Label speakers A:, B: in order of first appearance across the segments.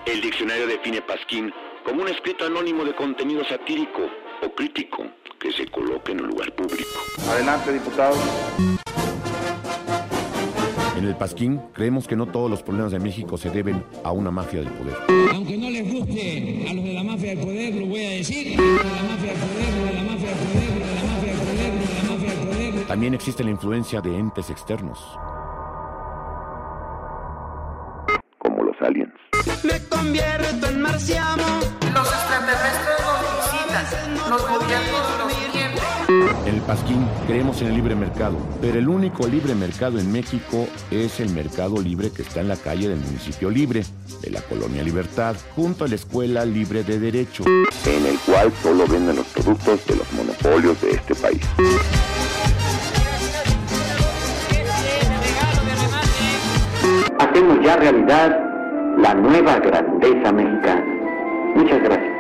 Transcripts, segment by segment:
A: El diccionario define pasquín como un escrito anónimo de contenido satírico o crítico que se coloca en un lugar público.
B: Adelante, diputado.
C: En el pasquín creemos que no todos los problemas de México se deben a una mafia del poder.
D: Aunque no les guste a los de la mafia del poder, lo voy a decir. Lo de la mafia del poder, lo de la mafia del poder, lo de la mafia del poder, lo de la mafia del poder.
C: También existe la influencia de entes externos.
A: Como los aliens.
E: Me convierto en marciano.
F: Los extraterrestres nos visitan, los gobiernos nos mienten.
C: En el pasquín creemos en el libre mercado, pero el único libre mercado en México es el mercado libre que está en la calle del municipio Libre, de la Colonia Libertad, junto a la Escuela Libre de Derecho,
A: En el cual solo venden los productos de los monopolios de este país. Hacemos ya realidad la nueva grandeza mexicana. Muchas gracias.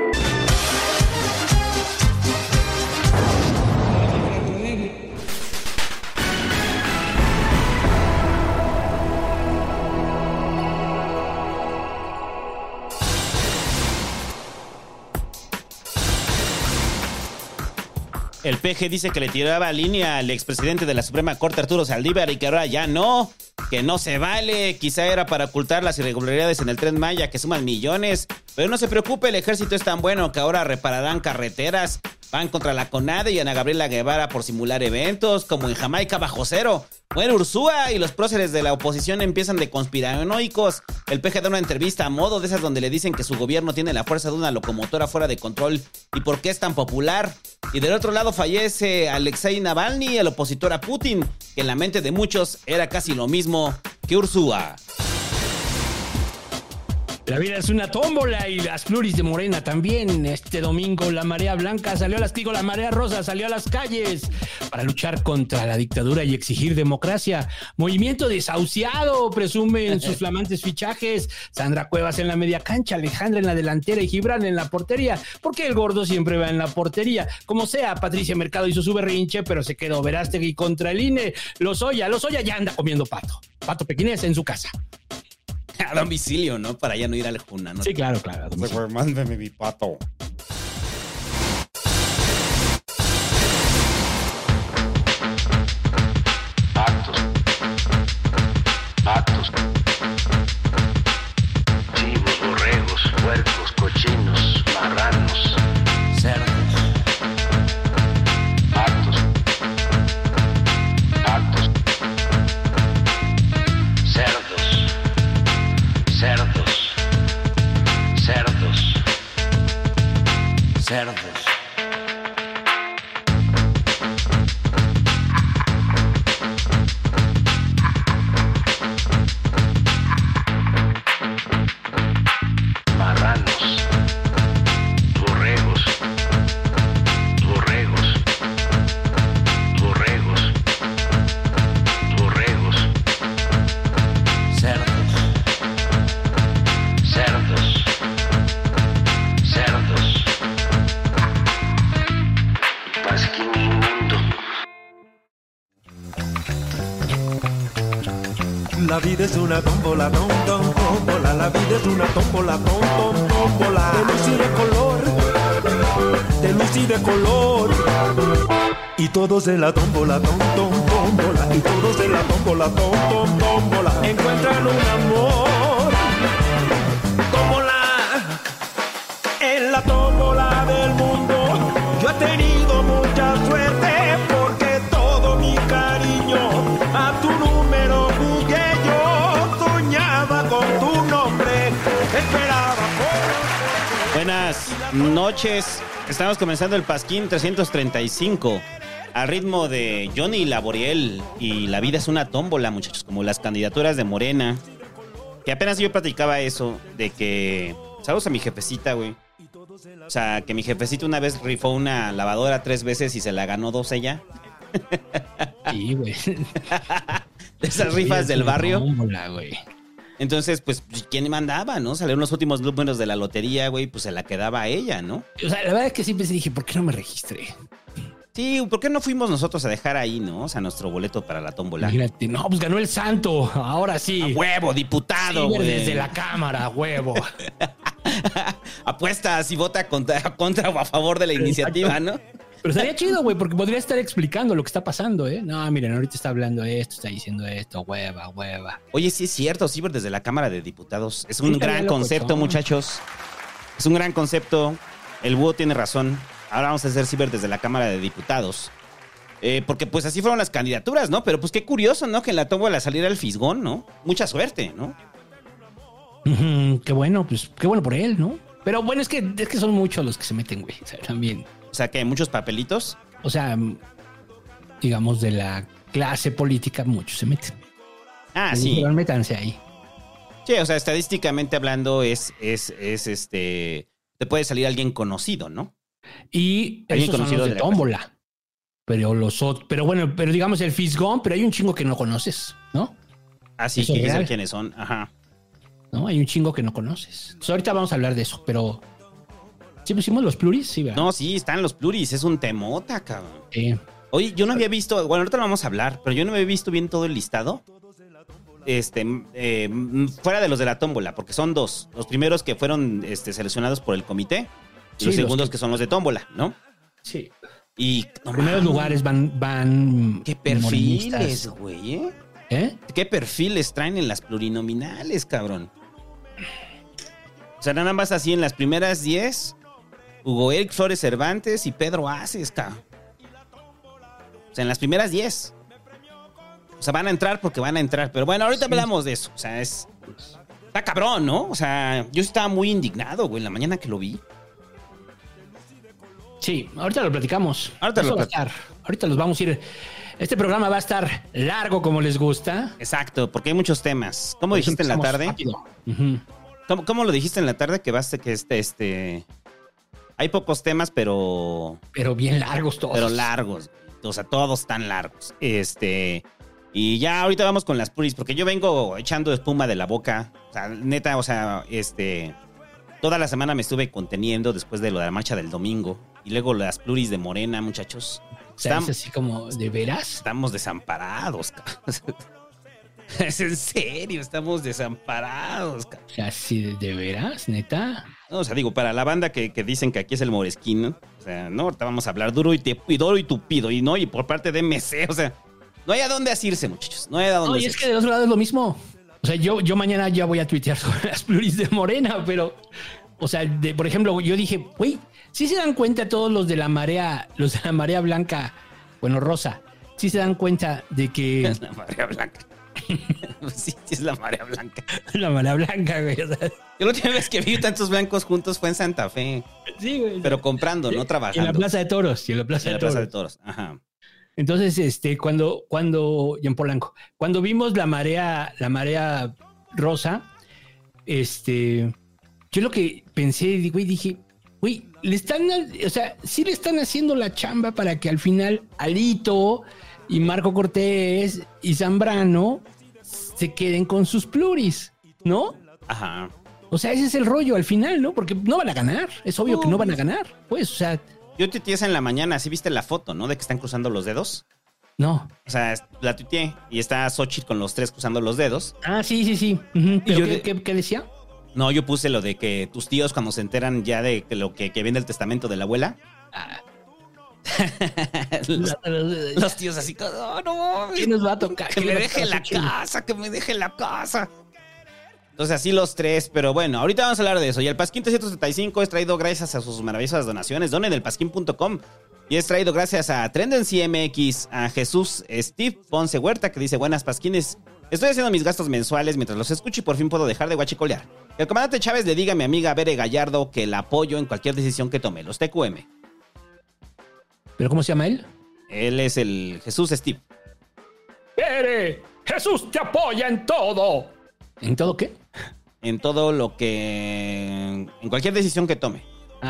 G: El PG dice que le tiraba línea al expresidente de la Suprema Corte, Arturo Saldívar, y que ahora ya no, que no se vale. Quizá era para ocultar las irregularidades en el Tren Maya, que suman millones. Pero no se preocupe, el ejército es tan bueno que ahora repararán carreteras. Van contra la CONADE y Ana Gabriela Guevara por simular eventos, como en Jamaica bajo cero. Muere Ursúa y los próceres de la oposición empiezan de conspiranoicos. El PG da una entrevista a modo de esas donde le dicen que su gobierno tiene la fuerza de una locomotora fuera de control y por qué es tan popular. Y del otro lado fallece Alexei Navalny, el opositor a Putin, que en la mente de muchos era casi lo mismo que Ursúa.
H: La vida es una tómbola y las pluris de Morena también. Este domingo la marea blanca salió a la marea rosa salió a las calles para luchar contra la dictadura y exigir democracia. Movimiento desahuciado, presumen sus flamantes fichajes. Sandra Cuevas en la media cancha, Alejandra en la delantera y Gibran en la portería. Porque el gordo siempre va en la portería. Como sea, Patricia Mercado hizo su berrinche, pero se quedó Verástegui contra el INE. Lozoya ya anda comiendo pato pequinés en su casa.
G: A domicilio, ¿no? Para ya no ir al Juna, ¿no?
H: Sí, claro.
G: Pues, mándame mi pato.
I: Patos, chivos, borregos, puercos, cochinos, marranos, cerdos, patos, cerdos. Marranos, borregos, cerdos. Pasquín inmundo.
J: La vida es una tómbola, tómbola. La vida es una tómbola, tómbola. De luz y de color, de luz y de color. Y todos en la tómbola, tómbola. Y todos en la tómbola, tómbola. Encuentran un amor. Tómbola. En la tómbola del mundo yo he tenido mucha suerte porque todo mi cariño a tu número jugué yo. Soñaba con tu nombre, esperaba por...
G: Buenas noches. Estamos comenzando el Pasquín 335 a ritmo de Johnny Laboriel y la vida es una tómbola, muchachos, como las candidaturas de Morena. Que apenas yo platicaba eso de que... Saludos a mi jefecita, güey. O sea, que mi jefecita una vez rifó una lavadora 3 veces y se la ganó 2 ella.
H: Sí, güey.
G: De esas rifas del barrio.
H: Tómbola, güey.
G: Entonces, pues, ¿quién mandaba, no? Salieron los últimos números de la lotería, güey, pues se la quedaba a ella, ¿no?
H: O sea, la verdad es que siempre dije, ¿por qué no me registré?
G: Sí, ¿por qué no fuimos nosotros a dejar ahí, no? O sea, nuestro boleto para la tómbola.
H: Imagínate, no, pues ganó el santo, ahora sí.
G: A huevo, diputado,
H: Sí,
G: güey.
H: desde la cámara, huevo.
G: Apuesta si vota contra o a favor de la iniciativa, ¿no?
H: Pero estaría chido, güey, porque podría estar explicando lo que está pasando, ¿eh? No, miren, ahorita está hablando esto, está diciendo esto, hueva.
G: Oye, sí es cierto, Ciber desde la Cámara de Diputados. Es un
H: Sí,
G: gran
H: locochón.
G: concepto, muchachos. Es un gran concepto. El búho tiene razón. Ahora vamos a hacer Ciber desde la Cámara de Diputados. Porque pues así fueron las candidaturas, ¿no? Pero pues qué curioso, ¿no? Que en la tómbola saliera el fisgón, ¿no? Mucha suerte, ¿no?
H: Qué bueno, pues qué bueno por él, ¿no? Pero bueno, es que son muchos los que se meten, güey. O sea, también.
G: O sea, que hay muchos papelitos.
H: O sea, digamos, de la clase política, muchos se meten.
G: Ah, sí.
H: Pero métanse ahí.
G: Sí, o sea, estadísticamente hablando te puede salir alguien conocido, ¿no?
H: Y
G: Alguien
H: esos son
G: conocido
H: los
G: de
H: de
G: la
H: tómbola. Pero bueno, digamos el fisgón, pero hay un chingo que no conoces, ¿no?
G: Ah, sí,
H: Eso
G: que
H: es
G: dicen
H: real.
G: quiénes son. Ajá.
H: ¿No? Hay un chingo que no conoces. Entonces, ahorita vamos a hablar de eso, pero ¿sí pusimos los pluris? Sí, ¿verdad?
G: No, sí, están los pluris. Es un temota, cabrón. Oye, yo no había visto, bueno, ahorita lo vamos a hablar, pero yo no había visto bien todo el listado. Fuera de los de la tómbola, porque son dos. Los primeros que fueron seleccionados por el comité y
H: Sí,
G: los
H: los
G: segundos
H: que-
G: que son los de tómbola, ¿no?
H: Sí.
G: Y
H: Los primeros lugares van
G: qué perfiles,
H: morenistas.
G: güey, ¿eh?
H: ¿Eh?
G: ¿Qué perfiles traen en las plurinominales, cabrón? O sea, nada más así en las primeras 10, Hugo Eric Flores Cervantes y Pedro Aces, cabrón. O sea, en las primeras 10. O sea, van a entrar porque van a entrar. Pero bueno, ahorita hablamos de eso. O sea, está cabrón, ¿no? O sea, yo estaba muy indignado, güey, en la mañana que lo vi.
H: Sí, ahorita lo platicamos.
G: Ahorita
H: Eso
G: lo
H: va a estar. Ahorita los vamos a ir. Este programa va a estar largo como les gusta.
G: Exacto, porque hay muchos temas. ¿Cómo dijiste en la
H: Empezamos
G: tarde?
H: rápido. Ujú.
G: ¿Cómo lo dijiste en la tarde? Que hay pocos temas, pero
H: bien largos todos.
G: Pero largos. O sea, todos tan largos. Y ya ahorita vamos con las pluris, porque yo vengo echando espuma de la boca. O sea, neta, o sea, toda la semana me estuve conteniendo después de lo de la marcha del domingo. Y luego las pluris de Morena, muchachos.
H: O sea, es así como, ¿de veras?
G: Estamos desamparados, cabrón. Es en serio, estamos desamparados, cabrón.
H: O sea, ¿sí, de veras, neta?
G: No, o sea, digo, para la banda que dicen que aquí es el Moresquín, ¿no? O sea, no, ahorita vamos a hablar duro y tupido, y no, y por parte de MC, o sea, no hay a dónde asirse, muchachos, no hay a dónde
H: No, y es que del otro lado es lo mismo. O sea, yo mañana ya voy a tuitear sobre las pluris de Morena, pero, o sea, por ejemplo, yo dije, güey, ¿sí se dan cuenta todos los de la marea blanca, bueno, rosa, sí se dan cuenta de que...
G: La marea blanca. Sí, es la marea blanca.
H: La marea blanca, güey. O sea,
G: yo la última vez que vi tantos blancos juntos fue en Santa Fe.
H: Sí, güey.
G: Pero comprando, no trabajando.
H: En la Plaza de Toros. En la Plaza
G: de Toros, ajá.
H: Entonces, cuando y en Polanco, cuando vimos la marea rosa, yo lo que pensé, güey, dije, güey, sí le están haciendo la chamba para que al final Alito y Marco Cortés y Zambrano se queden con sus pluris, ¿no?
G: Ajá.
H: O sea, ese es el rollo al final, ¿no? Porque no van a ganar. Es obvio que no van a ganar. Pues, o sea...
G: Yo tuiteé esa en la mañana, ¿sí viste la foto, no? De que están cruzando los dedos.
H: No.
G: O sea, la tuiteé y está Xochitl con los tres cruzando los dedos.
H: Ah, sí. Uh-huh. ¿Pero qué decía?
G: No, yo puse lo de que tus tíos cuando se enteran ya de que lo que viene del testamento de la abuela. Los tíos así, no,
H: ¿Qué nos va a tocar?
G: Que me deje la casa, que me deje la casa. Entonces así los tres, pero bueno, ahorita vamos a hablar de eso. Y el Pasquín 375 es traído gracias a sus maravillosas donaciones. Donen el pasquín.com. Y es traído gracias a Tendency MX, a Jesús Steve Ponce Huerta, que dice, buenas Pasquines. Estoy haciendo mis gastos mensuales mientras los escucho y por fin puedo dejar de guachicolear. Que el comandante Chávez le diga a mi amiga Bere Gallardo que la apoyo en cualquier decisión que tome. Los TQM.
H: ¿Pero cómo se llama él?
G: Él es el Jesús Steve.
H: ¡Bere! ¡Jesús te apoya en todo! ¿En todo qué?
G: En todo lo que... En cualquier decisión que tome.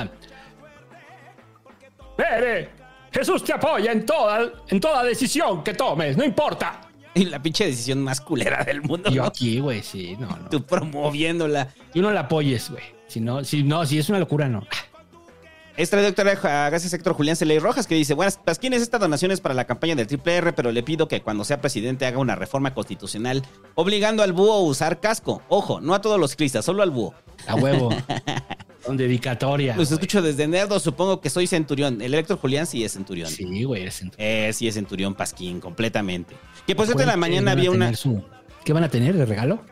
H: ¡Bere! ¡Jesús te apoya en toda decisión que tomes! ¡No importa!
G: Y la pinche decisión más culera del mundo.
H: Yo
G: ¿no?
H: aquí, güey, sí, no.
G: Tú promoviéndola.
H: Tú no la apoyes, güey. Si es una locura, no.
G: Es traductora, gracias Héctor Julián Celey Rojas, que dice: buenas pasquines, esta donación es para la campaña del Triple R, pero le pido que cuando sea presidente haga una reforma constitucional obligando al búho a usar casco. Ojo, no a todos los ciclistas, solo al búho.
H: A huevo. Con dedicatoria.
G: Los escucho desde Nerdo, supongo que soy centurión. El Héctor Julián sí es centurión.
H: Sí, güey, eres centurión.
G: Sí es centurión Pasquín, completamente. Que por cierto en la mañana había una...
H: ¿Qué van a tener de regalo?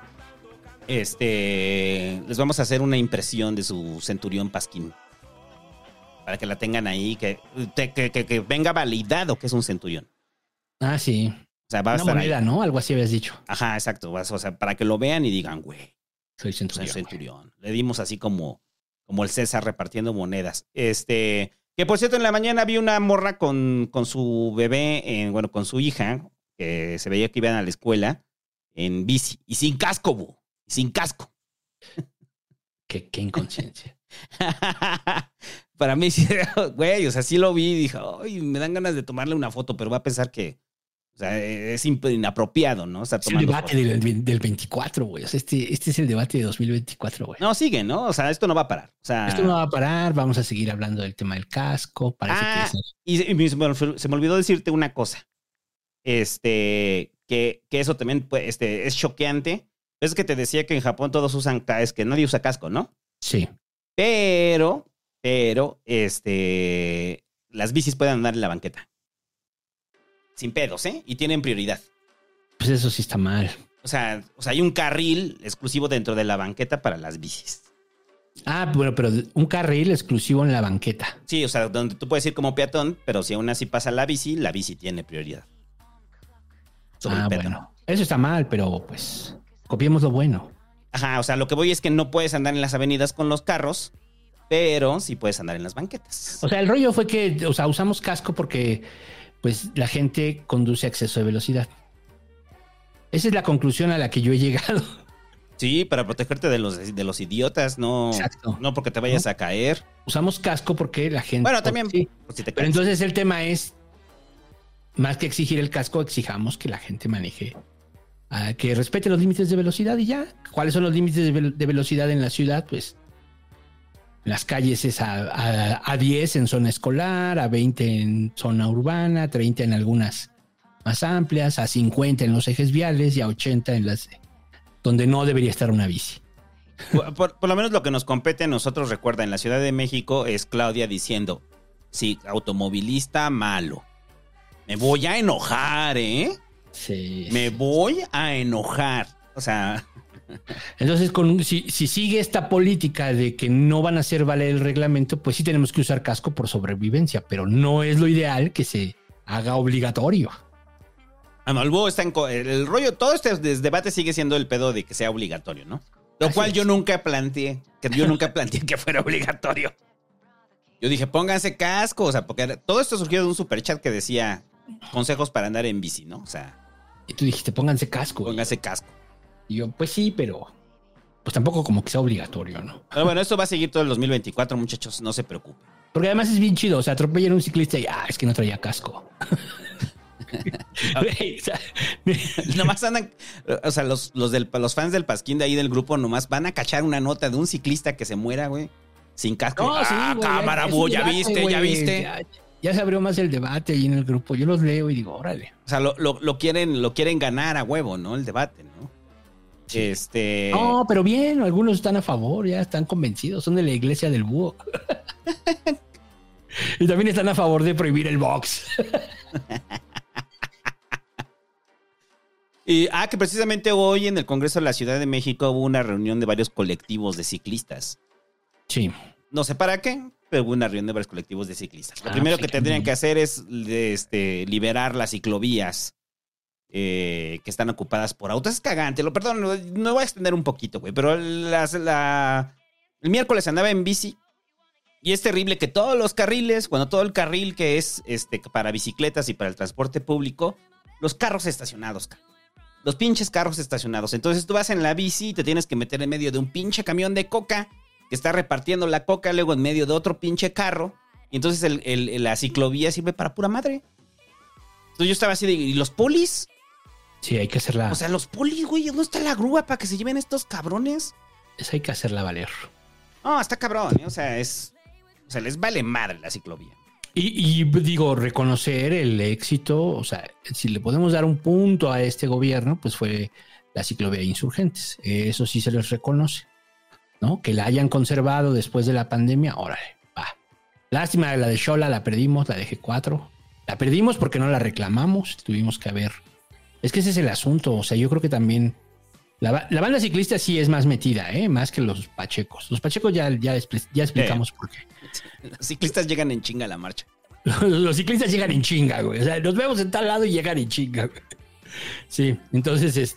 G: Les vamos a hacer una impresión de su centurión Pasquín. Para que la tengan ahí, que venga validado que es un centurión.
H: Ah, sí.
G: O sea, va a
H: una
G: estar
H: moneda,
G: ahí.
H: ¿no? Algo así habías dicho.
G: Ajá, exacto. O sea, para que lo vean y digan, güey,
H: soy centurión.
G: Soy centurión. Le dimos así como el César repartiendo monedas. Que por cierto, en la mañana vi una morra con su bebé, con su hija, que se veía que iban a la escuela en bici. Y sin casco, bu. Sin casco.
H: Qué inconsciencia.
G: Para mí, sí, güey, o sea, sí lo vi y dije, ay, me dan ganas de tomarle una foto, pero va a pensar que, o sea, es inapropiado, ¿no?
H: Es el debate del 24, güey. O sea, este es el debate de 2024, güey.
G: No, sigue, ¿no? O sea, esto no va a parar. O sea,
H: esto no va a parar, vamos a seguir hablando del tema del casco. Parece
G: y se me olvidó decirte una cosa. Que eso también es choqueante. Es que te decía que en Japón todos usan casco, que nadie usa casco, ¿no?
H: Sí.
G: Pero, las bicis pueden andar en la banqueta. Sin pedos, ¿eh? Y tienen prioridad.
H: Pues eso sí está mal.
G: O sea, hay un carril exclusivo dentro de la banqueta para las bicis.
H: Ah, bueno, pero un carril exclusivo en la banqueta.
G: Sí, o sea, donde tú puedes ir como peatón, pero si aún así pasa la bici tiene prioridad.
H: Bueno. Eso está mal, pero pues copiemos lo bueno.
G: Ajá, o sea, lo que voy es que no puedes andar en las avenidas con los carros, pero sí puedes andar en las banquetas.
H: O sea, el rollo fue que, o sea, usamos casco porque, pues, la gente conduce a exceso de velocidad. Esa es la conclusión a la que yo he llegado.
G: Sí, para protegerte de los idiotas, no.
H: Exacto.
G: No porque te vayas a caer.
H: Usamos casco porque la gente...
G: Bueno, también.
H: Sí.
G: Pues si te
H: pero entonces el tema es, más que exigir el casco, exijamos que la gente maneje, que respete los límites de velocidad y ya. ¿Cuáles son los límites de velocidad en la ciudad? Pues en las calles es a 10 en zona escolar, a 20 en zona urbana, 30 en algunas más amplias, a 50 en los ejes viales y a 80 en las donde no debería estar una bici.
G: Por lo menos lo que nos compete a nosotros, recuerda, en la Ciudad de México es Claudia diciendo, sí, automovilista malo. Me voy a enojar, ¿eh?
H: Sí.
G: Me voy a enojar. O sea...
H: Entonces, si sigue esta política de que no van a hacer valer el reglamento, pues sí tenemos que usar casco por sobrevivencia, pero no es lo ideal que se haga obligatorio.
G: No, el búho está el rollo, todo este debate sigue siendo el pedo de que sea obligatorio, ¿no? Lo cual yo nunca planteé que fuera obligatorio. Yo dije, pónganse casco, o sea, porque todo esto surgió de un superchat que decía consejos para andar en bici, ¿no? O sea...
H: Y tú dijiste, pónganse casco.
G: Pónganse casco.
H: Y yo, pues sí, pero pues tampoco como que sea obligatorio, ¿no?
G: Pero bueno, esto va a seguir todo el 2024, muchachos, no se preocupen.
H: Porque además es bien chido, o sea, atropellan a un ciclista y, es que no traía casco.
G: Nomás andan, o sea, los fans del Pasquín de ahí del grupo nomás van a cachar una nota de un ciclista que se muera, güey, sin casco.
H: No, sí, güey,
G: cámara, ya viste.
H: Ya se abrió más el debate ahí en el grupo. Yo los leo y digo, órale.
G: O sea, lo quieren ganar a huevo, ¿no? El debate, ¿no? Sí.
H: No, pero bien, algunos están a favor, ya están convencidos, son de la iglesia del búho. Y también están a favor de prohibir el box.
G: Que precisamente hoy en el Congreso de la Ciudad de México hubo una reunión de varios colectivos de ciclistas.
H: Sí.
G: No sé para qué, pero hubo una reunión de varios colectivos de ciclistas. Lo primero que tendrían que hacer es liberar las ciclovías que están ocupadas por autos. Es cagante, perdón, no voy a extender un poquito, güey, pero el miércoles andaba en bici y es terrible que todos los carriles, todo el carril que es para bicicletas y para el transporte público, los carros estacionados, los pinches carros estacionados. Entonces tú vas en la bici y te tienes que meter en medio de un pinche camión de coca que está repartiendo la coca, luego en medio de otro pinche carro, y entonces la ciclovía sirve para pura madre. Entonces yo estaba así de, ¿y los polis?
H: Sí, hay que hacerla.
G: O sea, los polis, güey, ¿dónde está la grúa para que se lleven estos cabrones?
H: Esa hay que hacerla valer.
G: No, está cabrón, ¿eh? O sea, O sea, les vale madre la ciclovía.
H: Y digo, reconocer el éxito, o sea, si le podemos dar un punto a este gobierno, pues fue la ciclovía de Insurgentes. Eso sí se les reconoce, ¿no? Que la hayan conservado después de la pandemia, órale, va. Lástima, la de Xola la perdimos, la de G4. La perdimos porque no la reclamamos, tuvimos que haber... Es que ese es el asunto, o sea, yo creo que también... La banda ciclista sí es más metida, más que los pachecos. Los pachecos ya explicamos por qué.
G: Los ciclistas llegan en chinga a la marcha.
H: Los ciclistas llegan en chinga, güey. O sea, nos vemos en tal lado y llegan en chinga, güey. Sí, entonces,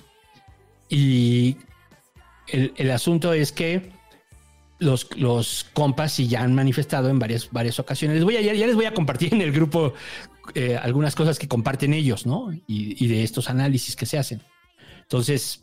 H: y el asunto es que los compas sí ya han manifestado en varias ocasiones. Ya les voy a compartir en el grupo algunas cosas que comparten ellos, ¿no? Y de estos análisis que se hacen. Entonces,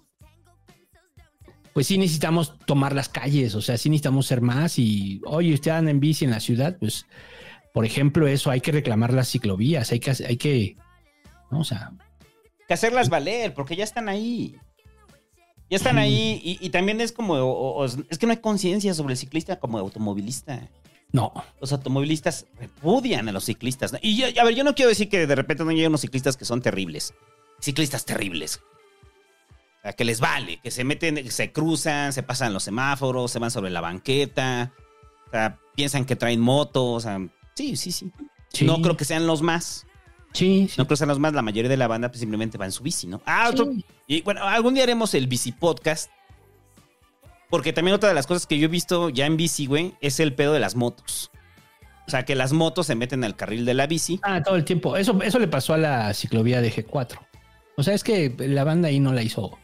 H: pues sí necesitamos tomar las calles, o sea, sí necesitamos ser más y, oye, usted anda en bici en la ciudad, pues, por ejemplo, eso, hay que reclamar las ciclovías, hay que, ¿no? O sea...
G: Que hacerlas valer, porque ya están ahí. Ya están ahí y también es como, es que no hay conciencia sobre el ciclista como automovilista.
H: No.
G: Los automovilistas repudian a los ciclistas, ¿no? Y yo no quiero decir que de repente no lleguen unos ciclistas que son terribles. Ciclistas terribles. O sea, que les vale, que se meten, se cruzan, se pasan los semáforos, se van sobre la banqueta, o sea, piensan que traen moto, o sea, sí. No creo que sean los más.
H: Sí.
G: No creo que sean los más, la mayoría de la banda pues, simplemente va en su bici, ¿no?
H: Sí.
G: Y bueno, algún día haremos el bici podcast, porque también otra de las cosas que yo he visto ya en bici, güey, es el pedo de las motos. O sea, que las motos se meten al carril de la bici.
H: Todo el tiempo. Eso le pasó a la ciclovía de G4. O sea, es que la banda ahí no la hizo...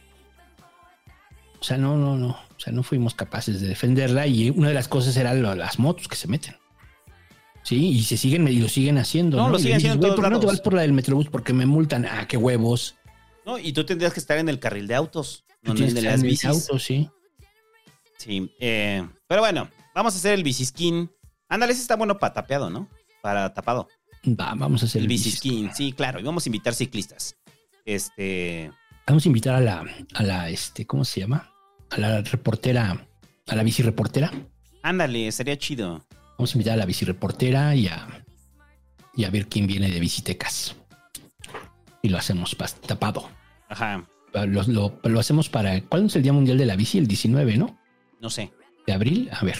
H: O sea, no. O sea, no fuimos capaces de defenderla y una de las cosas era las motos que se meten. Sí, y lo siguen haciendo.
G: No, lo siguen haciendo en todos
H: ¿por qué no te
G: lados?
H: vas por la del Metrobús? Porque me multan. Qué huevos.
G: No, y tú tendrías que estar en el carril de autos, no en el de las bicis.
H: Autos, sí.
G: Sí, pero bueno, vamos a hacer el biciskin. Ándale, ese está bueno para tapeado, ¿no? Para tapado.
H: Vamos a hacer
G: el biciskin. Sí, claro, y vamos a invitar ciclistas.
H: Vamos a invitar a la ¿cómo se llama? A la reportera, a la bicireportera.
G: Ándale, sería chido.
H: Vamos a invitar a la bicireportera y a ver quién viene de Visitecas. Y lo hacemos tapado.
G: Ajá.
H: Lo hacemos para... ¿Cuándo es el Día Mundial de la Bici? El 19, ¿no?
G: No sé.
H: ¿De abril? A ver.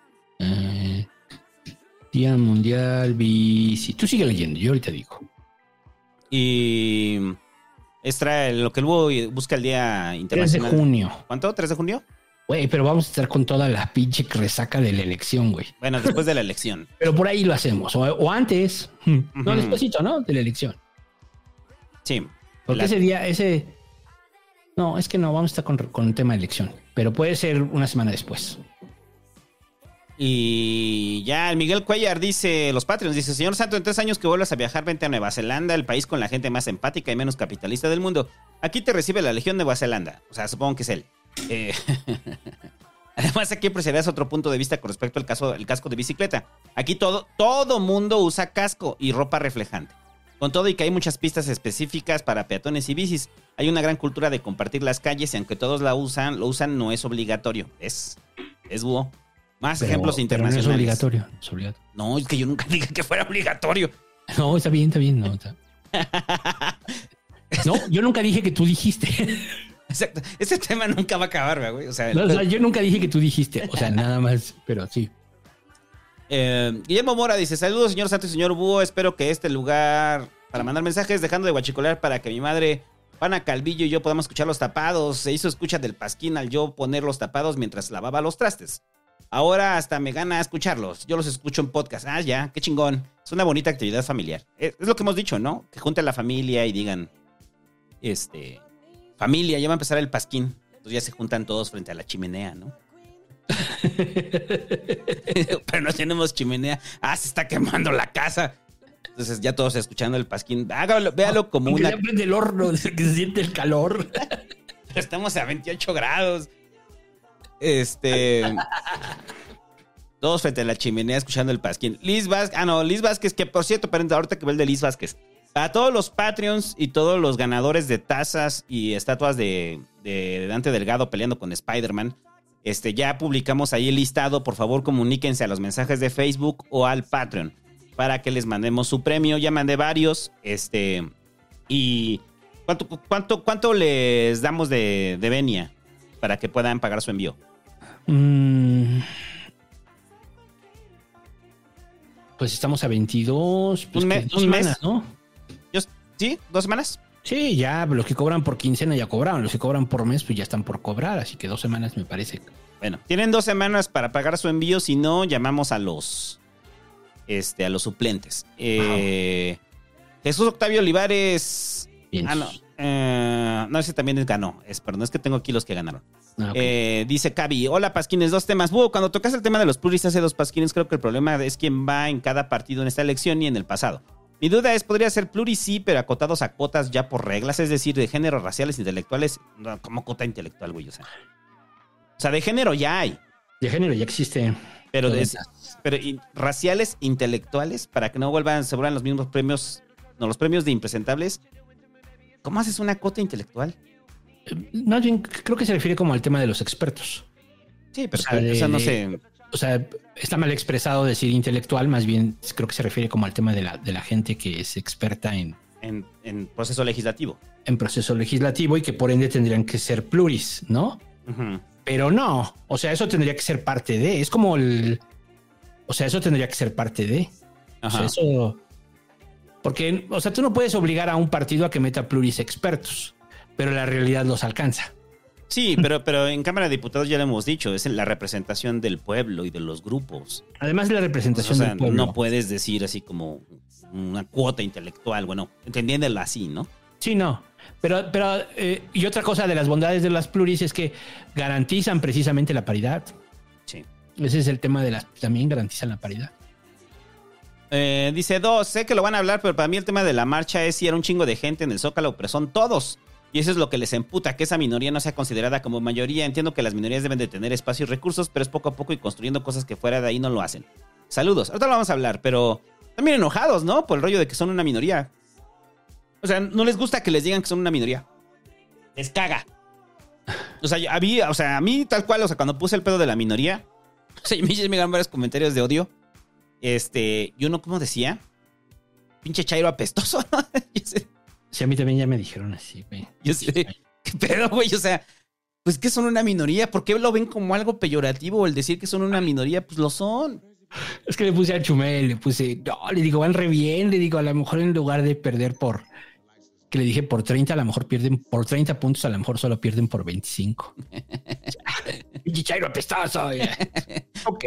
H: Día Mundial Bici. Tú sigue leyendo, yo ahorita digo.
G: Y... lo que luego busca el Día Internacional.
H: 3 de junio.
G: ¿Cuánto? ¿3 de junio?
H: Güey, pero vamos a estar con toda la pinche resaca de la elección, güey.
G: Bueno, después de la elección.
H: Pero por ahí lo hacemos. O antes. No, despuésito, ¿no? De la elección.
G: Sí.
H: Porque ese día, No, es que no, vamos a estar con el tema de elección. Pero puede ser una semana después.
G: Y ya el Miguel Cuellar dice, los Patreons, dice, señor Santo, en 3 años que vuelvas a viajar, vente a Nueva Zelanda, el país con la gente más empática y menos capitalista del mundo. Aquí te recibe la Legión de Nueva Zelanda. O sea, supongo que es él. Además, aquí apreciarás otro punto de vista con respecto al casco de bicicleta. Aquí todo mundo usa casco y ropa reflejante. Con todo y que hay muchas pistas específicas para peatones y bicis, hay una gran cultura de compartir las calles y aunque todos lo usan, no es obligatorio. Es búho. Más ejemplos internacionales.
H: No es obligatorio,
G: No, es que yo nunca dije que fuera obligatorio.
H: No, está bien. No, no, yo nunca dije que tú dijiste.
G: Exacto. Ese tema nunca va a acabar, güey. O sea,
H: yo nunca dije que tú dijiste. O sea, nada más, pero sí.
G: Guillermo Mora dice, saludos señor Santos y señor Búho, espero que este lugar para mandar mensajes, dejando de guachicolear para que mi madre Pana Calvillo y yo podamos escuchar los tapados. Se hizo escucha del Pasquín al yo poner los tapados mientras lavaba los trastes. Ahora hasta me gana escucharlos. Yo los escucho en podcast. Ya, qué chingón. Es una bonita actividad familiar. Es lo que hemos dicho, ¿no? Que junten la familia y digan, familia, ya va a empezar el Pasquín. Entonces ya se juntan todos frente a la chimenea, ¿no? Pero no tenemos chimenea. Se está quemando la casa. Entonces ya todos escuchando el Pasquín. Véalo como una...
H: Ya prende el horno, que se siente el calor.
G: Estamos a 28 grados. Todos frente a la chimenea escuchando el Pasquín. Liz Vázquez, que por cierto, ahorita que ve el de Liz Vázquez. Para todos los Patreons y todos los ganadores de tazas y estatuas de Dante Delgado peleando con Spider-Man, Ya publicamos ahí el listado. Por favor, comuníquense a los mensajes de Facebook o al Patreon para que les mandemos su premio. Ya mandé varios. Y ¿cuánto les damos de venia para que puedan pagar su envío?
H: Pues estamos a 22. Pues
G: un mes,
H: ¿no?
G: ¿Sí? ¿2 semanas?
H: Sí, ya los que cobran por quincena ya cobraron. Los que cobran por mes, pues ya están por cobrar. Así que 2 semanas me parece.
G: Bueno, tienen 2 semanas para pagar su envío. Si no, llamamos a los suplentes. Jesús Octavio Olivares. No, ese también ganó. Perdón, es que tengo aquí los que ganaron. Okay. Dice Cavi, hola Pasquines, 2 temas. Cuando tocas el tema de los pluris hace 2 Pasquines, creo que el problema es quién va en cada partido en esta elección y en el pasado. Mi duda es, podría ser pluris sí, pero acotados a cuotas ya por reglas, es decir, de géneros raciales, intelectuales. No, ¿cómo cuota intelectual, güey? O sea, de género ya hay.
H: De género ya existe.
G: Pero raciales, intelectuales, para que no se vuelvan los mismos premios, no, los premios de impresentables. ¿Cómo haces una cuota intelectual?
H: Más bien, creo que se refiere como al tema de los expertos.
G: Sí, pero no sé.
H: O sea, está mal expresado decir intelectual, más bien creo que se refiere como al tema de la gente que es experta en
G: proceso legislativo.
H: En proceso legislativo y que por ende tendrían que ser pluris, ¿no? Uh-huh. Pero no, o sea, eso tendría que ser parte de, es como eso tendría que ser parte de. Ajá. O sea, eso... Porque, o sea, tú no puedes obligar a un partido a que meta pluris expertos, pero la realidad los alcanza.
G: Sí, pero en Cámara de Diputados ya lo hemos dicho, es la representación del pueblo y de los grupos.
H: Además de la representación del pueblo.
G: No puedes decir así como una cuota intelectual, bueno, entendiéndolo así, ¿no?
H: Sí, no. Pero y otra cosa de las bondades de las pluris es que garantizan precisamente la paridad.
G: Sí.
H: Ese es el tema también garantizan la paridad.
G: Dice 2, sé que lo van a hablar, pero para mí el tema de la marcha es si era un chingo de gente en el Zócalo, pero son todos. Y eso es lo que les emputa, que esa minoría no sea considerada como mayoría. Entiendo que las minorías deben de tener espacio y recursos, pero es poco a poco y construyendo cosas que fuera de ahí no lo hacen. Saludos. Ahorita lo vamos a hablar, pero también enojados, ¿no? Por el rollo de que son una minoría. O sea, no les gusta que les digan que son una minoría. Les caga. O sea, a mí tal cual, o sea, cuando puse el pedo de la minoría, o sea, me llegan varios comentarios de odio. Y uno, ¿cómo decía? Pinche chairo apestoso.
H: Sí, a mí también ya me dijeron así, güey.
G: Yo sí, ¿qué pedo, güey? O sea, pues que son una minoría. ¿Por qué lo ven como algo peyorativo? El decir que son una minoría, pues lo son.
H: Es que le puse al Chumel, le digo, van re bien. Le digo, a lo mejor en lugar de perder que le dije por 30, a lo mejor pierden por 30 puntos, a lo mejor solo pierden por 25. Pinche chairo apestoso. Ok.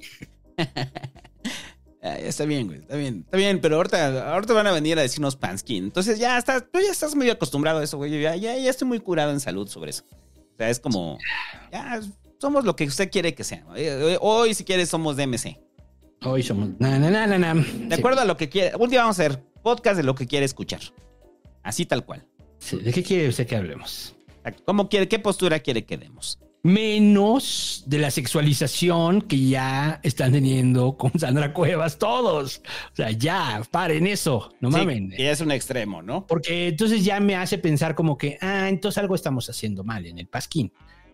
G: Está bien, güey, está bien, pero ahorita van a venir a decirnos Panskin. Entonces tú ya estás medio acostumbrado a eso, güey. Ya estoy muy curado en salud sobre eso. O sea, es como, ya somos lo que usted quiere que sea. Hoy, si quieres, somos DMC.
H: Hoy somos...
G: De acuerdo a lo que quiere. Un día vamos a hacer podcast de lo que quiere escuchar. Así tal cual.
H: Sí, ¿de qué quiere usted que hablemos?
G: ¿Cómo quiere? ¿Qué postura quiere que demos?
H: Menos de la sexualización que ya están teniendo con Sandra Cuevas todos. O sea, ya, paren eso, no mamen.
G: Sí, es un extremo, ¿no?
H: Porque entonces ya me hace pensar como que, entonces algo estamos haciendo mal en el Pasquín.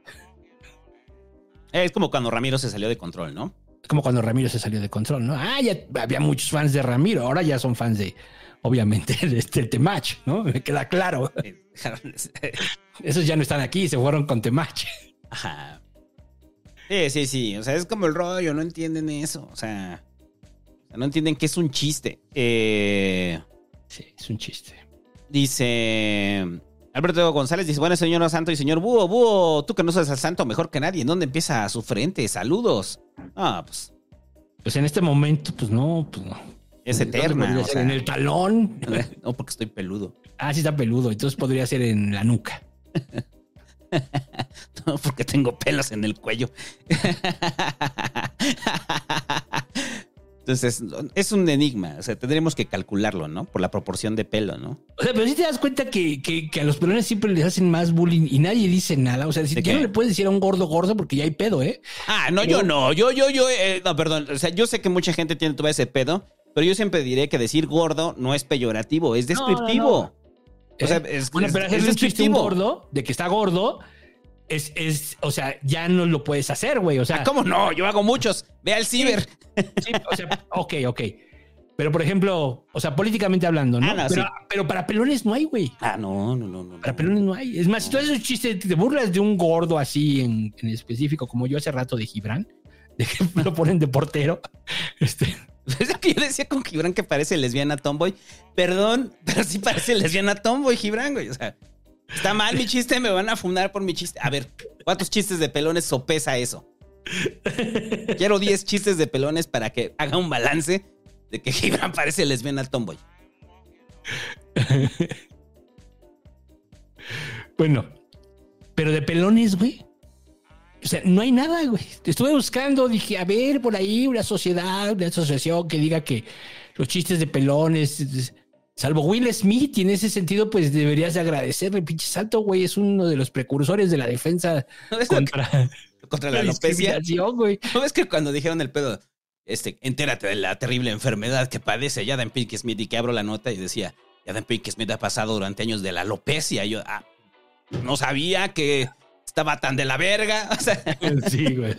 G: Es como cuando Ramiro se salió de control, ¿no?
H: Es como cuando Ramiro se salió de control, ¿no? Ya había muchos fans de Ramiro, ahora ya son fans de, obviamente, de Temach, ¿no? Me queda claro. Esos ya no están aquí, se fueron con Temach.
G: Ajá. Sí. O sea, es como el rollo, no entienden eso. O sea, no entienden que es un chiste.
H: Sí, es un chiste.
G: Dice Alberto González, dice, bueno, señor Santo y señor Búho, tú que no sabes al santo mejor que nadie, ¿en dónde empieza su frente? Saludos.
H: Pues en este momento, pues no.
G: Es eterna.
H: O sea, en el talón.
G: No, porque estoy peludo.
H: Sí está peludo, entonces podría ser en la nuca.
G: No, porque tengo pelos en el cuello. Entonces, es un enigma. O sea, tendremos que calcularlo, ¿no? Por la proporción de pelo, ¿no?
H: O sea, pero si te das cuenta que a los pelones siempre les hacen más bullying y nadie dice nada. O sea, ya no le puedes decir a un gordo porque ya hay pedo, ¿eh?
G: No, yo no. No, perdón. O sea, yo sé que mucha gente tiene todo ese pedo, pero yo siempre diré que decir gordo no es peyorativo, es descriptivo.
H: No. O sea, pero hacerle un chiste a un gordo de que está gordo o sea, ya no lo puedes hacer, güey. O sea,
G: ¿cómo no? Yo hago muchos. Ve al ciber.
H: Sí, o sea, ok. Pero, por ejemplo, o sea, políticamente hablando, ¿no?
G: No,
H: pero para pelones no hay, güey.
G: No.
H: Para pelones no hay. Es más, si tú haces un chiste, te burlas de un gordo así en específico, como yo hace rato de Gibran, de que lo ponen de portero.
G: Es que yo decía con Gibran que parece lesbiana tomboy. Perdón, pero sí parece lesbiana tomboy, Gibran, güey. O sea, está mal mi chiste, me van a fundar por mi chiste. A ver, ¿cuántos chistes de pelones sopesa eso? Quiero 10 chistes de pelones para que haga un balance de que Gibran parece lesbiana tomboy.
H: Bueno, pero de pelones, güey. O sea, no hay nada, güey. Estuve buscando, dije, a ver, por ahí una sociedad, una asociación que diga que los chistes de pelones, salvo Will Smith, y en ese sentido, pues deberías de agradecerle, pinche Salto, güey. Es uno de los precursores de la defensa
G: contra la alopecia.
H: Güey.
G: ¿No ves que cuando dijeron el pedo, entérate de la terrible enfermedad que padece Jaden Pinkett Smith, y que abro la nota y decía, Jaden Pinkett Smith ha pasado durante años de la alopecia? Y yo, no sabía que estaba tan de la verga. O sea,
H: sí, güey.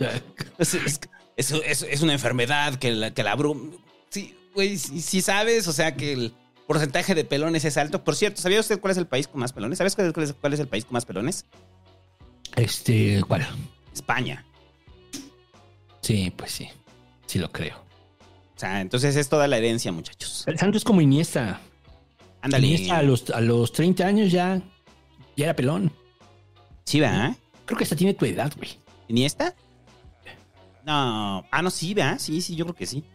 G: Es una enfermedad que la abruma. Sí, güey, sí sabes, o sea, que el porcentaje de pelones es alto. Por cierto, ¿sabía usted cuál es el país con más pelones? ¿Sabes cuál es el país con más pelones?
H: ¿Cuál?
G: España.
H: Sí, pues sí. Sí lo creo.
G: O sea, entonces es toda la herencia, muchachos.
H: El Santo es como Iniesta.
G: Ándale.
H: Iniesta a los 30 años ya era pelón.
G: Sí, ¿verdad?
H: Creo que hasta tiene tu edad, güey.
G: ¿Iniesta? No. No, sí, ¿verdad? Sí, yo creo que sí.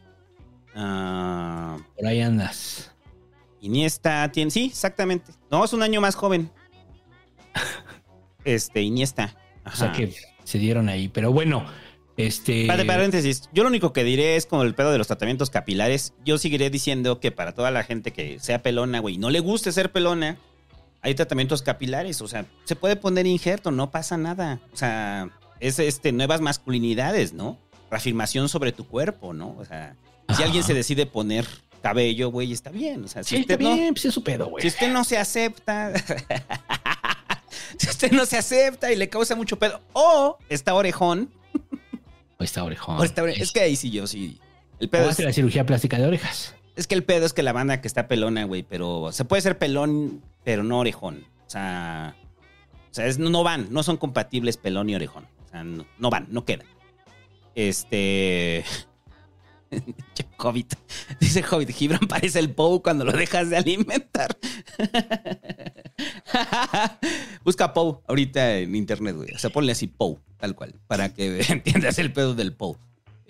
H: Por ahí andas.
G: Iniesta tiene... Sí, exactamente. No, es un año más joven. Iniesta. Ajá.
H: O sea que se dieron ahí. Pero bueno,
G: paréntesis. Yo lo único que diré es con el pedo de los tratamientos capilares. Yo seguiré diciendo que para toda la gente que sea pelona, güey, no le guste ser pelona, hay tratamientos capilares. O sea, se puede poner injerto, no pasa nada. O sea, es nuevas masculinidades, ¿no? Reafirmación sobre tu cuerpo, ¿no? O sea, si alguien se decide poner cabello, güey, está bien. O sea, si
H: sí,
G: usted
H: está bien, pues es su pedo, güey.
G: Si usted no se acepta... Si usted no se acepta y le causa mucho pedo, o está orejón. Es que ahí sí yo sí. El pedo
H: es la cirugía plástica de orejas.
G: Es que el pedo es que la banda que está pelona, güey, pero se puede ser pelón, pero no orejón. O sea no son compatibles pelón y orejón. O sea, no van, no quedan. Hobbit. Dice Hobbit, Gibran parece el Pou cuando lo dejas de alimentar. Busca Pou ahorita en internet, güey. O sea, ponle así Pou, tal cual, para que entiendas el pedo del Pou.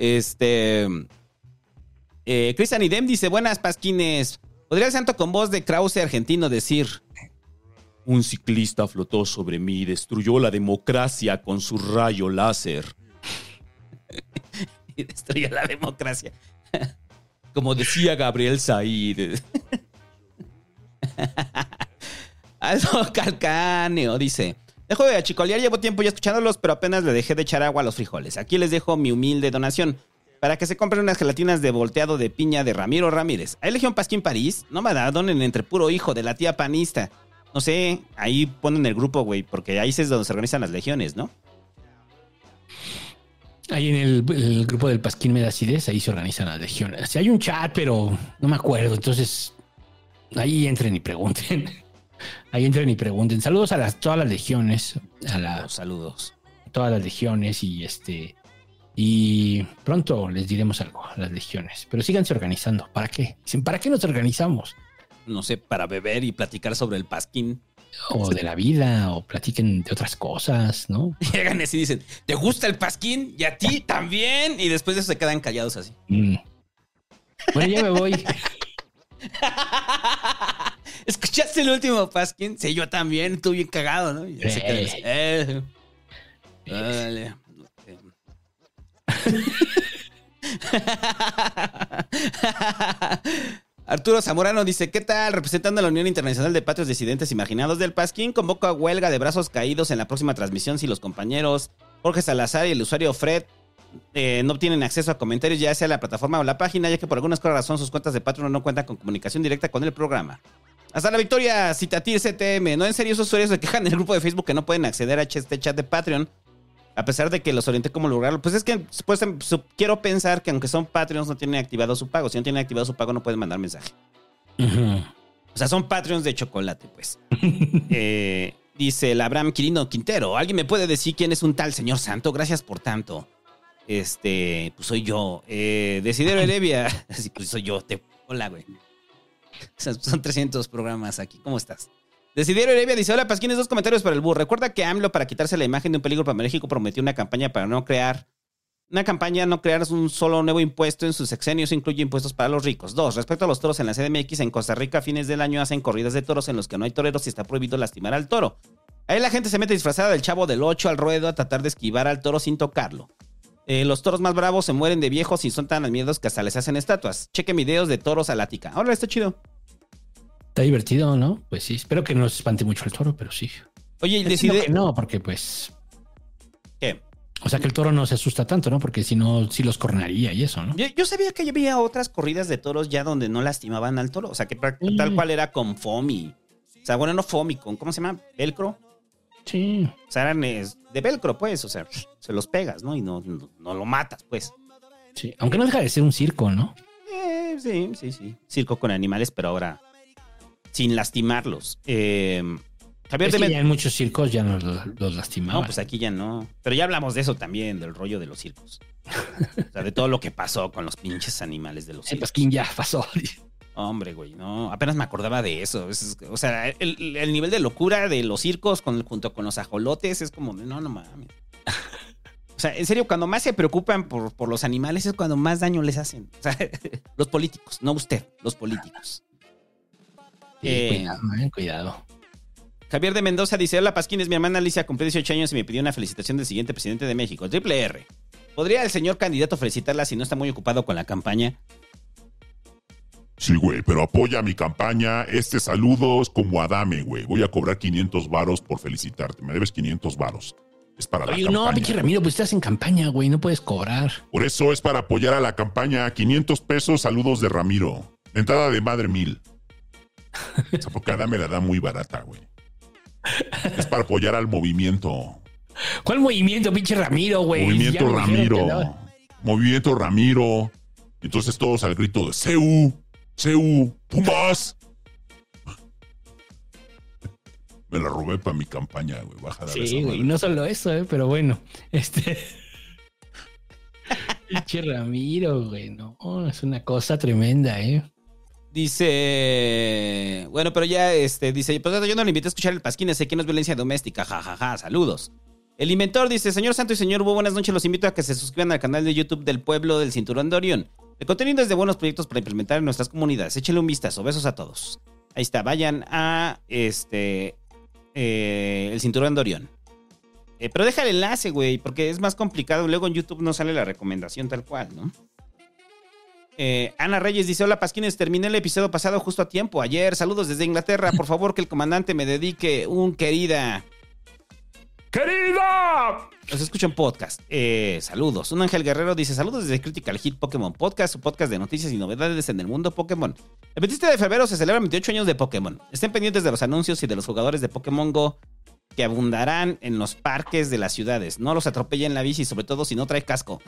G: Cristian Idem dice, buenas pasquines. ¿Podría el santo con voz de Krause argentino decir: un ciclista flotó sobre mí y destruyó la democracia con su rayo láser? Y destruyó la democracia. Como decía Gabriel Said. Aldo Calcáneo dice: dejo de achicolear, llevo tiempo ya escuchándolos, pero apenas le dejé de echar agua a los frijoles. Aquí les dejo mi humilde donación para que se compren unas gelatinas de volteado de piña de Ramiro Ramírez. ¿Hay Legión Pasquín París? No me la donen entre puro hijo de la tía panista. No sé, ahí ponen el grupo, güey, porque ahí es donde se organizan las legiones, ¿no?
H: Ahí en el grupo del Pasquín me da acidez, ahí se organizan las legiones. Hay un chat, pero no me acuerdo, entonces ahí entren y pregunten. Ahí entren y pregunten. Saludos a todas las legiones.
G: Saludos.
H: Todas las legiones y pronto les diremos algo a las legiones. Pero síganse organizando. ¿Para qué? ¿Para qué nos organizamos?
G: No sé, para beber y platicar sobre el Pasquín.
H: O de la vida, o platiquen de otras cosas, ¿no?
G: Llegan así y dicen, ¿te gusta el Pasquín? ¿Y a ti también? Y después de eso se quedan callados así.
H: Bueno, ya me voy.
G: ¿Escuchaste el último Pasquín? Sí, yo también. Estuve bien cagado, ¿no? Y se quedan así. Dale. Arturo Zamorano dice: ¿qué tal? Representando a la Unión Internacional de Patrios Disidentes Imaginados del Pasquín, convoco a huelga de brazos caídos en la próxima transmisión si los compañeros Jorge Salazar y el usuario Fred no obtienen acceso a comentarios, ya sea la plataforma o la página, ya que por alguna razón sus cuentas de Patreon no cuentan con comunicación directa con el programa. Hasta la victoria, Citatir CTM. No, en serio, esos usuarios se quejan en el grupo de Facebook que no pueden acceder a este chat de Patreon, a pesar de que los orienté cómo lograrlo. Pues es que pues, quiero pensar que aunque son Patreons no tienen activado su pago. Si no tienen activado su pago no pueden mandar mensaje.
H: Uh-huh.
G: O sea, son Patreons de chocolate, pues. Dice el Abraham Quirino Quintero. ¿Alguien me puede decir quién es un tal señor santo? Gracias por tanto. Pues soy yo. Desiderio Heredia. Sí, pues soy yo. Hola, güey. Son 300 programas aquí. ¿Cómo estás? Desiderio Heredia dice: hola, Pasquines, 2 comentarios para el Burro. Recuerda que AMLO, para quitarse la imagen de un peligro para México, prometió una campaña para no crear un solo nuevo impuesto en sus sexenios. Incluye impuestos para los ricos. 2. Respecto a los toros en la CDMX, en Costa Rica a fines del año hacen corridas de toros en los que no hay toreros y está prohibido lastimar al toro. Ahí la gente se mete disfrazada del Chavo del 8 al ruedo a tratar de esquivar al toro sin tocarlo. Los toros más bravos se mueren de viejos y son tan miedos que hasta les hacen estatuas. Chequen videos de toros alática. Ahora está chido.
H: Está divertido, ¿no? Pues sí, espero que no se espante mucho el toro, pero sí.
G: Oye, decide...
H: que no, porque pues...
G: ¿Qué?
H: O sea, que el toro no se asusta tanto, ¿no? Porque si no, sí los cornaría y eso, ¿no?
G: Yo sabía que había otras corridas de toros ya donde no lastimaban al toro. O sea, que tal cual era con foamy. O sea, bueno, no foamy, con... ¿Cómo se llama? ¿Velcro?
H: Sí.
G: O sea, eran de velcro, pues. O sea, se los pegas, ¿no? Y no lo matas, pues.
H: Sí, aunque no deja de ser un circo, ¿no?
G: Sí. Circo con animales, pero ahora... sin lastimarlos. Javier
H: es que ya en muchos circos ya no los lastimaban.
G: No, pues aquí ya no. Pero ya hablamos de eso también, del rollo de los circos. O sea, de todo lo que pasó con los pinches animales de los circos.
H: Pasquín ya pasó.
G: Hombre, güey, no. Apenas me acordaba de eso. O sea, el nivel de locura de los circos junto con los ajolotes es como, no mames. O sea, en serio, cuando más se preocupan por los animales es cuando más daño les hacen. O sea, los políticos, no usted, los políticos.
H: Cuidado.
G: Javier de Mendoza dice: hola, Pasquines, mi hermana Alicia cumplió 18 años y me pidió una felicitación del siguiente presidente de México, Triple R. ¿Podría el señor candidato felicitarla si no está muy ocupado con la campaña?
B: Sí, güey, pero apoya mi campaña. Saludos como Adame, güey. Voy a cobrar 500 varos por felicitarte. Me debes 500 varos. Es para la campaña.
H: No, pinche Ramiro, pues estás en campaña, güey. No puedes cobrar.
B: Por eso es para apoyar a la campaña. 500 pesos, saludos de Ramiro. Entrada de madre 1000. Esa pocada me la da muy barata, güey. Es para apoyar al movimiento.
H: ¿Cuál movimiento, pinche Ramiro, güey?
B: Movimiento Ramiro. Movimiento Ramiro. Entonces todos al grito de CEU, Pumas. Me la robé para mi campaña, güey. Baja de
H: sí, güey. No solo eso, pero bueno. Pinche Ramiro, güey. No, es una cosa tremenda,
G: Dice, bueno, pero ya, dice, pues yo no le invité a escuchar el Pasquín, sé que no es violencia doméstica, jajaja, saludos. El inventor dice: señor Santo y señor Hugo, buenas noches, los invito a que se suscriban al canal de YouTube del Pueblo del Cinturón de Orión. El contenido es de buenos proyectos para implementar en nuestras comunidades, échenle un vistazo, besos a todos. Ahí está, vayan a, el Cinturón de Orión. Pero deja el enlace, güey, porque es más complicado, luego en YouTube no sale la recomendación tal cual, ¿no? Ana Reyes dice: hola, Pasquines, terminé el episodio pasado justo a tiempo, ayer, saludos desde Inglaterra, por favor que el comandante me dedique un querida. Los escucho en podcast. Saludos. Un Ángel Guerrero dice: saludos desde Critical Hit Pokémon Podcast, su podcast de noticias y novedades en el mundo Pokémon. El 27 de febrero se celebran 28 años de Pokémon. Estén pendientes de los anuncios y de los jugadores de Pokémon Go que abundarán en los parques de las ciudades. No los atropellen en la bici, sobre todo si no trae casco.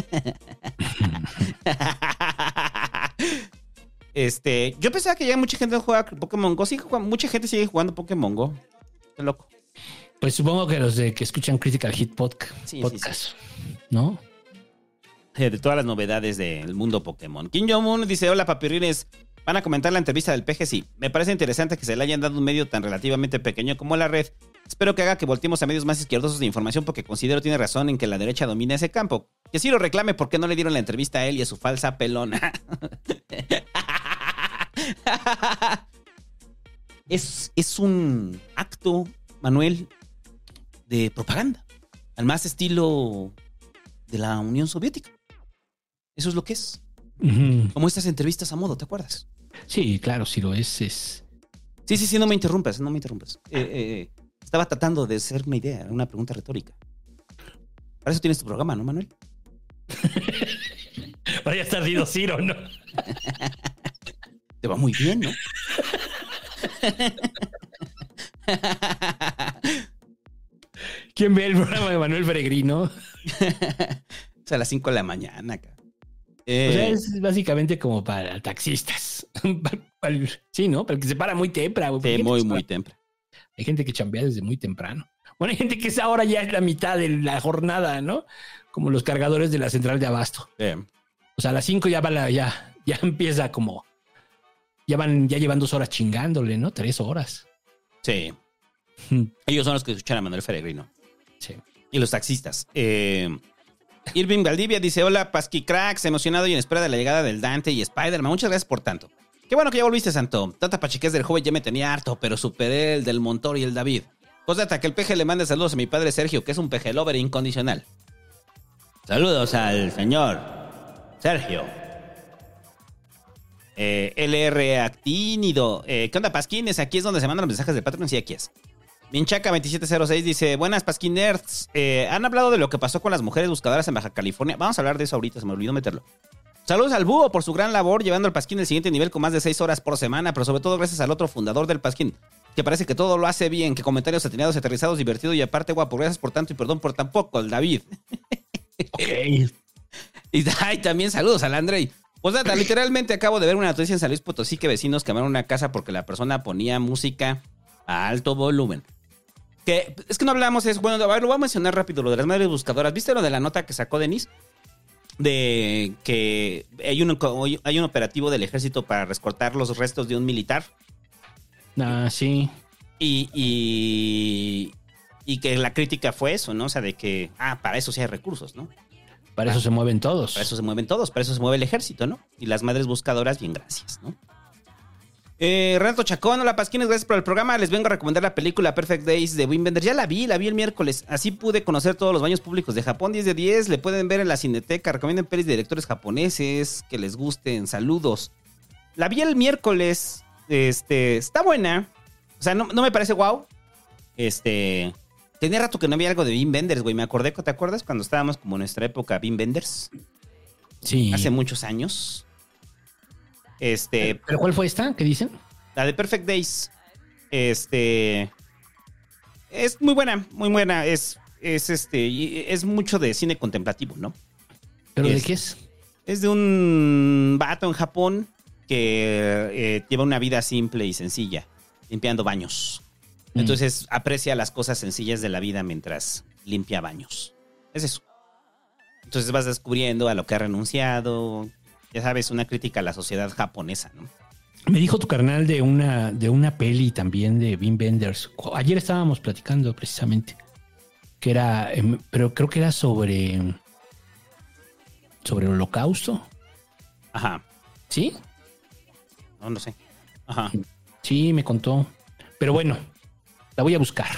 G: Yo pensaba que ya mucha gente juega Pokémon Go. Sí, mucha gente sigue jugando Pokémon Go. Qué loco.
H: Pues supongo que los de que escuchan Critical Hit Podcast, sí. ¿No?
G: De todas las novedades del mundo Pokémon. Kim Jong-un dice: hola, papirrines. ¿Van a comentar la entrevista del peje? Sí. Me parece interesante que se le hayan dado un medio tan relativamente pequeño como La Red. Espero que haga que volteemos a medios más izquierdosos de información, porque considero tiene razón en que la derecha domina ese campo. Que sí lo reclame porque no le dieron la entrevista a él y a su falsa pelona. Es un acto, Manuel, de propaganda, al más estilo de la Unión Soviética. Eso es lo que es. Uh-huh. Como estas entrevistas a modo, ¿te acuerdas?
H: Sí, claro, sí lo es.
G: Sí, no me interrumpas. Estaba tratando de hacer una idea, una pregunta retórica. Para eso tienes tu programa, ¿no, Manuel?
H: Vaya estar ardido Ciro, ¿no?
G: Te va muy bien, ¿no?
H: ¿Quién ve el programa de Manuel Peregrino?
G: Es a las 5 de la mañana, cara.
H: O sea, es básicamente como para taxistas. Sí, ¿no? Pero que se para muy temprano.
G: Sí, muy temprano.
H: Hay gente que chambea desde muy temprano. Bueno, hay gente que es ahora ya es la mitad de la jornada, ¿no? Como los cargadores de la central de abasto. O sea, a las 5 ya empieza como... Ya llevan 2 horas chingándole, ¿no? 3 horas.
G: Sí. Ellos son los que escuchan a Manuel Peregrino.
H: Sí.
G: Y los taxistas. Irving Valdivia dice: hola, Pasqui Cracks, emocionado y en espera de la llegada del Dante y Spider-Man. Muchas gracias por tanto. Qué bueno que ya volviste, Santo. Tanta pachiquez del joven ya me tenía harto, pero superé el del Montor y el David. Postdata, que el peje le mande saludos a mi padre Sergio, que es un peje lover incondicional. Saludos al señor Sergio. LR Actínido. ¿Qué onda, Pasquines? Aquí es donde se mandan los mensajes de Patreon. Sí, aquí es. Minchaca2706 dice: buenas, Pasquín Nerds. Han hablado de lo que pasó con las mujeres buscadoras en Baja California. Vamos a hablar de eso ahorita, se me olvidó meterlo. Saludos al Búho por su gran labor, llevando al Pasquín al siguiente nivel con más de 6 horas por semana, pero sobre todo gracias al otro fundador del Pasquín, que parece que todo lo hace bien, que comentarios atinados, aterrizados, divertidos y aparte guapo. Gracias por tanto y perdón por tan poco, el David.
H: Okay.
G: Y también saludos al Andrei. Pues nada, literalmente acabo de ver una noticia en San Luis Potosí que vecinos quemaron una casa porque la persona ponía música a alto volumen. Que es que no hablamos de eso. Bueno, a ver, lo voy a mencionar rápido, lo de las madres buscadoras. ¿Viste lo de la nota que sacó Denis? De que hay un operativo del ejército para rescatar los restos de un militar.
H: Ah, sí.
G: Y que la crítica fue eso, ¿no? O sea, de que, para eso sí hay recursos, ¿no?
H: Para eso se mueven todos.
G: Para eso se mueven todos, para eso se mueve el ejército, ¿no? Y las madres buscadoras, bien, gracias, ¿no? Renato Chacón, hola Pasquines, gracias por el programa. Les vengo a recomendar la película Perfect Days de Wim Wenders. Ya la vi el miércoles. Así pude conocer todos los baños públicos de Japón. 10 de 10, le pueden ver en la Cineteca. Recomienden pelis de directores japoneses que les gusten. Saludos. La vi el miércoles. Está buena. O sea, no me parece guau. Tenía rato que no había algo de Wim Wenders, güey. Me acordé, ¿te acuerdas? Cuando estábamos como en nuestra época Wim Wenders.
H: Sí.
G: Hace muchos años.
H: ¿Pero cuál fue esta? ¿Qué dicen?
G: La de Perfect Days. Es muy buena, muy buena. Es mucho de cine contemplativo, ¿no?
H: ¿Pero de qué es?
G: Es de un vato en Japón que lleva una vida simple y sencilla, limpiando baños. Entonces aprecia las cosas sencillas de la vida mientras limpia baños. Es eso. Entonces vas descubriendo a lo que ha renunciado. Ya sabes, una crítica a la sociedad japonesa, ¿no?
H: Me dijo tu carnal de una peli también de Wim Wenders. Ayer estábamos platicando precisamente. Que era, pero creo que era sobre el Holocausto.
G: Ajá.
H: ¿Sí?
G: No sé. Ajá.
H: Sí, me contó. Pero bueno, la voy a buscar.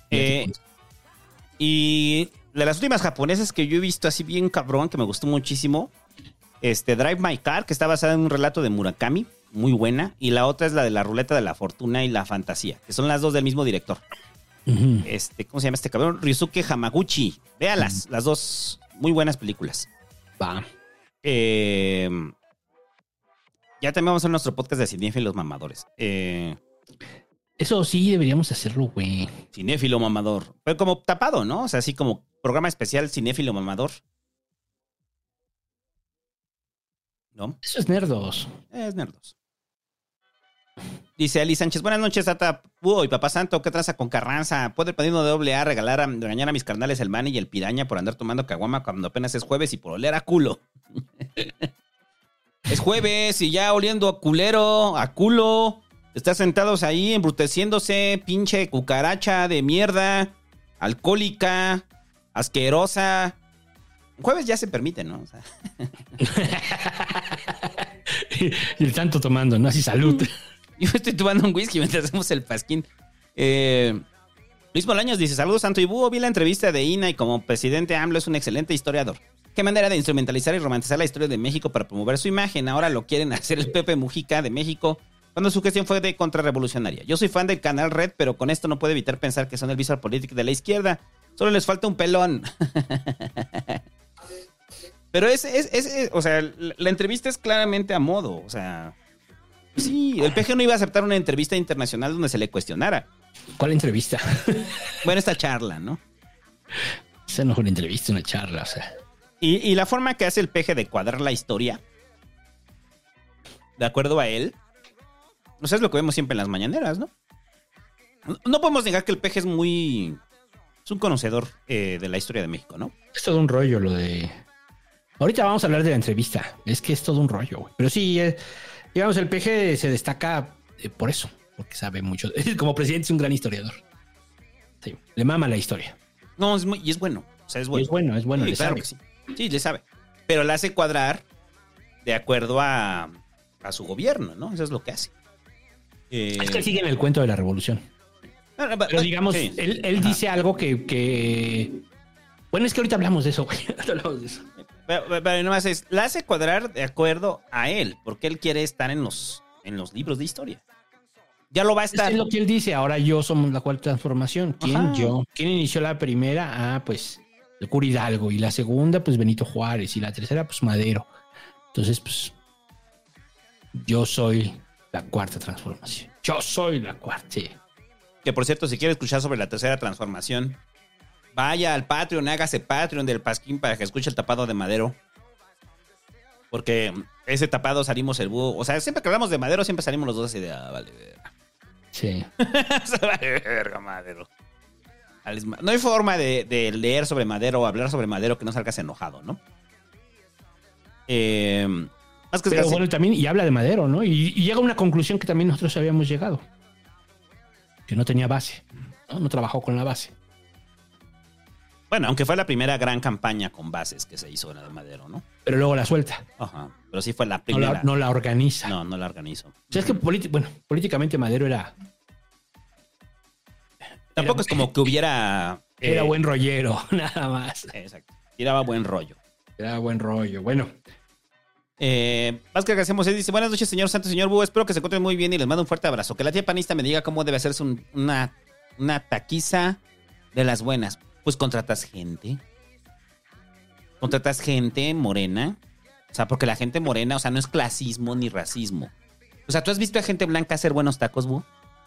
G: Y de las últimas japonesas que yo he visto así bien cabrón, que me gustó muchísimo, Drive My Car, que está basada en un relato de Murakami, muy buena. Y la otra es la de la ruleta de la fortuna y la fantasía, que son las dos del mismo director.
H: Uh-huh.
G: ¿Cómo se llama este cabrón? Ryusuke Hamaguchi. Véalas, las dos muy buenas películas.
H: Va.
G: Ya también vamos a hacer nuestro podcast de cinéfilos mamadores.
H: Eso sí deberíamos hacerlo, güey.
G: Cinéfilo mamador. Pero como tapado, ¿no? O sea, así como programa especial cinéfilo mamador. ¿No?
H: Eso es Nerdos.
G: Es Nerdos. Dice Ali Sánchez: buenas noches, Tata Búho y Papá Santo. ¿Qué traza con Carranza? ¿Puede el padrino de AA regañar a mis carnales el Manny y el Piraña por andar tomando caguama cuando apenas es jueves y por oler a culo? Es jueves y ya oliendo a culero, a culo. Estás sentados ahí embruteciéndose, pinche cucaracha de mierda, alcohólica, asquerosa. Jueves ya se permite, ¿no? O sea.
H: Y el tanto tomando, ¿no? Así salud.
G: Yo estoy tomando un whisky mientras hacemos el pasquín. Luis Bolaños dice: saludos, Santo y Búho. Vi la entrevista de Ina y como presidente AMLO es un excelente historiador. Qué manera de instrumentalizar y romantizar la historia de México para promover su imagen. Ahora lo quieren hacer el Pepe Mujica de México, cuando su gestión fue de contrarrevolucionaria. Yo soy fan del canal Red, pero con esto no puedo evitar pensar que son el visual político de la izquierda. Solo les falta un pelón. Pero o sea, la entrevista es claramente a modo. O sea, Sí, el PG no iba a aceptar una entrevista internacional donde se le cuestionara.
H: ¿Cuál entrevista?
G: Bueno, esta charla, ¿no?
H: Esa no fue una entrevista, una charla, o sea.
G: Y la forma que hace el PG de cuadrar la historia, de acuerdo a él, o sea, es lo que vemos siempre en las mañaneras, ¿no? No podemos negar que el PG es un conocedor de la historia de México, ¿no?
H: Es todo un rollo lo de... Ahorita vamos a hablar de la entrevista. Es que es todo un rollo, güey. Pero sí, digamos, el PG se destaca por eso, porque sabe mucho. Como presidente es un gran historiador. Sí, le mama la historia.
G: No, y es bueno. O sea, es bueno.
H: Es bueno,
G: Sí,
H: le
G: claro
H: sabe.
G: que sí. Sí, le sabe. Pero la hace cuadrar de acuerdo a su gobierno, ¿no? Eso es lo que hace.
H: Es que sigue en el cuento de la revolución. Pero digamos,
G: sí.
H: él dice algo que... Bueno, es que ahorita hablamos de eso, güey. Hablamos de eso.
G: Pero nomás la hace cuadrar de acuerdo a él, porque él quiere estar en los libros de historia. Ya lo va a estar.
H: Es lo que él dice, ahora yo somos la cuarta transformación. ¿Quién?
G: Ajá.
H: Yo. ¿Quién inició la primera? Ah, pues el cura Hidalgo. Y la segunda, pues Benito Juárez. Y la tercera, pues Madero. Entonces, pues yo soy la cuarta transformación. Yo soy la cuarta. Sí.
G: Que por cierto, si quiere escuchar sobre la tercera transformación, vaya al Patreon, hágase Patreon del Pasquín para que escuche el tapado de Madero. Porque ese tapado salimos el búho. O sea, siempre que hablamos de Madero, siempre salimos los dos así de, vale, verga.
H: Sí.
G: Vale, verga, Madero. No hay forma de leer sobre Madero o hablar sobre Madero que no salgas enojado, ¿no? Más que
H: pero bueno, también, y habla de Madero, ¿no? Y llega a una conclusión que también nosotros habíamos llegado. Que no tenía base, ¿no? No trabajó con la base.
G: Bueno, aunque fue la primera gran campaña con bases que se hizo en la de Madero, ¿no?
H: Pero luego la suelta.
G: Ajá. Pero sí fue la primera.
H: No la organiza.
G: No la organizó.
H: O sea, es que políticamente Madero era...
G: Tampoco es como que hubiera...
H: Era buen rollero, nada más.
G: Exacto. Tiraba buen rollo.
H: Era buen rollo. Bueno.
G: Más que hacemos, él dice, buenas noches, señor Santos, señor Búho, espero que se encuentren muy bien y les mando un fuerte abrazo. Que la tía panista me diga cómo debe hacerse una taquiza de las buenas. Pues contratas gente morena. O sea, porque la gente morena, o sea, no es clasismo ni racismo. O sea, ¿tú has visto a gente blanca hacer buenos tacos, Búho?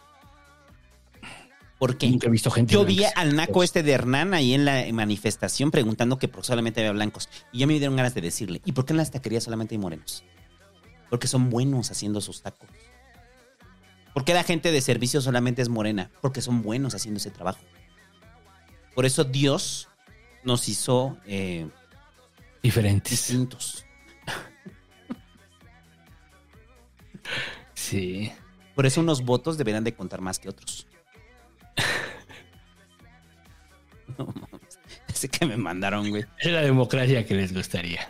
G: ¿Por qué?
H: Nunca he visto gente
G: Yo
H: blanca.
G: vi al naco de Hernán ahí en la manifestación preguntando que solamente había blancos. Y ya me dieron ganas de decirle, ¿y por qué en las taquerías solamente hay morenos? Porque son buenos haciendo sus tacos. ¿Por qué la gente de servicio solamente es morena? Porque son buenos haciendo ese trabajo. Por eso Dios nos hizo
H: diferentes.
G: Distintos.
H: Sí.
G: Por eso unos votos deberán de contar más que otros. No, ese que me mandaron, güey.
H: Es la democracia que les gustaría.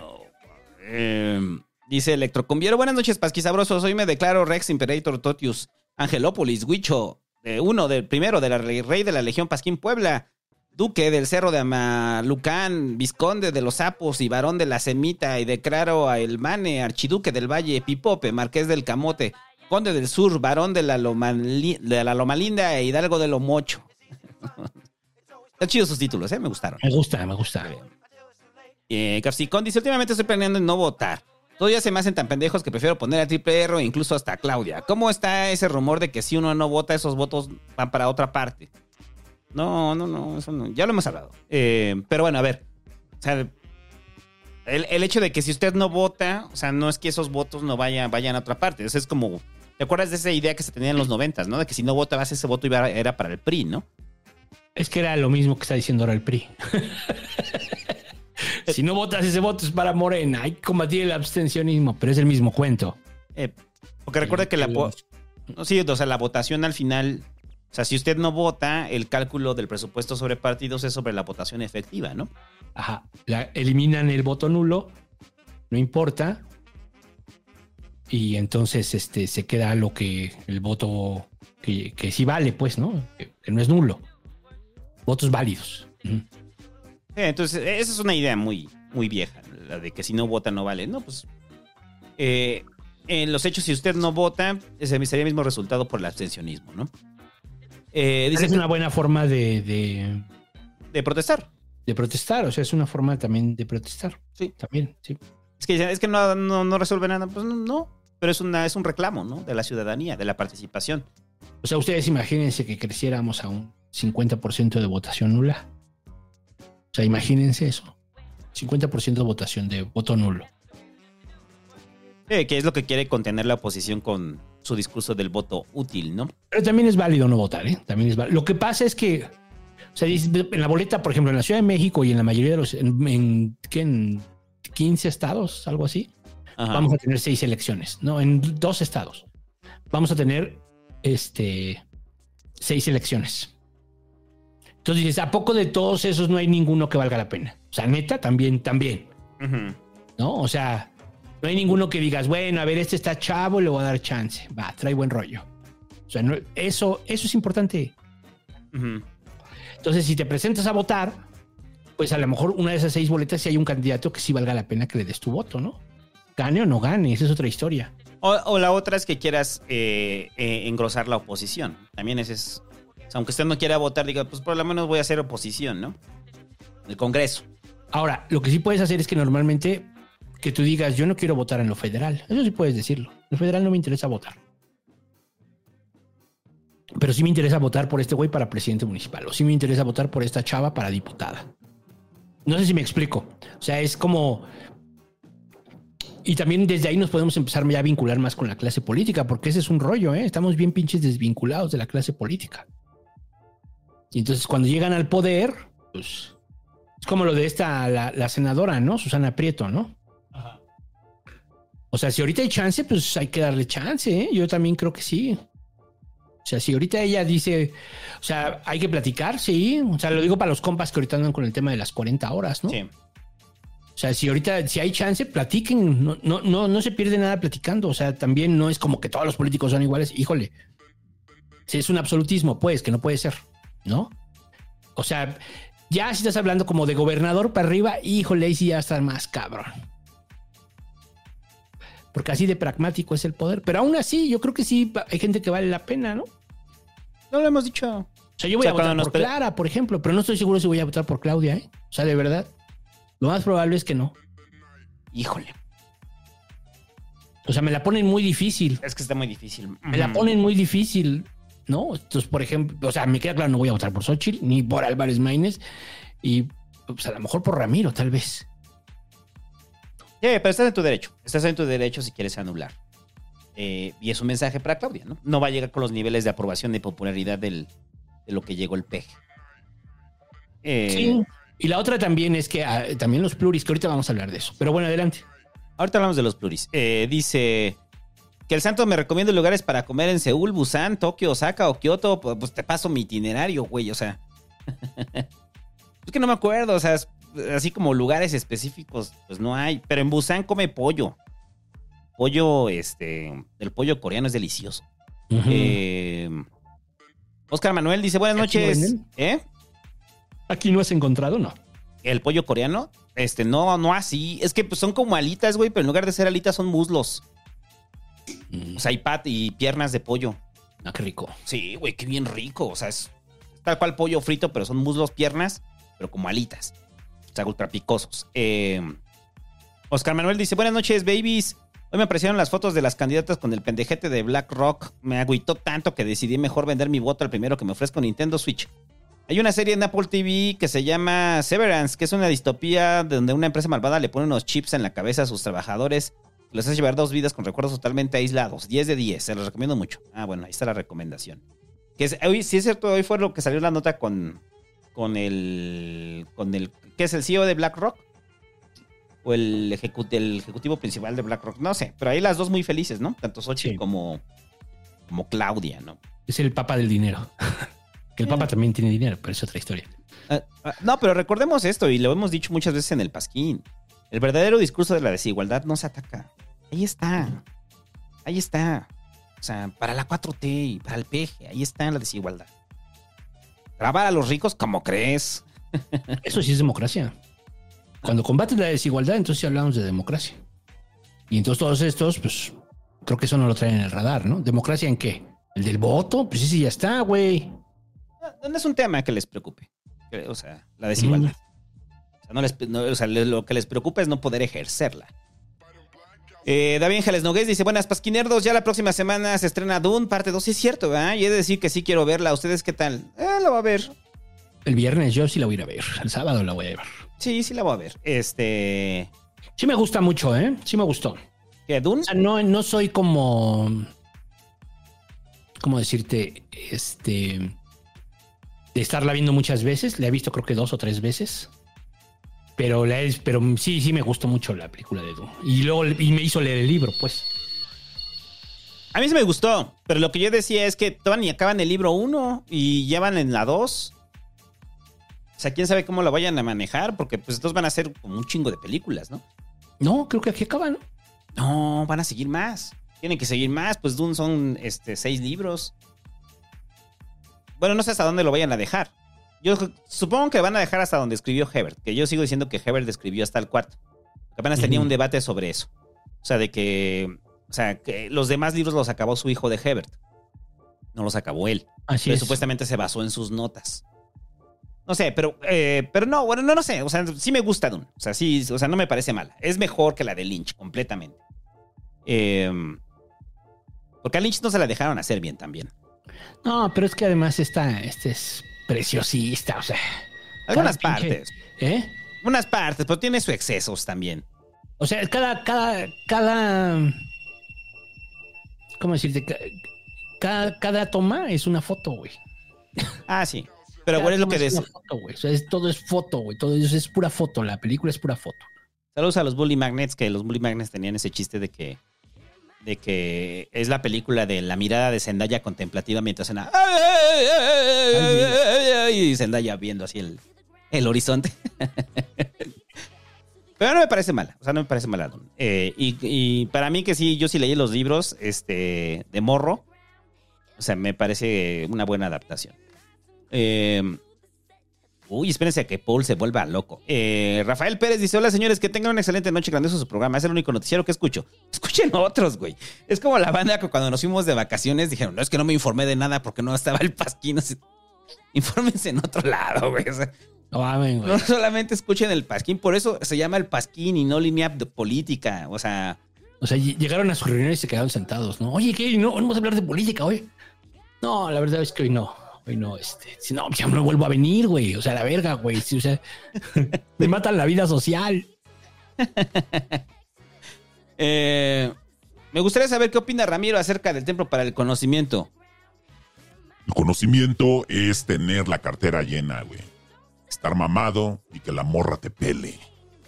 G: Dice Electrocombiero, buenas noches, pasquisabrosos. Hoy me declaro Rex Imperator Totius Angelópolis, Huicho, primero de la rey de la Legión Pasquín Puebla, duque del Cerro de Amalucán, vizconde de los Sapos y varón de la Semita, y declaro a El Mane, archiduque del Valle, Pipope, marqués del Camote, conde del Sur, varón de la Loma Linda e hidalgo de lo Mocho. Están chidos sus títulos, me gustaron.
H: Me gusta.
G: Capsicón dice, últimamente estoy planeando en no votar. Todavía se me hacen tan pendejos que prefiero poner a Triple R o incluso hasta a Claudia. ¿Cómo está ese rumor de que si uno no vota, esos votos van para otra parte? No, eso no. Ya lo hemos hablado. Pero bueno, a ver. O sea, el hecho de que si usted no vota, o sea, no es que esos votos no vayan a otra parte. Eso es como, ¿te acuerdas de esa idea que se tenía en los 90s, no? De que si no votabas, ese voto era para el PRI, ¿no?
H: Es que era lo mismo que está diciendo ahora el PRI. Si no votas, ese voto es para Morena. Hay que combatir el abstencionismo, pero es el mismo cuento.
G: Porque recuerda que la votación al final, o sea, si usted no vota, el cálculo del presupuesto sobre partidos es sobre la votación efectiva, ¿no?
H: Ajá. Eliminan el voto nulo, no importa. Y entonces se queda lo que el voto que sí vale, pues, ¿no? Que no es nulo. Votos válidos.
G: Entonces, esa es una idea muy, muy vieja, la de que si no vota no vale. No, pues en los hechos, si usted no vota, sería el mismo resultado por el abstencionismo, ¿no? Dice
H: es una buena forma de
G: protestar.
H: De protestar, o sea, es una forma también de protestar.
G: Sí.
H: También, sí.
G: Es que no resuelve nada. Pues no. pero es un reclamo, ¿no? De la ciudadanía, de la participación.
H: O sea, ustedes imagínense que creciéramos a un 50% de votación nula. O sea, imagínense eso. 50% de votación de voto nulo.
G: Que es lo que quiere contener la oposición con su discurso del voto útil, ¿no?
H: Pero también es válido no votar, ¿eh? También es válido. Lo que pasa es que, o sea, en la boleta, por ejemplo, en la Ciudad de México y en la mayoría de los, en 15 estados, algo así,
G: Ajá.
H: vamos a tener 6 elecciones, ¿no? En 2 estados vamos a tener 6 elecciones. Entonces dices, ¿a poco de todos esos no hay ninguno que valga la pena? O sea, neta, también.
G: Uh-huh.
H: ¿No? O sea, no hay ninguno que digas, bueno, a ver, este está chavo, le voy a dar chance. Va, trae buen rollo. O sea, no, eso es importante.
G: Uh-huh.
H: Entonces, si te presentas a votar, pues a lo mejor una de esas 6 boletas si hay un candidato que sí valga la pena que le des tu voto, ¿no? Gane o no gane, esa es otra historia.
G: O la otra es que quieras engrosar la oposición. También ese es... O sea, aunque usted no quiera votar, diga, pues por lo menos voy a hacer oposición, ¿no? El Congreso.
H: Ahora, lo que sí puedes hacer es que normalmente que tú digas, yo no quiero votar en lo federal. Eso sí puedes decirlo. En lo federal no me interesa votar. Pero sí me interesa votar por este güey para presidente municipal. O sí me interesa votar por esta chava para diputada. No sé si me explico. O sea, es como... Y también desde ahí nos podemos empezar ya a vincular más con la clase política, porque ese es un rollo, ¿eh? Estamos bien pinches desvinculados de la clase política. Y entonces cuando llegan al poder, pues... Es como lo de la senadora, ¿no? Susana Prieto, ¿no? Ajá. O sea, si ahorita hay chance, pues hay que darle chance, ¿eh? Yo también creo que sí. O sea, si ahorita ella dice... O sea, hay que platicar, sí. O sea, lo digo para los compas que ahorita andan con el tema de las 40 horas, ¿no?
G: Sí.
H: O sea, si hay chance, platiquen. No se pierde nada platicando. O sea, también no es como que todos los políticos son iguales. Híjole. Si es un absolutismo, pues, que no puede ser, ¿no? O sea, ya si estás hablando como de gobernador para arriba, híjole, ahí sí ya está más cabrón. Porque así de pragmático es el poder. Pero aún así, yo creo que sí hay gente que vale la pena, ¿no?
G: No lo hemos dicho.
H: O sea, yo voy a votar por Clara, por ejemplo, pero no estoy seguro si voy a votar por Claudia, ¿eh? O sea, de verdad. Lo más probable es que no.
G: Híjole.
H: O sea, me la ponen muy difícil.
G: Es que está muy difícil.
H: Me la ponen muy difícil, ¿no? Entonces, por ejemplo, o sea, me queda claro, no voy a votar por Xóchitl ni por Álvarez Maínez. Y pues a lo mejor por Ramiro, tal vez.
G: Sí, pero estás en tu derecho. Estás en tu derecho si quieres anular. Y es un mensaje para Claudia, ¿no? No va a llegar con los niveles de aprobación y popularidad de lo que llegó el PEG.
H: Sí. Y la otra también es que también los pluris, que ahorita vamos a hablar de eso. Pero bueno, adelante.
G: Ahorita hablamos de los pluris. Dice que el santo me recomienda lugares para comer en Seúl, Busan, Tokio, Osaka o Kioto. Pues te paso mi itinerario, güey. O sea, es que no me acuerdo. O sea, así como lugares específicos, pues no hay. Pero en Busan come pollo. Pollo, el pollo coreano es delicioso. Uh-huh. Oscar Manuel dice, buenas noches.
H: ¿Aquí no has encontrado? No.
G: ¿El pollo coreano? No así. Es que pues, son como alitas, güey, pero en lugar de ser alitas son muslos. O sea, y piernas de pollo.
H: Ah, qué rico.
G: Sí, güey, qué bien rico. O sea, es tal cual pollo frito, pero son muslos, piernas, pero como alitas. O sea, ultra picosos. Oscar Manuel dice, buenas noches, babies. Hoy me aparecieron las fotos de las candidatas con el pendejete de BlackRock. Me agüitó tanto que decidí mejor vender mi voto al primero que me ofrezca Nintendo Switch. Hay una serie en Apple TV que se llama Severance, que es una distopía donde una empresa malvada le pone unos chips en la cabeza a sus trabajadores y los hace llevar 2 vidas con recuerdos totalmente aislados. 10 de 10, se los recomiendo mucho. Ah, bueno, ahí está la recomendación. Hoy, sí es cierto, hoy fue lo que salió la nota con el ¿qué es el CEO de BlackRock? O el ejecutivo principal de BlackRock, no sé, pero ahí las dos muy felices, ¿no? Tanto Xochitl sí. como Claudia, ¿no?
H: Es el papa del dinero. Que el Papa también tiene dinero, pero es otra historia.
G: No, pero recordemos esto, y lo hemos dicho muchas veces en el Pasquín. El verdadero discurso de la desigualdad no se ataca. Ahí está. Ahí está. O sea, para la 4T y para el PG, ahí está la desigualdad. Grabar a los ricos como crees.
H: Eso sí es democracia. Cuando combates la desigualdad, entonces sí hablamos de democracia. Y entonces todos estos, pues, creo que eso no lo traen en el radar, ¿no? ¿Democracia en qué? ¿El del voto? Pues sí, ya está, güey.
G: No es un tema que les preocupe. O sea, la desigualdad. O sea, lo que les preocupa es no poder ejercerla. David Ángeles Nogués dice, buenas pasquinerdos, ya la próxima semana se estrena Dune, parte 2, sí es cierto, ¿verdad? Y he de decir que sí quiero verla. ¿Ustedes qué tal? La voy a ver.
H: El viernes yo sí la voy a ir a ver. El sábado la voy a ver.
G: Sí la voy a ver.
H: Sí me gusta mucho, ¿eh? Sí me gustó.
G: ¿Qué, Dune?
H: O sea, no soy como... ¿Cómo decirte? De estarla viendo muchas veces. La he visto creo que 2 o 3 veces. Pero sí me gustó mucho la película de Dune. Y me hizo leer el libro, pues.
G: A mí sí me gustó. Pero lo que yo decía es que todavía ni acaban el libro 1 y ya van en la 2. O sea, quién sabe cómo lo vayan a manejar, porque pues estos van a ser como un chingo de películas, ¿no?
H: No, creo que aquí acaban.
G: No, van a seguir más. Tienen que seguir más, pues Dune son 6 libros. Bueno, no sé hasta dónde lo vayan a dejar. Yo supongo que van a dejar hasta donde escribió Hebert, que yo sigo diciendo que Hebert escribió hasta el 4. Que apenas tenía un debate sobre eso. O sea, que los demás libros los acabó su hijo de Hebert. No los acabó él.
H: Así
G: pero
H: es.
G: Supuestamente se basó en sus notas. No sé, pero no, bueno, no sé. O sea, sí me gusta Dune. O sea, sí, o sea, no me parece mala. Es mejor que la de Lynch, completamente. Porque a Lynch no se la dejaron hacer bien también.
H: No, pero es que además es preciosista, o sea.
G: Algunas partes.
H: ¿Eh?
G: Unas partes, pero tiene sus excesos también.
H: O sea, cada ¿cómo decirte? Cada toma es una foto, güey.
G: Ah, sí. Pero ¿cuál es lo que
H: decía? O sea, todo es foto, güey. Todo eso es pura foto. La película es pura foto.
G: Saludos a los Bully Magnets, que los Bully Magnets tenían ese chiste de que es la película de la mirada de Zendaya contemplativa mientras suena y Zendaya viendo así el horizonte. Pero no me parece mala. O sea, no me parece mala. Y para mí que sí, yo sí leí los libros de morro. O sea, me parece una buena adaptación. Espérense a que Paul se vuelva loco. Rafael Pérez dice, hola señores, que tengan una excelente noche, grandioso su programa. Es el único noticiero que escucho. Escuchen otros, güey. Es como la banda que cuando nos fuimos de vacaciones dijeron, no, es que no me informé de nada porque no estaba el Pasquín. Infórmense en otro lado, güey. O sea, no solamente escuchen el Pasquín, por eso se llama el Pasquín y no línea de política. O sea,
H: llegaron a su reunión y se quedaron sentados, ¿no? Oye, ¿qué? No vamos a hablar de política hoy. No, la verdad es que hoy no. Hoy no, si no, ya no vuelvo a venir, güey. O sea, la verga, güey. O sea, me matan la vida social.
G: Me gustaría saber qué opina Ramiro acerca del Templo para el Conocimiento.
B: El conocimiento es tener la cartera llena, güey. Estar mamado y que la morra te pele.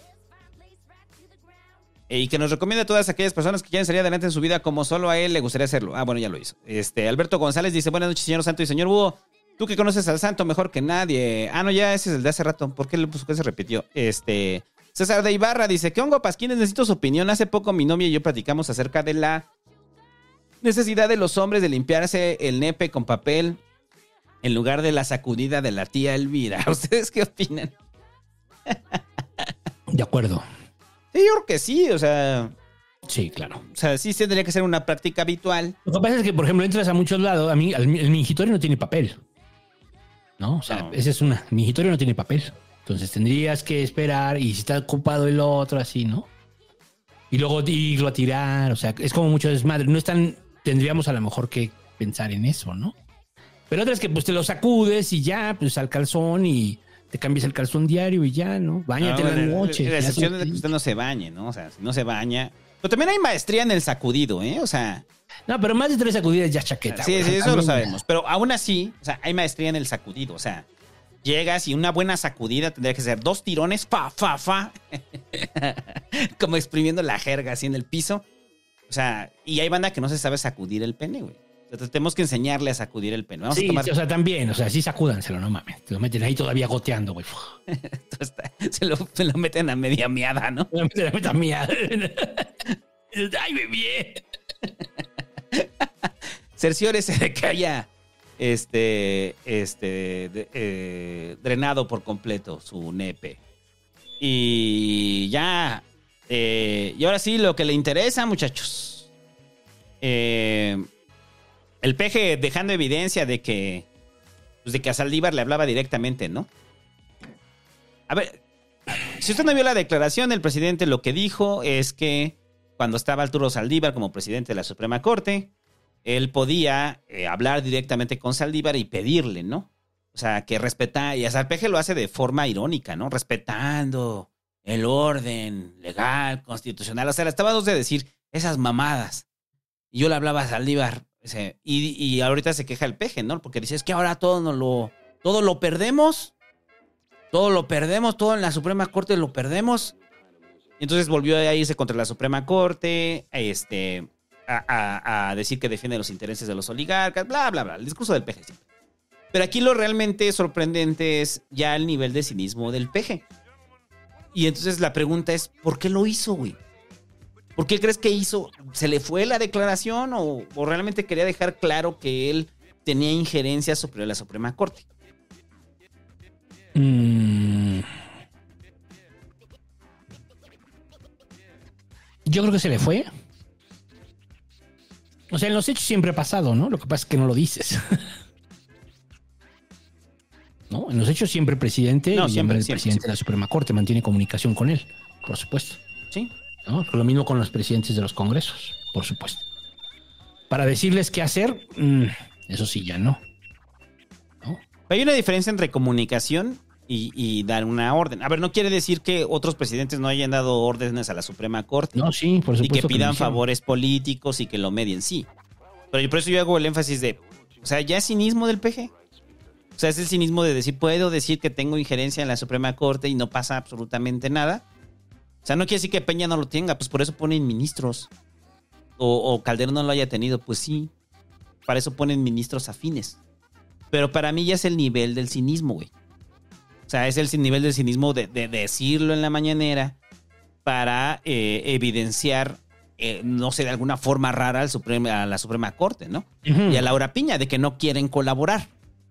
G: Y que nos recomienda a todas aquellas personas que quieren salir adelante en su vida como solo a él le gustaría hacerlo. Ah, bueno, ya lo hizo. Alberto González dice, buenas noches, señor Santo y señor Búho. Tú que conoces al Santo mejor que nadie. Ah, no, ya ese es el de hace rato. ¿Por qué se repitió? César de Ibarra dice, ¿qué hongo, Pasquines? Necesito su opinión. Hace poco mi novia y yo platicamos acerca de la necesidad de los hombres de limpiarse el nepe con papel en lugar de la sacudida de la tía Elvira. ¿Ustedes qué opinan?
H: De acuerdo.
G: Sí, yo creo que sí, o sea...
H: Sí, claro.
G: O sea, sí tendría que ser una práctica habitual.
H: Lo que pasa es que, por ejemplo, entras a muchos lados, el mingitorio no tiene papel. ¿No? O sea, esa es una... El mingitorio no tiene papel. Entonces tendrías que esperar y si está ocupado el otro, así, ¿no? Y luego irlo a tirar, o sea, es como mucho desmadre. No es tan... Tendríamos a lo mejor que pensar en eso, ¿no? Pero otra es que pues te lo sacudes y ya, pues al calzón y... Te cambias el calzón diario y ya, ¿no? Báñate en la noche.
G: La excepción es de que usted no se bañe, ¿no? O sea, si no se baña... Pero también hay maestría en el sacudido, ¿eh? O sea...
H: No, pero más de 3 sacudidas ya chaqueta.
G: Sí, sí, eso lo sabemos. Pero aún así, o sea, hay maestría en el sacudido. O sea, llegas y una buena sacudida tendría que ser 2 tirones, fa. Como exprimiendo la jerga así en el piso. O sea, y hay banda que no se sabe sacudir el pene, güey. Entonces tenemos que enseñarle a sacudir el pene. Vamos a tomar...
H: o sea, también, o sea, sí sacúdanselo, no mames. Te lo meten ahí todavía goteando, güey.
G: Se lo meten a media miada, ¿no?
H: Se lo meten a media miada. ¡Ay, bebé!
G: Cerciórese de que haya drenado por completo su nepe. Y ya. Y ahora sí, lo que le interesa, muchachos. El peje dejando evidencia de que a Saldívar le hablaba directamente, ¿no? A ver, si usted no vio la declaración del presidente, lo que dijo es que cuando estaba Arturo Saldívar como presidente de la Suprema Corte, él podía hablar directamente con Saldívar y pedirle, ¿no? O sea, que respetara, y hasta el PG lo hace de forma irónica, ¿no? Respetando el orden legal, constitucional. O sea, le estaba de decir esas mamadas. Y yo le hablaba a Saldívar. Y ahorita se queja el PG, ¿no? Porque dice, es que ahora todo lo perdemos. Todo lo perdemos, todo en la Suprema Corte lo perdemos. Y entonces volvió a irse contra la Suprema Corte, a decir que defiende los intereses de los oligarcas, bla, bla, bla. El discurso del PG siempre. Pero aquí lo realmente sorprendente es ya el nivel de cinismo del PG. Y entonces la pregunta es, ¿por qué lo hizo, güey? ¿Por qué crees que hizo? ¿Se le fue la declaración o realmente quería dejar claro que él tenía injerencia sobre la Suprema Corte?
H: Yo creo que se le fue. O sea, en los hechos siempre ha pasado, ¿no? Lo que pasa es que no lo dices. ¿No? En los hechos siempre el presidente, siempre de la Suprema Corte mantiene comunicación con él, por supuesto.
G: Sí.
H: ¿No? Lo mismo con los presidentes de los congresos, por supuesto. Para decirles qué hacer, eso sí, ya no.
G: Hay una diferencia entre comunicación y dar una orden. A ver, no quiere decir que otros presidentes no hayan dado órdenes a la Suprema Corte.
H: No, sí, por supuesto.
G: Y que pidan favores políticos y que lo medien, sí. Pero por eso yo hago el énfasis de, o sea, ya es cinismo del PG. O sea, es el cinismo de decir, puedo decir que tengo injerencia en la Suprema Corte y no pasa absolutamente nada. O sea, no quiere decir que Peña no lo tenga, pues por eso ponen ministros. O Calderón no lo haya tenido, pues sí. Para eso ponen ministros afines. Pero para mí ya es el nivel del cinismo, güey. O sea, es el nivel del cinismo de decirlo en la mañanera para evidenciar, no sé, de alguna forma rara a la Suprema Corte, ¿no? Uh-huh. Y a Laura Piña, de que no quieren colaborar.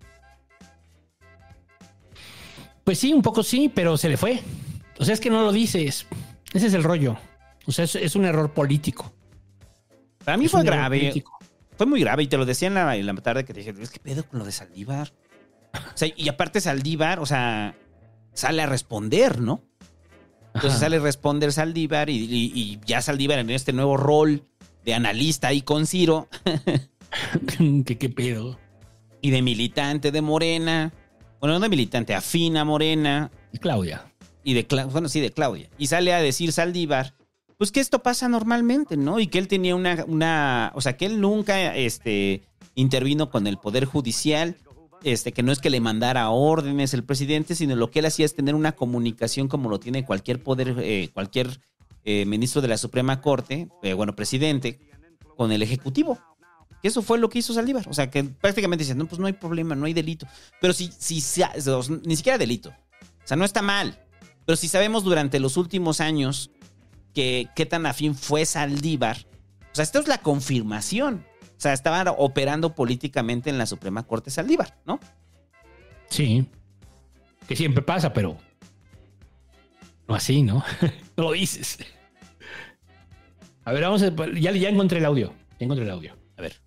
H: Pues sí, un poco sí, pero se le fue. O sea, es que no lo dices. Ese es el rollo. O sea, es un error político.
G: Para mí fue grave. Fue muy grave. Y te lo decía en la tarde que te dije, ¿qué pedo con lo de Saldívar? O sea, y aparte Saldívar, o sea, sale a responder, ¿no? Entonces Ajá. Sale a responder Saldívar y ya Saldívar en este nuevo rol de analista ahí con Ciro.
H: ¿Qué pedo?
G: Y de militante de Morena. Bueno, no de militante, afina Morena.
H: Y Claudia.
G: Y de Claudia. Y sale a decir Saldívar, pues que esto pasa normalmente, ¿no? Y que él tenía o sea, que él nunca intervino con el Poder Judicial, que no es que le mandara órdenes el presidente, sino lo que él hacía es tener una comunicación como lo tiene cualquier cualquier ministro de la Suprema Corte, presidente, con el Ejecutivo. Que eso fue lo que hizo Saldívar. O sea, que prácticamente dice, no, pues no hay problema, no hay delito. Pero si ni siquiera delito. O sea, no está mal. Pero si sabemos durante los últimos años qué tan afín fue Saldívar, o sea, esto es la confirmación. O sea, estaba operando políticamente en la Suprema Corte Saldívar, ¿no?
H: Sí. Que siempre pasa, pero no así, ¿no? No lo dices. A ver, vamos a... Ya encontré el audio. A ver.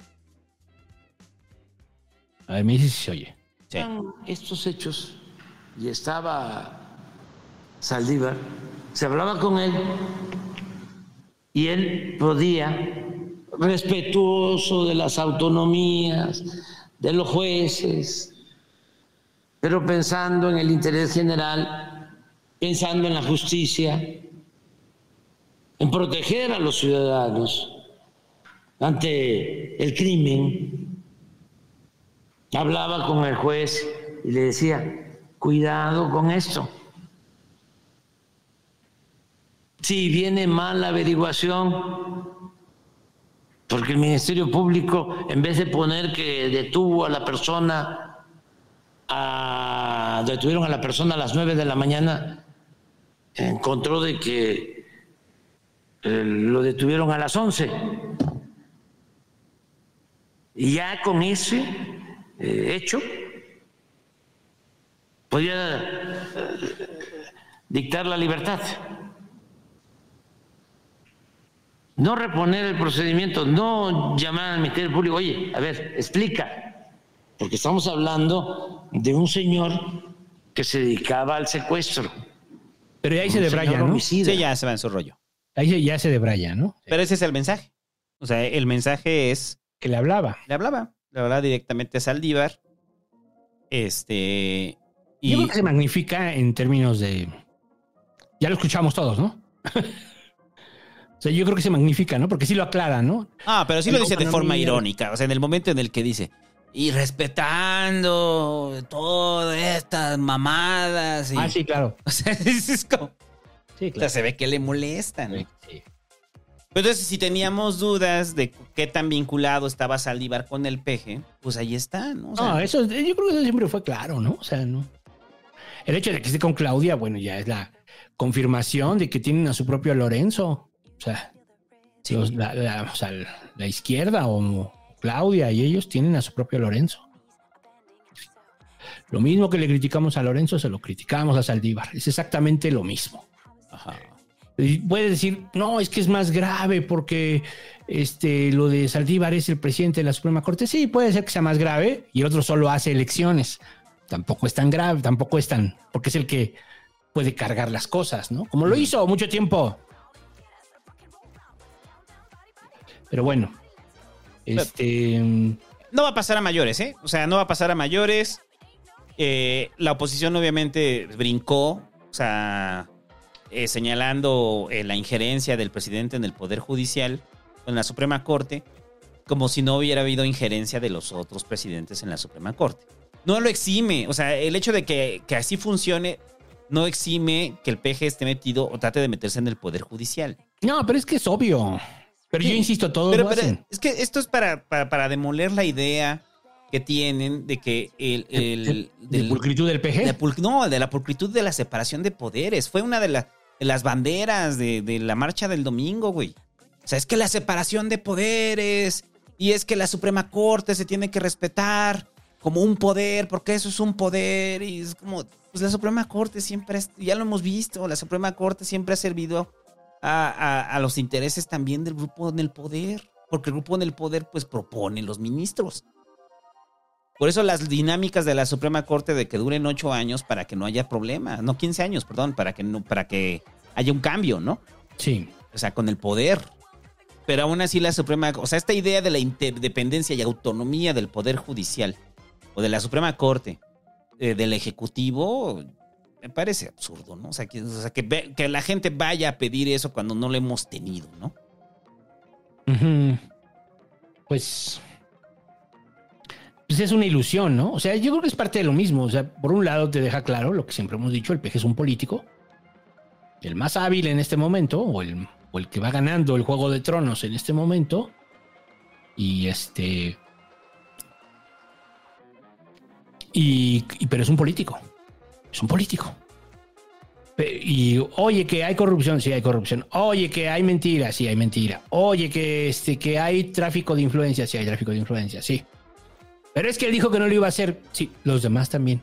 H: A ver, me dices si se oye.
I: Sí. Estos hechos, y estaba Saldívar, se hablaba con él y él podía, respetuoso de las autonomías, de los jueces, pero pensando en el interés general, pensando en la justicia, en proteger a los ciudadanos ante el crimen. Hablaba con el juez y le decía, cuidado con esto. Si viene mal la averiguación, porque el Ministerio Público, en vez de poner que detuvieron a la persona a las 9 de la mañana, encontró de que lo detuvieron a las 11. Y ya con ese hecho podía dictar la libertad. No reponer el procedimiento, no llamar al Ministerio Público, oye, a ver, explica, porque estamos hablando de un señor que se dedicaba al secuestro.
H: Pero ya ahí se debraya, ¿no?
G: Homicida. Sí, ya se va en su rollo.
H: Ahí ya se debraya, ¿no?
G: Pero ese es el mensaje. O sea, el mensaje es...
H: Que le hablaba.
G: Le hablaba directamente a Saldívar. Y...
H: Yo creo que se magnifica en términos de... Ya lo escuchamos todos, ¿no? O sea, yo creo que se magnifica, ¿no? Porque sí lo aclara, ¿no?
G: Pero sí lo dice de forma irónica. O sea, en el momento en el que dice... Y respetando todas estas mamadas. Y...
H: sí, claro.
G: O sea, es como...
H: Sí, claro.
G: O sea, se ve que le molestan.
H: Sí.
G: Entonces, si teníamos dudas de qué tan vinculado estaba Saldívar con el peje, pues ahí está, ¿no? O sea,
H: yo creo que eso siempre fue claro, ¿no? O sea, no. El hecho de que esté con Claudia, bueno, ya es la confirmación de que tienen a su propio Lorenzo. O sea,
G: sí.
H: La izquierda o Claudia y ellos tienen a su propio Lorenzo. Lo mismo que le criticamos a Lorenzo, se lo criticamos a Saldívar. Es exactamente lo mismo.
G: Ajá.
H: Y puedes decir, no, es que es más grave porque lo de Saldívar es el presidente de la Suprema Corte. Sí, puede ser que sea más grave y el otro solo hace elecciones. Tampoco es tan grave, porque es el que puede cargar las cosas, ¿no? Como lo hizo mucho tiempo. Pero bueno,
G: no va a pasar a mayores, ¿eh? O sea, no va a pasar a mayores. La oposición obviamente brincó, o sea... señalando la injerencia del presidente en el Poder Judicial, en la Suprema Corte, como si no hubiera habido injerencia de los otros presidentes en la Suprema Corte. No lo exime, o sea, el hecho de que así funcione no exime que el PG esté metido o trate de meterse en el Poder Judicial.
H: No, pero es que es obvio. Pero sí, yo insisto, todos lo hacen.
G: Es que esto es para demoler la idea que tienen de que
H: ¿De pulcritud del PG?
G: De la pulcritud de la separación de poderes. Fue una de las banderas de la marcha del domingo, güey. O sea, es que la separación de poderes y es que la Suprema Corte se tiene que respetar como un poder, porque eso es un poder. Y es como, pues la Suprema Corte siempre, ya lo hemos visto, la Suprema Corte siempre ha servido a los intereses también del grupo en el poder, porque el grupo en el poder pues propone los ministros. Por eso las dinámicas de la Suprema Corte de que duren 8 años para que no haya problema, no 15 años, perdón, para que haya un cambio, ¿no?
H: Sí.
G: O sea, con el poder. Pero aún así la Suprema, o sea, esta idea de la independencia y autonomía del Poder Judicial o de la Suprema Corte, del Ejecutivo, me parece absurdo, ¿no? O sea, que la gente vaya a pedir eso cuando no lo hemos tenido, ¿no?
H: Pues es una ilusión, ¿no? O sea, yo creo que es parte de lo mismo. O sea, por un lado te deja claro lo que siempre hemos dicho, el PG es un político, el más hábil en este momento, o el que va ganando el Juego de Tronos en este momento, pero es un político. Es un político. Y oye, que hay corrupción, sí hay corrupción. Oye, que hay mentira, sí hay mentira. Oye, que hay tráfico de influencia, sí hay tráfico de influencia, sí. Pero es que él dijo que no lo iba a hacer. Sí, los demás también.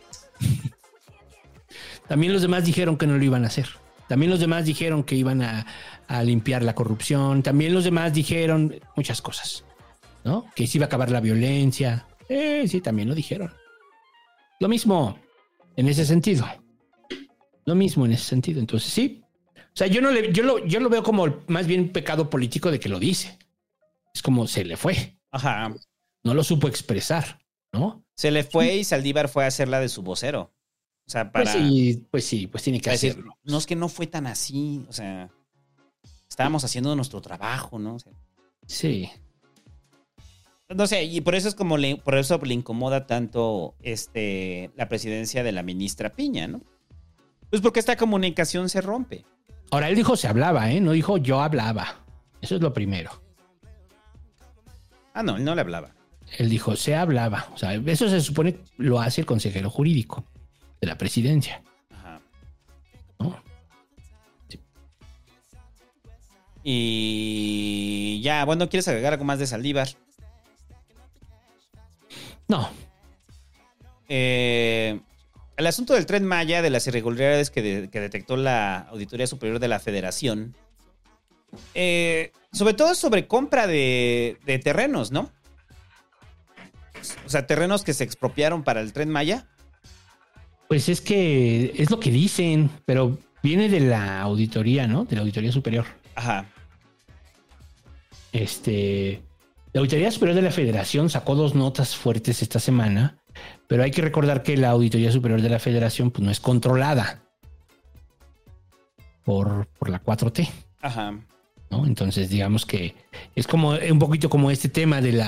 H: También los demás dijeron que no lo iban a hacer. También los demás dijeron que iban a limpiar la corrupción. También los demás dijeron muchas cosas, ¿no? Que se iba a acabar la violencia. Sí, también lo dijeron. Lo mismo en ese sentido. Lo mismo en ese sentido. Entonces, sí. O sea, yo lo veo como más bien pecado político de que lo dice. Es como se le fue.
G: Ajá.
H: No lo supo expresar, ¿no?
G: Se le fue y Saldívar fue a hacerla de su vocero. O sea, para...
H: Pues tiene que
G: decir,
H: hacerlo.
G: No es que no fue tan así. O sea, estábamos haciendo nuestro trabajo, ¿no? O sea,
H: sí.
G: No sé, y por eso es como por eso le incomoda tanto la presidencia de la ministra Piña, ¿no? Pues porque esta comunicación se rompe.
H: Ahora, él dijo se hablaba, ¿eh? No dijo yo hablaba. Eso es lo primero.
G: Ah, no, él no le hablaba.
H: Él dijo se hablaba. O sea, eso se supone lo hace el consejero jurídico de la presidencia.
G: Ajá.
H: ¿No?
G: Sí. Y ya, bueno, ¿quieres agregar algo más de Saldívar?
H: No.
G: El asunto del Tren Maya, de las irregularidades que detectó la Auditoría Superior de la Federación, sobre todo sobre compra de terrenos, ¿no? O sea, terrenos que se expropiaron para el Tren Maya.
H: Pues es que es lo que dicen, pero viene de la auditoría, ¿no? De la Auditoría Superior.
G: Ajá.
H: La Auditoría Superior de la Federación sacó 2 notas fuertes esta semana, pero hay que recordar que la Auditoría Superior de la Federación pues, no es controlada por la 4T.
G: Ajá.
H: ¿No? Entonces, digamos que es como un poquito como este tema del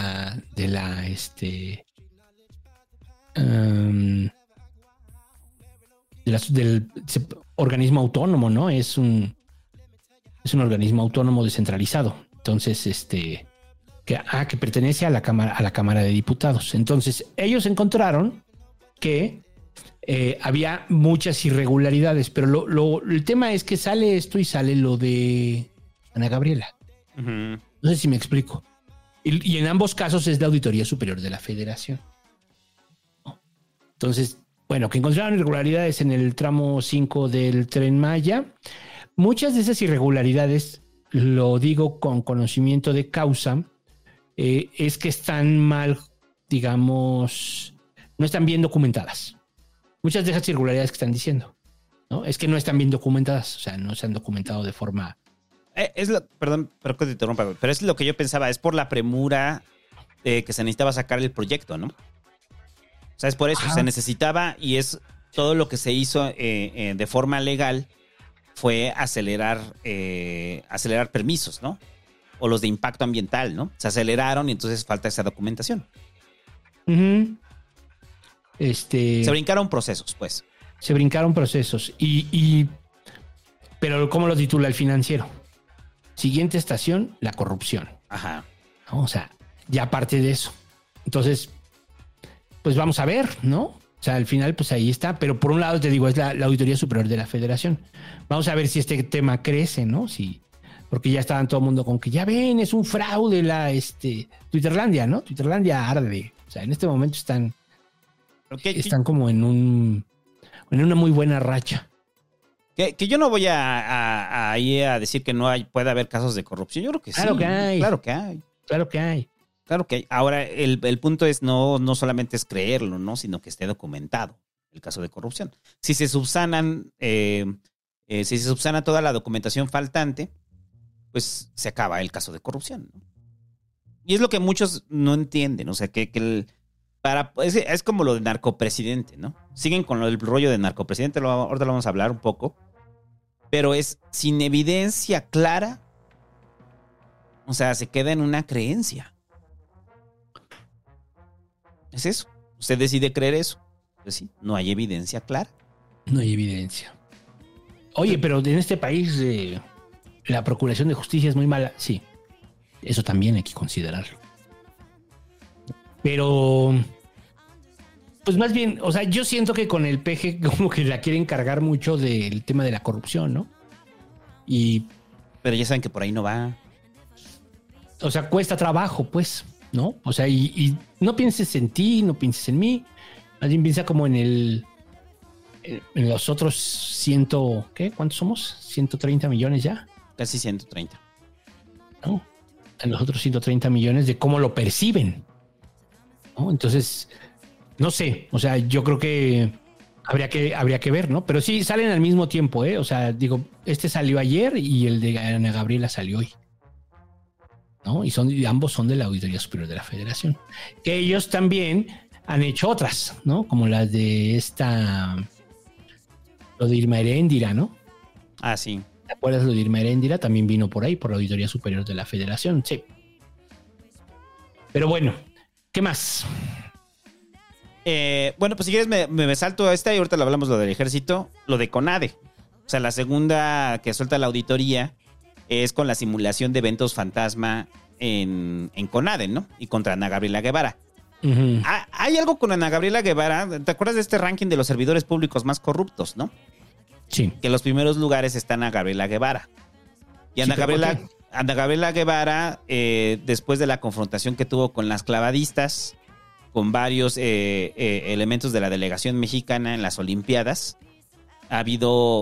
H: organismo autónomo, ¿no? Es un organismo autónomo descentralizado. Entonces, que pertenece a la Cámara de Diputados. Entonces, ellos encontraron que había muchas irregularidades, pero el tema es que sale esto y sale lo de Ana Gabriela.
G: Uh-huh.
H: No sé si me explico. Y en ambos casos es la Auditoría Superior de la Federación. Entonces, bueno, que encontraron irregularidades en el tramo 5 del Tren Maya. Muchas de esas irregularidades, lo digo con conocimiento de causa, es que están mal, digamos, no están bien documentadas. Muchas de esas irregularidades que están diciendo, ¿no? Es que no están bien documentadas, o sea, no se han documentado de forma...
G: Perdón, pero que te interrumpa, güey, pero es lo que yo pensaba, es por la premura que se necesitaba sacar el proyecto, ¿no? O sea, es por eso, se necesitaba y es todo lo que se hizo de forma legal fue acelerar permisos, ¿no? O los de impacto ambiental, ¿no? Se aceleraron y entonces falta esa documentación.
H: Uh-huh.
G: Se brincaron procesos, pues.
H: Se brincaron procesos. Pero ¿cómo lo titula el Financiero? Siguiente estación, la corrupción.
G: Ajá.
H: ¿No? O sea, ya aparte de eso. Entonces, pues vamos a ver, ¿no? O sea, al final, pues ahí está. Pero por un lado, te digo, es la Auditoría Superior de la Federación. Vamos a ver si este tema crece, ¿no? Porque ya estaban todo el mundo con que ya ven, es un fraude Twitterlandia, ¿no? Twitterlandia arde. O sea, en este momento están como en una muy buena racha.
G: Que yo no voy a decir que no puede haber casos de corrupción. Yo creo que
H: claro
G: sí.
H: Que hay.
G: Claro que hay.
H: Claro que hay.
G: Claro que hay. Ahora, el punto es no solamente es creerlo, ¿no? Sino que esté documentado el caso de corrupción. Si se subsana toda la documentación faltante, pues se acaba el caso de corrupción, ¿no? Y es lo que muchos no entienden. O sea, es como lo de narcopresidente, ¿no? Siguen con el rollo de narcopresidente, ahorita lo vamos a hablar un poco. Pero es sin evidencia clara. O sea, se queda en una creencia. Es eso. Usted decide creer eso. Pues sí, no hay evidencia clara.
H: No hay evidencia. Oye, pero en este país la procuración de justicia es muy mala. Sí, eso también hay que considerarlo. Pero, pues más bien, o sea, yo siento que con el PG como que la quieren cargar mucho del tema de la corrupción, ¿no?
G: Pero ya saben que por ahí no va.
H: O sea, cuesta trabajo, pues, ¿no? O sea, y no pienses en ti, no pienses en mí. Más bien piensa como en los otros ¿qué? ¿Cuántos somos? 130 millones ya.
G: Casi 130.
H: ¿No? En los otros 130 millones de cómo lo perciben, ¿no? Entonces, no sé. O sea, yo creo que habría que ver, ¿no? Pero sí salen al mismo tiempo, ¿eh? O sea, digo, este salió ayer y el de Ana Gabriela salió hoy, ¿no? Y ambos son de la Auditoría Superior de la Federación. Que ellos también han hecho otras, ¿no? Como las de lo de Irma Heréndira, ¿no?
G: Ah, sí.
H: ¿Te acuerdas lo de Irma Heréndira? También vino por ahí, por la Auditoría Superior de la Federación, sí. Pero bueno, ¿qué más?
G: Bueno, pues si quieres me salto a esta y ahorita lo hablamos lo del ejército, lo de CONADE. O sea, la segunda que suelta la auditoría es con la simulación de eventos fantasma en CONADE, ¿no? Y contra Ana Gabriela Guevara. Uh-huh. Hay algo con Ana Gabriela Guevara. ¿Te acuerdas de este ranking de los servidores públicos más corruptos, no?
H: Sí.
G: Que en los primeros lugares está Ana Gabriela Guevara. Y Ana Gabriela Guevara, después de la confrontación que tuvo con las clavadistas, con varios elementos de la delegación mexicana en las Olimpiadas, ha habido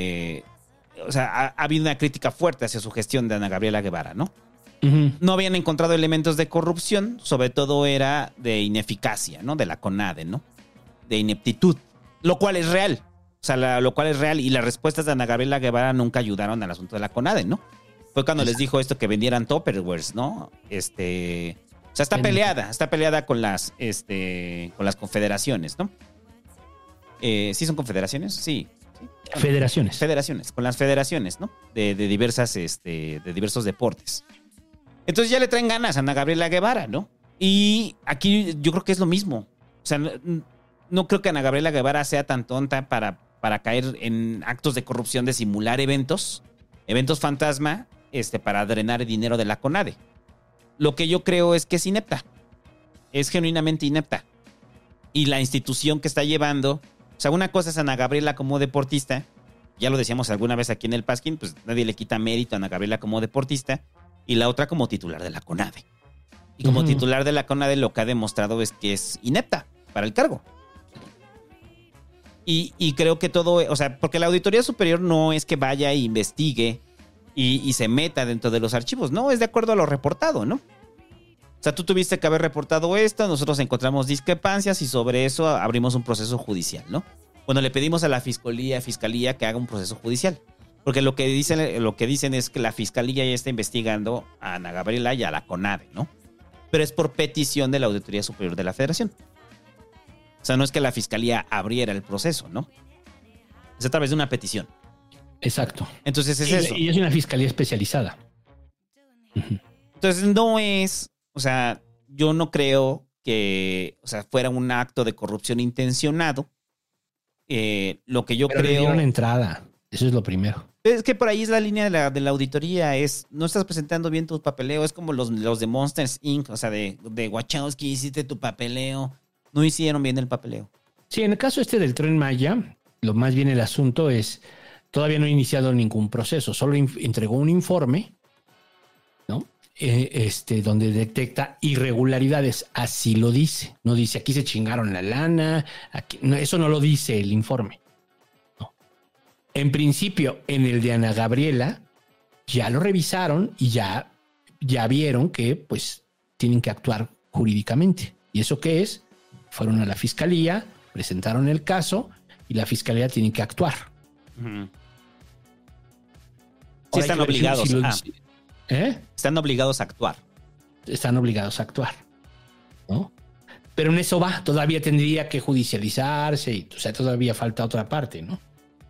G: una crítica fuerte hacia su gestión de Ana Gabriela Guevara, ¿no? Uh-huh. No habían encontrado elementos de corrupción, sobre todo era de ineficacia, ¿no? De la CONADE, ¿no? De ineptitud, lo cual es real. O sea, lo cual es real. Y las respuestas de Ana Gabriela Guevara nunca ayudaron al asunto de la CONADE, ¿no? Fue cuando les dijo esto que vendieran Tupperwares, ¿no? O sea, está peleada con las confederaciones, ¿no? ¿Sí son confederaciones? Sí. Federaciones, con las federaciones, ¿no? De diversos deportes. Entonces ya le traen ganas a Ana Gabriela Guevara, ¿no? Y aquí yo creo que es lo mismo. O sea, no creo que Ana Gabriela Guevara sea tan tonta para caer en actos de corrupción, de simular eventos fantasma, para drenar el dinero de la CONADE. Lo que yo creo es que es inepta. Es genuinamente inepta. Y la institución que está llevando... O sea, una cosa es Ana Gabriela como deportista. Ya lo decíamos alguna vez aquí en el Pasquín, pues nadie le quita mérito a Ana Gabriela como deportista. Y la otra como titular de la CONADE. Y como titular de la CONADE lo que ha demostrado es que es inepta para el cargo. Y creo que todo... O sea, porque la Auditoría Superior no es que vaya e investigue y se meta dentro de los archivos. No, es de acuerdo a lo reportado, ¿no? O sea, tú tuviste que haber reportado esto, nosotros encontramos discrepancias y sobre eso abrimos un proceso judicial, ¿no? Bueno, le pedimos a la fiscalía que haga un proceso judicial. Porque lo que dicen es que la fiscalía ya está investigando a Ana Gabriela y a la CONADE, ¿no? Pero es por petición de la Auditoría Superior de la Federación. O sea, no es que la fiscalía abriera el proceso, ¿no? Es a través de una petición.
H: Exacto.
G: Entonces es eso.
H: Y es una fiscalía especializada.
G: Entonces no es... O sea, yo no creo que fuera un acto de corrupción intencionado. Lo que yo creo...
H: le dieron entrada. Eso es lo primero.
G: Es que por ahí es la línea de la auditoría. No estás presentando bien tu papeleo. Es como los de Monsters, Inc. O sea, de Wachowski, hiciste tu papeleo. No hicieron bien el papeleo.
H: Sí, en el caso del Tren Maya, lo más bien el asunto es... Todavía no ha iniciado ningún proceso. Solo entregó un informe, ¿no? Donde detecta irregularidades. Así lo dice. No dice, aquí se chingaron la lana. Eso no lo dice el informe. No. En principio, en el de Ana Gabriela, ya lo revisaron y ya vieron que, pues, tienen que actuar jurídicamente. ¿Y eso qué es? Fueron a la fiscalía, presentaron el caso y la fiscalía tiene que actuar.
G: Sí, están obligados
H: Están
G: obligados a actuar.
H: Están obligados a actuar, ¿no? Pero en eso va, todavía tendría que judicializarse y, o sea, todavía falta otra parte, ¿no?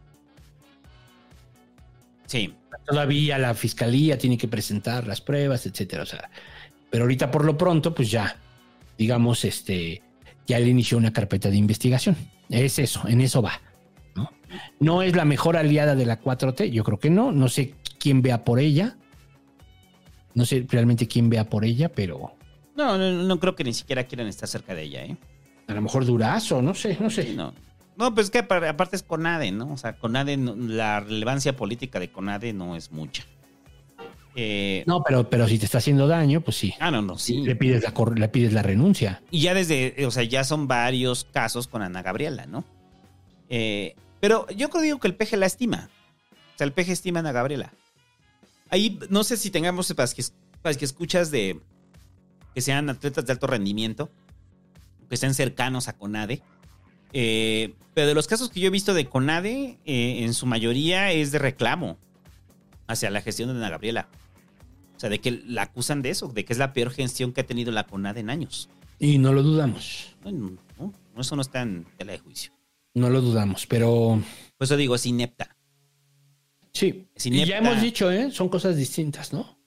G: Sí.
H: Todavía la fiscalía tiene que presentar las pruebas, etcétera, o sea, pero ahorita por lo pronto, pues ya, digamos, ya le inició una carpeta de investigación. Es eso, en eso va, ¿no? No es la mejor aliada de la 4T, yo creo que no. No sé quién vea por ella. No sé realmente quién vea por ella, pero...
G: No creo que ni siquiera quieran estar cerca de ella, ¿eh?
H: A lo mejor Durazo, no sé.
G: Sí, no, pues es que aparte es CONADE, ¿no? O sea, CONADE, la relevancia política de CONADE no es mucha.
H: No, pero si te está haciendo daño, pues sí.
G: No, sí.
H: Le pides la renuncia.
G: Y ya ya son varios casos con Ana Gabriela, ¿no? Pero yo digo que el PG la estima. O sea, el PG estima a Ana Gabriela. Ahí no sé si tengamos para que escuchas de que sean atletas de alto rendimiento, que sean cercanos a CONADE. Pero de los casos que yo he visto de CONADE, en su mayoría es de reclamo hacia la gestión de Ana Gabriela. O sea, de que la acusan de eso, de que es la peor gestión que ha tenido la CONADE en años.
H: Y no lo dudamos.
G: No, eso no está en tela de juicio.
H: No lo dudamos, pero...
G: Por eso digo, es inepta.
H: Sí, y ya hemos dicho, son cosas distintas, ¿no?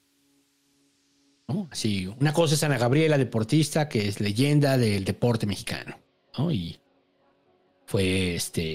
H: Así, una cosa es Ana Gabriela, deportista, que es leyenda del deporte mexicano, ¿no? Y fue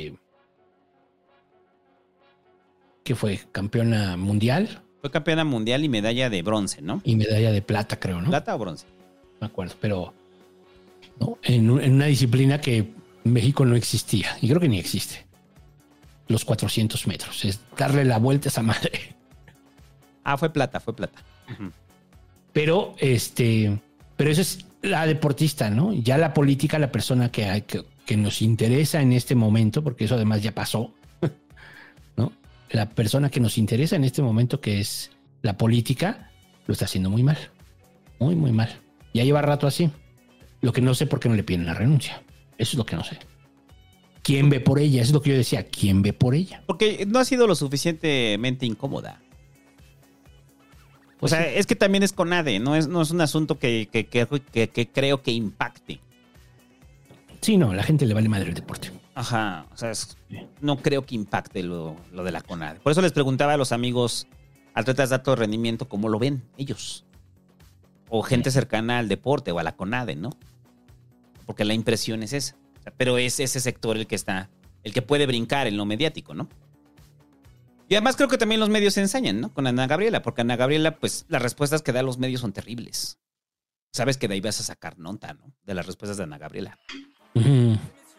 H: ¿qué fue? ¿Campeona mundial?
G: Fue campeona mundial y medalla de bronce, ¿no?
H: Y medalla de plata, creo, ¿no?
G: ¿Plata o bronce?
H: No me acuerdo, pero ¿no? En una disciplina que en México no existía, y creo que ni existe. Los 400 metros, es darle la vuelta a esa madre.
G: Fue plata. Uh-huh.
H: Pero eso es la deportista, ¿no? Ya la política, la persona que nos interesa en este momento, porque eso además ya pasó, ¿no? La persona que nos interesa en este momento, que es la política, lo está haciendo muy mal. Muy, muy mal. Ya lleva rato así. Lo que no sé por qué no le piden la renuncia. Eso es lo que no sé. ¿quién ve por ella? Eso es lo que yo decía, ¿quién ve por ella?
G: Porque no ha sido lo suficientemente incómoda. O sea,
H: sí.
G: es que también es CONADE, no es un asunto que creo que impacte.
H: Sí, no, a la gente le vale madre el deporte.
G: Ajá, o sea, no creo que impacte lo de la CONADE. Por eso les preguntaba a los amigos atletas de alto rendimiento cómo lo ven ellos. O gente cercana al deporte o a la CONADE, ¿no? Porque la impresión es esa. O sea, pero es ese sector el que puede brincar en lo mediático, ¿no? Y además creo que también los medios se ensañan, ¿no? Con Ana Gabriela, porque Ana Gabriela, pues, las respuestas que da a los medios son terribles. Sabes que de ahí vas a sacar nota, ¿no? De las respuestas de Ana Gabriela.
H: Uh-huh.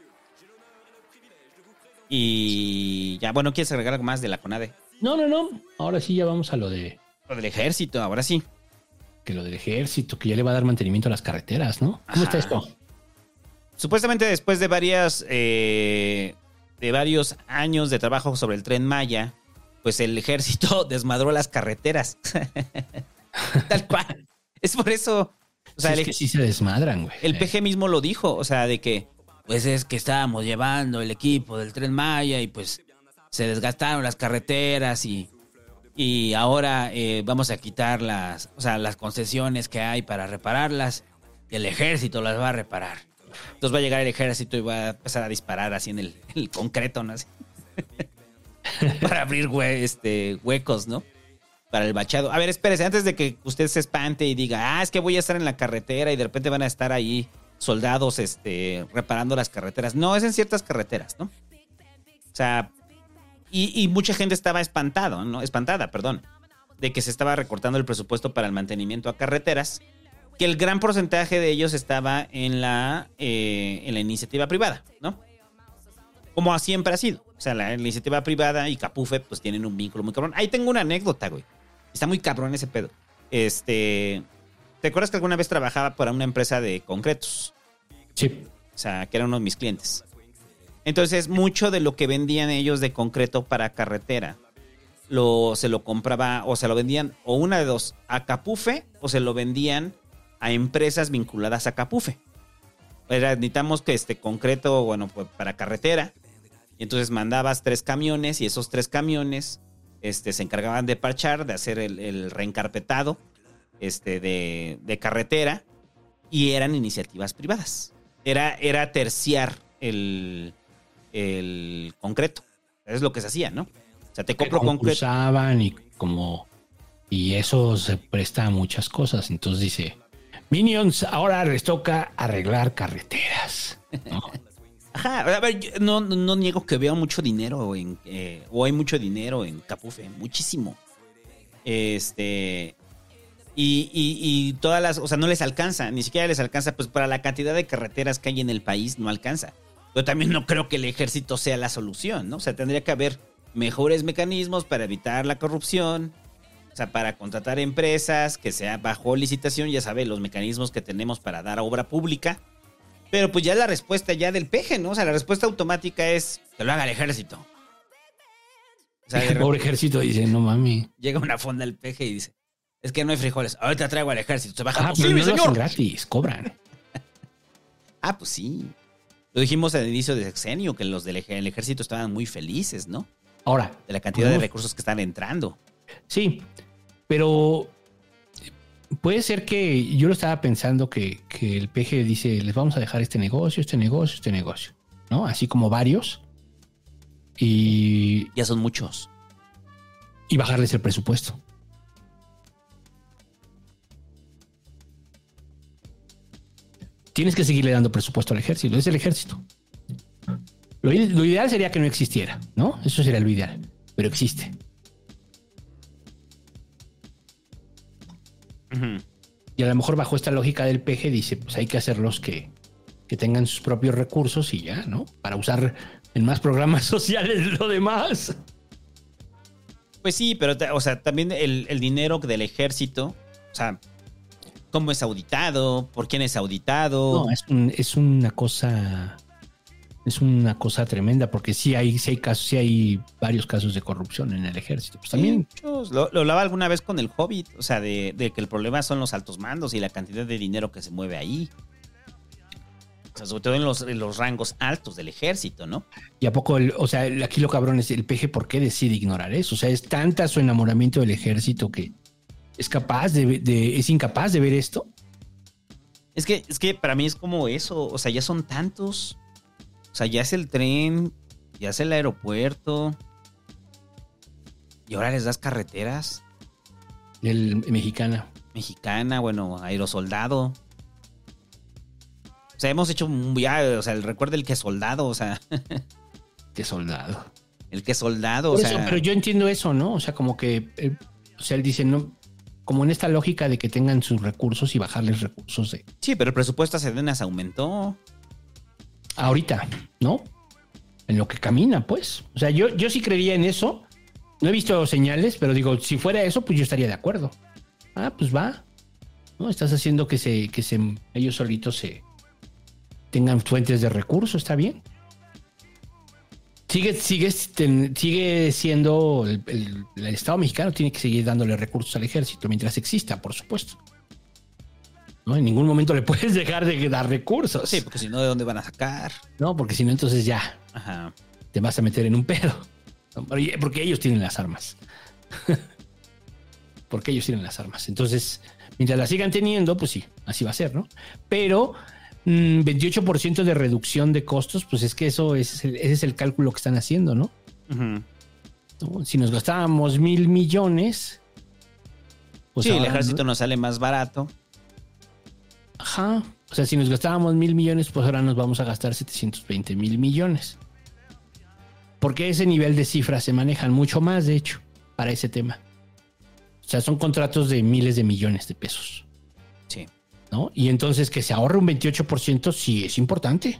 G: Y ya, bueno, ¿quieres agregar algo más de la CONADE?
H: No. Ahora sí ya vamos a lo del
G: ejército, ahora sí.
H: Que lo del ejército, que ya le va a dar mantenimiento a las carreteras, ¿no? ¿Cómo está esto?
G: Supuestamente después de varios años de trabajo sobre el Tren Maya, pues el ejército desmadró las carreteras. Tal cual. Es por eso. O sea,
H: es que sí se desmadran, güey.
G: El PG mismo lo dijo, o sea, de que pues es que estábamos llevando el equipo del Tren Maya y pues se desgastaron las carreteras y ahora vamos a quitar las concesiones que hay para repararlas y el ejército las va a reparar. Entonces va a llegar el ejército y va a empezar a disparar así en el concreto, ¿no? Así. Para abrir huecos, ¿no? Para el bachado. A ver, espérese, antes de que usted se espante y diga, es que voy a estar en la carretera y de repente van a estar ahí soldados reparando las carreteras. No, es en ciertas carreteras, ¿no? O sea, y mucha gente estaba espantada, de que se estaba recortando el presupuesto para el mantenimiento a carreteras, que el gran porcentaje de ellos estaba en la iniciativa privada, ¿no? Como siempre ha sido. O sea, la iniciativa privada y Capufe pues tienen un vínculo muy cabrón. Ahí tengo una anécdota, güey. Está muy cabrón ese pedo. ¿Te acuerdas que alguna vez trabajaba para una empresa de concretos?
H: Sí.
G: O sea, que era uno de mis clientes. Entonces, mucho de lo que vendían ellos de concreto para carretera, se lo compraba o se lo vendían, o una de dos, a Capufe o se lo vendían a empresas vinculadas a Capufe. Necesitamos que concreto, bueno, pues para carretera. Y entonces mandabas 3 camiones y esos 3 camiones se encargaban de parchar, de hacer el reencarpetado de carretera, y eran iniciativas privadas. Era terciar el concreto. Es lo que se hacía, ¿no? O sea, te compro concreto.
H: Y eso se presta a muchas cosas. Entonces dice, Minions, ahora les toca arreglar carreteras, ¿no?
G: Ajá, a ver, no niego que veo mucho dinero o hay mucho dinero en Capufe, muchísimo. Y todas las, o sea, no les alcanza, ni siquiera les alcanza, pues para la cantidad de carreteras que hay en el país no alcanza. Pero también no creo que el ejército sea la solución, ¿no? O sea, tendría que haber mejores mecanismos para evitar la corrupción, o sea, para contratar empresas que sea bajo licitación, ya sabe, los mecanismos que tenemos para dar obra pública. Pero pues ya la respuesta ya del PG, ¿no? O sea, la respuesta automática es que lo haga el ejército. O sea,
H: el pobre ejército dice, no mami.
G: Llega una fonda del PG y dice, es que no hay frijoles, ahorita traigo al ejército. Se baja,
H: pues sí, mi señor. Lo hacen gratis, cobran.
G: Pues sí. Lo dijimos al inicio de sexenio, que los del ejército estaban muy felices, ¿no?
H: Ahora.
G: De la cantidad de recursos que están entrando.
H: Sí, pero puede ser que yo lo estaba pensando que el PG dice, les vamos a dejar este negocio, ¿no? Así como varios. Y
G: ya son muchos.
H: Y bajarles el presupuesto. Tienes que seguirle dando presupuesto al ejército. Es el ejército. Lo ideal sería que no existiera, ¿no? Eso sería lo ideal. Pero existe. Uh-huh. Y a lo mejor bajo esta lógica del PG dice, pues hay que hacerlos que tengan sus propios recursos y ya, ¿no? Para usar en más programas sociales lo demás.
G: Pues sí, pero o sea, también el dinero del ejército, o sea, ¿cómo es auditado? ¿Por quién es auditado?
H: No, es una cosa tremenda, porque sí hay varios casos de corrupción en el ejército. Pues también
G: muchos. Lo hablaba alguna vez con el Hobbit, o sea, de que el problema son los altos mandos y la cantidad de dinero que se mueve ahí. O sea, sobre todo en los rangos altos del ejército, ¿no?
H: ¿Y a poco, aquí lo cabrón es el PG, ¿por qué decide ignorar eso? O sea, es tanta su enamoramiento del ejército que es es incapaz de ver esto.
G: Es que para mí es como eso, o sea, ya son tantos. O sea, ya es el tren, ya es el aeropuerto. Y ahora les das carreteras.
H: El Mexicana,
G: bueno, aerosoldado. O sea, hemos hecho ya, o sea, recuerda el que soldado, o sea.
H: ¿Qué soldado?
G: El que soldado,
H: Por
G: o
H: eso,
G: sea.
H: pero yo entiendo eso, ¿no? O sea, como que, o sea, él dice, no, como en esta lógica de que tengan sus recursos y bajarles recursos de.
G: Sí, pero el presupuesto a Sedena se aumentó.
H: Ahorita, ¿no? En lo que camina, pues. O sea, yo sí creería en eso. No he visto señales, pero digo, si fuera eso, pues yo estaría de acuerdo. Ah, pues va. ¿No? Estás haciendo que ellos solitos tengan fuentes de recursos, está bien. Sigue siendo el Estado mexicano tiene que seguir dándole recursos al ejército mientras exista, por supuesto. ¿No? En ningún momento le puedes dejar de dar recursos.
G: Sí, porque si no, ¿de dónde van a sacar?
H: No, porque si no, entonces ya te vas a meter en un pedo. Porque ellos tienen las armas. Porque ellos tienen las armas. Entonces, mientras las sigan teniendo, pues sí, así va a ser, ¿no? Pero 28% de reducción de costos, pues es que ese es el cálculo que están haciendo, ¿no? Uh-huh. ¿No? Si nos gastábamos 1,000 millones...
G: Pues sí, el ejército nos sale más barato.
H: Ajá. O sea, si nos gastábamos 1,000 millones, pues ahora nos vamos a gastar 720,000 millones. Porque ese nivel de cifras se manejan mucho más, de hecho, para ese tema. O sea, son contratos de miles de millones de pesos.
G: Sí.
H: ¿No? Y entonces que se ahorre un 28% sí es importante.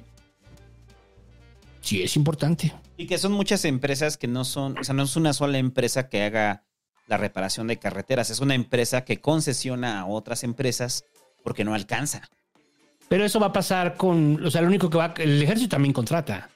H: Sí es importante.
G: Y que son muchas empresas que no son, o sea, no es una sola empresa que haga la reparación de carreteras. Es una empresa que concesiona a otras empresas porque no alcanza.
H: Pero eso va a pasar con, o sea, lo único que el ejército también contrata.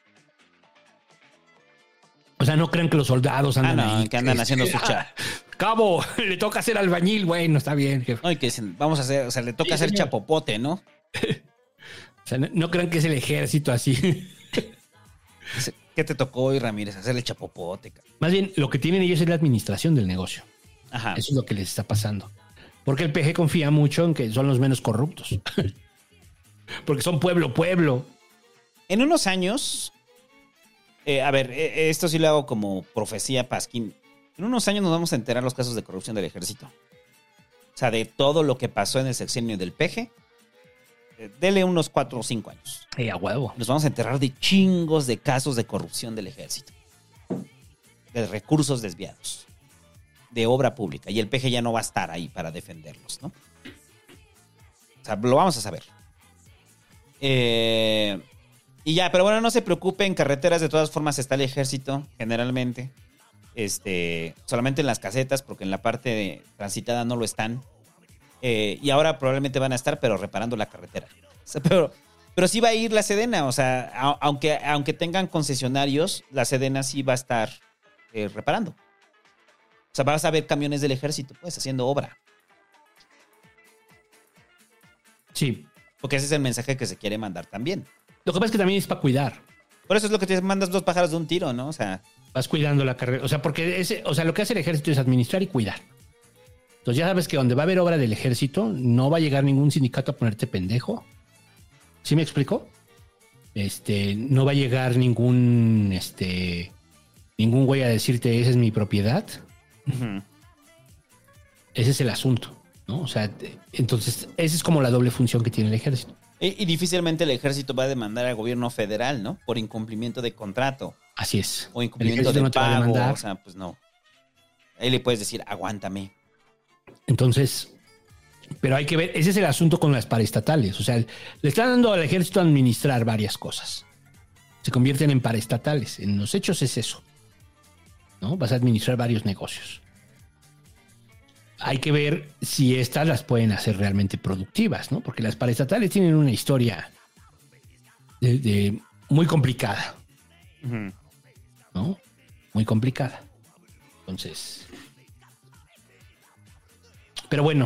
H: O sea, no crean que los soldados andan ahí.
G: Que andan haciendo su chat.
H: Cabo, le toca hacer albañil, bueno, está bien, jefe.
G: No, y que dicen, vamos a hacer, o sea, le toca hacer chapopote, ¿no?
H: O sea, no crean que es el ejército así.
G: ¿Qué te tocó hoy, Ramírez? Hacer el chapopote.
H: Más bien, lo que tienen ellos es la administración del negocio.
G: Ajá.
H: Eso es lo que les está pasando. Porque el PG confía mucho en que son los menos corruptos. Porque son pueblo.
G: En unos años... a ver, esto sí lo hago como profecía Pasquín. En unos años nos vamos a enterar los casos de corrupción del ejército. O sea, de todo lo que pasó en el sexenio del PG. Dele unos 4 o 5 años.
H: A huevo.
G: Nos vamos a enterar de chingos de casos de corrupción del ejército. De recursos desviados. De obra pública. Y el PG ya no va a estar ahí para defenderlos, ¿no? O sea, lo vamos a saber. Y ya, pero bueno, no se preocupen, carreteras de todas formas está el ejército, generalmente. Solamente en las casetas, porque en la parte transitada no lo están. Y ahora probablemente van a estar, pero reparando la carretera. O sea, pero sí va a ir la Sedena, o sea, aunque tengan concesionarios, la Sedena sí va a estar reparando. O sea, vas a ver camiones del ejército, pues, haciendo obra.
H: Sí.
G: Porque ese es el mensaje que se quiere mandar también.
H: Lo que pasa es que también es para cuidar.
G: Por eso es lo que te mandas 2 pájaros de un tiro, ¿no? O sea,
H: vas cuidando la carrera. O sea, porque lo que hace el ejército es administrar y cuidar. Entonces ya sabes que donde va a haber obra del ejército, no va a llegar ningún sindicato a ponerte pendejo. ¿Sí me explico? No va a llegar ningún güey a decirte, esa es mi propiedad. Uh-huh. Ese es el asunto, ¿no? O sea, entonces, esa es como la doble función que tiene el ejército.
G: Y difícilmente el ejército va a demandar al gobierno federal, ¿no? Por incumplimiento de contrato.
H: Así es.
G: O incumplimiento de pago. O sea, pues no. Ahí le puedes decir, aguántame.
H: Entonces, pero hay que ver, ese es el asunto con las paraestatales. O sea, le están dando al ejército a administrar varias cosas. Se convierten en paraestatales. En los hechos es eso, ¿no? Vas a administrar varios negocios. Hay que ver si estas las pueden hacer realmente productivas, ¿no? Porque las paraestatales tienen una historia muy complicada, uh-huh, ¿no? Muy complicada. Entonces, pero bueno,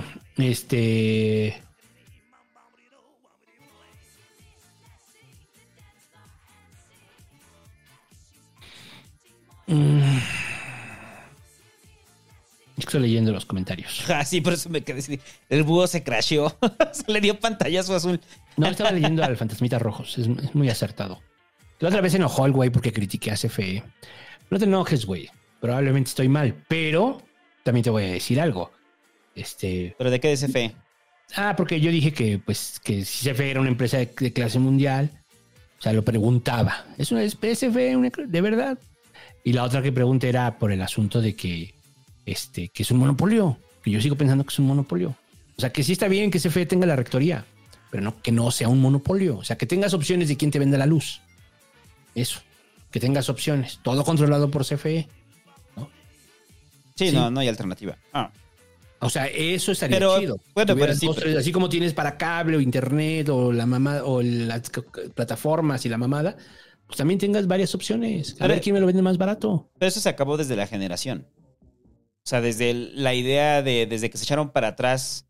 H: estoy leyendo los comentarios.
G: Ah, sí, por eso me quedé así. El búho se crasheó. Se le dio pantallazo azul.
H: No, estaba leyendo al Fantasmita Rojos. Es muy acertado. La otra vez se enojó el güey porque critiqué a CFE. No te enojes, güey. Probablemente estoy mal, pero también te voy a decir algo.
G: ¿Pero de qué de CFE?
H: Porque yo dije que si CFE era una empresa de clase mundial, o sea, lo preguntaba. ¿Es una CFE de verdad? Y la otra que pregunté era por el asunto de que es un monopolio. Que yo sigo pensando que es un monopolio. O sea, que sí está bien que CFE tenga la rectoría, pero no que no sea un monopolio. O sea, que tengas opciones de quién te vende la luz. Eso. Que tengas opciones. Todo controlado por CFE. ¿No?
G: Sí, no hay alternativa.
H: O sea, eso estaría chido.
G: Bueno, pero sí,
H: así como tienes para cable o internet o la mamada o las plataformas y la mamada, pues también tengas varias opciones. A ver quién me lo vende más barato.
G: Pero eso se acabó desde la generación. O sea, desde la idea desde que se echaron para atrás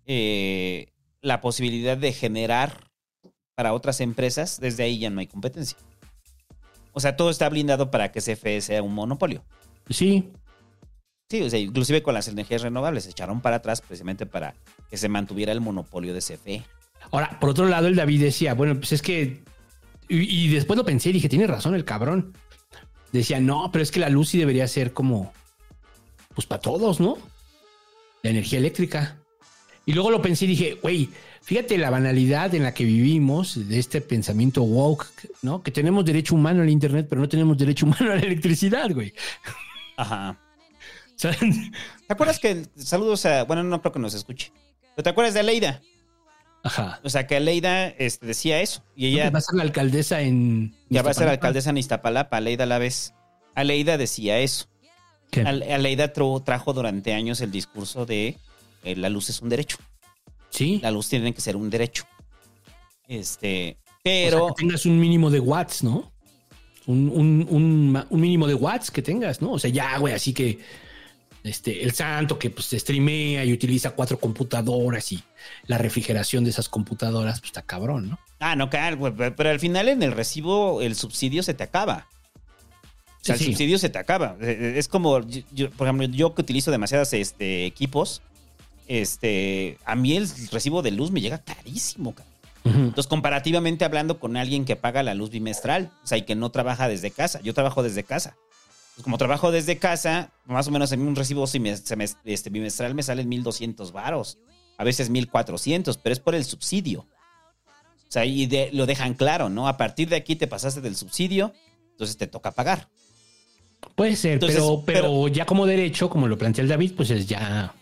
G: la posibilidad de generar para otras empresas, desde ahí ya no hay competencia. O sea, todo está blindado para que CFE sea un monopolio.
H: Sí.
G: Sí, o sea, inclusive con las energías renovables se echaron para atrás precisamente para que se mantuviera el monopolio de CFE.
H: Ahora, por otro lado, el David decía, bueno, pues es que... Y después lo pensé y dije, tiene razón el cabrón. Decía, no, pero es que la luz sí debería ser como... Pues para todos, ¿no? La energía eléctrica. Y luego lo pensé y dije, güey, fíjate la banalidad en la que vivimos, de este pensamiento woke, ¿no? Que tenemos derecho humano al internet, pero no tenemos derecho humano a la electricidad, güey.
G: Ajá. ¿Te acuerdas que... Saludos a... Bueno, no creo que nos escuche. ¿Pero te acuerdas de Aleida?
H: Ajá.
G: O sea, que Aleida decía eso. Y ella...
H: Va a ser la alcaldesa en...
G: Ya va a ser la alcaldesa en Iztapalapa, Aleida Lavés. Aleida decía eso.
H: ¿Qué?
G: Aleida trajo durante años el discurso de la luz es un derecho.
H: Sí.
G: La luz tiene que ser un derecho. Pero...
H: O sea, que tengas un mínimo de watts, ¿no? Un mínimo de watts que tengas, ¿no? O sea, ya, güey, así que el santo que pues streamea y utiliza 4 computadoras y la refrigeración de esas computadoras, pues está cabrón, ¿no?
G: No, claro, güey, pero al final en el recibo el subsidio se te acaba. O sea, el subsidio se te acaba. Es como, por ejemplo, yo que utilizo demasiados equipos, a mí el recibo de luz me llega carísimo, cabrón. Uh-huh. Entonces, comparativamente hablando con alguien que paga la luz bimestral, o sea, y que no trabaja desde casa. Yo trabajo desde casa. Pues como trabajo desde casa, más o menos en un recibo bimestral me salen 1,200 varos. A veces 1,400, pero es por el subsidio. O sea, y lo dejan claro, ¿no? A partir de aquí te pasaste del subsidio, entonces te toca pagar.
H: Puede ser,
G: entonces,
H: pero ya como derecho, como lo plantea el David, pues es ya...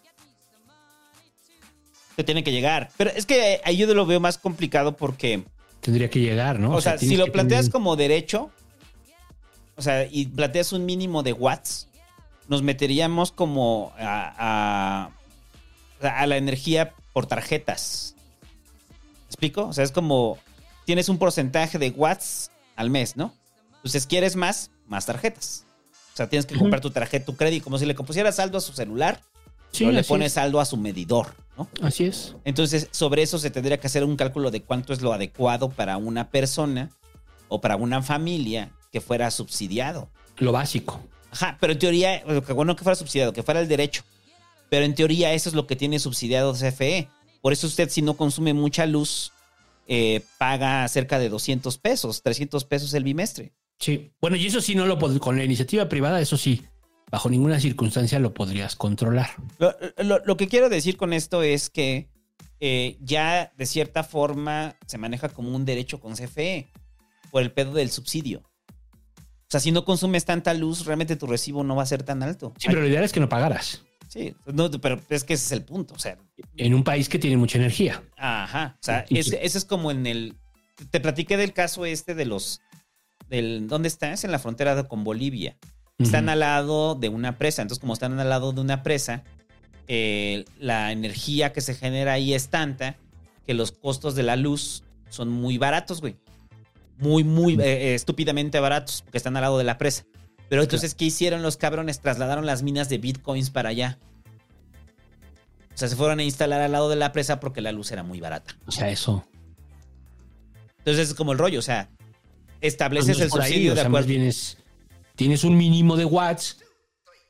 G: Te tiene que llegar. Pero es que ahí yo lo veo más complicado porque...
H: Tendría que llegar, ¿no?
G: O sea si lo planteas como derecho, o sea, y planteas un mínimo de watts, nos meteríamos como a la energía por tarjetas. ¿Me explico? O sea, es como... Tienes un porcentaje de watts al mes, ¿no? Entonces, ¿quieres más tarjetas? O sea, tienes que comprar tu tarjeta, tu crédito, como si le compusieras saldo a su celular, pero le pones saldo a su medidor, ¿no?
H: Así es.
G: Entonces, sobre eso se tendría que hacer un cálculo de cuánto es lo adecuado para una persona o para una familia que fuera subsidiado.
H: Lo básico.
G: Ajá, pero en teoría, bueno, que fuera subsidiado, que fuera el derecho. Pero en teoría eso es lo que tiene subsidiado CFE. Por eso usted, si no consume mucha luz, paga cerca de 200 pesos, 300 pesos el bimestre.
H: Sí. Bueno, y eso sí no lo puedo, con la iniciativa privada, eso sí, bajo ninguna circunstancia lo podrías controlar.
G: Lo que quiero decir con esto es que ya de cierta forma se maneja como un derecho con CFE por el pedo del subsidio. O sea, si no consumes tanta luz, realmente tu recibo no va a ser tan alto.
H: Sí, pero lo ideal es que no pagaras.
G: Sí, no, pero es que ese es el punto. O sea,
H: en un país que tiene mucha energía.
G: Ajá. O sea, ese es como en el... Te platiqué del caso de los... ¿Dónde está? Es en la frontera con Bolivia. Están al lado de una presa. Entonces, como están al lado de una presa, la energía que se genera ahí es tanta que los costos de la luz son muy baratos, güey. Muy estúpidamente baratos, porque están al lado de la presa. Pero entonces, ¿qué hicieron los cabrones? Trasladaron las minas de bitcoins para allá. O sea, se fueron a instalar al lado de la presa porque la luz era muy barata.
H: O sea, eso.
G: Entonces, es como el rollo, o sea, estableces el subsidio de acuerdo.
H: Tienes un mínimo de watts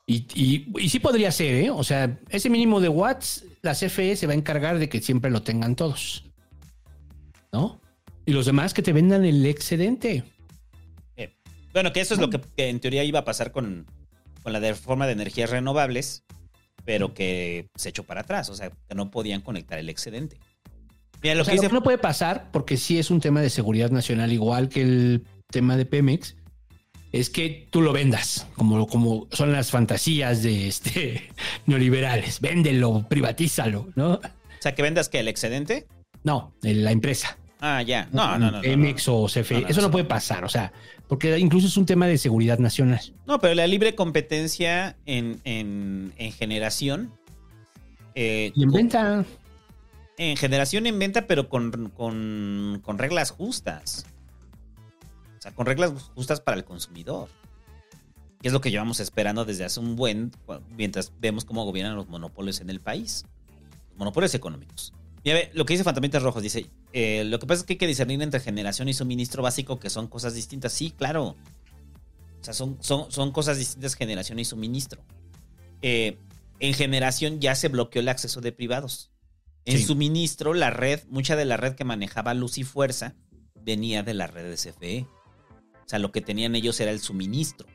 H: Y sí podría ser, ¿eh? O sea, ese mínimo de watts, la CFE se va a encargar de que siempre lo tengan todos, ¿no? Y los demás que te vendan el excedente.
G: Bueno, que eso es lo que en teoría iba a pasar con la reforma de energías renovables, pero que se echó para atrás, o sea, que no podían conectar el excedente. Mira,
H: Lo que no puede pasar, porque sí es un tema de seguridad nacional, igual que el tema de Pemex, es que tú lo vendas, como son las fantasías de neoliberales. Véndelo, privatízalo, ¿no?
G: O sea, que vendas que el excedente.
H: No, la empresa.
G: Ah, ya. No.
H: Pemex o CFE. Eso no puede pasar, o sea, porque incluso es un tema de seguridad nacional.
G: No, pero la libre competencia en generación.
H: Y en venta.
G: En generación, en venta, pero con reglas justas. O sea, con reglas justas para el consumidor. Que es lo que llevamos esperando desde hace mientras vemos cómo gobiernan los monopolios en el país. Los monopolios económicos. Mira, lo que dice Fantasmitas Rojos, dice, lo que pasa es que hay que discernir entre generación y suministro básico, que son cosas distintas. Sí, claro. O sea, son cosas distintas, generación y suministro. En generación ya se bloqueó el acceso de privados. En suministro, mucha de la red que manejaba Luz y Fuerza venía de la red de CFE. O sea, lo que tenían ellos era el suministro.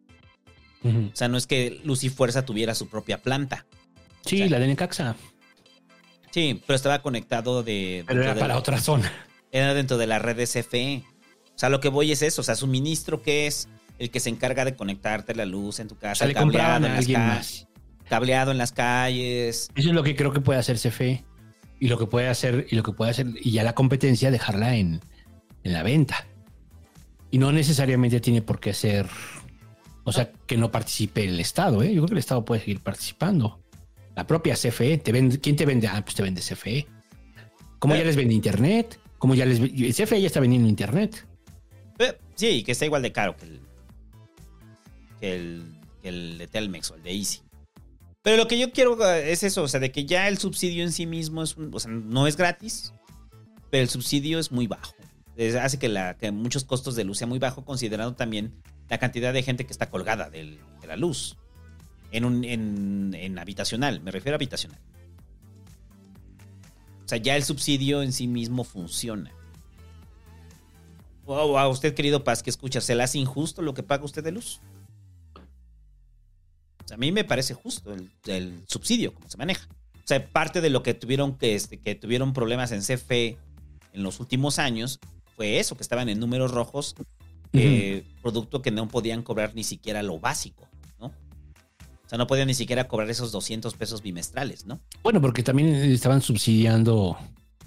G: O sea, no es que Luz y Fuerza tuviera su propia planta.
H: Sí, o sea, la de Necaxa.
G: Sí, pero estaba conectado
H: Pero era para otra zona.
G: Era dentro de la red de CFE. O sea, lo que voy es eso. O sea, suministro, que es el que se encarga de conectarte la luz en tu casa.
H: O sea, le compraban a alguien más.
G: Cableado en las calles.
H: Eso es lo que creo que puede hacer CFE. Y lo que puede hacer, y ya la competencia, dejarla en la venta. Y no necesariamente tiene por qué ser, o sea, que no participe el Estado, ¿eh? Yo creo que el Estado puede seguir participando. La propia CFE, ¿quién te vende? Ah, pues te vende CFE. ¿Cómo ya les vende Internet? CFE ya está vendiendo Internet.
G: Sí, que está igual de caro que el de Telmex o el de Easy. Pero lo que yo quiero es eso, o sea, de que ya el subsidio en sí mismo o sea, no es gratis, pero el subsidio es muy bajo. Hace que muchos costos de luz sean muy bajo, considerando también la cantidad de gente que está colgada de la luz. En habitacional, me refiero a habitacional. O sea, ya el subsidio en sí mismo funciona. O a usted, querido Paz, que escucha, ¿se le hace injusto lo que paga usted de luz? O sea, a mí me parece justo el subsidio, como se maneja. O sea, parte de lo que tuvieron que tuvieron problemas en CFE en los últimos años fue eso, que estaban en números rojos, producto que no podían cobrar ni siquiera lo básico, ¿no? O sea, no podían ni siquiera cobrar esos 200 pesos bimestrales, ¿no?
H: Bueno, porque también estaban subsidiando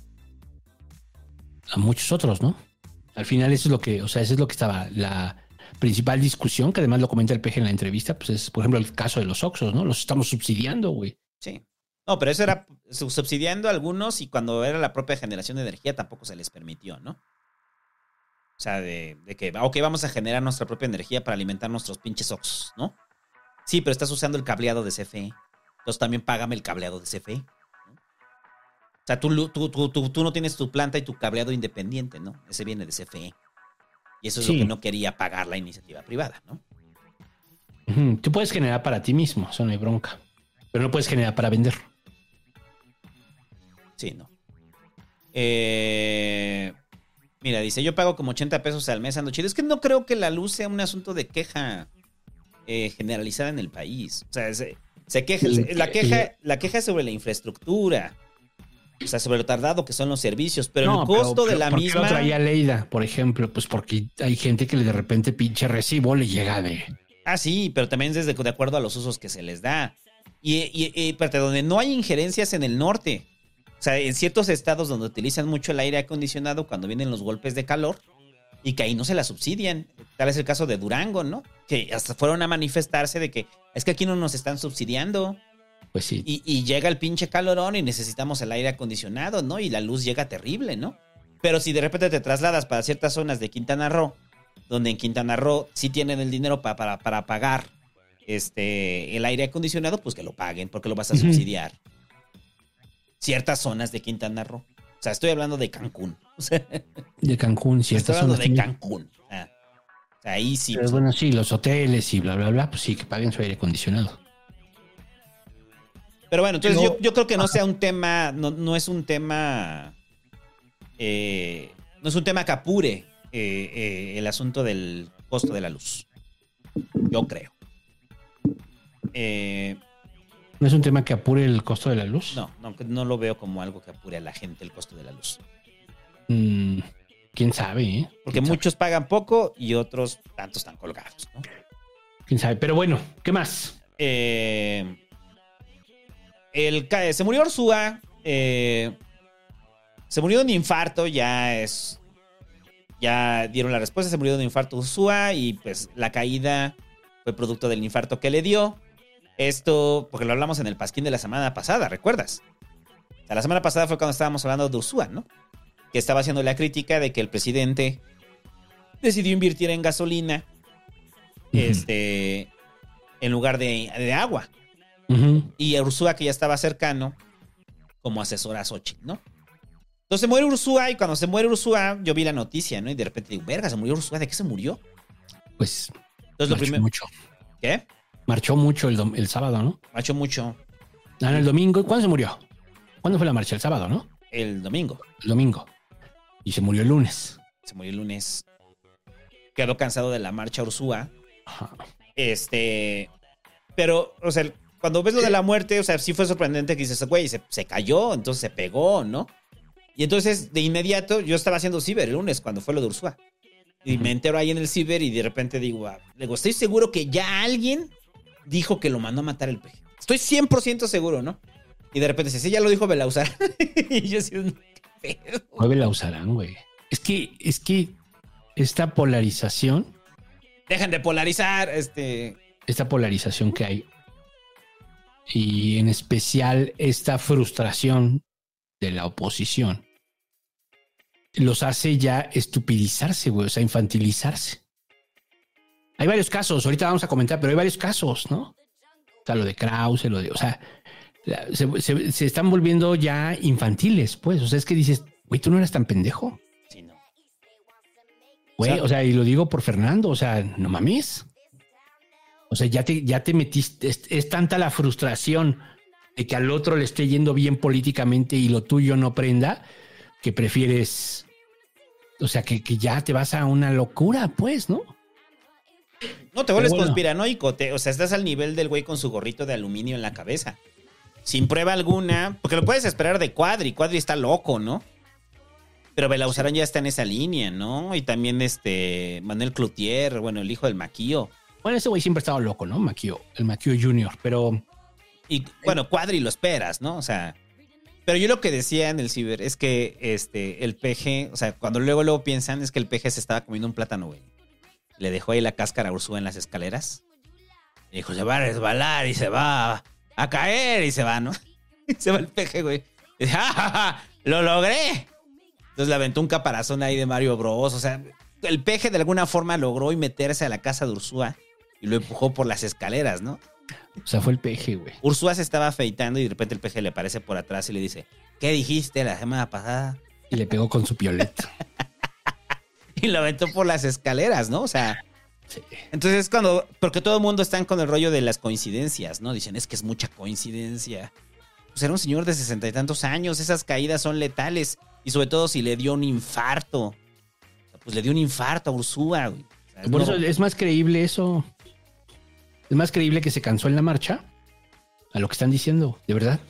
H: a muchos otros, ¿no? Al final eso es lo que estaba la principal discusión, que además lo comenta el PG en la entrevista, pues es, por ejemplo, el caso de los Oxxos, ¿no? Los estamos subsidiando, güey.
G: Sí. No, pero eso era subsidiando a algunos, y cuando era la propia generación de energía tampoco se les permitió, ¿no? O sea, de que, ok, vamos a generar nuestra propia energía para alimentar nuestros pinches Oxxos, ¿no? Sí, pero estás usando el cableado de CFE. Entonces también págame el cableado de CFE, ¿no? O sea, tú no tienes tu planta y tu cableado independiente, ¿no? Ese viene de CFE. Y eso es lo que no quería pagar la iniciativa privada, ¿no?
H: Tú puedes generar para ti mismo, eso no hay bronca. Pero no puedes generar para vender.
G: Sí, no. Mira, dice, yo pago como 80 pesos al mes, ando chido. Es que no creo que la luz sea un asunto de queja generalizada en el país. O sea, la queja es sobre la infraestructura. O sea, sobre lo tardado que son los servicios, pero el costo de la misma...
H: ¿Por qué lo traía Leida, por ejemplo? Pues porque hay gente que de repente pinche recibo le llega de...
G: Ah, sí, pero también es de acuerdo a los usos que se les da. Y donde no hay injerencias en el norte. O sea, en ciertos estados donde utilizan mucho el aire acondicionado cuando vienen los golpes de calor, y que ahí no se la subsidian. Tal es el caso de Durango, ¿no? Que hasta fueron a manifestarse de que es que aquí no nos están subsidiando.
H: Pues sí.
G: Y llega el pinche calorón y necesitamos el aire acondicionado, ¿no? Y la luz llega terrible, ¿no? Pero si de repente te trasladas para ciertas zonas de Quintana Roo, donde en Quintana Roo sí tienen el dinero para pagar el aire acondicionado, pues que lo paguen, porque lo vas a subsidiar. Ciertas zonas de Quintana Roo. O sea, estoy hablando de Cancún.
H: De Cancún, ciertas zonas.
G: Estoy hablando de Cancún. O sea, ahí sí.
H: Pero bueno, sí, los hoteles y bla, bla, bla, pues sí, que paguen su aire acondicionado.
G: Pero bueno, entonces yo creo que no sea un tema, no es un tema, no es un tema que apure el asunto del costo de la luz. Yo creo.
H: ¿No es un tema que apure el costo de la luz?
G: No lo veo como algo que apure a la gente el costo de la luz.
H: ¿Quién sabe?
G: Porque muchos pagan poco y otros tantos están colgados, ¿no?
H: ¿Quién sabe? Pero bueno, ¿qué más?
G: Se murió Ursúa. Se murió de un infarto. Ya dieron la respuesta. Se murió de un infarto Ursúa. Y pues la caída fue producto del infarto que le dio. Esto, porque lo hablamos en el Pasquín de la semana pasada, ¿recuerdas? O sea, la semana pasada fue cuando estábamos hablando de Ursúa, ¿no? Que estaba haciendo la crítica de que el presidente decidió invertir en gasolina en lugar de agua. Y Ursúa, que ya estaba cercano como asesor a Xochitl, ¿no? Entonces muere Ursúa, y cuando se muere Ursúa, yo vi la noticia, ¿no? Y de repente digo, verga, se murió Ursúa. ¿De qué se murió?
H: Pues
G: entonces,
H: marchó mucho.
G: ¿Qué?
H: Marchó mucho el sábado, ¿no?
G: Marchó mucho.
H: No, el domingo. ¿Cuándo se murió? ¿Cuándo fue la marcha? El sábado, ¿no?
G: El domingo.
H: El domingo. Y se murió el lunes.
G: Se murió el lunes. Quedó cansado de la marcha Ursúa.
H: Ajá.
G: Pero, o sea, cuando ves lo de la muerte, o sea, sí fue sorprendente que dices, güey, se cayó, entonces se pegó, ¿no? Y entonces, de inmediato, yo estaba haciendo ciber el lunes cuando fue lo de Ursúa. Y me entero ahí en el ciber y de repente digo, estoy seguro que ya alguien dijo que lo mandó a matar el peje. Estoy 100% seguro, ¿no? Y de repente dice, sí, ya lo dijo Belauzarán. Y yo así, ¿qué pedo?
H: Fue Belauzarán, güey. Es que esta polarización...
G: Dejen de polarizar,
H: Esta polarización que hay. Y en especial esta frustración de la oposición los hace ya estupidizarse, güey, o sea, infantilizarse. Hay varios casos, ahorita vamos a comentar, pero hay varios casos, ¿no? O sea, lo de Krause, o sea, se están volviendo ya infantiles, pues. O sea, es que dices, güey, tú no eras tan pendejo.
G: Sí, no.
H: Güey, o sea, y lo digo por Fernando, o sea, no mames. O sea, ya te metiste, es tanta la frustración de que al otro le esté yendo bien políticamente y lo tuyo no prenda, que prefieres, o sea, que ya te vas a una locura, pues, ¿no?
G: No, te vuelves conspiranoico, o sea, estás al nivel del güey con su gorrito de aluminio en la cabeza. Sin prueba alguna, porque lo puedes esperar de Cuadri está loco, ¿no? Pero Belauzarán ya está en esa línea, ¿no? Y también Manuel Cloutier, bueno, el hijo del Maquillo.
H: Bueno, ese güey siempre ha estado loco, ¿no? Maquillo, el Maquillo Junior, pero...
G: Y bueno, Cuadri lo esperas, ¿no? O sea... Pero yo lo que decía en el ciber es que el peje, o sea, cuando luego piensan es que el peje se estaba comiendo un plátano, güey. Le dejó ahí la cáscara a Ursúa en las escaleras. Y dijo, se va a resbalar y se va a caer y se va, ¿no? Y se va el peje, güey. Y dice, ¡ja, ja, ja! ¡Lo logré! Entonces le aventó un caparazón ahí de Mario Bros. O sea, el peje de alguna forma logró meterse a la casa de Ursúa y lo empujó por las escaleras, ¿no?
H: O sea, fue el peje, güey.
G: Ursúa se estaba afeitando y de repente el peje le aparece por atrás y le dice, ¿qué dijiste la semana pasada?
H: Y le pegó con su piolet.
G: Y lo aventó por las escaleras, ¿no? O sea,
H: sí.
G: Entonces porque todo el mundo está con el rollo de las coincidencias, ¿no? Dicen, es que es mucha coincidencia. Pues era un señor de 60 y tantos años, esas caídas son letales. Y sobre todo si le dio un infarto. Pues le dio un infarto a Ursúa, güey. O sea,
H: por eso es más creíble eso. Es más creíble que se cansó en la marcha a lo que están diciendo, de verdad.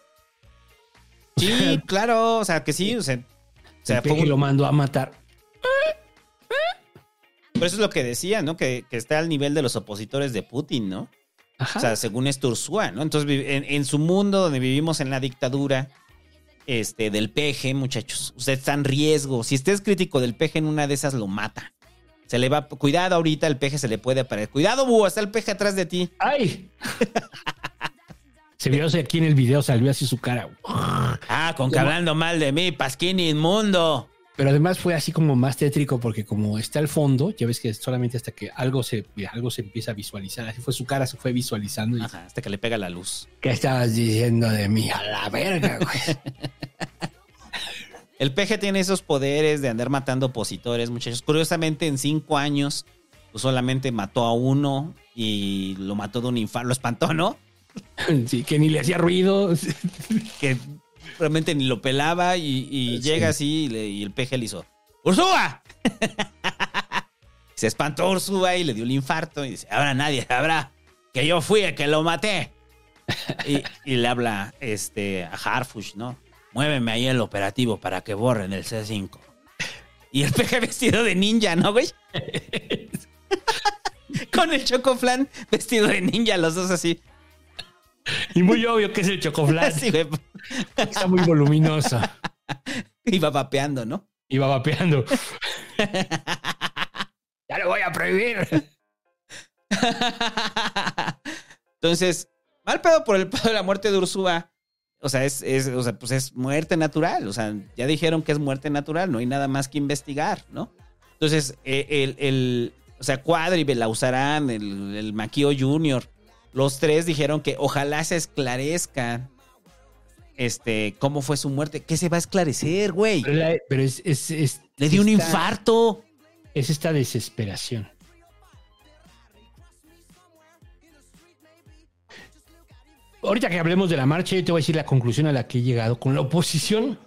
G: Sí, claro, o sea, que sí, o sea
H: el peje lo mandó a matar.
G: Pero eso es lo que decía, ¿no? Que está al nivel de los opositores de Putin, ¿no?
H: Ajá.
G: O sea, según esto Ursúa, ¿no? Entonces, en su mundo donde vivimos en la dictadura del peje, muchachos, usted está en riesgo. Si usted es crítico del peje, en una de esas lo mata. Se le va, cuidado ahorita, el peje se le puede aparecer. Cuidado, búho, está el peje atrás de ti.
H: ¡Ay! Se vio aquí en el video, salió así su cara.
G: Con que hablando mal de mí, Pasquín inmundo.
H: Pero además fue así como más tétrico porque como está al fondo, ya ves que solamente hasta que algo se empieza a visualizar. Así fue su cara, se fue visualizando. Y
G: ajá, hasta que le pega la luz.
H: ¿Qué estabas diciendo de mí? A la verga, güey.
G: El peje tiene esos poderes de andar matando opositores, muchachos. Curiosamente, en 5 años pues solamente mató a uno y lo mató de un infarto, lo espantó, ¿no?
H: Sí, que ni le hacía ruido.
G: Que realmente ni lo pelaba y llega así y el peje le hizo ¡Ursúa! Se espantó Ursúa y le dio el infarto y dice, ahora nadie sabrá que yo fui el que lo maté. Y le habla a Harfush, ¿no? Muéveme ahí el operativo para que borren el C5. Y el peje vestido de ninja, ¿no, güey? Con el Chocoflan vestido de ninja, los dos así.
H: Y muy obvio que es el Chocoflan.
G: Sí, güey.
H: Está muy voluminoso.
G: Iba vapeando, ¿no?
H: Iba vapeando. Ya lo voy a prohibir.
G: Entonces, mal pedo por el pedo de la muerte de Ursúa. O sea, pues es muerte natural. O sea, ya dijeron que es muerte natural. No hay nada más que investigar, ¿no? Entonces, Cuadri, Belauzarán, el Maquio Jr., los tres dijeron que ojalá se esclarezca cómo fue su muerte. ¿Qué se va a esclarecer, güey?
H: Pero
G: le dio un infarto.
H: Es esta desesperación. Ahorita que hablemos de la marcha, yo te voy a decir la conclusión a la que he llegado con la oposición.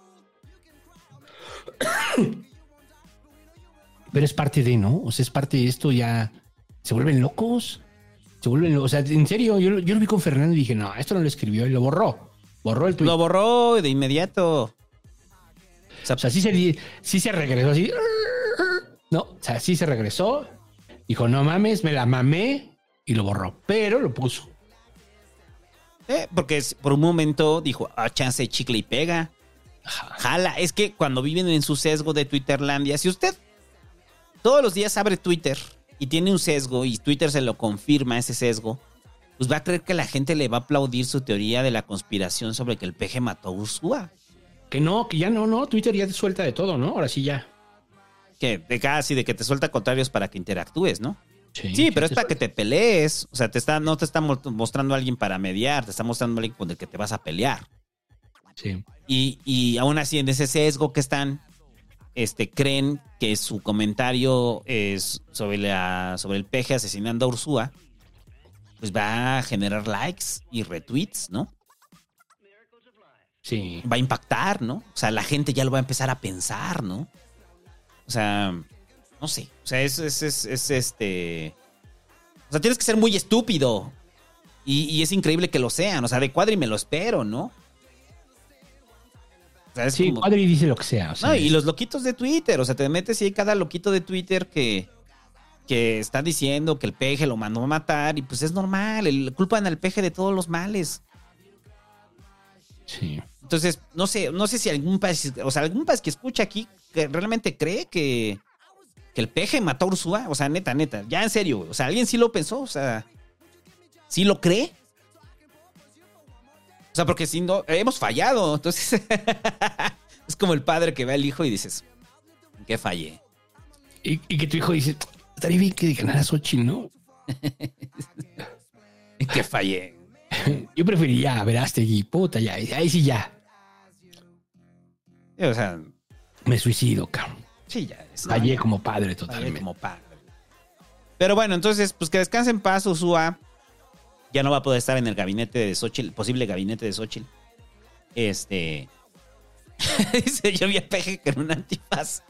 H: Pero es parte de, ¿no? O sea, es parte de esto, ya se vuelven locos. O sea, en serio, yo lo vi con Fernando y dije, no, esto no lo escribió y lo borró. Borró el tweet.
G: Lo borró de inmediato.
H: O sea, sí se regresó así. No, o sea, sí se regresó. Dijo, no mames, me la mamé y lo borró. Pero lo puso.
G: Porque por un momento dijo, chance chicle y pega. Jala, es que cuando viven en su sesgo de Twitterlandia, si usted todos los días abre Twitter y tiene un sesgo y Twitter se lo confirma ese sesgo, pues va a creer que la gente le va a aplaudir su teoría de la conspiración sobre que el peje mató a Ursúa.
H: Que ya no, Twitter ya te suelta de todo, ¿no? Ahora sí ya.
G: Que de que te suelta contrarios para que interactúes, ¿no? Sí, pero es para que te pelees. O sea, no te está mostrando a alguien para mediar, te está mostrando a alguien con el que te vas a pelear.
H: Sí.
G: Y aún así, en ese sesgo que están, creen que su comentario es sobre el peje asesinando a Ursúa, pues va a generar likes y retweets, ¿no?
H: Sí.
G: Va a impactar, ¿no? O sea, la gente ya lo va a empezar a pensar, ¿no? O sea, no sé. O sea, O sea, tienes que ser muy estúpido. Y es increíble que lo sean. O sea, de Cuadri me lo espero, ¿no? O sea,
H: sí, como... Cuadri dice lo que sea. O sea,
G: no, y los loquitos de Twitter. O sea, te metes y hay cada loquito de Twitter que está diciendo que el peje lo mandó a matar. Y pues es normal. Culpan al peje de todos los males.
H: Sí.
G: Entonces, no sé si algún país que escucha aquí que realmente cree que el peje mató a Ursúa. O sea, neta, ya en serio, güey. O sea, alguien sí lo pensó, o sea, ¿sí lo cree? O sea, porque si no, hemos fallado. Entonces, es como el padre que ve al hijo y dices, ¿en qué fallé?
H: Y que tu hijo dice, estaría bien que ganara Xochitl, ¿no?
G: ¿En qué fallé?
H: Yo preferiría ver a Astegui, puta, ya, ahí sí ya.
G: O sea,
H: me suicido, cabrón.
G: Sí, ya.
H: Fallé como padre totalmente.
G: Fallé como padre. Pero bueno, entonces, pues que descanse en paz, Ursúa. Ya no va a poder estar en el gabinete de Xochitl, posible gabinete de Xochitl. Dice, yo vi a peje con un antifaz.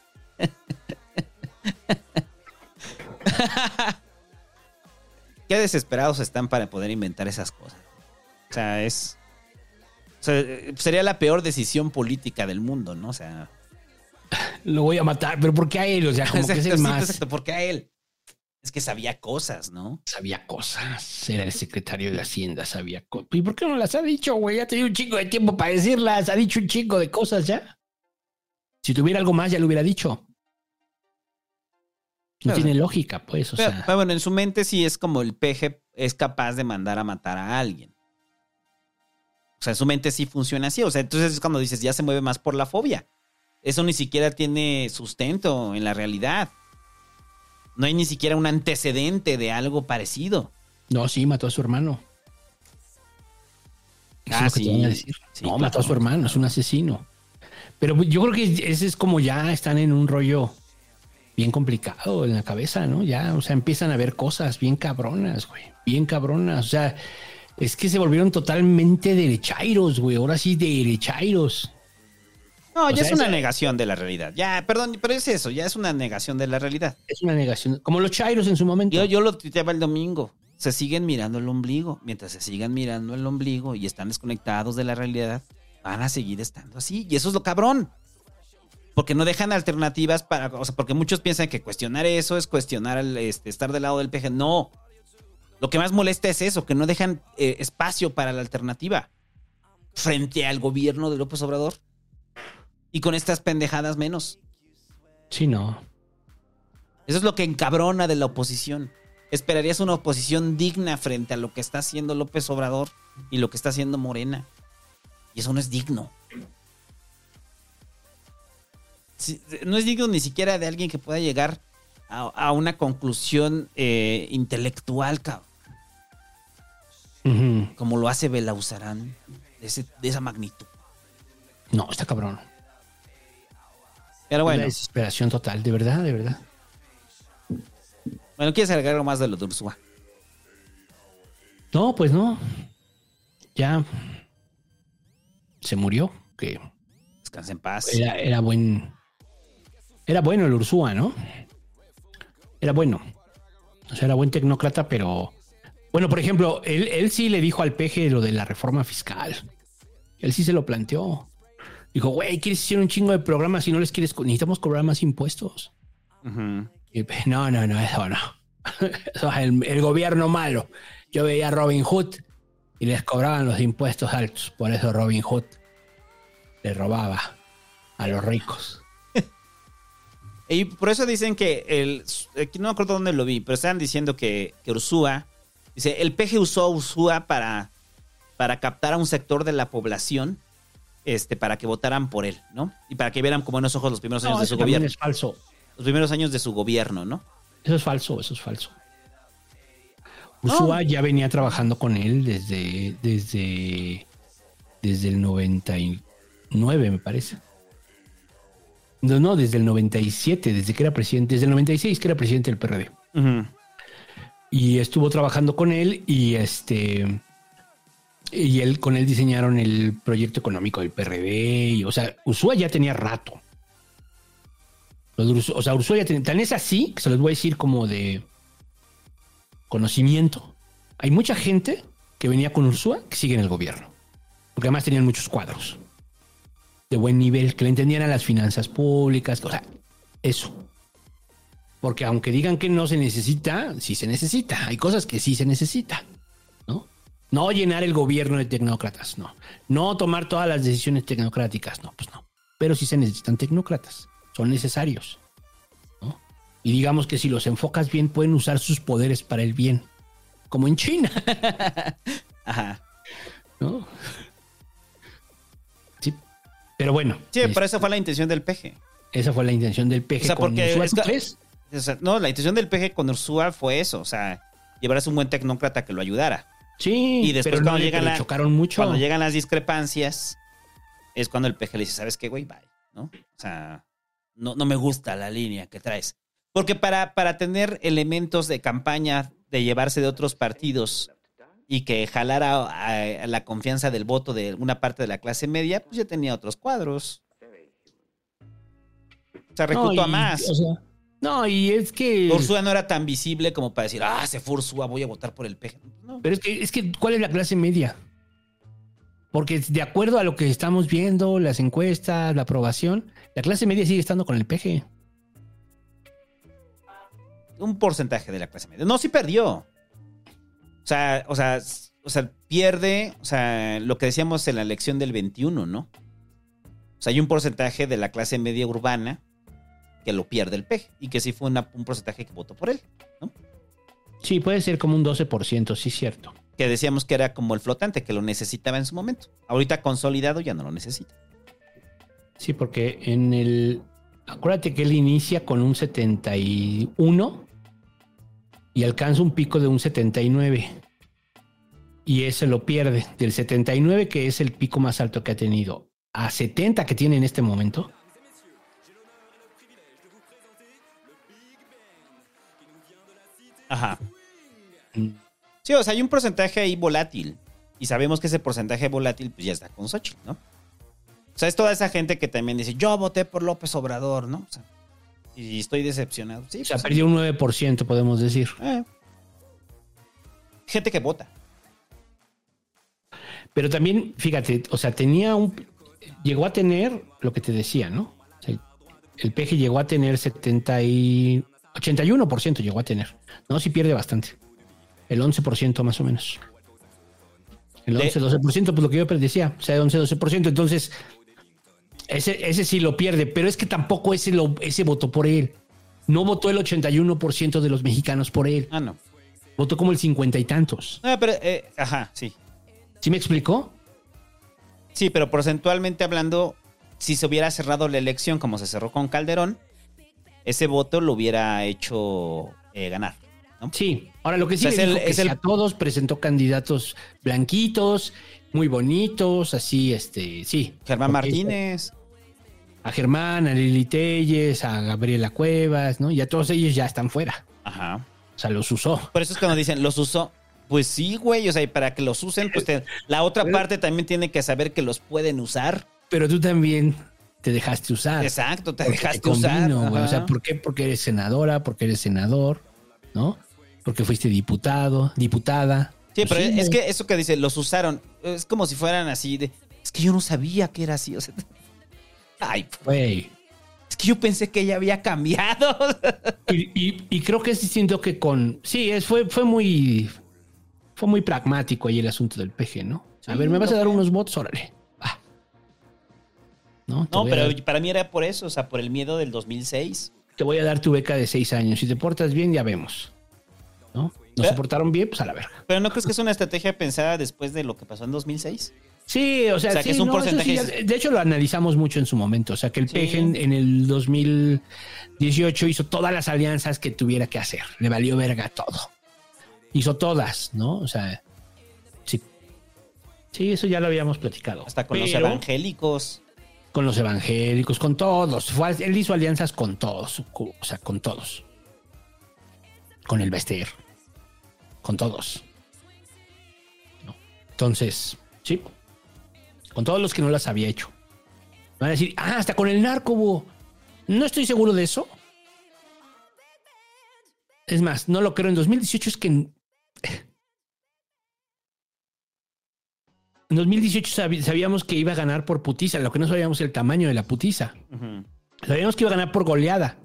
G: Qué desesperados están para poder inventar esas cosas. O sea, sería la peor decisión política del mundo, ¿no? O sea,
H: lo voy a matar, pero ¿por qué a él? O sea, como que es el más.
G: ¿Por qué a él? Es que sabía cosas, ¿no?
H: Sabía cosas. Era el secretario de Hacienda, sabía cosas. ¿Y por qué no las ha dicho, güey? Ya tenía un chingo de tiempo para decirlas. Ha dicho un chingo de cosas ya. Si tuviera algo más, ya lo hubiera dicho. No tiene lógica, pues.
G: Pero bueno, en su mente sí es como el peje es capaz de mandar a matar a alguien. O sea, en su mente sí funciona así. O sea, entonces es cuando dices, ya se mueve más por la fobia. Eso ni siquiera tiene sustento en la realidad. No hay ni siquiera un antecedente de algo parecido.
H: No, sí, mató a su hermano.
G: Sí.
H: No, mató a su hermano, es un asesino. Pero yo creo que ese es como ya están en un rollo bien complicado en la cabeza, ¿no? Ya, o sea, empiezan a ver cosas bien cabronas, güey. Bien cabronas. O sea, es que se volvieron totalmente derechairos, güey. Ahora sí, derechairos.
G: No, ya es una negación de la realidad. Ya, perdón, pero es eso, ya es una negación de la realidad.
H: Es una negación, como los chairos en su momento.
G: Yo lo tuiteaba el domingo. Se siguen mirando el ombligo. Mientras se sigan mirando el ombligo y están desconectados de la realidad, van a seguir estando así. Y eso es lo cabrón. Porque no dejan alternativas para... O sea, porque muchos piensan que cuestionar eso es cuestionar estar del lado del PG. No. Lo que más molesta es eso, que no dejan espacio para la alternativa frente al gobierno de López Obrador. Y con estas pendejadas menos.
H: Sí, no.
G: Eso es lo que encabrona de la oposición. Esperarías una oposición digna frente a lo que está haciendo López Obrador y lo que está haciendo Morena. Y eso no es digno. No es digno ni siquiera de alguien que pueda llegar a una conclusión intelectual, cabrón.
H: Uh-huh.
G: Como lo hace Belauzarán, de esa magnitud.
H: No, está cabrón.
G: Pero bueno.
H: Una desesperación total, de verdad, de verdad.
G: Bueno, ¿quieres agregar algo más de lo de Ursúa?
H: No, pues no. Ya se murió. Que
G: descansa en paz.
H: Era bueno el Ursúa, ¿no? Era bueno. O sea, era buen tecnócrata, pero... Bueno, por ejemplo, él sí le dijo al PG lo de la reforma fiscal. Él sí se lo planteó. Dijo, güey, ¿quieres hacer un chingo de programas si no les quieres? Necesitamos cobrar más impuestos.
G: Uh-huh.
H: Y, no, eso no. Eso es el gobierno malo. Yo veía a Robin Hood y les cobraban los impuestos altos. Por eso Robin Hood le robaba a los ricos.
G: Y por eso dicen que aquí no me acuerdo dónde lo vi, pero estaban diciendo que Ursúa, dice, el PG usó a Ursúa para captar a un sector de la población, para que votaran por él, ¿no? Y para que vieran con buenos ojos los primeros años de su gobierno.
H: Es falso.
G: Los primeros años de su gobierno, ¿no?
H: Eso es falso. Ursúa ya venía trabajando con él desde el 99, me parece. No, desde el 97, desde que era presidente, desde el 96 que era presidente del PRD.
G: Uh-huh.
H: Y estuvo trabajando con él y con él diseñaron el proyecto económico del PRD. O sea, Ursúa ya tenía rato. Ursúa ya tenía, tan es así, que se los voy a decir como de conocimiento. Hay mucha gente que venía con Ursúa que sigue en el gobierno. Porque además tenían muchos cuadros de buen nivel, que le entendían a las finanzas públicas. O sea, eso. Porque aunque digan que no se necesita, sí se necesita. Hay cosas que sí se necesita, ¿no? No llenar el gobierno de tecnócratas, no. No tomar todas las decisiones tecnocráticas, no, pues no. Pero sí se necesitan tecnócratas. Son necesarios, ¿no? Y digamos que si los enfocas bien, pueden usar sus poderes para el bien. Como en China.
G: Ajá.
H: ¿No? Sí. Pero bueno.
G: Sí, pero esa fue la intención del PG.
H: Esa fue la intención del PG.
G: O sea, porque...
H: O
G: sea, no, la intención del PG con Ursúa fue eso. O sea, llevarse un buen tecnócrata que lo ayudara.
H: Sí,
G: y después
H: pero chocaron mucho.
G: Cuando llegan las discrepancias, es cuando el PG le dice, ¿sabes qué, güey? Bye, ¿no? O sea, no me gusta la línea que traes. Porque para tener elementos de campaña, de llevarse de otros partidos y que jalara a la confianza del voto de una parte de la clase media, pues ya tenía otros cuadros. O sea, reclutó a más.
H: O sea, no, y es que...
G: Ursúa no era tan visible como para decir, se fue Ursúa, voy a votar por el PG. No.
H: Pero es que, ¿cuál es la clase media? Porque de acuerdo a lo que estamos viendo, las encuestas, la aprobación, la clase media sigue estando con el PG.
G: Un porcentaje de la clase media. No, sí perdió. O sea, pierde, o sea, lo que decíamos en la elección del 21, ¿no? O sea, hay un porcentaje de la clase media urbana que lo pierde el PG y que sí fue un porcentaje que votó por él, ¿no?
H: Sí, puede ser como un 12%, sí, cierto.
G: Que decíamos que era como el flotante, que lo necesitaba en su momento. Ahorita consolidado ya no lo necesita.
H: Sí, porque acuérdate que él inicia con un 71 y alcanza un pico de un 79. Y ese lo pierde. Del 79, que es el pico más alto que ha tenido, a 70 que tiene en este momento.
G: Ajá. Sí, o sea, hay un porcentaje ahí volátil. Y sabemos que ese porcentaje volátil pues ya está con Xochitl, ¿no? O sea, es toda esa gente que también dice, yo voté por López Obrador, ¿no? O sea, y estoy decepcionado. Sí,
H: O sea,
G: pues,
H: perdió un 9%, podemos decir.
G: Gente que vota.
H: Pero también, fíjate, o sea, llegó a tener lo que te decía, ¿no? O sea, el PG llegó a tener 81% llegó a tener. No, sí pierde bastante. El 11% más o menos. El 11-12%, pues lo que yo decía, o sea, 11-12%. Entonces, ese sí lo pierde, pero es que tampoco ese votó por él. No votó el 81% de los mexicanos por él.
G: Ah, no.
H: Votó como el 50 y tantos.
G: No, pero, ajá, sí.
H: ¿Sí me explicó?
G: Sí, pero porcentualmente hablando, si se hubiera cerrado la elección como se cerró con Calderón, ese voto lo hubiera hecho ganar, ¿no?
H: Sí. Ahora, lo que sí
G: O sea,
H: le dijo que a todos presentó candidatos blanquitos, muy bonitos, así, sí.
G: Germán Martínez.
H: A Germán, a Lili Telles, a Gabriela Cuevas, ¿no? Y a todos ellos ya están fuera.
G: Ajá.
H: O sea, los usó.
G: Por eso es cuando dicen, los usó. Pues sí, güey, o sea, y para que los usen, pues la otra parte también tiene que saber que los pueden usar.
H: Pero tú también te dejaste usar.
G: Exacto, te
H: porque
G: dejaste usar.
H: Güey. O sea, ¿por qué? Porque eres senadora, porque eres senador, ¿no? Porque fuiste diputada.
G: Sí, pero es que eso que dice, los usaron, es como si fueran así de, es que yo no sabía que era así, o sea, ay,
H: güey.
G: Es que yo pensé que ella había cambiado.
H: y creo que es distinto que fue muy pragmático ahí el asunto del PG, ¿no? A ver, ¿me vas a dar unos votos? Órale. No,
G: pero para mí era por eso, o sea, por el miedo del 2006.
H: Te voy a dar tu beca de 6 años. Si te portas bien, ya vemos. ¿No? ¿No se portaron bien? Pues a la verga.
G: ¿Pero no crees que es una estrategia pensada después de lo que pasó en 2006?
H: Sí, o sea sí,
G: que es un porcentaje.
H: Sí, de hecho, lo analizamos mucho en su momento. O sea, que el PG en el 2018 hizo todas las alianzas que tuviera que hacer. Le valió verga todo. Hizo todas, ¿no? O sea, sí. Sí, eso ya lo habíamos platicado.
G: Hasta con los evangélicos.
H: Con los evangélicos, con todos. Él hizo alianzas con todos. O sea, con todos. Con el Bester. Con todos. ¿No? Entonces, sí. Con todos los que no las había hecho. Van a decir, hasta con el narco. No estoy seguro de eso. Es más, no lo creo. En 2018 es que... En 2018 sabíamos que iba a ganar por putiza. Lo que no sabíamos el tamaño de la putiza. Uh-huh. Sabíamos que iba a ganar por goleada.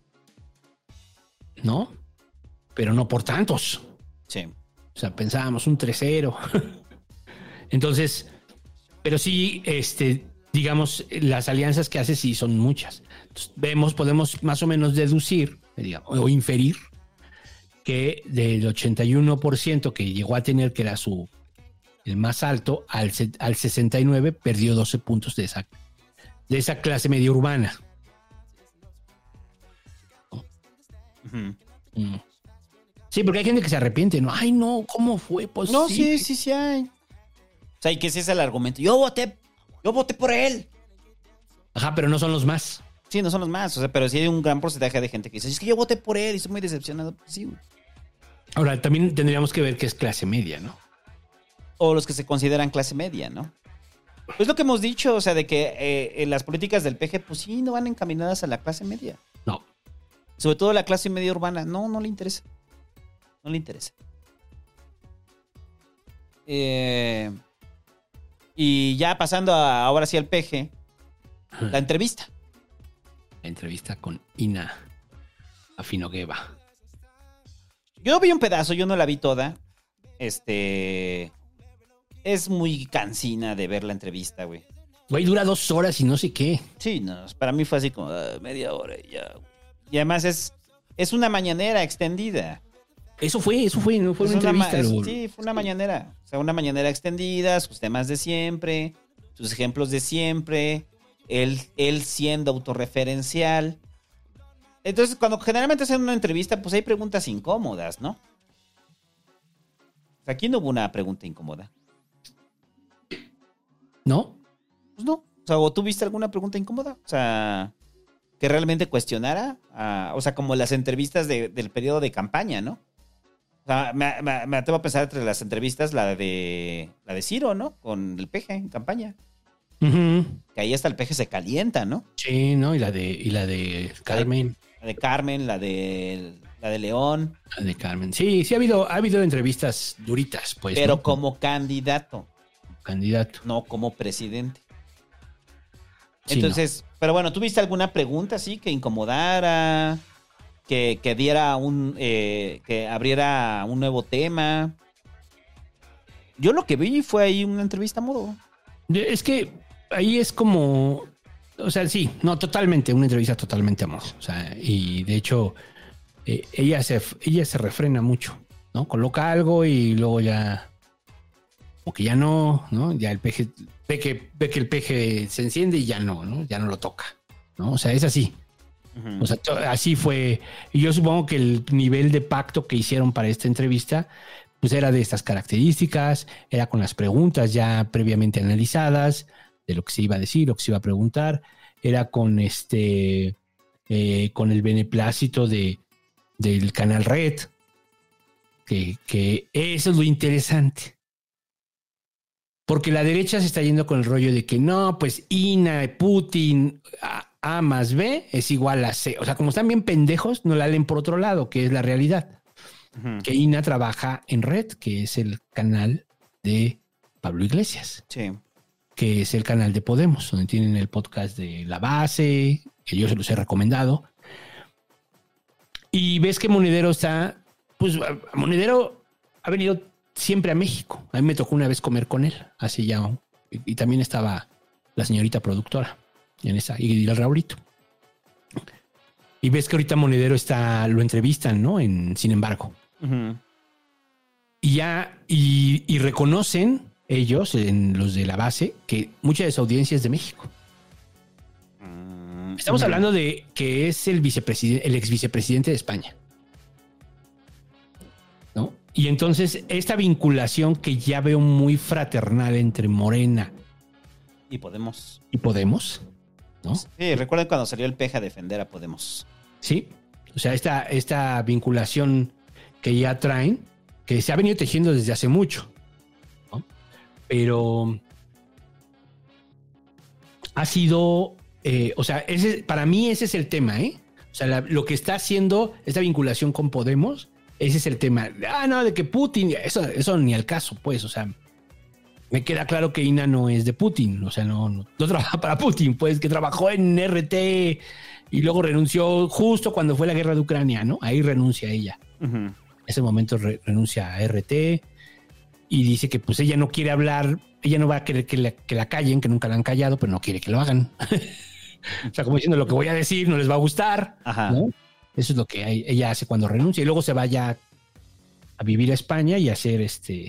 H: ¿No? Pero no por tantos.
G: Sí.
H: O sea, pensábamos un 3-0. Entonces, pero sí, digamos, las alianzas que hace sí son muchas. Entonces, podemos más o menos deducir, digamos, o inferir que del 81% que llegó a tener, que era el más alto, al 69%, perdió 12 puntos de esa clase media urbana. ¿No? Uh-huh. Sí, porque hay gente que se arrepiente, ¿no? Ay, no, ¿cómo fue posible?
G: No, sí hay. O sea, y que ese es el argumento. Yo voté por él.
H: Ajá, pero no son los más.
G: Sí, no son los más. O sea, pero sí hay un gran porcentaje de gente que dice, es que yo voté por él y estoy muy decepcionado. Sí, güey.
H: Ahora, también tendríamos que ver qué es clase media, ¿no?
G: O los que se consideran clase media, ¿no? Pues lo que hemos dicho, o sea, de que las políticas del PG, pues sí, no van encaminadas a la clase media.
H: No.
G: Sobre todo la clase media urbana. No le interesa. No le interesa. Y ya pasando ahora sí al PG, la entrevista.
H: La entrevista con Ina Afinogueva.
G: Yo vi un pedazo, yo no la vi toda. Es muy cansina de ver la entrevista, güey.
H: Güey, dura 2 horas y no sé qué.
G: Sí, no, para mí fue así como media hora y ya. Y además es una mañanera extendida.
H: Eso fue, no fue una entrevista.
G: Sí, fue una mañanera. O sea, una mañanera extendida, sus temas de siempre, sus ejemplos de siempre, él siendo autorreferencial. Entonces, cuando generalmente hacen una entrevista, pues hay preguntas incómodas, ¿no? O sea, aquí no hubo una pregunta incómoda.
H: ¿No?
G: Pues no. O sea, ¿o tú viste alguna pregunta incómoda? O sea, que realmente cuestionara, o sea, como las entrevistas del periodo de campaña, ¿no? sea, me atrevo a pensar entre las entrevistas la de Ciro, ¿no? Con el Peje en campaña.
H: Uh-huh.
G: Que ahí hasta el Peje se calienta, ¿no?
H: Sí, ¿no? Y la de Carmen.
G: La de Carmen, la de León.
H: La de Carmen. Sí, ha habido entrevistas duritas, pues.
G: Pero
H: ¿no?
G: como candidato. No como presidente.
H: Sí,
G: entonces,
H: no.
G: Pero bueno, ¿tuviste alguna pregunta así que incomodara? Que diera que abriera un nuevo tema. Yo lo que vi fue ahí una entrevista a modo.
H: Es que ahí es como, o sea, sí, no, totalmente, una entrevista totalmente a modo. O sea, y de hecho, ella se refrena mucho, ¿no? Coloca algo y luego ya, o que ya no, ya el Peje, ve que el Peje se enciende y ya no, ya no lo toca, ¿no? O sea, es así. O sea, así fue. Y yo supongo que el nivel de pacto que hicieron para esta entrevista, pues era de estas características, era con las preguntas ya previamente analizadas, de lo que se iba a decir, lo que se iba a preguntar, era con con el beneplácito del canal Red, que eso es lo interesante. Porque la derecha se está yendo con el rollo de que no, pues INA, Putin, A más B es igual a C. O sea, como están bien pendejos, no la leen por otro lado, que es la realidad. Uh-huh. Que INA trabaja en Red, que es el canal de Pablo Iglesias.
G: Sí.
H: Que es el canal de Podemos, donde tienen el podcast de La Base, que yo se los he recomendado. Y ves que Monedero está... Pues Monedero ha venido siempre a México. A mí me tocó una vez comer con él, así ya. Y también estaba la señorita productora en esa, y el Raulito. Y ves que ahorita Monedero lo entrevistan, ¿no? Sin embargo.
G: Uh-huh.
H: Y reconocen ellos, en los de La Base, que mucha de su audiencia es de México. Estamos hablando de que es el ex vicepresidente de España, ¿no? Y entonces esta vinculación que ya veo muy fraternal entre Morena
G: y Podemos,
H: ¿no?
G: Sí, recuerden cuando salió el Peje a defender a Podemos.
H: Sí, o sea, esta vinculación que ya traen, que se ha venido tejiendo desde hace mucho, ¿no? Pero ha sido, o sea, para mí ese es el tema, ¿eh? O sea, lo que está haciendo esta vinculación con Podemos, ese es el tema. No, de que Putin, eso ni al caso, pues, o sea, me queda claro que INA no es de Putin, o sea, no trabaja para Putin, pues, que trabajó en RT y luego renunció justo cuando fue la guerra de Ucrania, ¿no? Ahí renuncia ella. Uh-huh. En ese momento renuncia a RT y dice que pues ella no quiere hablar, ella no va a querer que la callen, que nunca la han callado, pero no quiere que lo hagan. O sea, como diciendo, lo que voy a decir no les va a gustar, ¿no? Eso es lo que ella hace cuando renuncia y luego se vaya a vivir a España y hacer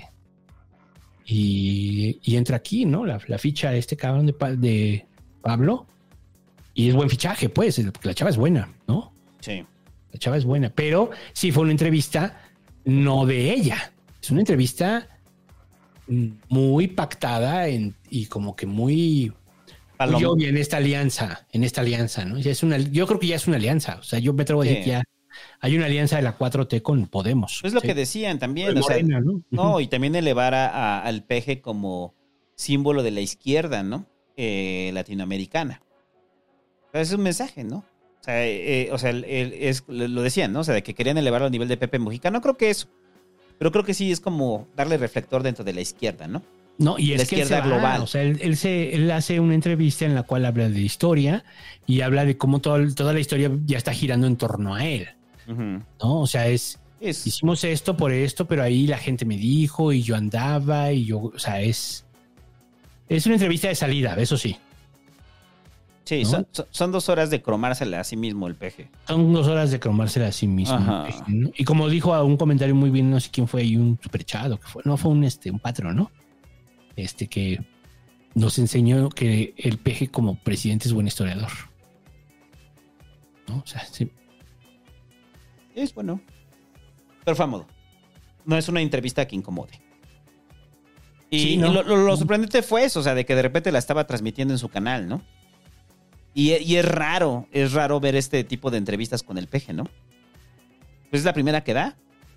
H: y entra aquí, ¿no? La ficha de este cabrón de Pablo. Y es buen fichaje, pues, porque la chava es buena, ¿no?
G: Sí.
H: La chava es buena, pero sí fue una entrevista no de ella. Es una entrevista muy pactada y como que muy obvia en esta alianza, ¿no? Yo creo que ya es una alianza. O sea, yo me atrevo a decir que ya hay una alianza de la 4T con Podemos.
G: Es lo que decían también. O
H: Morena,
G: sea,
H: ¿no?
G: No, y también elevar al Peje como símbolo de la izquierda, ¿no? Latinoamericana. Es un mensaje, ¿no? O sea, lo decían, ¿no? O sea, de que querían elevarlo al nivel de Pepe Mujica. No creo que eso. Pero creo que sí es como darle reflector dentro de la izquierda, ¿no?
H: No, y
G: la
H: es que
G: izquierda global.
H: O sea, él hace una entrevista en la cual habla de historia y habla de cómo toda la historia ya está girando en torno a él. Uh-huh. ¿No? O sea, hicimos esto por esto, pero ahí la gente me dijo y yo andaba y yo, o sea, es una entrevista de salida, eso sí.
G: Sí, ¿no? son 2 horas de cromársela a sí mismo el Peje.
H: Son 2 horas de cromársela a sí mismo. El Peje, ¿no? Y como dijo a un comentario muy bien, no sé quién fue ahí, un superchado, que fue, no fue un patrón, ¿no? Que nos enseñó que el Peje como presidente es buen historiador. ¿No? O sea, sí.
G: Es bueno. Pero fue a modo. No es una entrevista que incomode. Y lo sorprendente fue eso, o sea, de que de repente la estaba transmitiendo en su canal, ¿no? Y es raro ver este tipo de entrevistas con el Peje, ¿no? Pues es la primera que da.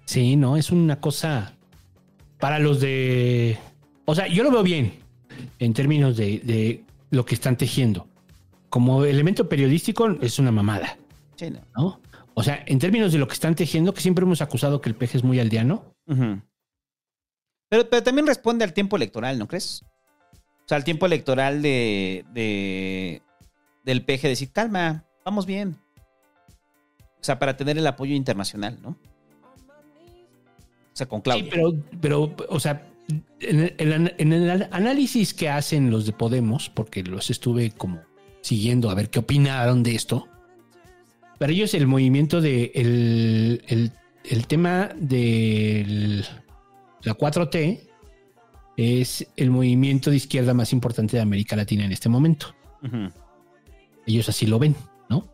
H: Sí, no, es una cosa para los de... O sea, yo lo veo bien en términos de lo que están tejiendo. Como elemento periodístico es una mamada.
G: Sí,
H: ¿no? O sea, en términos de lo que están tejiendo, que siempre hemos acusado que el peje es muy aldeano.
G: Uh-huh. Pero también responde al tiempo electoral, ¿no crees? O sea, al tiempo electoral del peje, decir, calma, vamos bien. O sea, para tener el apoyo internacional, ¿no? O sea, con Claudia.
H: Sí, pero o sea, en el análisis que hacen los de Podemos, porque los estuve como siguiendo a ver qué opinaron de esto, para ellos el movimiento de el tema de la 4T es el movimiento de izquierda más importante de América Latina en este momento. Uh-huh. Ellos así lo ven, ¿no?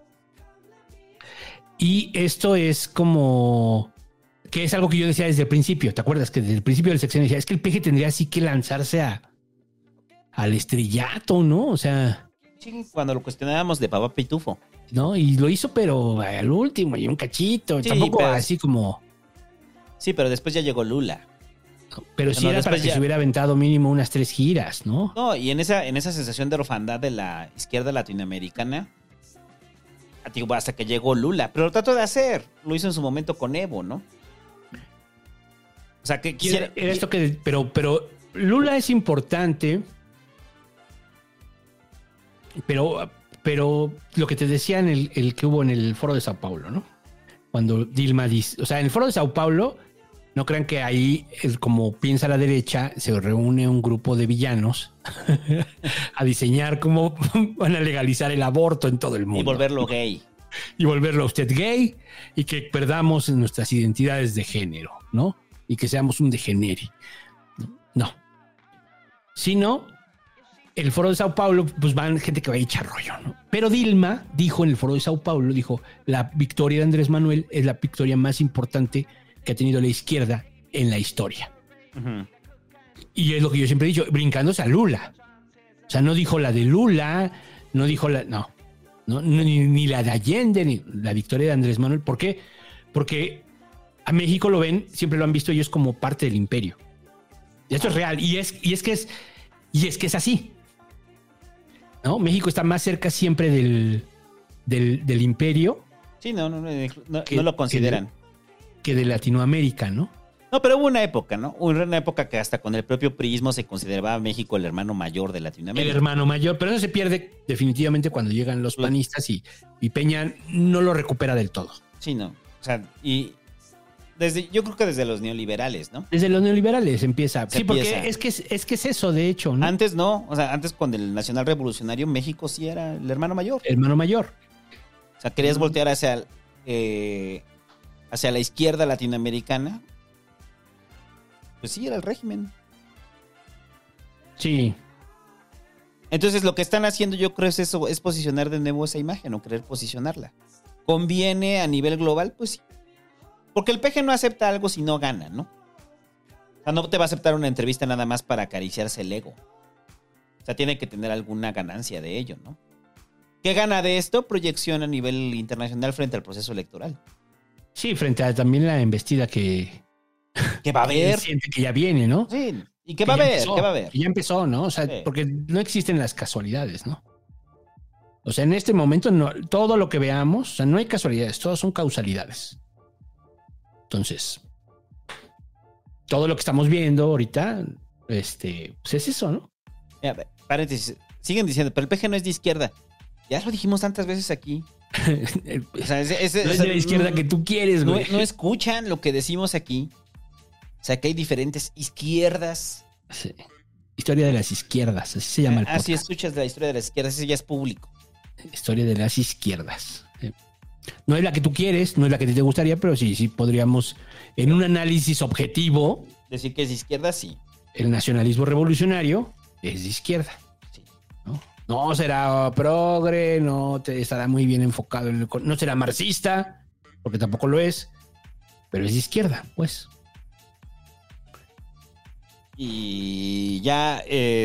H: Y esto es como... que es algo que yo decía desde el principio. ¿Te acuerdas que desde el principio del sexenio decía, es que el peje tendría así que lanzarse al estrellato, ¿no? O sea...
G: Sí, cuando lo cuestionábamos de Papá Pitufo.
H: No, y lo hizo, pero al último, y un cachito. Sí, tampoco pero, así como...
G: Sí, pero después ya llegó Lula.
H: Pero sí era para que se hubiera aventado mínimo unas 3 giras, ¿no?
G: No, y en esa sensación de orfandad de la izquierda latinoamericana, hasta que llegó Lula. Pero lo trató de hacer. Lo hizo en su momento con Evo, ¿no? O sea, que quisiera...
H: Era esto que... Pero Lula es importante. Pero lo que te decía en el que hubo en el Foro de Sao Paulo, ¿no? Cuando Dilma dice... O sea, en el Foro de Sao Paulo, no crean que ahí, como piensa la derecha, se reúne un grupo de villanos a diseñar cómo van a legalizar el aborto en todo el mundo.
G: Y volverlo gay.
H: Y volverlo a usted gay y que perdamos nuestras identidades de género, ¿no? Y que seamos un degenere. No. Sino, el Foro de Sao Paulo, pues van gente que va a echar rollo, ¿no? Pero Dilma dijo en el Foro de Sao Paulo, dijo, la victoria de Andrés Manuel es la victoria más importante que ha tenido la izquierda en la historia. Uh-huh. Y es lo que yo siempre he dicho, brincándose a Lula. O sea, no dijo la de Lula, no dijo la... No, ni la de Allende, ni la victoria de Andrés Manuel. ¿Por qué? Porque a México lo ven, siempre lo han visto ellos como parte del imperio. Y esto es real. Y es que es así. ¿No? México está más cerca siempre del imperio.
G: Sí, no lo consideran.
H: Que de Latinoamérica, ¿no?
G: No, pero hubo una época, ¿no? Hubo una época que hasta con el propio priismo se consideraba a México el hermano mayor de Latinoamérica.
H: El hermano mayor, pero eso se pierde definitivamente cuando llegan los panistas y Peña no lo recupera del todo.
G: Sí, no. O sea, y yo creo que desde los neoliberales, ¿no?
H: Desde los neoliberales empieza. Porque es que es eso, de hecho, ¿no?
G: Antes no. O sea, antes con el Nacional Revolucionario, México sí era el hermano mayor.
H: El hermano mayor.
G: O sea, querías voltear hacia la izquierda latinoamericana. Pues sí, era el régimen.
H: Sí.
G: Entonces lo que están haciendo, yo creo, es eso, es posicionar de nuevo esa imagen o querer posicionarla. ¿Conviene a nivel global? Pues sí. Porque el peje no acepta algo si no gana, ¿no? O sea, no te va a aceptar una entrevista nada más para acariciarse el ego. O sea, tiene que tener alguna ganancia de ello, ¿no? ¿Qué gana de esto? Proyección a nivel internacional frente al proceso electoral.
H: Sí, frente a también la embestida que
G: va a haber.
H: Siente que ya viene, ¿no?
G: Sí. ¿Y qué va a haber? ¿Qué va a haber?
H: Ya empezó, ¿no? O sea, sí. Porque no existen las casualidades, ¿no? O sea, en este momento no, todo lo que veamos, o sea, no hay casualidades, todas son causalidades. Entonces, todo lo que estamos viendo ahorita, pues es eso, ¿no?
G: Mira, paréntesis, siguen diciendo, pero el PG no es de izquierda. Ya lo dijimos tantas veces aquí.
H: O sea, no es de la izquierda que tú quieres, güey.
G: No escuchan lo que decimos aquí. O sea, que hay diferentes izquierdas.
H: Sí. Historia de las izquierdas, así se llama el podcast.
G: Así escuchas de la historia de las izquierdas, eso ya es público.
H: Historia de las izquierdas. No es la que tú quieres, no es la que te gustaría, pero sí podríamos, en un análisis objetivo...
G: Decir que es de izquierda, sí.
H: El nacionalismo revolucionario es de izquierda.
G: Sí.
H: No será progre, no estará muy bien enfocado, no será marxista, porque tampoco lo es, pero es de izquierda, pues.
G: Y ya,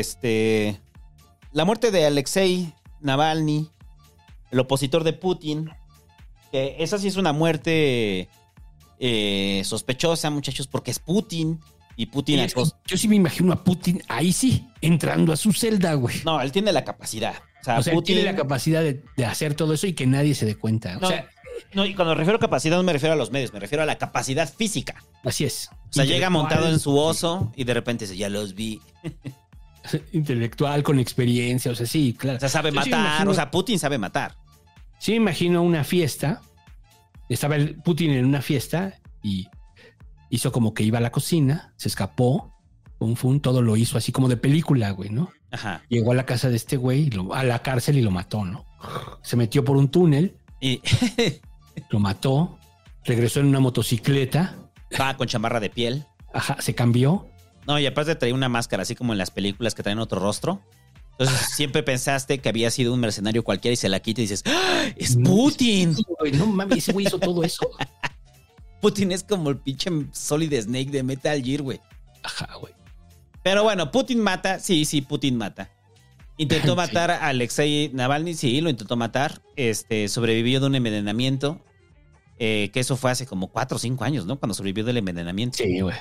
G: la muerte de Alexei Navalny, el opositor de Putin, que esa sí es una muerte sospechosa, muchachos, porque es Putin. Y Putin...
H: Yo sí me imagino a Putin ahí sí, entrando a su celda, güey.
G: No, él tiene la capacidad. O sea,
H: Putin tiene la capacidad de hacer todo eso y que nadie se dé cuenta.
G: No, y cuando me refiero a capacidad no me refiero a los medios, me refiero a la capacidad física.
H: Así es.
G: O sea, llega montado en su oso y de repente dice, ya los vi.
H: Intelectual, con experiencia, o sea, sí, claro.
G: O sea, sabe matar, o sea, Putin sabe matar.
H: Sí, me imagino una fiesta. Estaba Putin en una fiesta y hizo como que iba a la cocina, se escapó, todo lo hizo así como de película, güey, ¿no?
G: Ajá.
H: Llegó a la casa de este güey, a la cárcel y lo mató, ¿no? Se metió por un túnel
G: y
H: lo mató, regresó en una motocicleta.
G: Va con chamarra de piel.
H: Ajá, se cambió.
G: No, y aparte traía una máscara, así como en las películas que traen otro rostro. Entonces siempre pensaste que había sido un mercenario cualquiera y se la quita y dices, ¡ah, es Putin!
H: No mames, ese güey hizo todo eso.
G: Putin es como el pinche Solid Snake de Metal Gear, güey.
H: Ajá, güey.
G: Pero bueno, Putin mata. Sí, Putin mata. Intentó matar a Alexei Navalny. Sí, lo intentó matar. Sobrevivió de un envenenamiento. Que eso fue hace como 4 o 5 años, ¿no? Cuando sobrevivió del envenenamiento.
H: Sí, güey.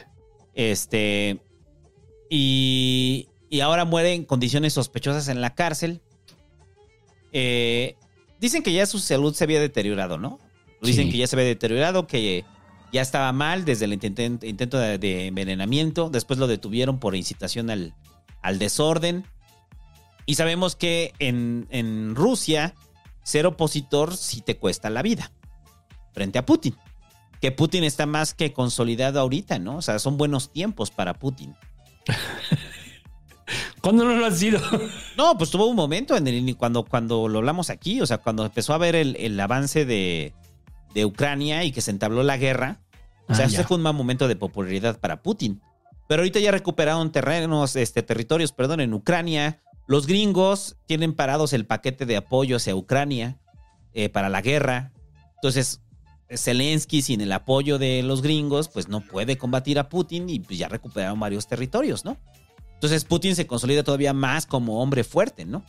G: Y ahora muere en condiciones sospechosas en la cárcel. Dicen que ya su salud se había deteriorado, ¿no? Dicen que ya se había deteriorado, que ya estaba mal desde el intento de envenenamiento. Después lo detuvieron por incitación al desorden. Y sabemos que en Rusia ser opositor sí te cuesta la vida frente a Putin. Que Putin está más que consolidado ahorita, ¿no? O sea, son buenos tiempos para Putin.
H: ¿Cuándo no lo han sido?
G: No, pues tuvo un momento cuando lo hablamos aquí, o sea, cuando empezó a ver el avance de Ucrania y que se entabló la guerra. O sea, ese fue un mal momento de popularidad para Putin. Pero ahorita ya recuperaron territorios, en Ucrania. Los gringos tienen parados el paquete de apoyo hacia Ucrania para la guerra. Entonces, Zelensky, sin el apoyo de los gringos, pues no puede combatir a Putin y pues ya recuperaron varios territorios, ¿no? Entonces Putin se consolida todavía más como hombre fuerte, ¿no?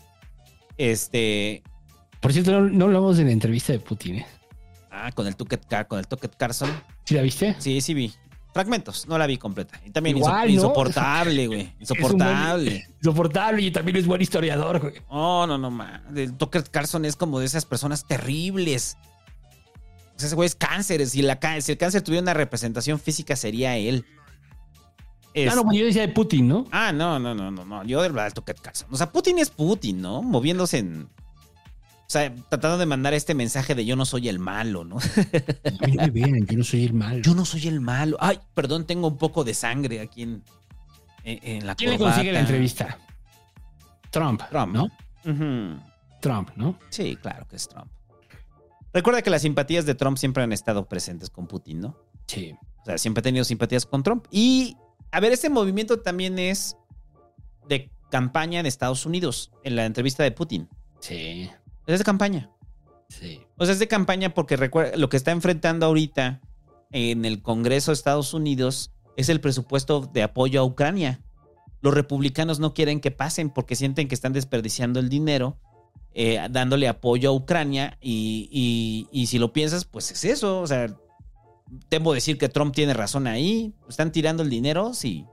H: Por cierto, no hablamos de la entrevista de Putin, ¿eh?
G: Con el Tucker Carlson.
H: ¿Sí la viste?
G: Sí, vi. Fragmentos, no la vi completa. Y también
H: insoportable,
G: güey. Insoportable.
H: Insoportable y también es buen historiador, güey.
G: No, man. El Tucker Carlson es como de esas personas terribles. O sea, ese güey es cáncer. Si el cáncer tuviera una representación física, sería él.
H: Claro, yo decía de Putin, ¿no?
G: No. Yo del Tucker Carlson. O sea, Putin es Putin, ¿no? Moviéndose en... O sea, tratando de mandar este mensaje de yo no soy el malo, ¿no?
H: No me vean, yo no soy el malo.
G: Yo no soy el malo. Ay, perdón, tengo un poco de sangre aquí en la
H: ¿Quién
G: corbata.
H: le consigue la entrevista? Trump, ¿no?
G: Uh-huh.
H: Trump, ¿no?
G: Sí, claro que es Trump. Recuerda que las simpatías de Trump siempre han estado presentes con Putin, ¿no?
H: Sí.
G: O sea, siempre ha tenido simpatías con Trump. Y, a ver, este movimiento también es de campaña en Estados Unidos, en la entrevista de Putin.
H: Sí.
G: Es de campaña.
H: Sí.
G: O sea, es de campaña porque recuerda, lo que está enfrentando ahorita en el Congreso de Estados Unidos es el presupuesto de apoyo a Ucrania. Los republicanos no quieren que pasen porque sienten que están desperdiciando el dinero dándole apoyo a Ucrania y si lo piensas, pues es eso. O sea, temo decir que Trump tiene razón ahí. Están tirando el dinero, sí.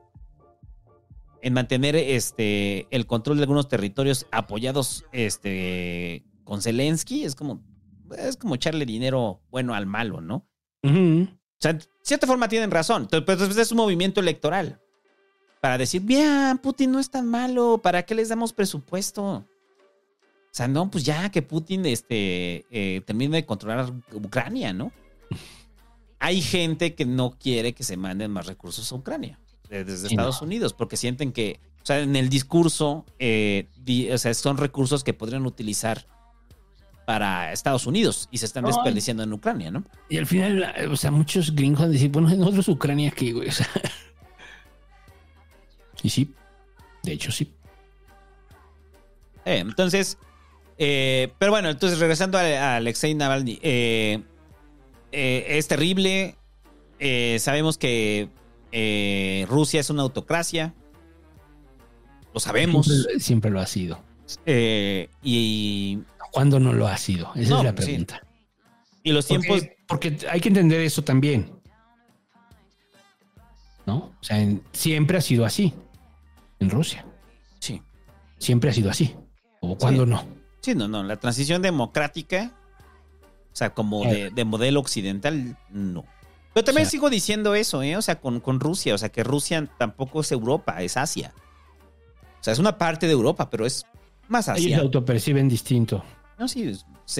G: En mantener el control de algunos territorios apoyados con Zelensky, es como echarle dinero bueno al malo, ¿no?
H: Uh-huh.
G: O sea, de cierta forma tienen razón, pero es un movimiento electoral para decir, bien, Putin no es tan malo, ¿para qué les damos presupuesto? O sea, no, pues ya que Putin termine de controlar Ucrania, ¿no? Hay gente que no quiere que se manden más recursos a Ucrania desde Estados Unidos, porque sienten que, o sea, en el discurso, o sea, son recursos que podrían utilizar para Estados Unidos y se están desperdiciando en Ucrania, ¿no?
H: Y al final, o sea, muchos gringos van a decir, bueno, nosotros Ucrania aquí, güey. O sea. Y sí, de hecho sí.
G: Entonces, pero bueno, entonces regresando a Alexei Navalny, es terrible. Sabemos que Rusia es una autocracia. Lo sabemos.
H: Siempre lo ha sido.
G: Y
H: ¿cuándo no lo ha sido? Esa es la pregunta.
G: Sí. Y los tiempos...
H: Porque hay que entender eso también. ¿no? O sea, siempre ha sido así en Rusia.
G: Sí.
H: Siempre ha sido así. ¿O cuándo no?
G: Sí, no. La transición democrática, o sea, como de modelo occidental, no. Pero también sigo diciendo eso, o sea, con Rusia. O sea, que Rusia tampoco es Europa, es Asia. O sea, es una parte de Europa, pero es más Asia.
H: Ellos se autoperciben distinto.
G: No, sí,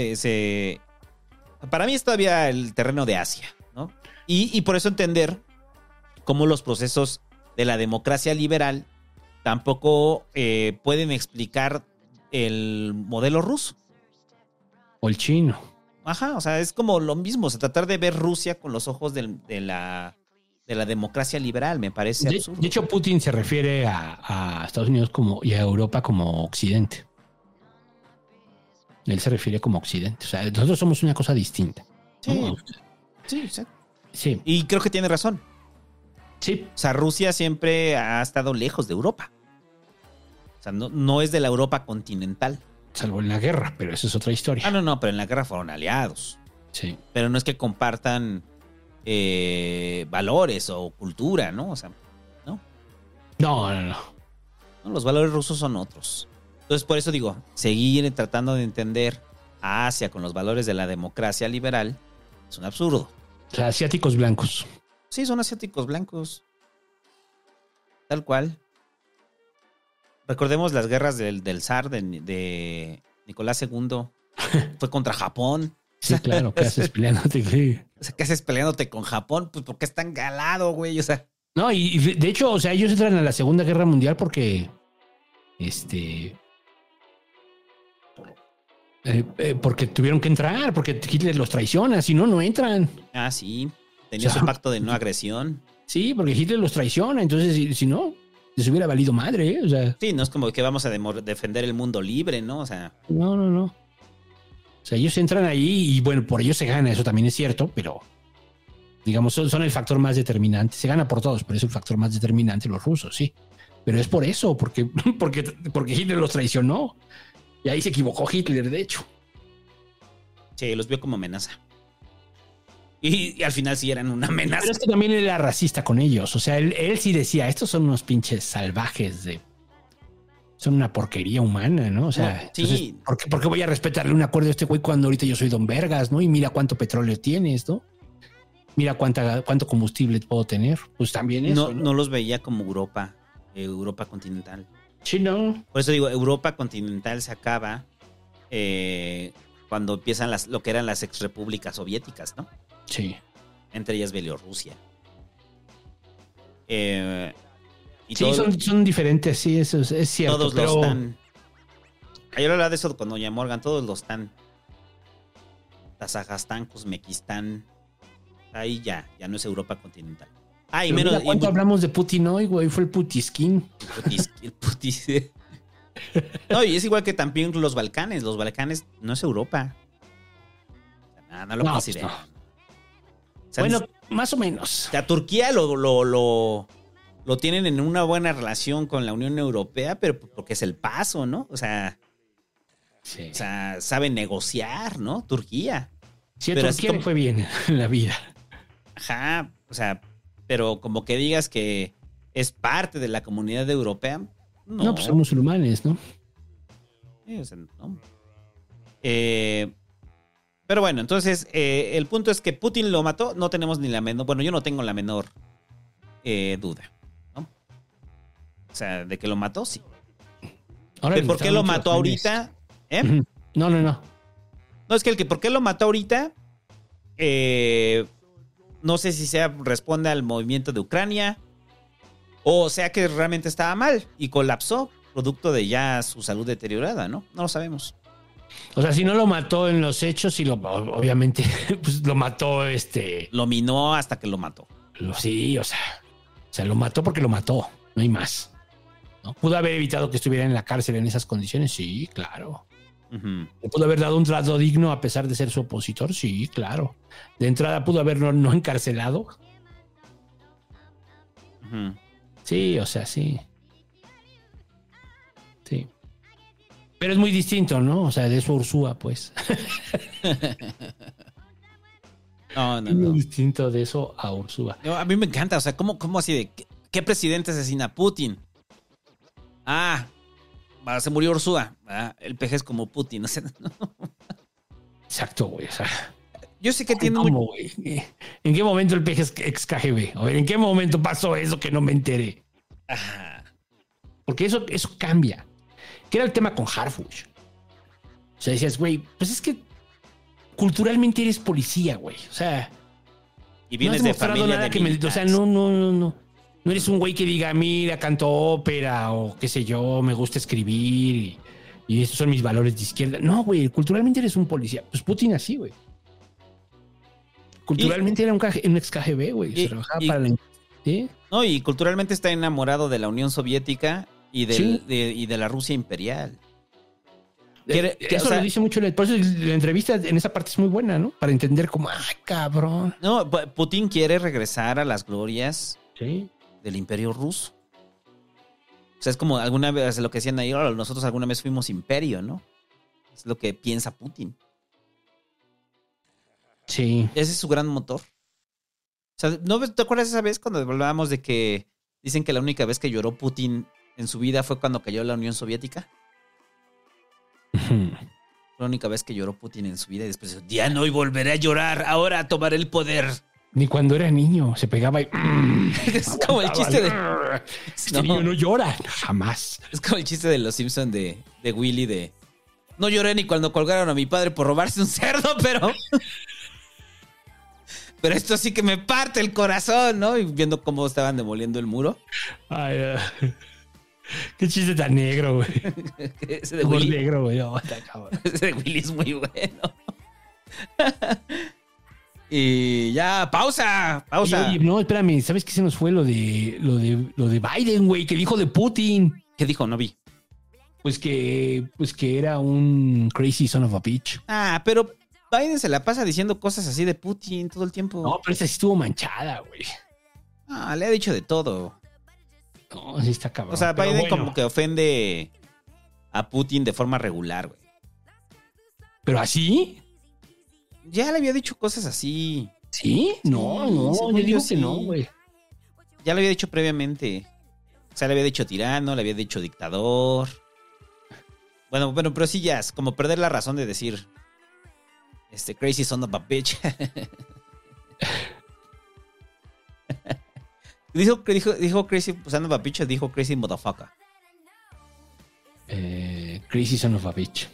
G: para mí es todavía el terreno de Asia, ¿no? Y por eso entender cómo los procesos de la democracia liberal tampoco pueden explicar el modelo ruso.
H: O el chino.
G: Ajá, o sea, es como lo mismo, o sea, tratar de ver Rusia con los ojos de la democracia liberal, me parece absurdo.
H: De hecho, Putin se refiere a Estados Unidos y a Europa como Occidente. Él se refiere como Occidente. O sea, nosotros somos una cosa distinta.
G: Sí,
H: ¿no?
G: Sí. Y creo que tiene razón.
H: Sí.
G: O sea, Rusia siempre ha estado lejos de Europa. O sea, no es de la Europa continental.
H: Salvo en la guerra, pero esa es otra historia.
G: No, pero en la guerra fueron aliados.
H: Sí.
G: Pero no es que compartan valores o cultura, ¿no? O sea, ¿no?
H: No.
G: Los valores rusos son otros. Entonces, por eso digo, seguir tratando de entender a Asia con los valores de la democracia liberal es un absurdo.
H: O sea, asiáticos blancos.
G: Sí, son asiáticos blancos. Tal cual. Recordemos las guerras del zar de Nicolás II. Fue contra Japón.
H: Sí, claro, ¿qué haces peleándote?
G: O sea, ¿qué haces peleándote con Japón? Pues porque es tan galado, güey. O sea.
H: No, y de hecho, o sea, ellos entran a la Segunda Guerra Mundial porque porque tuvieron que entrar, porque Hitler los traiciona, si no entran.
G: Ah, sí. Tenía su pacto de no agresión.
H: Sí, porque Hitler los traiciona, entonces si no, les hubiera valido madre, ¿eh? O sea.
G: Sí, no es como que vamos a defender el mundo libre, ¿no? O sea.
H: No. O sea, ellos entran ahí y bueno, por ellos se gana, eso también es cierto, pero digamos, son el factor más determinante. Se gana por todos, pero es el factor más determinante los rusos, sí. Pero es por eso, porque Hitler los traicionó. Y ahí se equivocó Hitler, de hecho.
G: Sí, los vio como amenaza. Y al final sí eran una amenaza.
H: Pero es que también él era racista con ellos. O sea, él sí decía, estos son unos pinches salvajes son una porquería humana, ¿no? O sea,
G: sí.
H: Entonces, ¿por qué voy a respetarle un acuerdo a este güey cuando ahorita yo soy don Vergas, ¿no? Y mira cuánto petróleo tienes, ¿no? Mira cuánto combustible puedo tener. Pues también eso.
G: No los veía como Europa continental.
H: Sí, no.
G: Por eso digo, Europa continental se acaba cuando empiezan lo que eran las exrepúblicas soviéticas, ¿no?
H: Sí.
G: Entre ellas Bielorrusia.
H: Sí, son diferentes, sí, eso es cierto.
G: Todos los están. Ayer hablaba de eso con Doña Morgan, todos los están. Kazajstán, Uzbekistán. Ahí ya no es Europa continental. Ah, y menos.
H: ¿Cuánto hablamos de Putin hoy, güey? Fue el Putiskin.
G: El Putis. No, y es igual que también los Balcanes. Los Balcanes no es Europa. O sea, no lo considero.
H: Pues no.
G: O sea,
H: bueno, más o menos.
G: O sea, Turquía lo tienen en una buena relación con la Unión Europea, pero porque es el paso, ¿no? O sea,
H: sí.
G: O sea, saben negociar, ¿no? Turquía.
H: Sí, pero Turquía fue bien en la vida.
G: Ajá, o sea, pero como que digas que es parte de la comunidad europea. No,
H: pues son musulmanes, ¿no?
G: Sí, o sea, no. Pero bueno, entonces el punto es que Putin lo mató, no tenemos ni la menor, bueno, yo no tengo la menor duda, ¿no? O sea, de que lo mató, sí. Ahora, ¿por qué lo mató ahorita?
H: No.
G: No, es que ¿por qué lo mató ahorita? No sé si responde al movimiento de Ucrania o sea que realmente estaba mal y colapsó producto de ya su salud deteriorada, ¿no? No lo sabemos.
H: O sea, si no lo mató en los hechos, obviamente pues lo mató
G: Lo minó hasta que lo mató.
H: Sí, o sea, lo mató porque lo mató, no hay más, ¿no? ¿Pudo haber evitado que estuviera en la cárcel en esas condiciones? Sí, claro. ¿Le pudo haber dado un trato digno a pesar de ser su opositor? Sí, claro. De entrada pudo haberlo no encarcelado. Sí, o sea, sí. Sí. Pero es muy distinto, ¿no? O sea, de eso Ursúa, pues.
G: No.
H: Muy distinto de eso a Ursúa.
G: No, a mí me encanta, o sea, ¿cómo así de qué presidente asesina a Putin? Se murió Ursúa. El peje es como Putin, o sea, no.
H: Exacto, güey, o sea.
G: Yo sé que tiene
H: ¿Cómo, güey? ¿En qué momento el peje es ex KGB? A ver, ¿en qué momento pasó eso que no me enteré? Porque eso cambia. ¿Qué era el tema con Harfuch? O sea, decías, güey, pues es que culturalmente eres policía, güey. O sea,
G: y vienes de familia
H: nada
G: de
H: que o sea, no. No eres un güey que diga, mira, canto ópera o qué sé yo, me gusta escribir y esos son mis valores de izquierda. No, güey, culturalmente eres un policía. Pues Putin así, güey. Culturalmente era un ex KGB, güey. Se trabajaba para la... ¿Sí?
G: No, y culturalmente está enamorado de la Unión Soviética y de la Rusia imperial.
H: Eso lo dice mucho. Por eso la entrevista en esa parte es muy buena, ¿no? Para entender cómo, ¡ay, cabrón!
G: No, Putin quiere regresar a las glorias del Imperio Ruso. O sea, es como alguna vez lo que decían ahí, nosotros alguna vez fuimos imperio, ¿no? Es lo que piensa Putin.
H: Sí.
G: Ese es su gran motor. O sea, ¿no te acuerdas esa vez cuando hablábamos de que dicen que la única vez que lloró Putin en su vida fue cuando cayó la Unión Soviética? La única vez que lloró Putin en su vida y después dijo, ya no, y volveré a llorar, ahora tomaré el poder.
H: Ni cuando era niño, se pegaba y...
G: Es como el chiste de...
H: Este niño no llora, jamás.
G: Es como el chiste de los Simpsons de Willy de... No lloré ni cuando colgaron a mi padre por robarse un cerdo, pero... Pero esto sí que me parte el corazón, ¿no? Y viendo cómo estaban demoliendo el muro.
H: Ay, qué chiste tan negro, güey.
G: Ese de Willy.
H: negro, güey.
G: Ese de Willy es muy bueno. Y ya, pausa.
H: Oye, no, espérame, ¿sabes qué se nos fue lo de Biden, güey? Que dijo de Putin.
G: ¿Qué dijo? No vi.
H: Pues que era un crazy son of a bitch.
G: Pero Biden se la pasa diciendo cosas así de Putin todo el tiempo.
H: No, pero esa sí estuvo manchada, güey.
G: Le ha dicho de todo.
H: No, sí está cabrón.
G: O sea, Biden como que ofende a Putin de forma regular, güey.
H: ¿Pero así?
G: Ya le había dicho cosas así.
H: ¿Sí? No, yo digo que no, güey.
G: Ya le había dicho previamente. O sea, le había dicho tirano, le había dicho dictador. Bueno, pero sí ya es como perder la razón de decir crazy son of a bitch. dijo crazy son of a bitch o dijo crazy motherfucker.
H: Crazy son of a bitch.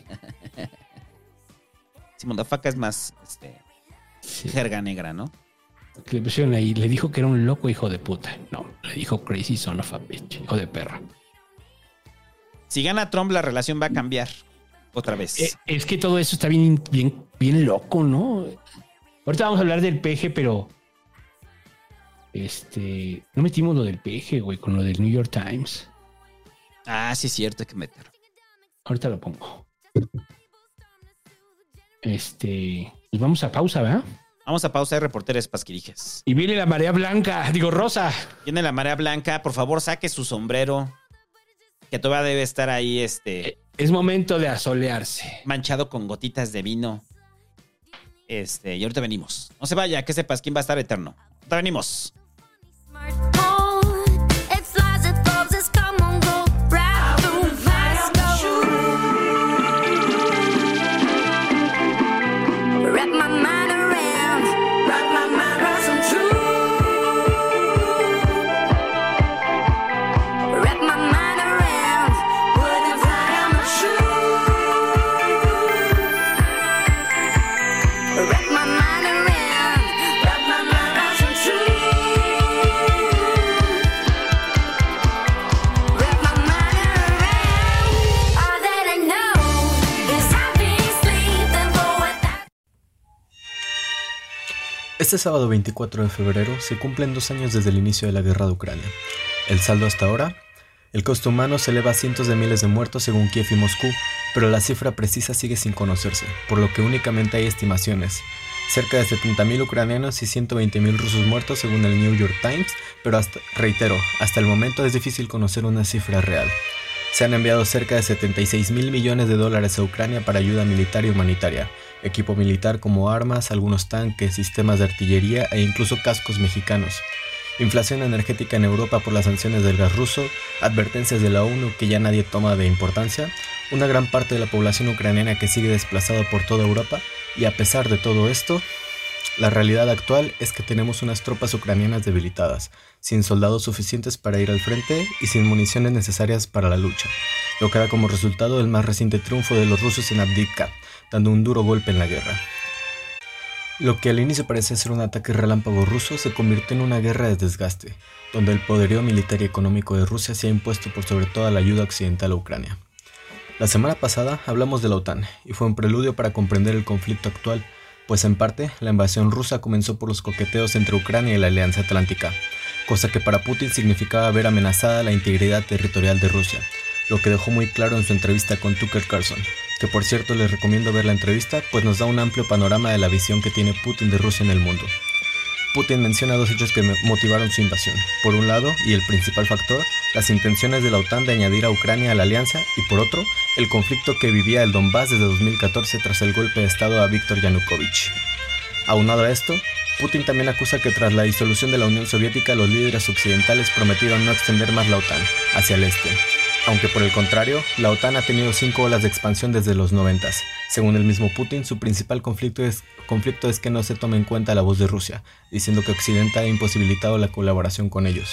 G: Sí, motherfucker es más jerga negra, ¿no?
H: Que le pusieron ahí, le dijo que era un loco hijo de puta. No, le dijo crazy son of a bitch, hijo de perra.
G: Si gana Trump, la relación va a cambiar otra vez.
H: Es que todo eso está bien loco, ¿no? Ahorita vamos a hablar del peje, pero no metimos lo del peje, güey, con lo del New York Times.
G: Sí es cierto, hay que meterlo.
H: Ahorita lo pongo. Y vamos a pausa, ¿verdad?
G: Vamos a pausa de Reporteros Pasquirijes.
H: Y viene la marea blanca, rosa.
G: Viene la marea blanca, por favor, saque su sombrero. Que todavía debe estar ahí,
H: Es momento de asolearse.
G: Manchado con gotitas de vino. Y ahorita venimos. No se vaya, que sepas quién va a estar eterno. Ahorita venimos.
K: Este sábado 24 de febrero se cumplen 2 años desde el inicio de la guerra de Ucrania. El saldo hasta ahora, el costo humano se eleva a cientos de miles de muertos según Kiev y Moscú, pero la cifra precisa sigue sin conocerse, por lo que únicamente hay estimaciones. Cerca de 70.000 ucranianos y 120.000 rusos muertos según el New York Times, pero hasta el momento es difícil conocer una cifra real. Se han enviado cerca de 76,000 millones de dólares a Ucrania para ayuda militar y humanitaria, equipo militar como armas, algunos tanques, sistemas de artillería e incluso cascos mexicanos. Inflación energética en Europa por las sanciones del gas ruso, advertencias de la ONU que ya nadie toma de importancia, una gran parte de la población ucraniana que sigue desplazada por toda Europa, y a pesar de todo esto, la realidad actual es que tenemos unas tropas ucranianas debilitadas, sin soldados suficientes para ir al frente y sin municiones necesarias para la lucha, lo que da como resultado el más reciente triunfo de los rusos en Avdiivka, dando un duro golpe en la guerra. Lo que al inicio parecía ser un ataque relámpago ruso se convirtió en una guerra de desgaste, donde el poderío militar y económico de Rusia se ha impuesto por sobre toda la ayuda occidental a Ucrania. La semana pasada hablamos de la OTAN y fue un preludio para comprender el conflicto actual, pues en parte la invasión rusa comenzó por los coqueteos entre Ucrania y la Alianza Atlántica, cosa que para Putin significaba ver amenazada la integridad territorial de Rusia, lo que dejó muy claro en su entrevista con Tucker Carlson, que por cierto les recomiendo ver la entrevista, pues nos da un amplio panorama de la visión que tiene Putin de Rusia en el mundo. Putin menciona dos hechos que motivaron su invasión. Por un lado, y el principal factor, las intenciones de la OTAN de añadir a Ucrania a la alianza, y por otro, el conflicto que vivía el Donbass desde 2014 tras el golpe de estado a Viktor Yanukovych. Aunado a esto, Putin también acusa que tras la disolución de la Unión Soviética los líderes occidentales prometieron no extender más la OTAN hacia el este. Aunque por el contrario, la OTAN ha tenido 5 olas de expansión desde los 90s. Según el mismo Putin, su principal conflicto es que no se tome en cuenta la voz de Rusia, diciendo que Occidente ha imposibilitado la colaboración con ellos.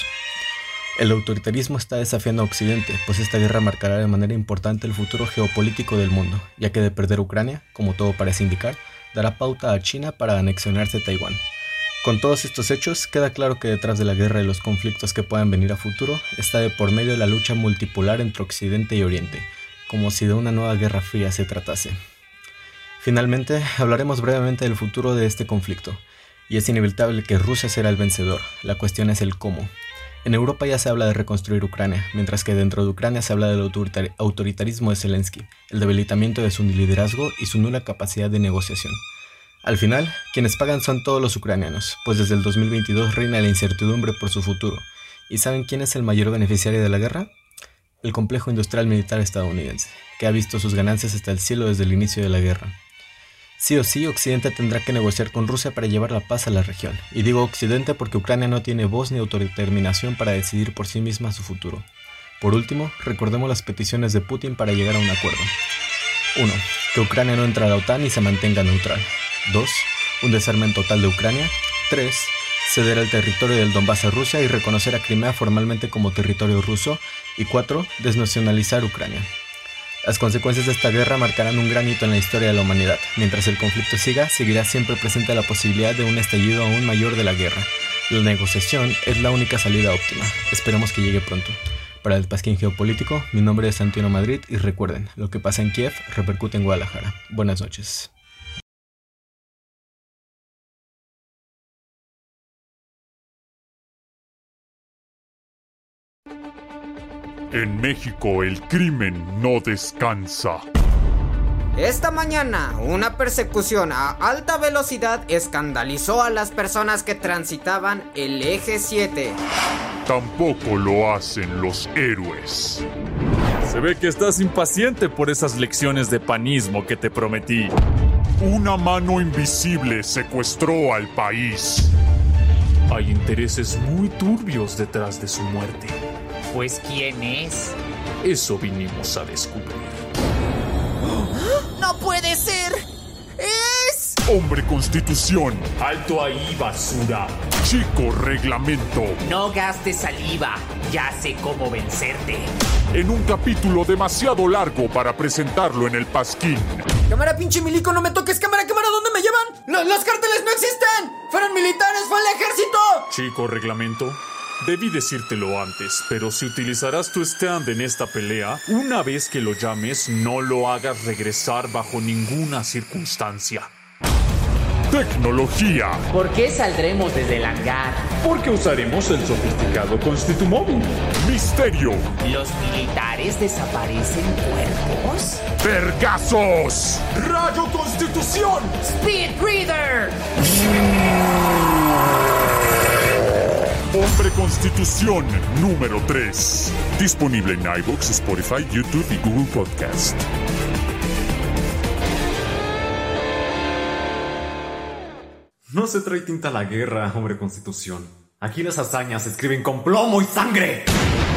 K: El autoritarismo está desafiando a Occidente, pues esta guerra marcará de manera importante el futuro geopolítico del mundo, ya que de perder Ucrania, como todo parece indicar, dará pauta a China para anexionarse Taiwán. Con todos estos hechos, queda claro que detrás de la guerra y los conflictos que puedan venir a futuro, está de por medio la lucha multipolar entre Occidente y Oriente, como si de una nueva guerra fría se tratase. Finalmente, hablaremos brevemente del futuro de este conflicto, y es inevitable que Rusia será el vencedor, la cuestión es el cómo. En Europa ya se habla de reconstruir Ucrania, mientras que dentro de Ucrania se habla del autoritarismo de Zelensky, el debilitamiento de su liderazgo y su nula capacidad de negociación. Al final, quienes pagan son todos los ucranianos, pues desde el 2022 reina la incertidumbre por su futuro. ¿Y saben quién es el mayor beneficiario de la guerra? El complejo industrial militar estadounidense, que ha visto sus ganancias hasta el cielo desde el inicio de la guerra. Sí o sí, Occidente tendrá que negociar con Rusia para llevar la paz a la región. Y digo Occidente porque Ucrania no tiene voz ni autodeterminación para decidir por sí misma su futuro. Por último, recordemos las peticiones de Putin para llegar a un acuerdo. 1. Que Ucrania no entre a la OTAN y se mantenga neutral. 2. Un desarme total de Ucrania. 3. Ceder el territorio del Donbass a Rusia y reconocer a Crimea formalmente como territorio ruso. Y 4. Desnacionalizar Ucrania. Las consecuencias de esta guerra marcarán un gran hito en la historia de la humanidad. Mientras el conflicto siga, seguirá siempre presente la posibilidad de un estallido aún mayor de la guerra. La negociación es la única salida óptima. Esperemos que llegue pronto. Para el Pasquín Geopolítico, mi nombre es Antonio Madrid y recuerden, lo que pasa en Kiev repercute en Guadalajara. Buenas noches.
L: En México el crimen no descansa.
M: Esta mañana, una persecución a alta velocidad escandalizó a las personas que transitaban el eje 7.
L: Tampoco lo hacen los héroes.
N: Se ve que estás impaciente por esas lecciones de panismo que te prometí.
L: Una mano invisible secuestró al país.
N: Hay intereses muy turbios detrás de su muerte.
O: Pues, ¿quién es?
N: Eso vinimos a descubrir.
O: ¡No puede ser! ¡Es!
L: Hombre Constitución.
N: ¡Alto ahí, basura!
L: Chico Reglamento.
O: No gastes saliva. Ya sé cómo vencerte.
L: En un capítulo demasiado largo para presentarlo en el Pasquín.
M: ¡Cámara, pinche milico! ¡No me toques! ¡Cámara! ¿Dónde me llevan? ¡Los cárteles no existen! ¡Fueron militares! ¡Fue el ejército!
N: Chico Reglamento. Debí decírtelo antes, pero si utilizarás tu stand en esta pelea, una vez que lo llames, no lo hagas regresar bajo ninguna circunstancia.
L: Tecnología.
O: ¿Por qué saldremos desde el hangar?
N: Porque usaremos el sofisticado Constitumóvil.
L: Misterio.
O: ¿Los militares desaparecen cuerpos?
L: ¡Vergazos!
N: ¡Rayo Constitución!
O: ¡Speed Breather!
L: Hombre Constitución número 3. Disponible en iVoox, Spotify, YouTube y Google Podcast.
P: No se trae tinta a la guerra, Hombre Constitución. Aquí las hazañas se escriben con plomo y sangre.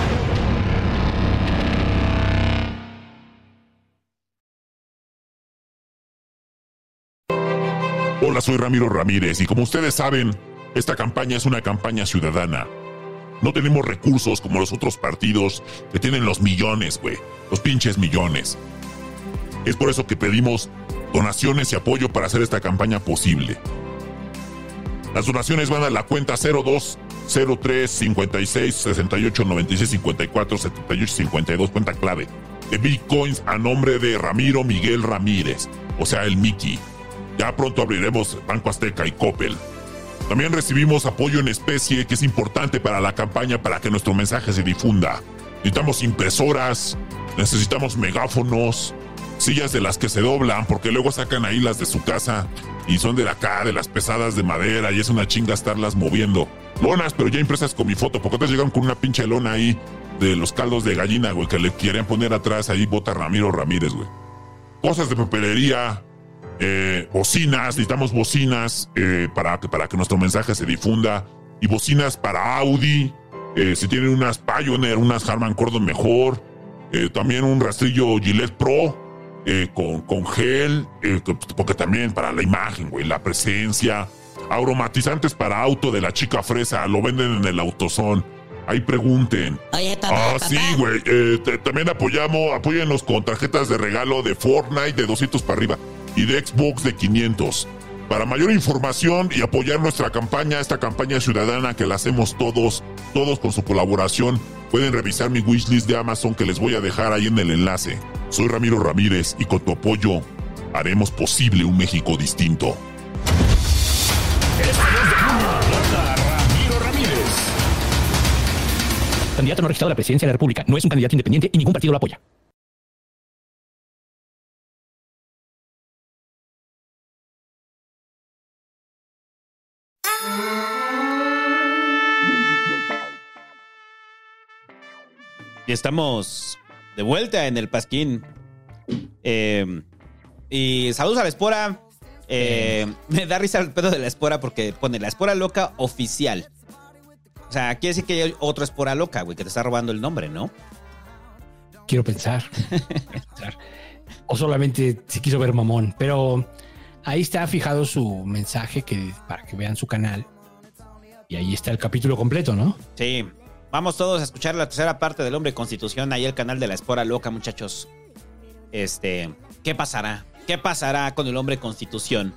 B: Hola, soy Ramiro Ramírez y como ustedes saben, esta campaña es una campaña ciudadana. No tenemos recursos como los otros partidos que tienen los millones, güey. Los pinches millones. Es por eso que pedimos donaciones y apoyo para hacer esta campaña posible. Las donaciones van a la cuenta 0203 56 68 96 54 78 52, cuenta clave, de Bitcoins a nombre de Ramiro Miguel Ramírez, o sea, el Mickey. Ya pronto abriremos Banco Azteca y Coppel. También recibimos apoyo en especie, que es importante para la campaña para que nuestro mensaje se difunda. Necesitamos impresoras, necesitamos megáfonos, sillas de las que se doblan, porque luego sacan ahí las de su casa y son de las pesadas de madera y es una chinga estarlas moviendo. Lonas, pero ya impresas con mi foto, porque otras llegan con una pinche lona ahí de los caldos de gallina, güey, que le querían poner atrás ahí, bota Ramiro Ramírez, güey. Cosas de papelería, bocinas, necesitamos bocinas para que nuestro mensaje se difunda, y bocinas para Audi, si tienen unas Pioneer, unas Harman Kardon mejor, también un rastrillo Gillette Pro con gel, porque también para la imagen, güey, la presencia, aromatizantes para auto de la chica fresa, lo venden en el AutoZone. Ahí pregunten.
Q: Oye, papá.
B: Sí, güey. También apóyennos con tarjetas de regalo de Fortnite de 200 para arriba y de Xbox de 500. Para mayor información y apoyar nuestra campaña, esta campaña ciudadana que la hacemos todos con su colaboración, pueden revisar mi wishlist de Amazon que les voy a dejar ahí en el enlace. Soy Ramiro Ramírez y con tu apoyo haremos posible un México distinto.
H: Ramiro Ramírez. Candidato no registrado a la presidencia de la República. No es un candidato independiente y ningún partido lo apoya.
G: Y estamos de vuelta en el Pasquín. Y saludos a la Espora. Me da risa el pedo de la Espora porque pone la Espora Loca oficial. O sea, quiere decir que hay otro Espora Loca, güey, que te está robando el nombre, ¿no?
H: Quiero pensar. O solamente se quiso ver mamón. Pero ahí está fijado su mensaje para que vean su canal. Y ahí está el capítulo completo, ¿no?
G: Sí. Vamos todos a escuchar la tercera parte del Hombre Constitución, ahí el canal de la Espora Loca, muchachos. ¿Qué pasará? ¿Qué pasará con el Hombre Constitución?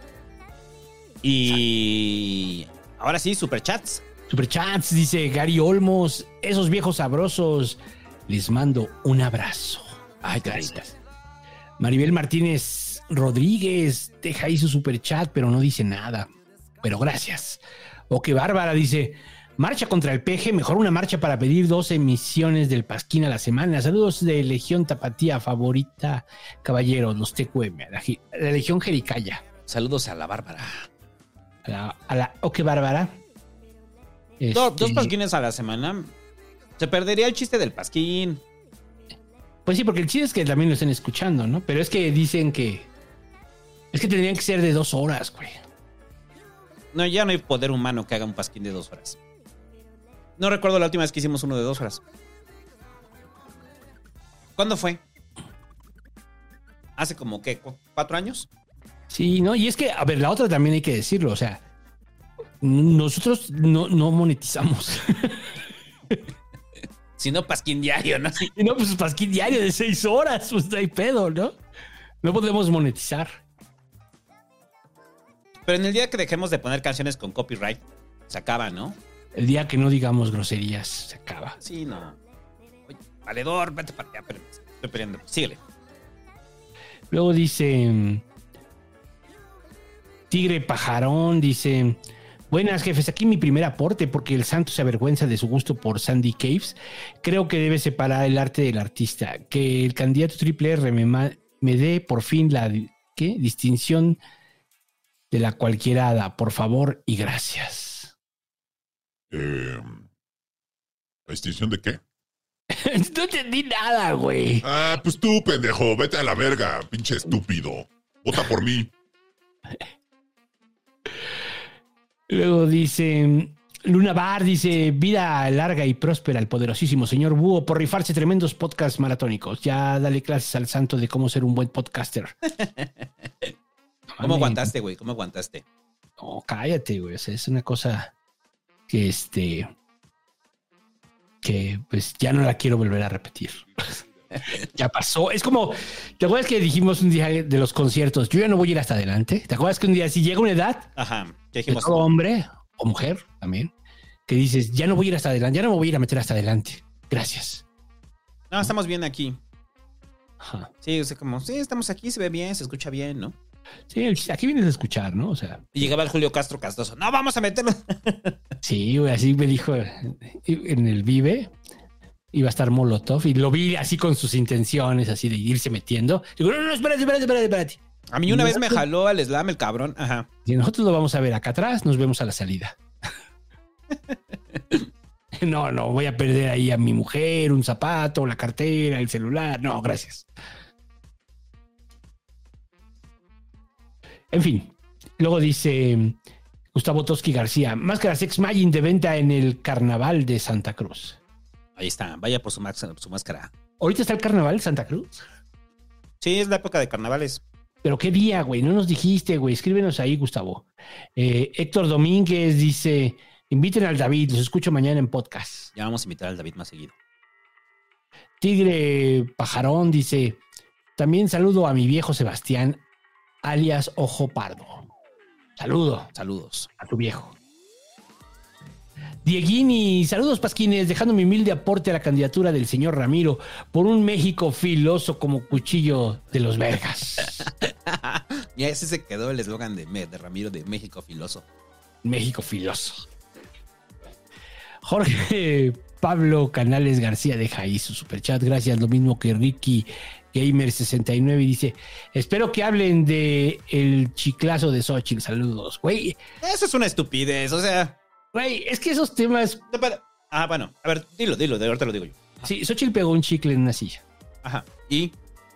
G: Y ahora sí, superchats.
H: Superchats, dice Gary Olmos. Esos viejos sabrosos. Les mando un abrazo.
G: Ay, caritas.
H: Maribel Martínez Rodríguez deja ahí su superchat, pero no dice nada. Pero gracias. O que Bárbara dice: marcha contra el peje, mejor una marcha para pedir 2 emisiones del Pasquín a la semana. Saludos de Legión Tapatía favorita, caballeros, los TQM, la Legión Jericaya.
G: Saludos a la Bárbara.
H: A la ¿qué Bárbara?
G: 2 pasquines a la semana. Se perdería el chiste del Pasquín.
H: Pues sí, porque el chiste es que también lo estén escuchando, ¿no? Pero es que dicen que es que tendrían que ser de 2 horas, güey.
G: No, ya no hay poder humano que haga un Pasquín de 2 horas. No recuerdo la última vez que hicimos uno de 2 horas. ¿Cuándo fue? ¿Hace como qué? ¿4 años?
H: Sí, no, y es que, a ver, la otra también hay que decirlo, o sea, nosotros no monetizamos.
G: Si no, Pasquín diario, ¿no?
H: Si no, pues Pasquín diario de 6 horas, pues no hay pedo, ¿no? No podemos monetizar.
G: Pero en el día que dejemos de poner canciones con copyright, se acaba, ¿no?
H: El día que no digamos groserías, se acaba.
G: Sí, no. Oye, valedor, vete para allá, pero estoy peleando. Síguele.
H: Luego dice Tigre Pajarón, dice: buenas, jefes, aquí mi primer aporte, porque el santo se avergüenza de su gusto por Sandy Caves. Creo que debe separar el arte del artista. Que el candidato Triple R me dé por fin la distinción de la cualquierada, por favor y gracias.
B: ¿La extinción de qué?
H: No entendí nada, güey.
B: Ah, pues tú, pendejo. Vete a la verga, pinche estúpido. Vota por mí.
H: Luego dice... Luna Bar dice, vida larga y próspera al poderosísimo señor Búho por rifarse tremendos podcasts maratónicos. Ya dale clases al santo de cómo ser un buen podcaster.
G: ¿Cómo aguantaste, güey? ¿Cómo aguantaste?
H: No, cállate, güey. O sea, es una cosa que que pues ya no la quiero volver a repetir. Ya pasó. Es como, ¿te acuerdas que dijimos un día de los conciertos? Yo ya no voy a ir hasta adelante. ¿Te acuerdas que un día si llega una edad?
G: Ajá. ¿Qué dijimos?
H: Todo hombre o mujer también, que dices, ya no voy a ir hasta adelante, ya no me voy a ir a meter hasta adelante. Gracias.
G: No, estamos bien aquí.
H: Ajá.
G: Sí, o sea, como, sí, estamos aquí, se ve bien, se escucha bien, ¿no?
H: Sí, aquí vienes a escuchar, ¿no? O sea.
G: Y llegaba el Julio Castro Casdoso. No, vamos a meterlo.
H: Sí, güey, así me dijo en el Vive. Iba a estar Molotov y lo vi así con sus intenciones, así de irse metiendo. Digo, no, espérate.
G: A mí una vez me jaló al slam el cabrón. Ajá.
H: Y nosotros lo vamos a ver acá atrás, nos vemos a la salida. No, voy a perder ahí a mi mujer, un zapato, la cartera, el celular. No, gracias. En fin, luego dice Gustavo Toski García, máscara Sex Magin de venta en el Carnaval de Santa Cruz.
G: Ahí está, vaya por su máscara.
H: ¿Ahorita está el Carnaval de Santa Cruz?
G: Sí, es la época de carnavales.
H: ¿Pero qué día, güey? No nos dijiste, güey. Escríbenos ahí, Gustavo. Héctor Domínguez dice, inviten al David, los escucho mañana en podcast.
G: Ya vamos a invitar al David más seguido.
H: Tigre Pajarón dice, también saludo a mi viejo Sebastián, alias Ojo Pardo. Saludos a tu viejo. Dieguini, saludos Pasquines, dejando mi humilde aporte a la candidatura del señor Ramiro por un México filoso como cuchillo de los vergas.
G: Ya ese se quedó el eslogan de Ramiro, de México filoso.
H: México filoso. Jorge Pablo Canales García deja ahí su superchat, gracias, lo mismo que Ricky Gamer 69 y dice, espero que hablen de el chiclazo de Xochitl, saludos, güey.
G: Eso es una estupidez, o sea...
H: Güey, es que esos temas...
G: Ah, bueno, a ver, dilo, de ahorita lo digo yo.
H: Ajá. Sí, Xochitl pegó un chicle en una silla.
G: Ajá, y...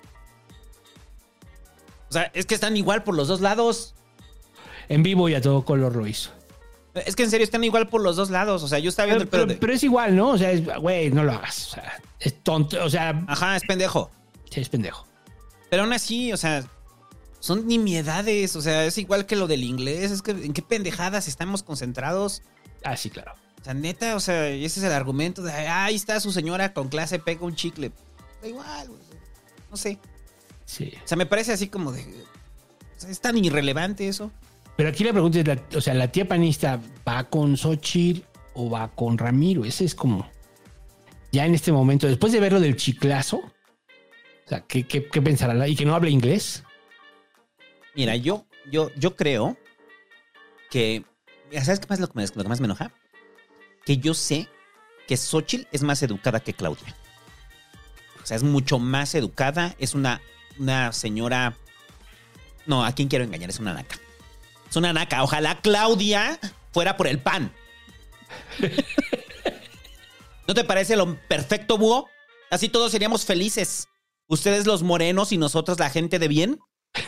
G: O sea, es que están igual por los dos lados.
H: En vivo y a todo color lo hizo.
G: Es que en serio están igual por los dos lados, o sea, yo estaba viendo el pedo de...
H: Pero es igual, ¿no? O sea, güey, no lo hagas, o sea, es tonto, o sea...
G: Ajá, es pendejo.
H: Sí, es pendejo.
G: Pero aún así, o sea... Son nimiedades, o sea, es igual que lo del inglés, es que en qué pendejadas estamos concentrados.
H: Ah, sí, claro.
G: O sea, neta, o sea, ese es el argumento de ahí está su señora con clase, pega un chicle. Da igual, no sé.
H: Sí.
G: O sea, me parece así como de... O sea, es tan irrelevante eso.
H: Pero aquí la pregunta es, o sea, ¿la tía panista va con Xochitl o va con Ramiro? Ese es como... Ya en este momento, después de ver lo del chiclazo, o sea, ¿qué pensará? ¿Y que no habla inglés?
G: Mira, yo creo que... ¿Sabes qué más lo que más me enoja? Que yo sé que Xochitl es más educada que Claudia. O sea, es mucho más educada. Es una señora... No, ¿a quién quiero engañar? Es una naca. Es una naca. Ojalá Claudia fuera por el PAN. ¿No te parece lo perfecto, Búho? Así todos seríamos felices. Ustedes los morenos y nosotros la gente de bien.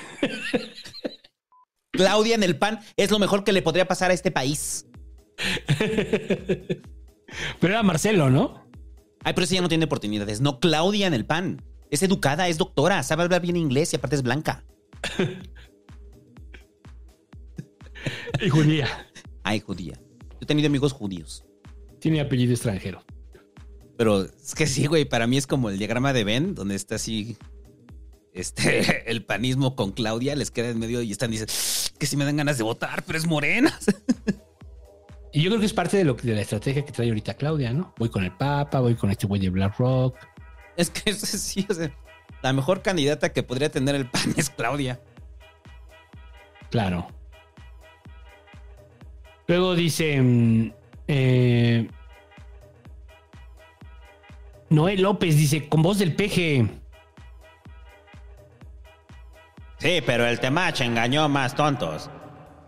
G: Claudia en el PAN es lo mejor que le podría pasar a este país.
H: Pero era Marcelo, ¿no?
G: Ay, pero ese ya no tiene oportunidades. No, Claudia en el PAN. Es educada, es doctora, sabe hablar bien inglés y aparte es blanca.
H: Y judía.
G: Ay, judía. Yo he tenido amigos judíos.
H: Tiene apellido extranjero.
G: Pero es que sí, güey, para mí es como el diagrama de Venn, donde está así... el panismo con Claudia, les queda en medio y están diciendo que sí me dan ganas de votar, pero es morena.
H: Y yo creo que es parte de la estrategia que trae ahorita Claudia, ¿no? Voy con el Papa, voy con este güey de BlackRock.
G: Es que sí, o sea, la mejor candidata que podría tener el PAN es Claudia.
H: Claro. Luego dice Noé López dice, con voz del peje.
G: Sí, pero el Temache engañó a más tontos.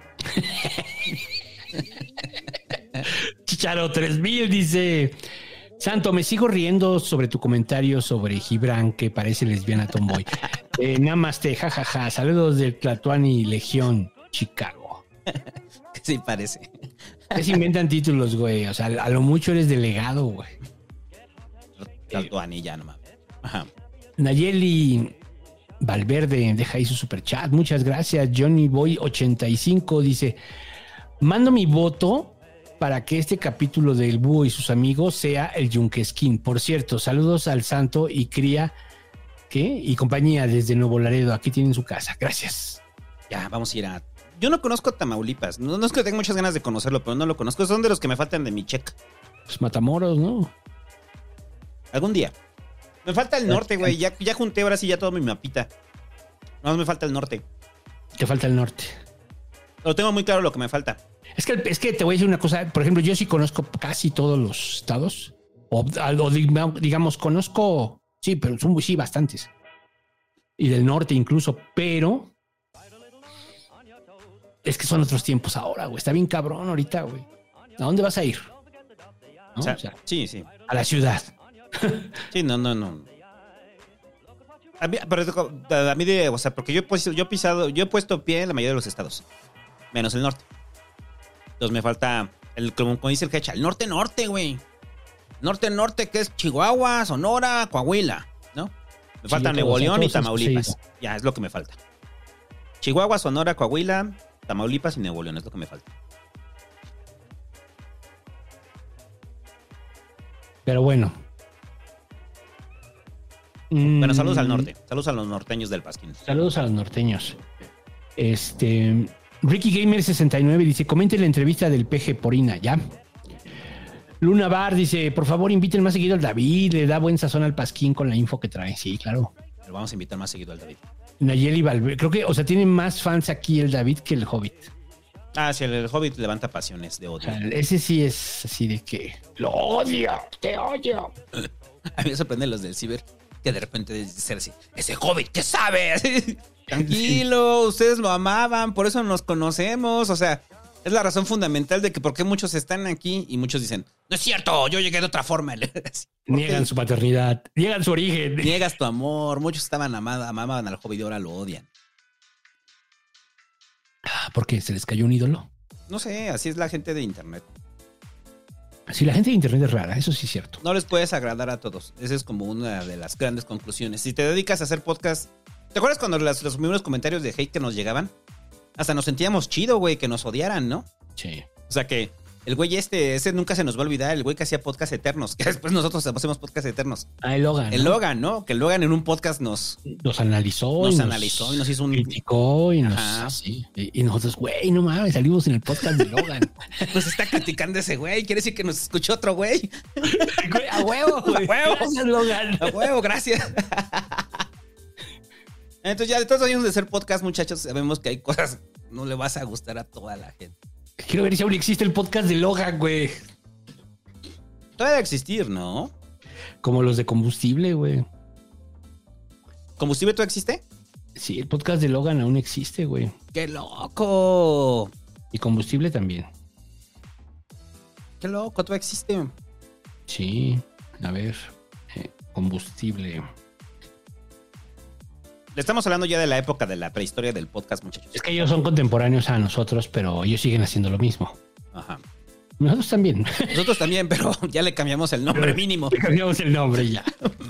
H: Chicharo 3000 dice, Santo, me sigo riendo sobre tu comentario sobre Gibran, que parece lesbiana tomboy. Namaste, jajaja. Saludos de Tlatuani Legión, Chicago.
G: Sí, parece.
H: ¿Qué se inventan títulos, güey? O sea, a lo mucho eres delegado, güey.
G: Tlatuani, ya nomás. Ajá.
H: Nayeli Valverde deja ahí su superchat. Muchas gracias. Johnny Boy 85 dice: mando mi voto para que este capítulo del Búho y sus amigos sea el Yunquesquín. Por cierto, saludos al Santo y Cría y compañía desde Nuevo Laredo. Aquí tienen su casa. Gracias.
G: Ya, vamos a ir a... Yo no conozco Tamaulipas. No es que tenga muchas ganas de conocerlo, pero no lo conozco. Son de los que me faltan de mi check.
H: Pues Matamoros, ¿no?
G: Algún día. Me falta el norte, güey. Ya junté ahora sí ya todo mi mapita. No, me falta el norte.
H: Te falta el norte.
G: Pero tengo muy claro lo que me falta.
H: Es que te voy a decir una cosa. Por ejemplo, yo sí conozco casi todos los estados. O digamos, conozco... Sí, pero son sí bastantes. Y del norte incluso. Pero... es que son otros tiempos ahora, güey. Está bien cabrón ahorita, güey. ¿A dónde vas a ir? ¿No?
G: O sea, sí.
H: A la ciudad.
G: Sí, no. A mí, o sea, porque yo he puesto pie en la mayoría de los estados. Menos el norte. Entonces me falta, como dice el Hecha, el norte, güey. Norte, que es Chihuahua, Sonora, Coahuila, ¿no? Me falta Nuevo León y Tamaulipas. Sí. Ya, es lo que me falta. Chihuahua, Sonora, Coahuila, Tamaulipas y Nuevo León es lo que me falta.
H: Pero bueno.
G: Bueno, saludos al norte. Saludos a los norteños del Pasquín.
H: Saludos a los norteños. Ricky Gamer 69 dice: comente la entrevista del PG Porina, ¿ya? Luna Bar dice: por favor, inviten más seguido al David. Le da buen sazón al Pasquín con la info que trae. Sí, claro.
G: Pero vamos a invitar más seguido al David.
H: Nayeli Valverde. Creo que, o sea, tiene más fans aquí el David que el Hobbit.
G: Ah, sí, el Hobbit levanta pasiones de odio.
H: O sea, ese sí es así de que lo odio, te odio.
G: A mí me sorprenden los del Ciber, que de repente dicen así: ese Hobbit, ¿qué sabe? Tranquilo, ustedes lo amaban, por eso nos conocemos. O sea, es la razón fundamental de que por qué muchos están aquí y muchos dicen: no es cierto, yo llegué de otra forma.
H: Niegan su paternidad, niegan su origen.
G: Niegas tu amor. Muchos amaban al Hobbit y ahora lo odian.
H: ¿Por qué? ¿Se les cayó un ídolo?
G: No sé, así es la gente de internet.
H: Sí, la gente de internet es rara, eso sí es cierto.
G: No les puedes agradar a todos. Esa es como una de las grandes conclusiones. Si te dedicas a hacer podcast... ¿Te acuerdas cuando los primeros comentarios de hate que nos llegaban? Hasta nos sentíamos chido, güey, que nos odiaran, ¿no?
H: Sí.
G: O sea que el güey ese nunca se nos va a olvidar, el güey que hacía podcast eternos, que después nosotros hacemos podcast eternos.
H: Ah, el Logan.
G: El Logan, ¿no? Que el Logan en un podcast nos
H: analizó.
G: Nos hizo un...
H: criticó y nos... Sí. Y nosotros, güey, no mames, salimos en el podcast de Logan.
G: Pues está criticando ese güey, quiere decir que nos escuchó otro güey.
H: A huevo, güey.
G: A huevo.
H: Gracias, Logan.
G: A huevo, gracias. Entonces ya de todos los años de hacer podcast, muchachos, sabemos que hay cosas no le vas a gustar a toda la gente.
H: Quiero ver si aún existe el podcast de Logan, güey.
G: Todavía debe existir, ¿no?
H: Como los de combustible, güey.
G: ¿Combustible todavía existe?
H: Sí, el podcast de Logan aún existe, güey.
G: ¡Qué loco!
H: Y combustible también.
G: ¡Qué loco! ¿Todavía existe?
H: Sí, a ver. Combustible.
G: Le estamos hablando ya de la época de la prehistoria del podcast, muchachos.
H: Es que ellos son contemporáneos a nosotros, pero ellos siguen haciendo lo mismo.
G: Ajá.
H: Nosotros también.
G: Nosotros también, pero ya le cambiamos el nombre mínimo.
H: Le cambiamos el nombre ya.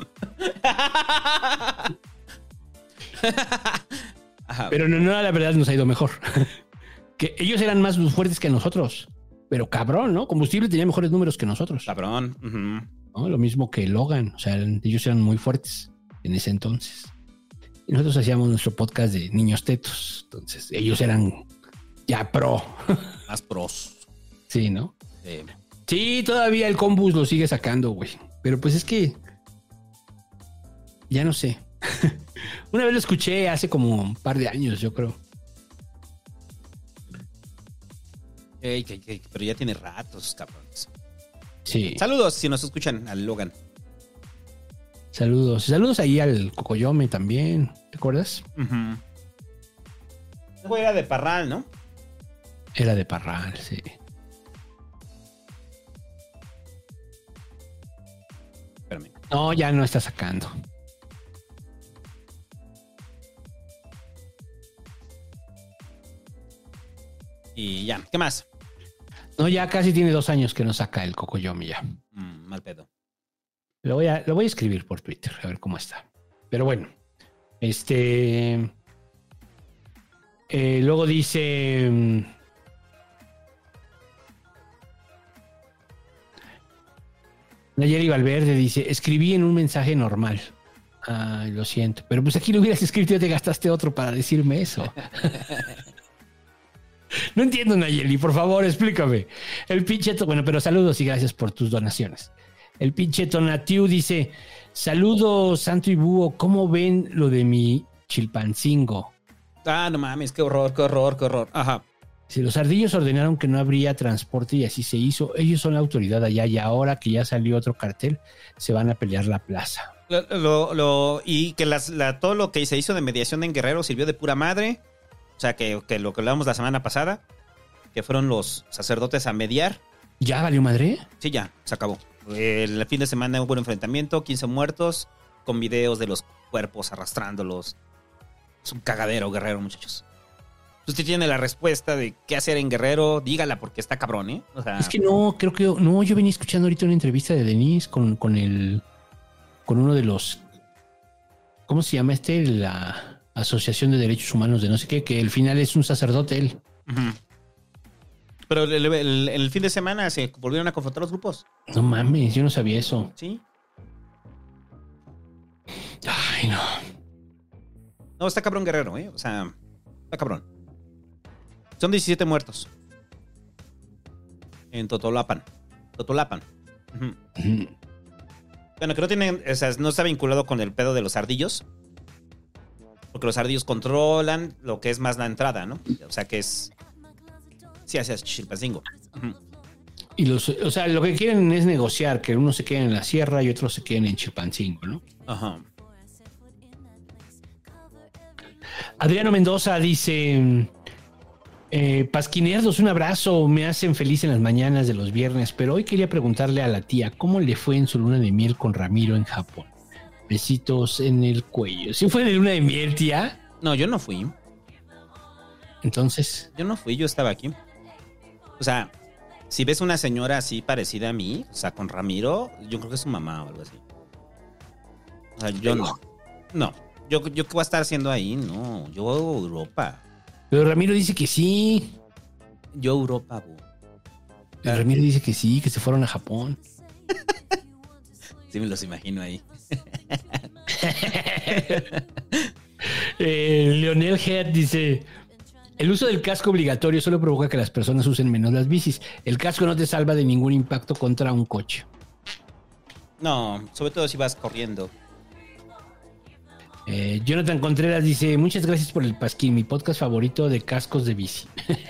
G: Ajá.
H: Pero no, la verdad nos ha ido mejor. Que ellos eran más fuertes que nosotros. Pero cabrón, ¿no? Combustible tenía mejores números que nosotros.
G: Cabrón.
H: ¿No? Lo mismo que Logan. O sea, ellos eran muy fuertes en ese entonces. Y nosotros hacíamos nuestro podcast de niños tetos. Entonces, ellos eran ya pro.
G: Más pros.
H: Sí, ¿no? Sí, todavía el Combus lo sigue sacando, güey. Pero pues es que... ya no sé. Una vez lo escuché hace como un par de años, yo creo.
G: Pero ya tiene ratos, cabrones.
H: Sí.
G: Saludos si nos escuchan al Logan.
H: Saludos. Saludos ahí al Cocoyome también. ¿Te acuerdas?
G: Era de Parral, ¿no?
H: Era de Parral, sí. No, ya no está sacando.
G: Y ya, ¿qué más?
H: No, ya casi tiene 2 años que no saca el Cocoyomi ya.
G: Mal pedo.
H: Lo voy a escribir por Twitter, a ver cómo está. Pero bueno, luego dice... Nayeli Valverde dice, escribí en un mensaje normal. Ay, lo siento. Pero pues aquí lo hubieras escrito y ya te gastaste otro para decirme eso. No entiendo, Nayeli, por favor, explícame. El pinche... Bueno, pero saludos y gracias por tus donaciones. El pinche Tonatiu dice, saludos, Santo y Búho, ¿cómo ven lo de mi Chilpancingo?
G: Ah, no mames, qué horror, qué horror, qué horror. Ajá.
H: Si los ardillos ordenaron que no habría transporte y así se hizo, ellos son la autoridad allá y ahora que ya salió otro cartel, se van a pelear la plaza.
G: Y que todo lo que se hizo de mediación en Guerrero sirvió de pura madre. O sea, que lo que hablábamos la semana pasada, que fueron los sacerdotes a mediar.
H: ¿Ya valió madre?
G: Sí, ya, se acabó. El fin de semana hubo un enfrentamiento, 15 muertos, con videos de los cuerpos arrastrándolos. Es un cagadero, Guerrero, muchachos. Si usted tiene la respuesta de qué hacer en Guerrero, dígala porque está cabrón, ¿eh? O sea,
H: es que no, creo que... No, yo venía escuchando ahorita una entrevista de Denise con uno de los... ¿Cómo se llama la Asociación de Derechos Humanos de no sé qué? Que al final es un sacerdote él.
G: Uh-huh. Pero el fin de semana se volvieron a confrontar los grupos.
H: No mames, yo no sabía eso.
G: Sí.
H: Ay, no.
G: No, está cabrón Guerrero, ¿eh? O sea, está cabrón. Son 17 muertos. En Totolapan. Uh-huh. Uh-huh. Bueno, que no tienen... O sea, no está vinculado con el pedo de los ardillos. Porque los ardillos controlan lo que es más la entrada, ¿no? O sea, que es... Sí, hacia Chilpancingo. Uh-huh.
H: Y o sea, lo que quieren es negociar, que unos se queden en la sierra y otros se queden en Chilpancingo, ¿no?
G: Ajá.
H: Adriano Mendoza dice... Pasquinerdos, un abrazo, me hacen feliz en las mañanas de los viernes, pero hoy quería preguntarle a la tía cómo le fue en su luna de miel con Ramiro en Japón. Besitos en el cuello. ¿Sí fue de luna de miel, tía?
G: No, yo no fui.
H: Entonces...
G: Yo no fui, yo estaba aquí. O sea, si ves una señora así parecida a mí, o sea, con Ramiro, yo creo que es su mamá o algo así. O sea, yo no. No, yo qué voy a estar haciendo ahí, no. Yo Europa.
H: Pero Ramiro dice que sí.
G: Yo Europa, bu.
H: Ramiro dice que sí, que se fueron a Japón.
G: Sí me los imagino ahí.
H: Leonel Head dice: el uso del casco obligatorio solo provoca que las personas usen menos las bicis. El casco no te salva de ningún impacto contra un coche.
G: No, sobre todo si vas corriendo.
H: Jonathan Contreras dice: muchas gracias por el pasquín, mi podcast favorito de cascos de bici.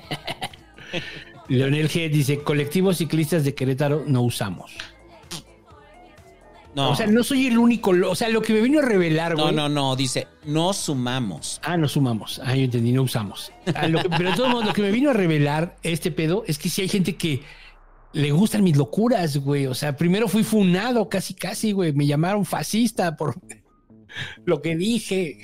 H: Leonel G dice: colectivos ciclistas de Querétaro no usamos.
G: No.
H: O sea, no soy el único. O sea, lo que me vino a revelar, güey.
G: No. Dice: no sumamos.
H: No sumamos. Yo entendí, no usamos. Pero de todos modos, lo que me vino a revelar este pedo es que sí hay gente que le gustan mis locuras, güey. O sea, primero fui funado casi, güey. Me llamaron fascista por lo que dije.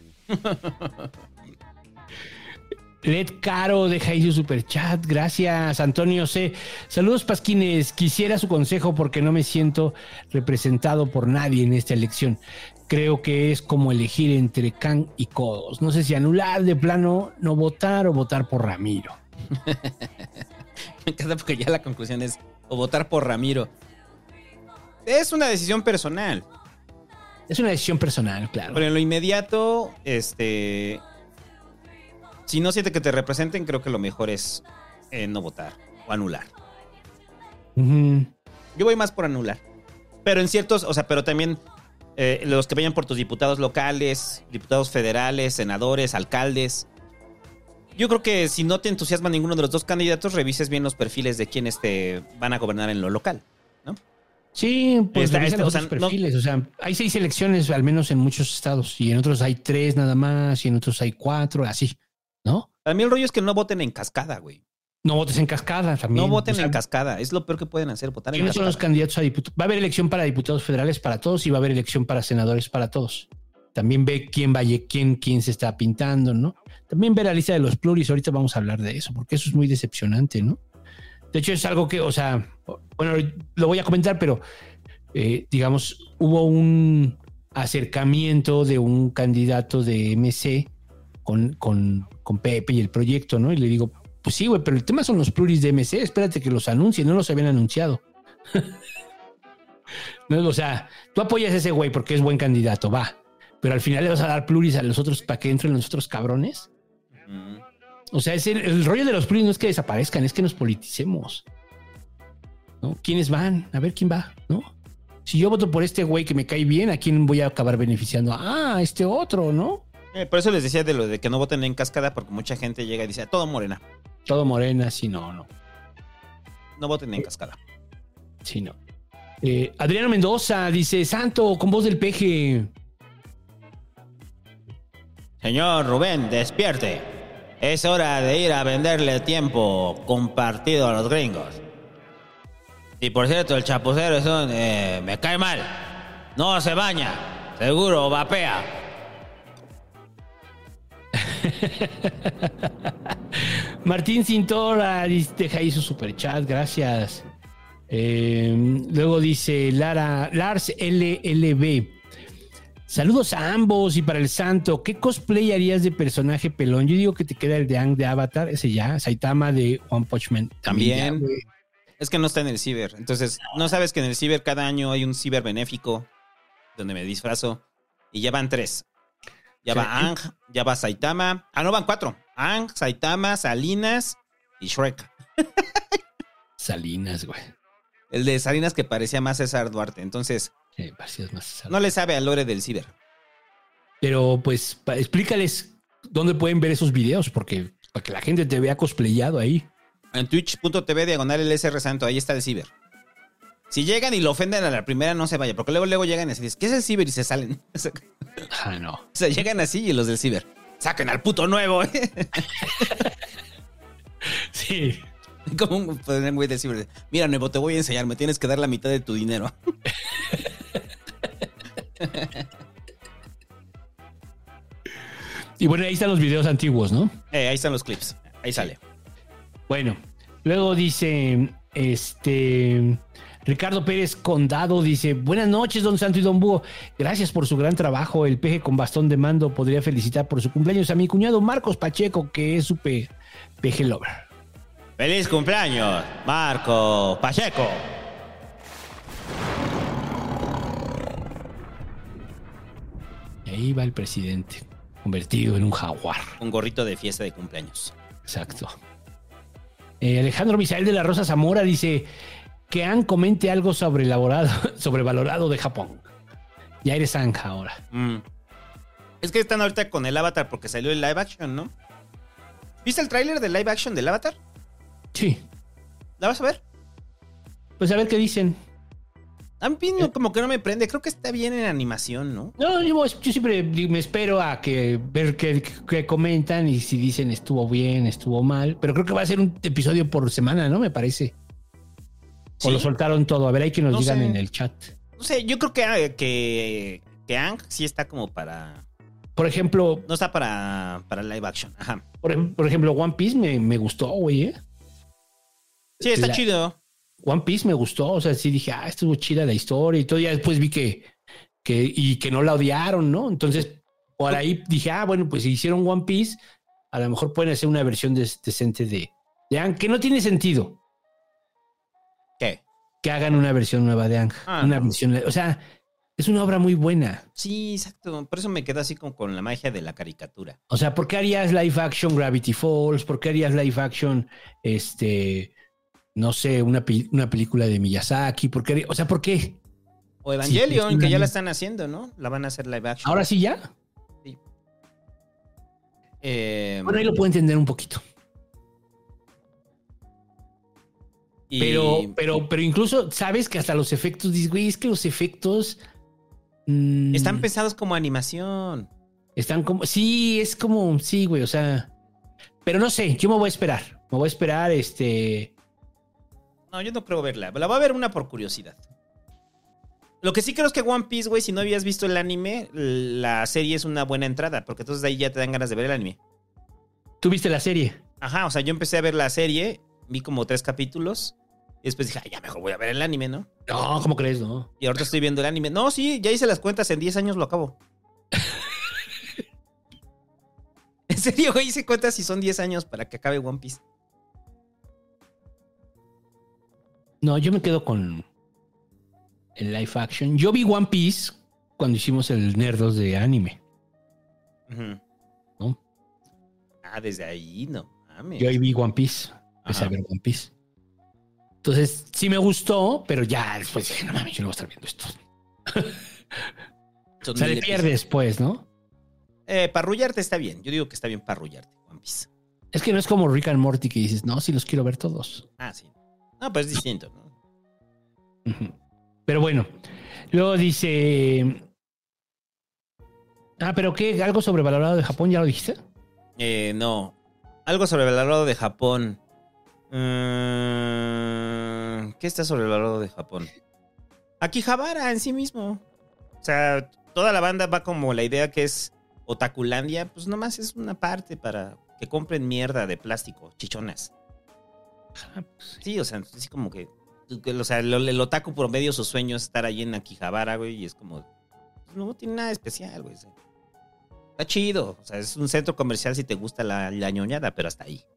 H: Led Caro deja ahí su superchat. Gracias, Antonio C. Saludos, pasquines. Quisiera su consejo porque no me siento representado por nadie en esta elección. Creo que es como elegir entre can y codos. No sé si anular de plano, no votar o votar por Ramiro.
G: Me encanta porque ya la conclusión es o votar por Ramiro. Es una decisión personal.
H: Es una decisión personal, claro.
G: Pero en lo inmediato, si no siente que te representen, creo que lo mejor es no votar o anular.
H: Uh-huh.
G: Yo voy más por anular. Pero en ciertos, o sea, pero también los que vayan por tus diputados locales, diputados federales, senadores, alcaldes. Yo creo que si no te entusiasma ninguno de los dos candidatos, revises bien los perfiles de quienes te van a gobernar en lo local, ¿no?
H: Sí, pues los perfiles. No. O sea, hay 6 elecciones, al menos en muchos estados, y en otros hay 3 nada más, y en otros hay 4, así, ¿no?
G: Para mí el rollo es que no voten en cascada, güey.
H: No votes en cascada también.
G: No voten en cascada. Es lo peor que pueden hacer, votar en
H: ¿Quiénes son
G: cascada.
H: los candidatos a diputados? Va a haber elección para diputados federales para todos y va a haber elección para senadores para todos. También ve quién se está pintando, ¿no? También ve la lista de los pluris. Ahorita vamos a hablar de eso, porque eso es muy decepcionante, ¿no? De hecho, es algo que, o sea, bueno, lo voy a comentar, pero digamos, hubo un acercamiento de un candidato de MC con Pepe y el proyecto, ¿no? Y le digo, pues sí, güey, pero el tema son los pluris de MC, espérate que los anuncien, no los habían anunciado. No, o sea, tú apoyas a ese güey porque es buen candidato, va, pero al final le vas a dar pluris a los otros para que entren los otros cabrones. O sea, el rollo de los pluris no es que desaparezcan, es que nos politicemos, ¿no? ¿Quiénes van? A ver quién va, ¿no? Si yo voto por este güey que me cae bien, ¿a quién voy a acabar beneficiando? Ah, este otro, ¿no?
G: Por eso les decía de lo de que no voten en cascada, porque mucha gente llega y dice, todo Morena.
H: Todo Morena, sí, no.
G: No voten en cascada.
H: Sí, no. Adriano Mendoza dice, Santo, con voz del peje.
G: Señor Rubén, despierte. Es hora de ir a venderle tiempo compartido a los gringos. Y por cierto, el chapucero me cae mal. No se baña. Seguro vapea.
H: Martín Cintora deja ahí su superchat, gracias. Luego dice Lars LLB. Saludos a ambos y para el Santo, ¿qué cosplay harías de personaje pelón? Yo digo que te queda el de Aang de Avatar, ese ya, Saitama de One Punch Man.
G: También. Es que no está en el ciber. Entonces, no sabes que en el ciber cada año hay un ciber benéfico donde me disfrazo y ya van 3. Ya va Aang, ya va Saitama. Ah, no, van 4. Aang, Saitama, Salinas y Shrek.
H: Salinas, güey.
G: El de Salinas que parecía más César Duarte. Entonces,
H: sí, parecías más César.
G: No le sabe al lore del ciber.
H: Pero, pues, explícales dónde pueden ver esos videos, porque para que la gente te vea cosplayado ahí.
G: En twitch.tv/LSR Santo, ahí está el ciber. Si llegan y lo ofenden a la primera, no se vaya, porque luego llegan y se dicen, ¿qué es el ciber? Y se salen.
H: Ah, no.
G: O sea, llegan así y los del ciber, ¡saquen al puto nuevo!
H: Sí.
G: Como un güey del ciber, mira, nuevo, te voy a enseñar, me tienes que dar la mitad de tu dinero.
H: Y bueno, ahí están los videos antiguos, ¿no?
G: Ahí están los clips, ahí sale.
H: Bueno, luego dice, Ricardo Pérez Condado dice, buenas noches, don Santo y don Búho. Gracias por su gran trabajo. El peje con bastón de mando podría felicitar por su cumpleaños a mi cuñado Marcos Pacheco, que es su peje lover.
G: ¡Feliz cumpleaños, Marco Pacheco!
H: Y ahí va el presidente, convertido en un jaguar.
G: Un gorrito de fiesta de cumpleaños.
H: Exacto. Alejandro Misael de la Rosa Zamora dice que Aang comente algo sobrevalorado de Japón. Ya eres Aang ahora.
G: Es que están ahorita con el Avatar porque salió el live action, ¿no? ¿Viste el tráiler del live action del Avatar?
H: Sí.
G: ¿La vas a ver?
H: Pues a ver qué dicen.
G: A mí no, como que no me prende. Creo que está bien en animación, ¿no?
H: No, yo siempre me espero a ver qué comentan y si dicen estuvo bien, estuvo mal. Pero creo que va a ser un episodio por semana, ¿no? Me parece. ¿Sí? O lo soltaron todo. A ver, hay que nos digan en el chat.
G: No sé, yo creo que Aang sí está como para...
H: Por ejemplo...
G: No está para live action. Ajá.
H: Por ejemplo, One Piece me gustó, güey, ¿eh?
G: Sí, está chido.
H: One Piece me gustó, o sea, sí dije, estuvo chida la historia y todo. Ya después vi que no la odiaron, ¿no? Entonces, por ahí dije, bueno, pues si hicieron One Piece, a lo mejor pueden hacer una versión decente de Aang, que no tiene sentido.
G: ¿Qué?
H: Que hagan una versión nueva de Aang. Una versión, o sea, es una obra muy buena.
G: Sí, exacto. Por eso me quedo así con la magia de la caricatura.
H: O sea, ¿por qué harías live action Gravity Falls? ¿Por qué harías live action, no sé, una película de Miyazaki? ¿Por qué? O sea, ¿por qué?
G: O Evangelion, sí, que ya la están haciendo, ¿no? La van a hacer live action.
H: ¿Ahora sí ya?
G: Sí.
H: Bueno, ahí lo puedo entender un poquito. Pero incluso, ¿sabes? Que hasta los efectos, dices, güey, es que los efectos...
G: están pensados como animación.
H: Están como... Sí, es como... Sí, güey, o sea... Pero no sé, yo me voy a esperar. Me voy a esperar,
G: No, yo no creo verla. La voy a ver una por curiosidad. Lo que sí creo es que One Piece, güey, si no habías visto el anime, la serie es una buena entrada, porque entonces de ahí ya te dan ganas de ver el anime.
H: ¿Tú viste la serie?
G: Ajá, o sea, yo empecé a ver la serie, vi como 3 capítulos, y después dije, ya mejor voy a ver el anime, ¿no?
H: No, ¿cómo crees, no?
G: Y ahorita estoy viendo el anime. No, sí, ya hice las cuentas, en 10 años lo acabo. En serio, güey, hice cuentas y son 10 años para que acabe One Piece.
H: No, yo me quedo con el live action. Yo vi One Piece cuando hicimos el Nerdos de anime.
G: Uh-huh.
H: ¿No?
G: Ah, desde ahí, no mames.
H: Yo ahí vi One Piece. Empecé a ver One Piece. Entonces, sí me gustó, pero ya después dije, no mames, yo no voy a estar viendo esto. O sea, le pierdes, pues, ¿no?
G: Parrullarte está bien. Yo digo que está bien parrullarte, One Piece.
H: Es que no es como Rick and Morty que dices, no, sí los quiero ver todos.
G: Ah, sí. No, pues es distinto, ¿no?
H: Uh-huh. Pero bueno, luego dice... ¿pero qué? ¿Algo sobrevalorado de Japón? ¿Ya lo dijiste?
G: No. Algo sobrevalorado de Japón. ¿Qué está sobrevalorado de Japón? Akihabara en sí mismo. O sea, toda la banda va como la idea que es Otakulandia, pues nomás es una parte para que compren mierda de plástico, chichonas. Sí, o sea, así como que... O sea, el otaku por medio su sueño es estar ahí en Akihabara, güey, y es como... No tiene nada especial, güey. Está chido. O sea, es un centro comercial si te gusta la ñoñada, pero hasta ahí.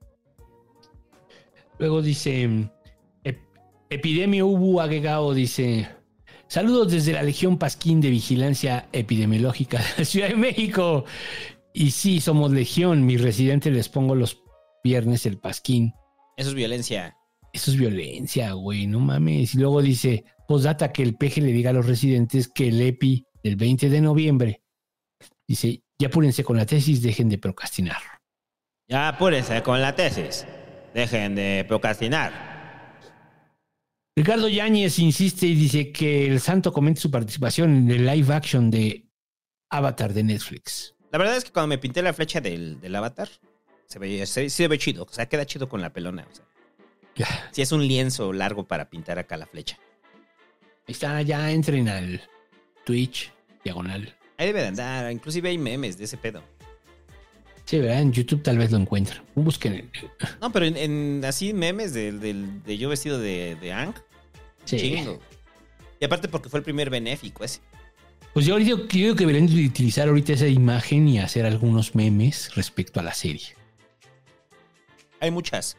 H: Luego dice... Epidemia Ubu Agegao dice... Saludos desde la Legión Pasquín de Vigilancia Epidemiológica de la Ciudad de México. Y sí, somos Legión. Mis residentes les pongo los viernes el Pasquín.
G: Eso es violencia.
H: Eso es violencia, güey, no mames. Y luego dice, postdata, que el peje le diga a los residentes que el EPI del 20 de noviembre, dice, ya apúrense con la tesis, dejen de procrastinar.
G: Ya apúrense con la tesis, dejen de procrastinar.
H: Ricardo Yáñez insiste y dice que el santo comente su participación en el live action de Avatar de Netflix.
G: La verdad es que cuando me pinté la flecha del Avatar, se ve chido. O sea, queda chido con la pelona. O sea, sí es un lienzo largo para pintar acá la flecha.
H: Ahí está, ya entren al Twitch, diagonal.
G: Ahí debe de andar. Inclusive hay memes de ese pedo.
H: Sí, ¿verdad? En YouTube tal vez lo encuentren. Busquen.
G: No, pero en así memes de yo vestido de Aang.
H: Sí.
G: Chingo. Y aparte porque fue el primer benéfico ese.
H: Pues yo digo que deberían utilizar ahorita esa imagen y hacer algunos memes respecto a la serie.
G: Hay muchas.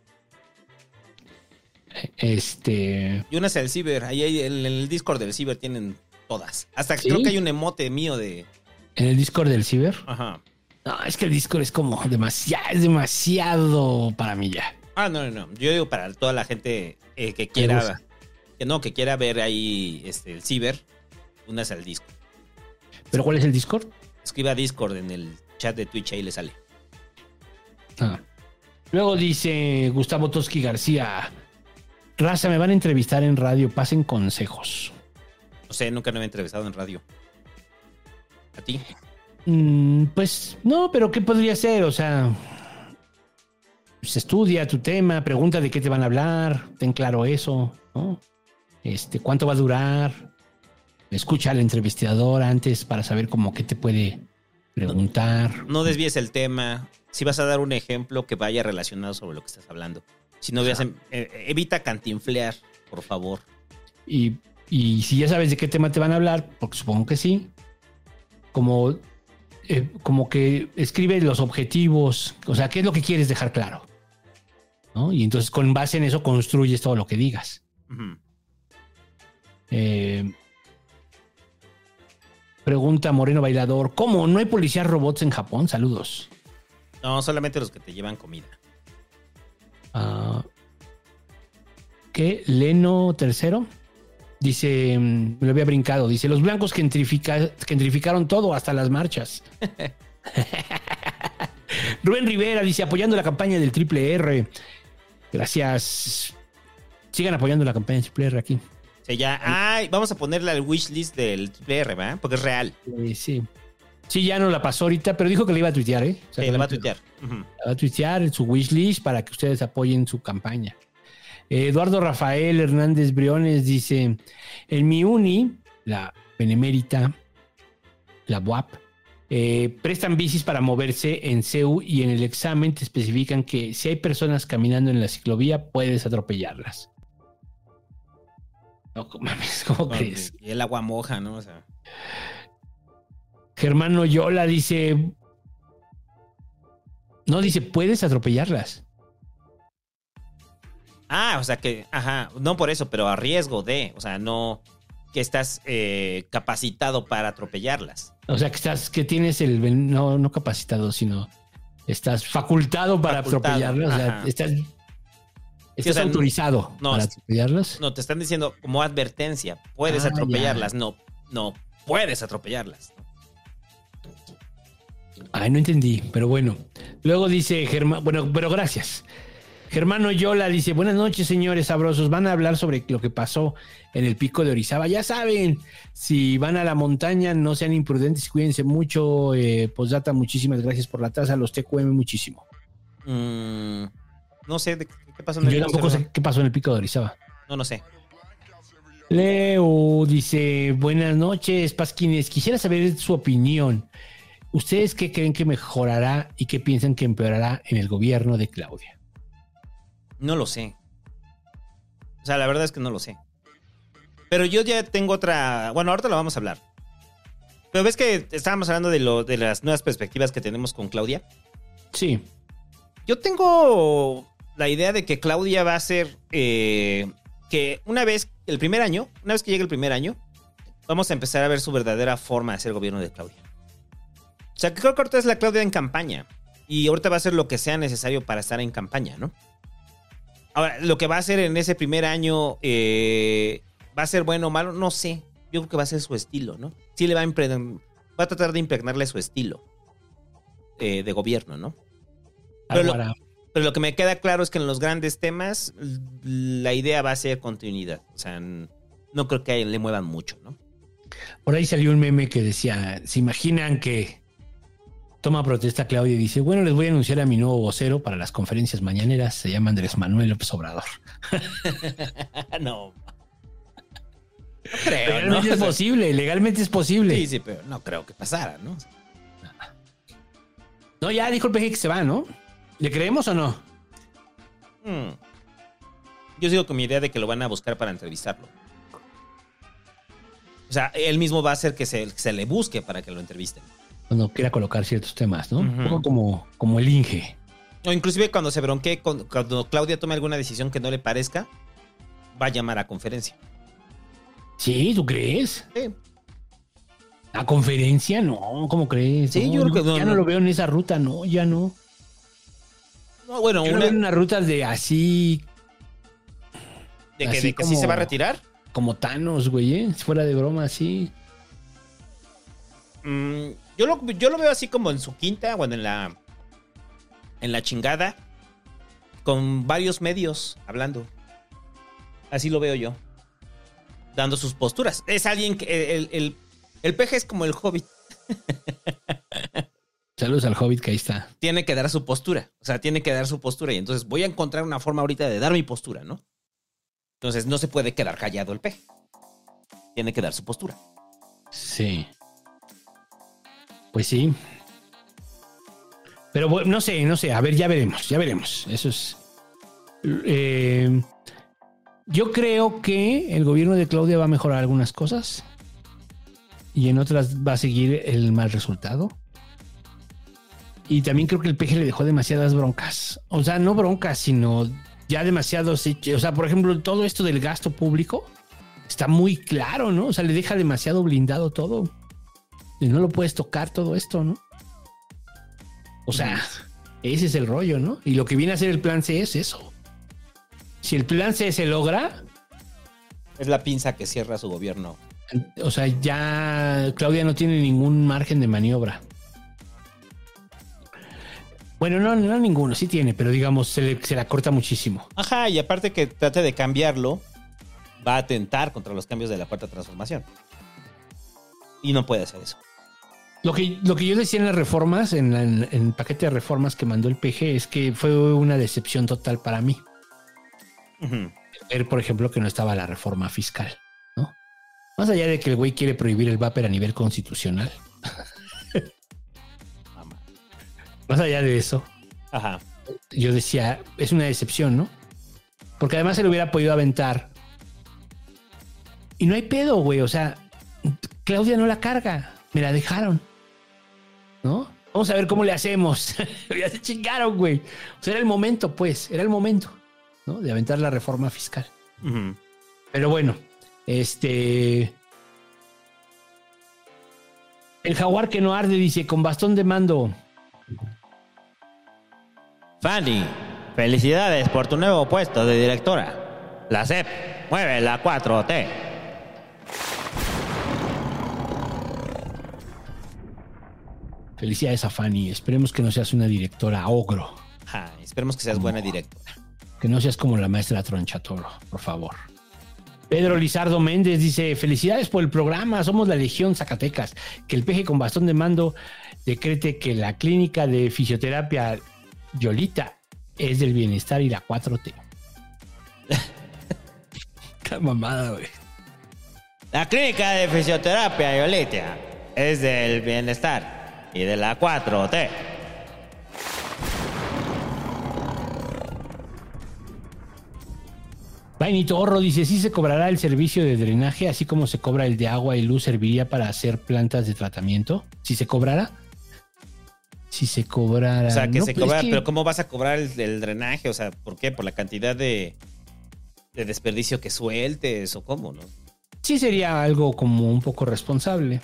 H: Y
G: unas del Ciber. Ahí en el Discord del Ciber tienen todas. Hasta
H: ¿Sí?
G: Creo que hay un emote mío de...
H: ¿En el Discord del Ciber?
G: Ajá.
H: No, es que el Discord es como demasiado para mí ya.
G: No. Yo digo para toda la gente que quiera... Que quiera ver ahí el Ciber, unas al Discord.
H: ¿Pero cuál es el Discord?
G: Escriba Discord en el chat de Twitch, ahí le sale.
H: Luego dice Gustavo Toski García, raza, me van a entrevistar en radio, pasen consejos.
G: No sé, nunca me he entrevistado en radio. ¿A ti?
H: Pues no, pero ¿qué podría ser? O sea, pues estudia tu tema, pregunta de qué te van a hablar, ten claro eso, ¿no? ¿Cuánto va a durar? Escucha al entrevistador antes para saber cómo qué te puede preguntar.
G: No desvíes el tema. Si vas a dar un ejemplo que vaya relacionado sobre lo que estás hablando. Si no, evita cantinflear, por favor.
H: Y si ya sabes de qué tema te van a hablar, porque supongo que sí, como que escribe los objetivos, o sea, qué es lo que quieres dejar claro, ¿no? Y entonces con base en eso construyes todo lo que digas.
G: Uh-huh.
H: Pregunta Moreno Bailador, ¿cómo? ¿No hay policías robots en Japón? Saludos.
G: No, solamente los que te llevan comida.
H: ¿Qué? Leno III dice, me lo había brincado, dice, los blancos gentrificaron todo, hasta las marchas. Rubén Rivera dice, apoyando la campaña del Triple R. Gracias. Sigan apoyando la campaña del Triple R aquí.
G: Sí, ya. Vamos a ponerle al wishlist del Triple R, ¿verdad? Porque es real.
H: Sí. Sí, ya no la pasó ahorita, pero dijo que le iba a tuitear, ¿eh? O sea,
G: Sí, le va a tuitear.
H: La va a tuitear en su wishlist para que ustedes apoyen su campaña. Eduardo Rafael Hernández Briones dice, en mi uni, la Benemérita, la BUAP, prestan bicis para moverse en CEU y en el examen te especifican que si hay personas caminando en la ciclovía, puedes atropellarlas. No mames, ¿cómo crees?
G: Y el agua moja, ¿no? O sea.
H: Germán Oyola dice... No, dice, puedes atropellarlas.
G: O sea que... Ajá, no por eso, pero a riesgo de... O sea, no... Que estás capacitado para atropellarlas.
H: O sea, que tienes el... No capacitado, sino... Estás facultado para atropellarlas. O sea, estás
G: o sea,
H: autorizado para atropellarlas.
G: No, te están diciendo como advertencia. Puedes atropellarlas. Ya. No puedes atropellarlas.
H: Ay, no entendí, pero bueno. Luego dice Germán... Bueno, pero gracias. Germán Oyola dice, buenas noches, señores sabrosos. Van a hablar sobre lo que pasó en el pico de Orizaba. Ya saben, si van a la montaña, no sean imprudentes y cuídense mucho. Postdata, muchísimas gracias por la taza. Los TQM muchísimo.
G: No sé qué pasó en el
H: pico. Yo tampoco sé qué pasó en el pico de Orizaba.
G: No sé.
H: Leo dice, buenas noches, Pasquines. Quisiera saber su opinión. ¿Ustedes qué creen que mejorará y qué piensan que empeorará en el gobierno de Claudia?
G: No lo sé. O sea, la verdad es que no lo sé. Pero yo ya tengo otra... Bueno, ahorita lo vamos a hablar. Pero ves que estábamos hablando de las nuevas perspectivas que tenemos con Claudia.
H: Sí.
G: Yo tengo la idea de que Claudia va a ser... que una vez que llegue el primer año, vamos a empezar a ver su verdadera forma de ser gobierno de Claudia. O sea, que creo que ahorita es la Claudia en campaña. Y ahorita va a hacer lo que sea necesario para estar en campaña, ¿no? Ahora, lo que va a hacer en ese primer año, ¿va a ser bueno o malo? No sé. Yo creo que va a ser su estilo, ¿no? Sí le va a tratar de impregnarle su estilo de gobierno, ¿no? Pero lo que me queda claro es que en los grandes temas, la idea va a ser continuidad. O sea, no creo que le muevan mucho, ¿no?
H: Por ahí salió un meme que decía, ¿se imaginan que toma protesta Claudia y dice, bueno, les voy a anunciar a mi nuevo vocero para las conferencias mañaneras, se llama Andrés Manuel López Obrador?
G: No creo,
H: legalmente es posible, legalmente es posible.
G: Sí, pero no creo que pasara, ¿no?
H: No, ya dijo el PG que se va, ¿no? ¿Le creemos o no?
G: Yo sigo con mi idea de que lo van a buscar para entrevistarlo. O sea, él mismo va a hacer que se le busque para que lo entrevisten.
H: Cuando quiera colocar ciertos temas, ¿no? Un poco como el Inge.
G: O inclusive cuando se bronquee, cuando Claudia tome alguna decisión que no le parezca, va a llamar a conferencia.
H: ¿Sí? ¿Tú crees?
G: Sí.
H: ¿A conferencia? No, ¿cómo crees?
G: Sí,
H: no,
G: yo creo que
H: ya no lo veo en esa ruta, no, ya no.
G: No, bueno,
H: yo veo en una ruta de así...
G: ¿De que sí se va a retirar?
H: Como Thanos, güey, fuera de broma, así.
G: Yo lo veo así como en su quinta, bueno, en la chingada, con varios medios hablando. Así lo veo yo. Dando sus posturas. Es alguien que... El peje es como el Hobbit.
H: Saludos al Hobbit, que ahí está.
G: Tiene que dar su postura. O sea, tiene que dar su postura. Y entonces voy a encontrar una forma ahorita de dar mi postura, ¿no? Entonces no se puede quedar callado el peje. Tiene que dar su postura.
H: Sí. Pues sí. Pero bueno, no sé. A ver, ya veremos. Eso es... yo creo que el gobierno de Claudia va a mejorar algunas cosas. Y en otras va a seguir el mal resultado. Y también creo que el PG le dejó demasiadas broncas. O sea, no broncas, sino ya demasiados hechos. O sea, por ejemplo, todo esto del gasto público está muy claro, ¿no? O sea, le deja demasiado blindado todo. Y no lo puedes tocar todo esto, ¿no? O sea, ese es el rollo, ¿no? Y lo que viene a ser el plan C es eso. Si el plan C se logra...
G: Es la pinza que cierra su gobierno.
H: O sea, ya Claudia no tiene ningún margen de maniobra. Bueno, no ninguno, sí tiene, pero digamos, se la corta muchísimo.
G: Ajá, y aparte que trate de cambiarlo, va a atentar contra los cambios de la Cuarta Transformación. Y no puede hacer eso.
H: Lo que yo decía en las reformas, en el paquete de reformas que mandó el PG, es que fue una decepción total para mí. Ver, por ejemplo, que no estaba la reforma fiscal, ¿no? Más allá de que el güey quiere prohibir el vapor a nivel constitucional. Más allá de eso.
G: Ajá.
H: Yo decía, es una decepción, ¿no? Porque además se le hubiera podido aventar. Y no hay pedo, güey. O sea, Claudia no la carga. Me la dejaron. ¿No? Vamos a ver cómo le hacemos. Ya se chingaron, güey. O sea, era el momento, pues. Era el momento, ¿no? De aventar la reforma fiscal. Pero bueno, el jaguar que no arde dice, con bastón de mando.
G: Fanny, felicidades por tu nuevo puesto de directora. La CEP mueve la 4T.
H: Felicidades a Fanny. Esperemos que no seas una directora ogro.
G: Esperemos que seas buena directora.
H: Que no seas como la maestra Tronchatoro, por favor. Pedro Lizardo Méndez dice, felicidades por el programa, somos la Legión Zacatecas. Que el PG con bastón de mando decrete que la clínica de fisioterapia Yolita es del bienestar y la 4T. Qué mamada, güey.
G: La clínica de fisioterapia Yolita es del bienestar y de la 4T.
H: Vainito Horro dice, sí se cobrará el servicio de drenaje, así como se cobra el de agua y luz, serviría para hacer plantas de tratamiento. ¿Sí se cobrará? Si se cobrara...
G: O sea, que
H: no,
G: se
H: pues
G: cobra,
H: es que...
G: pero ¿cómo vas a cobrar el drenaje? O sea, ¿por qué? ¿Por la cantidad de desperdicio que sueltes o cómo, no?
H: Sí sería algo como un poco responsable.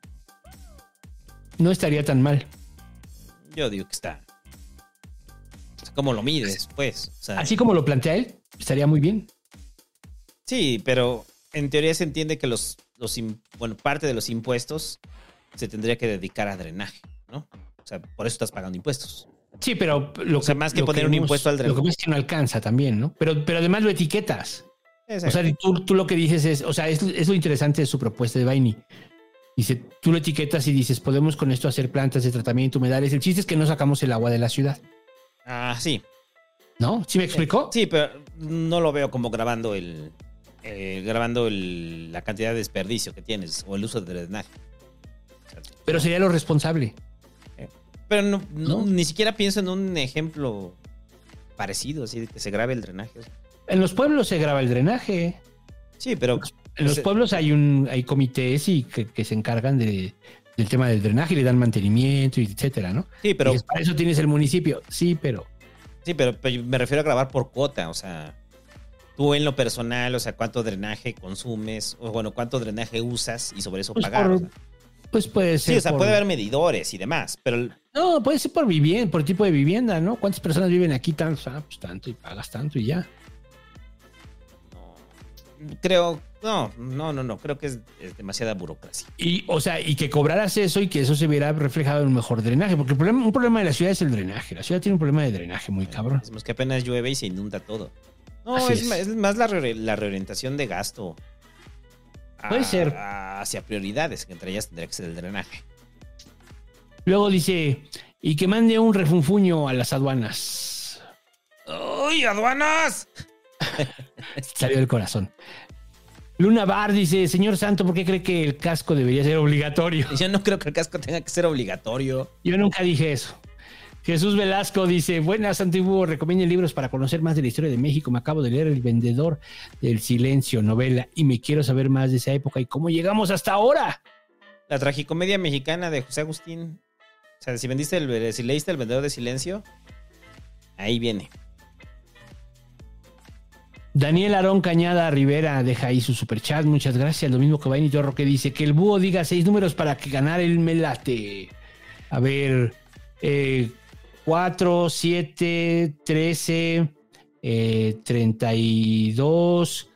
H: No estaría tan mal.
G: Yo digo que está... O sea, ¿cómo lo mides, pues? O sea,
H: así como lo plantea él, estaría muy bien.
G: Sí, pero en teoría se entiende que parte de los impuestos se tendría que dedicar a drenaje, ¿no? O sea, por eso estás pagando impuestos.
H: Sí, pero
G: más que poner un impuesto al drenaje.
H: Lo que pasa es que no alcanza también, ¿no? Pero además lo etiquetas.
G: Exacto.
H: O sea, tú lo que dices es, o sea, es lo interesante de su propuesta de Vaini. Dice, tú lo etiquetas y dices, podemos con esto hacer plantas de tratamiento, humedales. El chiste es que no sacamos el agua de la ciudad.
G: Ah, sí.
H: ¿No? ¿Sí me explicó?
G: Sí, pero no lo veo como grabando la cantidad de desperdicio que tienes o el uso de drenaje.
H: Pero sería lo responsable.
G: Pero no, ni siquiera pienso en un ejemplo parecido, así de que se grabe el drenaje.
H: En los pueblos se graba el drenaje.
G: Sí, pero...
H: En los pueblos hay comités y que se encargan del tema del drenaje y le dan mantenimiento, y etcétera, ¿no?
G: Sí, pero...
H: Y para eso tienes el municipio. Sí, pero
G: me refiero a grabar por cuota, o sea... Tú en lo personal, o sea, cuánto drenaje consumes, o bueno, cuánto drenaje usas y sobre eso
H: pues
G: pagar.
H: Pues puede ser.
G: Sí, o sea, puede haber medidores y demás, pero...
H: No, puede ser por tipo de vivienda, ¿no? ¿Cuántas personas viven aquí? Pues tanto y pagas tanto y ya.
G: Creo... No, creo que es demasiada burocracia.
H: Y, o sea, y que cobraras eso y que eso se viera reflejado en un mejor drenaje, porque un problema de la ciudad es el drenaje. La ciudad tiene un problema de drenaje muy cabrón.
G: Decimos que apenas llueve y se inunda todo. No, es más la reorientación de gasto.
H: Puede ser.
G: Hacia prioridades, que entre ellas tendría que ser el drenaje.
H: Luego dice, y que mande un refunfuño a las aduanas.
G: ¡Uy, aduanas!
H: Salió del corazón. Luna Bar dice, señor Santo, ¿por qué cree que el casco debería ser obligatorio?
G: Yo no creo que el casco tenga que ser obligatorio.
H: Yo nunca dije eso. Jesús Velasco dice, buenas, Antiguo, recomienden libros para conocer más de la historia de México. Me acabo de leer El Vendedor del Silencio, novela, y me quiero saber más de esa época y cómo llegamos hasta ahora.
G: La tragicomedia mexicana de José Agustín. O sea, si leíste El Vendedor del Silencio, ahí viene.
H: Daniel Aarón Cañada Rivera deja ahí su superchat. Muchas gracias. Lo mismo que Vainito Torro, que dice que el búho diga 6 números para que ganar el melate. A ver, 4, 7, 13, 32,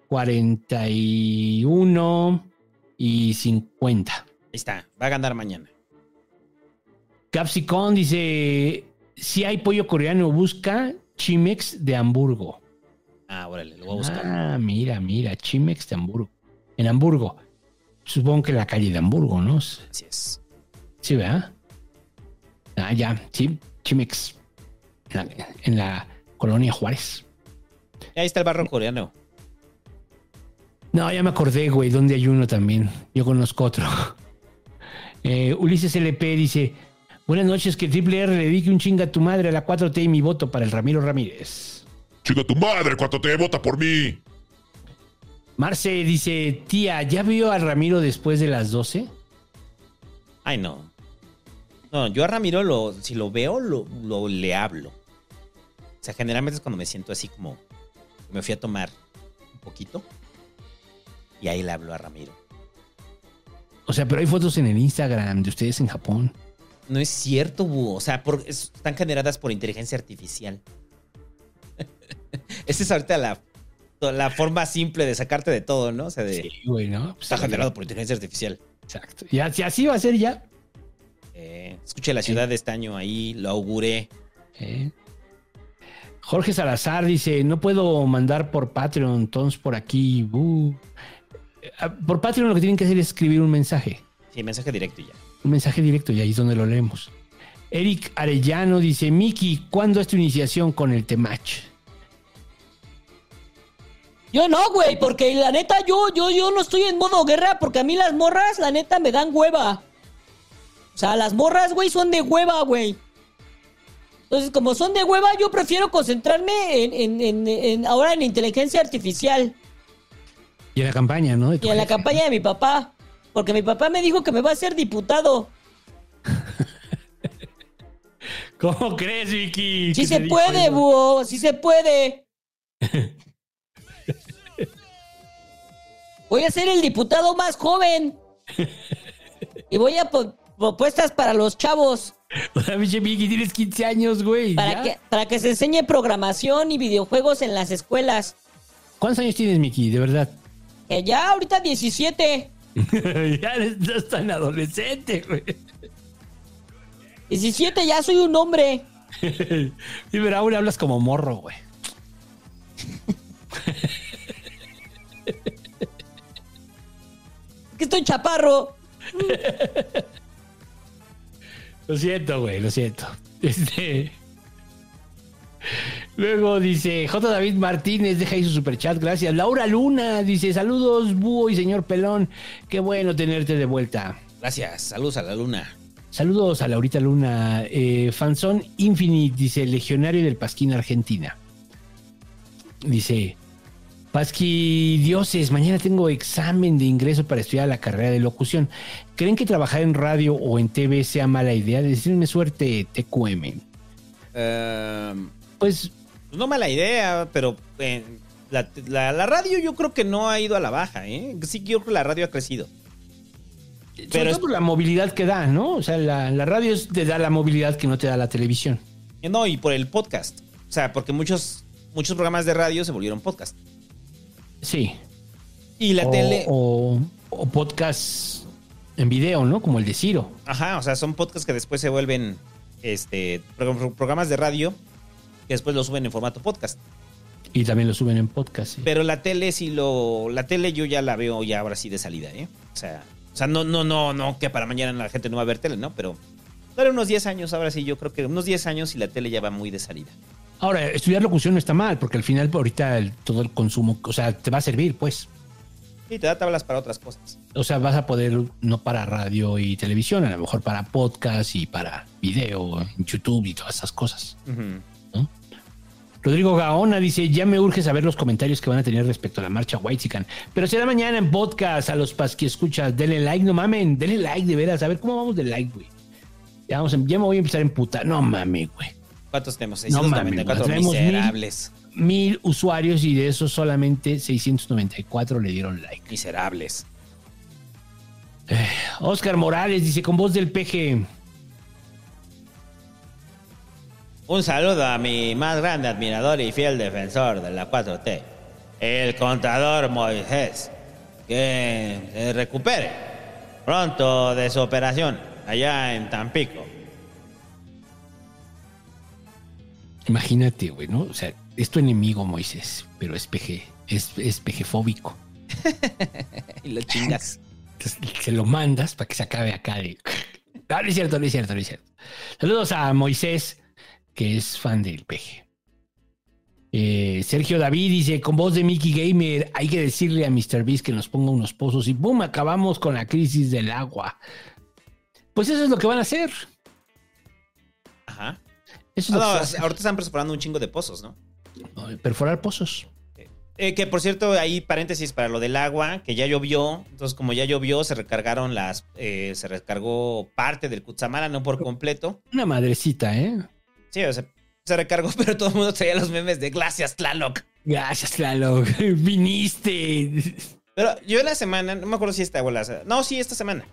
H: 41 y 50.
G: Ahí está, va a ganar mañana.
H: Capsicón dice, si hay pollo coreano, busca Chimex de Hamburgo.
G: Ah, órale, lo voy a buscar.
H: Ah, mira, Chimex de Hamburgo. En Hamburgo. Supongo que en la calle de Hamburgo, ¿no?
G: Así es.
H: Sí, ¿verdad? Ah, ya, sí, Chimex. En la colonia Juárez.
G: Ahí está el barro coreano.
H: No, ya me acordé, güey, donde hay uno también. Yo conozco otro. Ulises LP dice: buenas noches, que Triple R le dedique un chinga a tu madre a la 4T y mi voto para el Ramiro Ramírez.
B: Chinga tu madre, 4T, vota por mí.
H: Marce dice: tía, ¿ya vio al Ramiro después de las 12?
G: Ay, no. No, yo a Ramiro si lo veo, le hablo. O sea, generalmente es cuando me siento así como me fui a tomar un poquito y ahí le hablo a Ramiro.
H: O sea, pero hay fotos en el Instagram de ustedes en Japón.
G: No es cierto, búho. O sea, están generadas por inteligencia artificial. Esa es ahorita la forma simple de sacarte de todo, ¿no? O sea,
H: sí, güey, ¿no?
G: Pues está generado por inteligencia artificial.
H: Exacto. Y así va a ser ya.
G: Escuché La Ciudad de este año ahí, lo auguré.
H: Jorge Salazar dice: no puedo mandar por Patreon, entonces por aquí. Por Patreon lo que tienen que hacer es escribir un mensaje.
G: Sí, mensaje directo y ya.
H: Un mensaje directo y ahí es donde lo leemos. Eric Arellano dice: Miki, ¿cuándo es tu iniciación con el Temach?
Q: Yo no, güey, porque la neta yo no estoy en modo guerra porque a mí las morras, la neta, me dan hueva. O sea, las morras, güey, son de hueva, güey. Entonces, como son de hueva, yo prefiero concentrarme ahora en inteligencia artificial.
H: Y en la campaña, ¿no?
Q: Y en la campaña de mi papá. Porque mi papá me dijo que me va a hacer diputado.
H: ¿Cómo crees, Vicky?
Q: Sí se puede, búho, sí se puede. Voy a ser el diputado más joven. Y voy a propuestas para los chavos.
H: O sea, Vicky, tienes 15 años, güey.
Q: Para que se enseñe programación y videojuegos en las escuelas.
H: ¿Cuántos años tienes, Miki, de verdad?
Q: Ya ahorita 17.
H: Ya estás tan adolescente, güey.
Q: 17, ya soy un hombre.
H: Sí, pero ahora hablas como morro, güey.
Q: Que estoy chaparro.
H: Lo siento, güey, lo siento. Luego dice J. David Martínez, deja ahí su superchat, gracias. Laura Luna dice: saludos, búho y señor pelón, qué bueno tenerte de vuelta.
G: Gracias, saludos a la Luna.
H: Saludos a Laurita Luna. Fanzón Infinite dice: legionario del Pasquín, Argentina. Dice: Pasqui dioses, mañana tengo examen de ingreso para estudiar la carrera de locución. ¿Creen que trabajar en radio o en TV sea mala idea? Decirme suerte, TQM. Pues
G: no mala idea, pero la radio yo creo que no ha ido a la baja, ¿eh? Sí, yo creo que la radio ha crecido.
H: Pero es por la movilidad que da, ¿no? O sea, la radio te da la movilidad que no te da la televisión.
G: No, y por el podcast. O sea, porque muchos programas de radio se volvieron podcast.
H: Sí.
G: Y la tele.
H: O podcasts en video, ¿no? Como el de Ciro.
G: Ajá, o sea, son podcasts que después se vuelven programas de radio que después lo suben en formato podcast.
H: Y también lo suben en podcast, sí.
G: Pero la tele la tele yo ya la veo ya ahora sí de salida, ¿eh? O sea, no, que para mañana la gente no va a ver tele, ¿no? Pero dale unos 10 años, ahora sí, yo creo que unos 10 años y la tele ya va muy de salida.
H: Ahora, estudiar locución no está mal, porque al final ahorita todo el consumo, o sea, te va a servir, pues.
G: Sí, te da tablas para otras cosas.
H: O sea, vas a poder, no para radio y televisión, a lo mejor para podcast y para video en YouTube y todas esas cosas.
G: Uh-huh.
H: ¿No? Rodrigo Gaona dice: ya me urge saber los comentarios que van a tener respecto a la marcha Whitezican, pero será mañana en podcast. A los que escuchas, denle like, no mamen, denle like de veras, a ver cómo vamos de like, güey. Ya me voy a empezar a emputar, no mames, güey.
G: ¿Cuántos tenemos?
H: 694
G: miserables.
H: 1000 usuarios y de esos solamente 694 le dieron like.
G: Miserables.
H: Oscar Morales dice: con voz del PG.
G: Un saludo a mi más grande admirador y fiel defensor de la 4T, el contador Moisés. Que se recupere pronto de su operación allá en Tampico.
H: Imagínate, güey, ¿no? O sea, es tu enemigo, Moisés, pero es PG, es PG-fóbico.
G: Y lo chingas.
H: Entonces, se lo mandas para que se acabe acá de... No es cierto. Saludos a Moisés, que es fan del peje. Sergio David dice, con voz de Mickey Gamer, hay que decirle a Mr. Beast que nos ponga unos pozos y ¡pum! Acabamos con la crisis del agua. Pues eso es lo que van a hacer.
G: Ajá.
H: Eso es
G: ahorita están perforando un chingo de pozos, ¿no?
H: Perforar pozos.
G: Que por cierto, ahí paréntesis para lo del agua, que ya llovió. Entonces, como ya llovió, se recargaron se recargó parte del Cutzamala, no por completo.
H: Una madrecita, ¿eh?
G: Sí, o sea, se recargó, pero todo el mundo traía los memes de gracias, Tlaloc.
H: Gracias, Tlaloc. Viniste.
G: Pero yo en la semana, no me acuerdo si esta esta semana.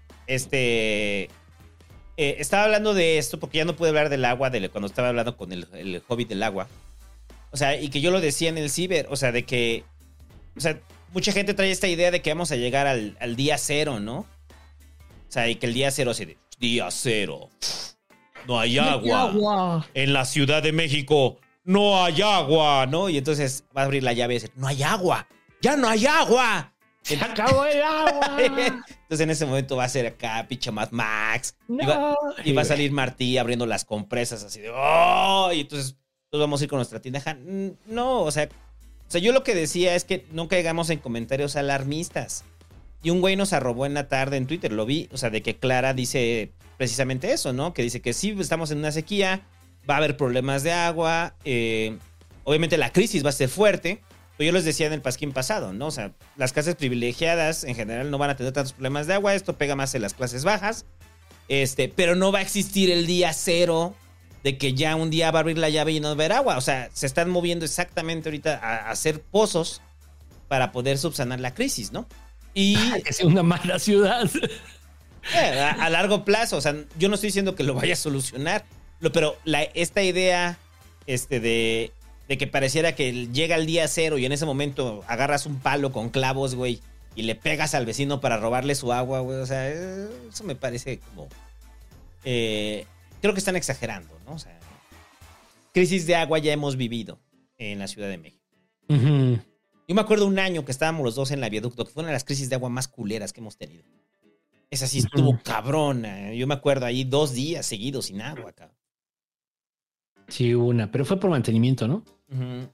G: Estaba hablando de esto porque ya no pude hablar del agua cuando estaba hablando con el Hobbit del agua. O sea, y que yo lo decía en el ciber, o sea, de que, o sea, mucha gente trae esta idea de que vamos a llegar al día cero, ¿no? O sea, y que el día cero así de, día cero, no hay agua. En la Ciudad de México no hay agua, ¿no? Y entonces va a abrir la llave y decir, no hay agua, ya no hay agua.
H: Se acabó el agua.
G: Entonces en ese momento va a ser acá, pinche Mad Max. No. Y va a salir Martí abriendo las compresas así de, ¡oh! Y entonces nos vamos a ir con nuestra tienda. No, o sea, yo lo que decía es que no caigamos en comentarios alarmistas. Y un güey nos arrobó en la tarde en Twitter, lo vi, o sea, de que Clara dice precisamente eso, ¿no? Que dice que sí, estamos en una sequía, va a haber problemas de agua, obviamente la crisis va a ser fuerte, pero yo les decía en el pasquín pasado, ¿no? O sea, las clases privilegiadas en general no van a tener tantos problemas de agua, esto pega más en las clases bajas, pero no va a existir el día cero de que ya un día va a abrir la llave y no va a haber agua. O sea, se están moviendo exactamente ahorita a hacer pozos para poder subsanar la crisis, ¿no? Y
H: que sea una mala ciudad.
G: A largo plazo, o sea, yo no estoy diciendo que lo vaya a solucionar, pero esta idea de que pareciera que llega el día cero y en ese momento agarras un palo con clavos, güey, y le pegas al vecino para robarle su agua, güey, o sea, eso me parece como... creo que están exagerando, ¿no? O sea, crisis de agua ya hemos vivido en la Ciudad de México.
H: Uh-huh.
G: Yo me acuerdo un año que estábamos los dos en la Viaducto, que fue una de las crisis de agua más culeras que hemos tenido. Esa sí estuvo cabrona. Yo me acuerdo ahí 2 días seguidos sin agua, cabrón.
H: Sí, pero fue por mantenimiento, ¿no?
G: Uh-huh.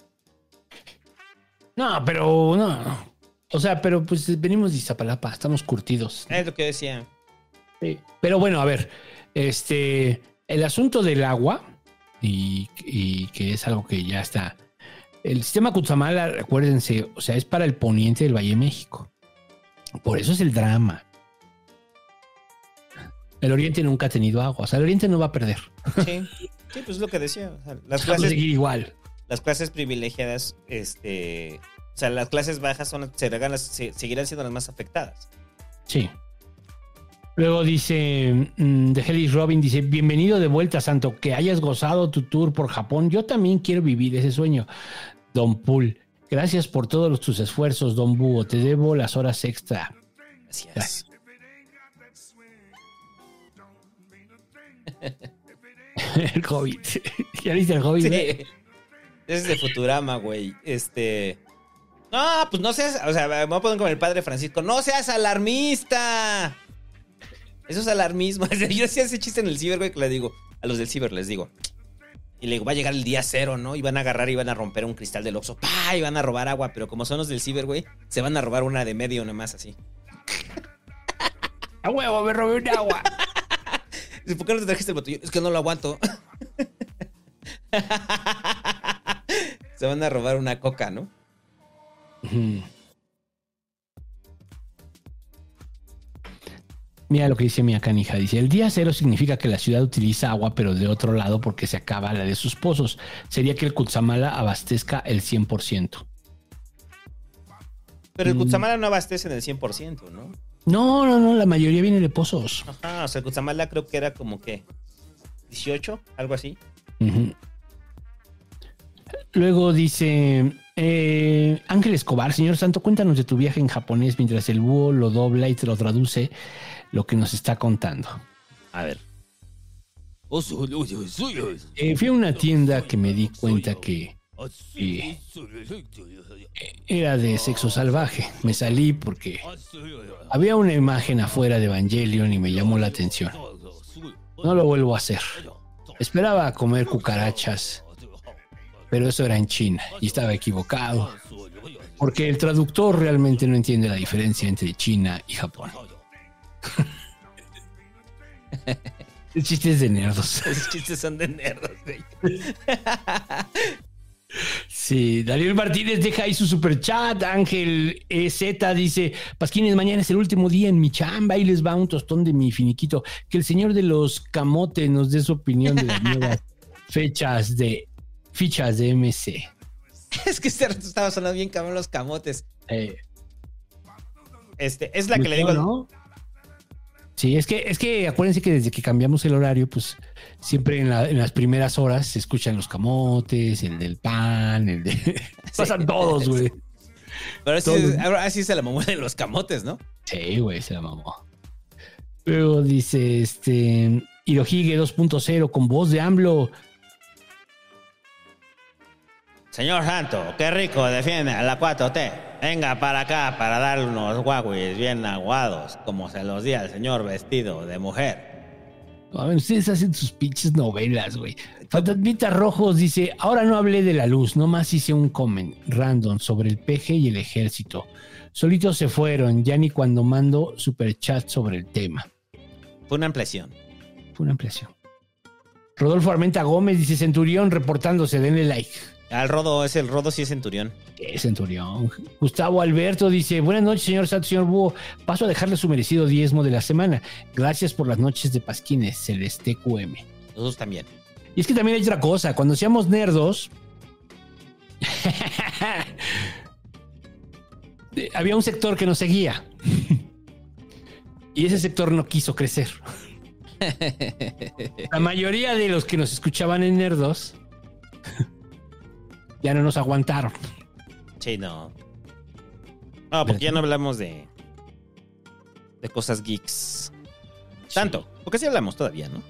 H: No, pero no. O sea, pero pues venimos de Iztapalapa, estamos curtidos.
G: Es lo que decía.
H: Sí. Pero bueno, a ver, el asunto del agua, y que es algo que ya está. El sistema Cutzamala, recuérdense, o sea, es para el poniente del Valle de México. Por eso es el drama. El oriente nunca ha tenido agua, o sea, el oriente no va a perder.
G: Sí, pues es lo que decía. O sea,
H: las clases seguir igual.
G: Las clases privilegiadas, o sea, las clases bajas seguirán siendo las más afectadas.
H: Sí. Luego dice, de Hellis Robin, dice, bienvenido de vuelta, Santo, que hayas gozado tu tour por Japón. Yo también quiero vivir ese sueño. Don Pool, gracias por todos tus esfuerzos, Don Búho. Te debo las horas extra.
G: Gracias.
H: El Hobbit. ¿Ya viste el Hobbit?
G: Sí. Ese es de Futurama, güey. No, pues no seas, o sea, me voy a poner como el padre Francisco. No seas alarmista. Eso es alarmismo. Yo hacía ese chiste en el ciber, güey, que le digo, a los del ciber les digo. Y le digo, va a llegar el día cero, ¿no? Y van a agarrar y van a romper un cristal del Oxxo. ¡Pah! Y van a robar agua. Pero como son los del ciber, güey, se van a robar una de medio nomás así.
H: ¡A huevo, me robé un agua!
G: ¿Por qué no te trajiste el botellón? Es que no lo aguanto. Se van a robar una coca, ¿no?
H: Mira lo que dice Mia Canija. Dice, el día cero significa que la ciudad utiliza agua, pero de otro lado porque se acaba la de sus pozos. Sería que el Cutzamala abastezca el 100%.
G: Pero el Cutzamala no abastece en el 100%, ¿no?
H: No, la mayoría viene de pozos.
G: Ajá, o sea, el Cutzamala creo que era como que 18, algo así.
H: Uh-huh. Luego dice Ángel Escobar, señor Santo, cuéntanos de tu viaje en japonés mientras el búho lo dobla y te lo traduce lo que nos está contando.
G: A ver.
H: Fui a una tienda que me di cuenta que Y era de sexo salvaje. Me salí porque había una imagen afuera de Evangelion y me llamó la atención. No lo vuelvo a hacer. Esperaba comer cucarachas, pero eso era en China y estaba equivocado, porque el traductor realmente no entiende la diferencia entre China y Japón. El chiste es de nerdos.
G: Esos chistes son de nerdos, güey.
H: Sí, Daniel Martínez deja ahí su superchat. Ángel EZ dice: Pasquines, mañana es el último día en mi chamba y les va un tostón de mi finiquito. Que el señor de los camotes nos dé su opinión de las nuevas fichas de MC.
G: Es que estaba sonando bien cabrón los camotes. Es la que le digo.
H: ¿No? Sí, es que acuérdense que desde que cambiamos el horario, pues siempre en las primeras horas se escuchan los camotes, el del pan, el de... Pasan todos, güey.
G: Pero ahora sí se la mamó de los camotes, ¿no?
H: Sí, güey, se la mamó. Luego dice, Hirohige 2.0 con voz de AMLO.
G: Señor Santo, qué rico defiende a la 4T. Venga para acá para darle unos guaguis bien aguados, como se los di al señor vestido de mujer.
H: A ver, ustedes hacen sus pinches novelas, güey. Fantasmitas Rojos dice: ahora no hablé de la luz, nomás hice un comment random sobre el PG y el ejército. Solitos se fueron, ya ni cuando mando superchat sobre el tema.
G: Fue una ampliación.
H: Rodolfo Armenta Gómez dice: Centurión reportándose, denle like.
G: Al Rodo, sí es Centurión.
H: Es Centurión. Gustavo Alberto dice: buenas noches, señor Santo, señor Búho. Paso a dejarle su merecido diezmo de la semana. Gracias por las noches de Pasquines, Celeste QM.
G: Nosotros también.
H: Y es que también hay otra cosa. Cuando seamos nerdos, había un sector que nos seguía. Y ese sector no quiso crecer. La mayoría de los que nos escuchaban en Nerdos ya no nos aguantaron.
G: Sí, no. No, porque ya no hablamos de cosas geeks. Tanto, porque sí hablamos todavía, ¿no?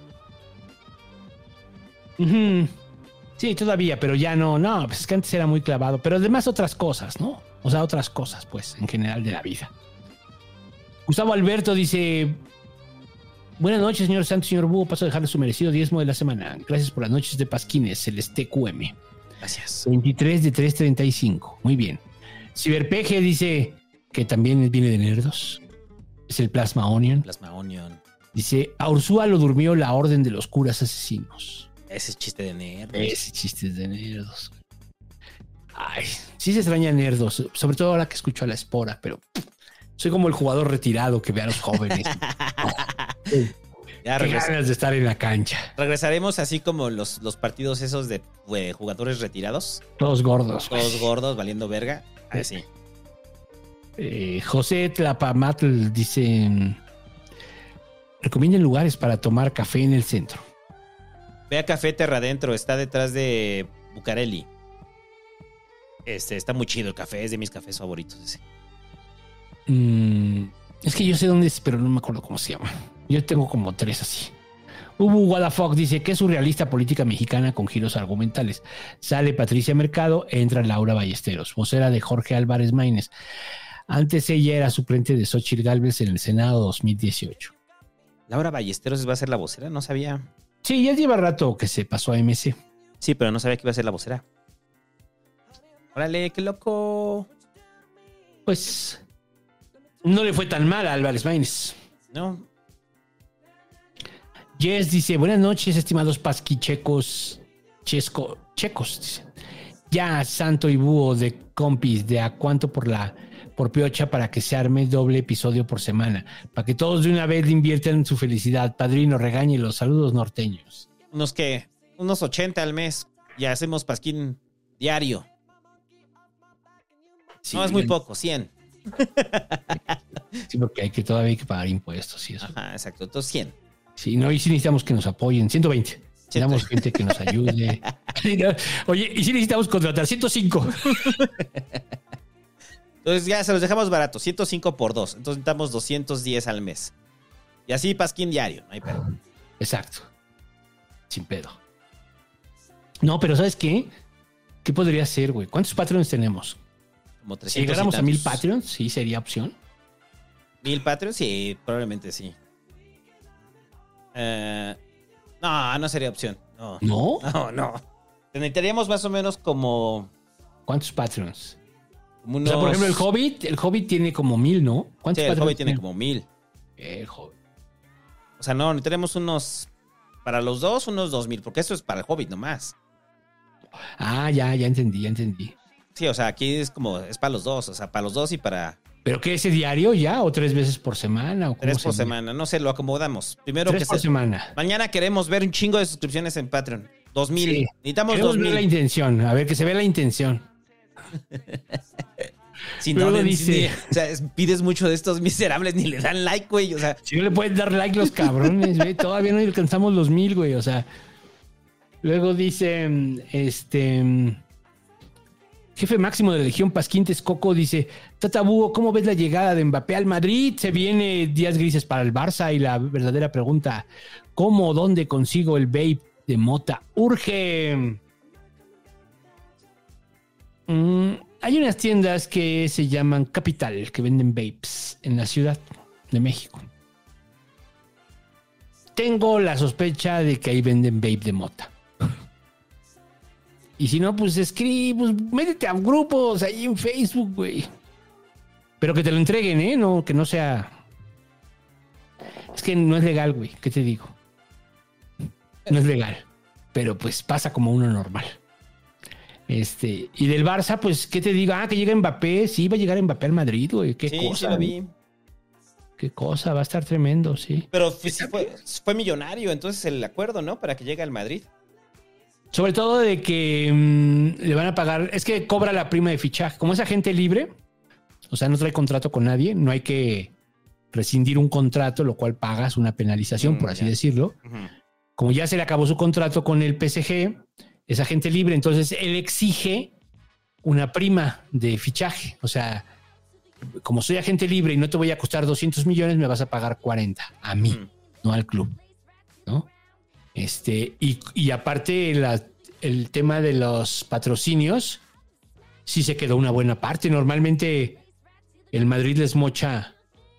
H: Uh-huh. Sí, todavía, pero ya no. No, pues es que antes era muy clavado. Pero además otras cosas, ¿no? O sea, otras cosas, pues, en general de la vida. Gustavo Alberto dice: buenas noches, señor Santos, señor Búho. Paso a dejarle su merecido diezmo de la semana. Gracias por las noches de Pasquines, Celeste QM.
G: Gracias.
H: 23 de 335. Muy bien. Ciberpeje dice que también viene de Nerdos. Es el Plasma Onion. Dice: a Ursúa lo durmió la orden de los curas asesinos.
G: Ese chiste de Nerdos.
H: Ese chiste es de Nerdos. Ay, sí se extraña Nerdos. Sobre todo ahora que escucho a la Espora, pero soy como el jugador retirado que ve a los jóvenes. Ya qué ganas de estar en la cancha.
G: Regresaremos así como los partidos esos de jugadores retirados.
H: Todos gordos.
G: Todos gordos, valiendo verga. Así.
H: José Tlapamatl dice: recomienden lugares para tomar café en el centro.
G: Ve a Café Terra Adentro, está detrás de Bucareli. Está muy chido el café, es de mis cafés favoritos ese.
H: Es que yo sé dónde es, pero no me acuerdo cómo se llama. Yo tengo como 3 así. What the fuck dice que es surrealista política mexicana con giros argumentales. Sale Patricia Mercado, entra Laura Ballesteros, vocera de Jorge Álvarez Maínez. Antes ella era suplente de Xóchitl Gálvez en el Senado 2018.
G: Laura Ballesteros va a ser la vocera, no sabía.
H: Sí, ya lleva rato que se pasó a MC.
G: Sí, pero no sabía que iba a ser la vocera. Órale, qué loco.
H: Pues no le fue tan mal a Álvarez Maínez.
G: No.
H: Jess dice: buenas noches, estimados pasquichecos. Checos, dice. Ya, Santo y Búho de compis, de a cuánto por piocha para que se arme doble episodio por semana. Para que todos de una vez le inviertan en su felicidad. Padrino, regañe los saludos norteños.
G: Unos 80 al mes. Ya hacemos pasquín diario. Sí, no, es muy poco, 100.
H: Sí, porque todavía hay que pagar impuestos y eso.
G: Ajá, exacto. Entonces 100.
H: Sí, no, y sí necesitamos que nos apoyen. 120. Necesitamos gente que nos ayude. Oye, y sí necesitamos contratar 105.
G: Entonces ya se los dejamos baratos. 105 por 2. Entonces necesitamos 210 al mes. Y así pasquín diario. No hay pedo.
H: Exacto. Sin pedo. No, pero ¿sabes qué? ¿Qué podría ser, güey? ¿Cuántos Patreons tenemos?
G: Como 300
H: Si llegáramos a 1000 Patreons, sí, sería opción.
G: 1000 Patreons, sí, probablemente sí. No sería opción. No. Necesitaríamos más o menos como...
H: ¿Cuántos Patreons?
G: Como unos...
H: O sea, por ejemplo, el Hobbit tiene como 1000, ¿no?
G: Sí, el Hobbit tiene como 1000.
H: El Hobbit.
G: O sea, no, necesitaríamos unos... Para los dos, unos 2000, porque eso es para el Hobbit nomás.
H: Ah, ya entendí.
G: Sí, o sea, aquí es como... Es para los dos, o sea, para los dos y para...
H: ¿Pero qué, ese diario ya? ¿O 3 veces por semana? ¿O
G: 3 por semana, no sé, lo acomodamos. Primero
H: 3 por semana.
G: Mañana queremos ver un chingo de suscripciones en Patreon. 2000. Sí. Necesitamos
H: queremos
G: 2000.
H: Ver la intención, a ver, que se vea la intención.
G: Si no, dice... o sea, pides mucho de estos miserables, ni le dan like, güey, o sea...
H: Si no le pueden dar like los cabrones, güey, todavía no alcanzamos los 1000, güey, o sea... Luego dice, jefe máximo de la Legión Pasquín Texcoco dice, Tata Búho, ¿cómo ves la llegada de Mbappé al Madrid? Se viene días grises para el Barça y la verdadera pregunta, ¿cómo, dónde consigo el vape de mota? Urge. Hay unas tiendas que se llaman Capital, que venden vapes en la Ciudad de México. Tengo la sospecha de que ahí venden vape de mota. Y si no, pues escribe, pues métete a grupos ahí en Facebook, güey. Pero que te lo entreguen, ¿eh? No, que no sea... Es que no es legal, güey. ¿Qué te digo? No es legal. Pero pues pasa como uno normal. Y del Barça, pues, ¿qué te digo? Que llega Mbappé. Sí, va a llegar Mbappé al Madrid, güey. Qué cosa.
G: Sí, lo vi.
H: Qué cosa, va a estar tremendo, sí.
G: Pero fue millonario, entonces el acuerdo, ¿no? Para que llegue al Madrid.
H: Sobre todo de que le van a pagar, es que cobra la prima de fichaje. Como es agente libre, o sea, no trae contrato con nadie, no hay que rescindir un contrato, lo cual pagas una penalización, por así decirlo. Como ya se le acabó su contrato con el PSG, es agente libre, entonces él exige una prima de fichaje. O sea, como soy agente libre y no te voy a costar 200 millones, me vas a pagar 40 a mí, no al club, ¿no? Y aparte el tema de los patrocinios sí se quedó una buena parte. Normalmente el Madrid les mocha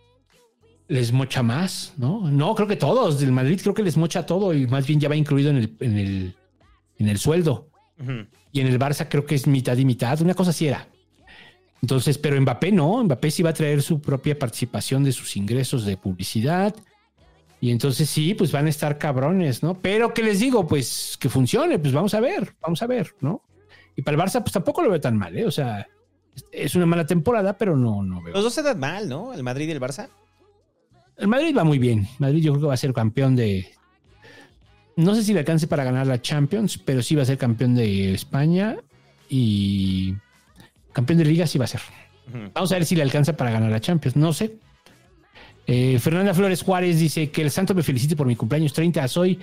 H: más, ¿no? No, creo que todos del Madrid creo que les mocha todo y más bien ya va incluido en el sueldo. Y en el Barça creo que es mitad y mitad, una cosa así era. Entonces, pero Mbappé no, Mbappé sí va a traer su propia participación de sus ingresos de publicidad. Y entonces sí, pues van a estar cabrones, ¿no? Pero ¿qué les digo? Pues que funcione, pues vamos a ver, ¿no? Y para el Barça, pues tampoco lo veo tan mal, ¿eh? O sea, es una mala temporada, pero no veo.
G: Los dos se dan mal, ¿no? El Madrid y el Barça.
H: El Madrid va muy bien. Madrid yo creo que va a ser campeón de... No sé si le alcance para ganar la Champions, pero sí va a ser campeón de España y campeón de Liga sí va a ser. Vamos a ver si le alcanza para ganar la Champions, no sé. Fernanda Flores Juárez dice que el santo me felicite por mi cumpleaños 30. Soy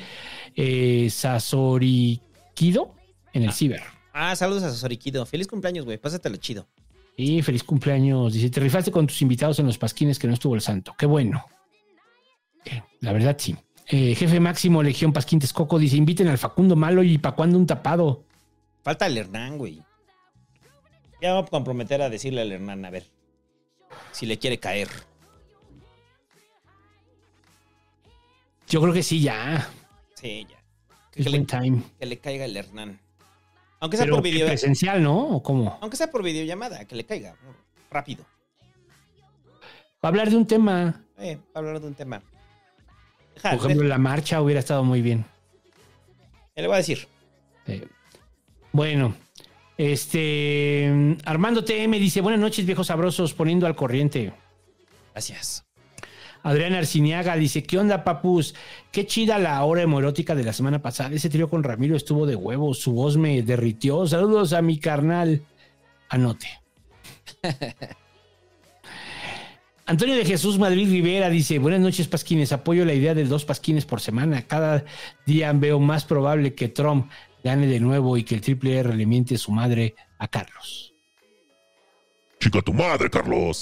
H: Sasoriquido en el Ciber.
G: Saludos a Sasoriquido. Feliz cumpleaños, güey. Pásatelo chido.
H: Y feliz cumpleaños. Dice, te rifaste con tus invitados en los pasquines que no estuvo el santo. Qué bueno. La verdad, sí. Jefe máximo Legión Pasquín Texcoco dice, inviten al Facundo Malo y ¿pa' cuándo un tapado?
G: Falta el Hernán, güey. Ya voy a comprometer a decirle al Hernán, a ver si le quiere caer.
H: Yo creo que sí, ya.
G: Sí, ya.
H: Que
G: le caiga el Hernán. Aunque sea por
H: video. Presencial, ¿no? ¿O cómo?
G: Aunque sea por videollamada, que le caiga. Rápido.
H: Para hablar de un tema.
G: Para hablar de un tema.
H: Por ejemplo, la marcha hubiera estado muy bien.
G: Le voy a decir.
H: Bueno. Armando TM dice, buenas noches, viejos sabrosos, poniendo al corriente.
G: Gracias.
H: Adrián Arciniaga dice, ¿qué onda, papus? Qué chida la hora homoerótica de la semana pasada. Ese trío con Ramiro estuvo de huevos. Su voz me derritió. Saludos a mi carnal. Anote. Antonio de Jesús Madrid Rivera dice, buenas noches, pasquines. Apoyo la idea de 2 pasquines por semana. Cada día veo más probable que Trump gane de nuevo y que el Triple R le miente su madre a Carlos.
B: Chica tu madre, Carlos.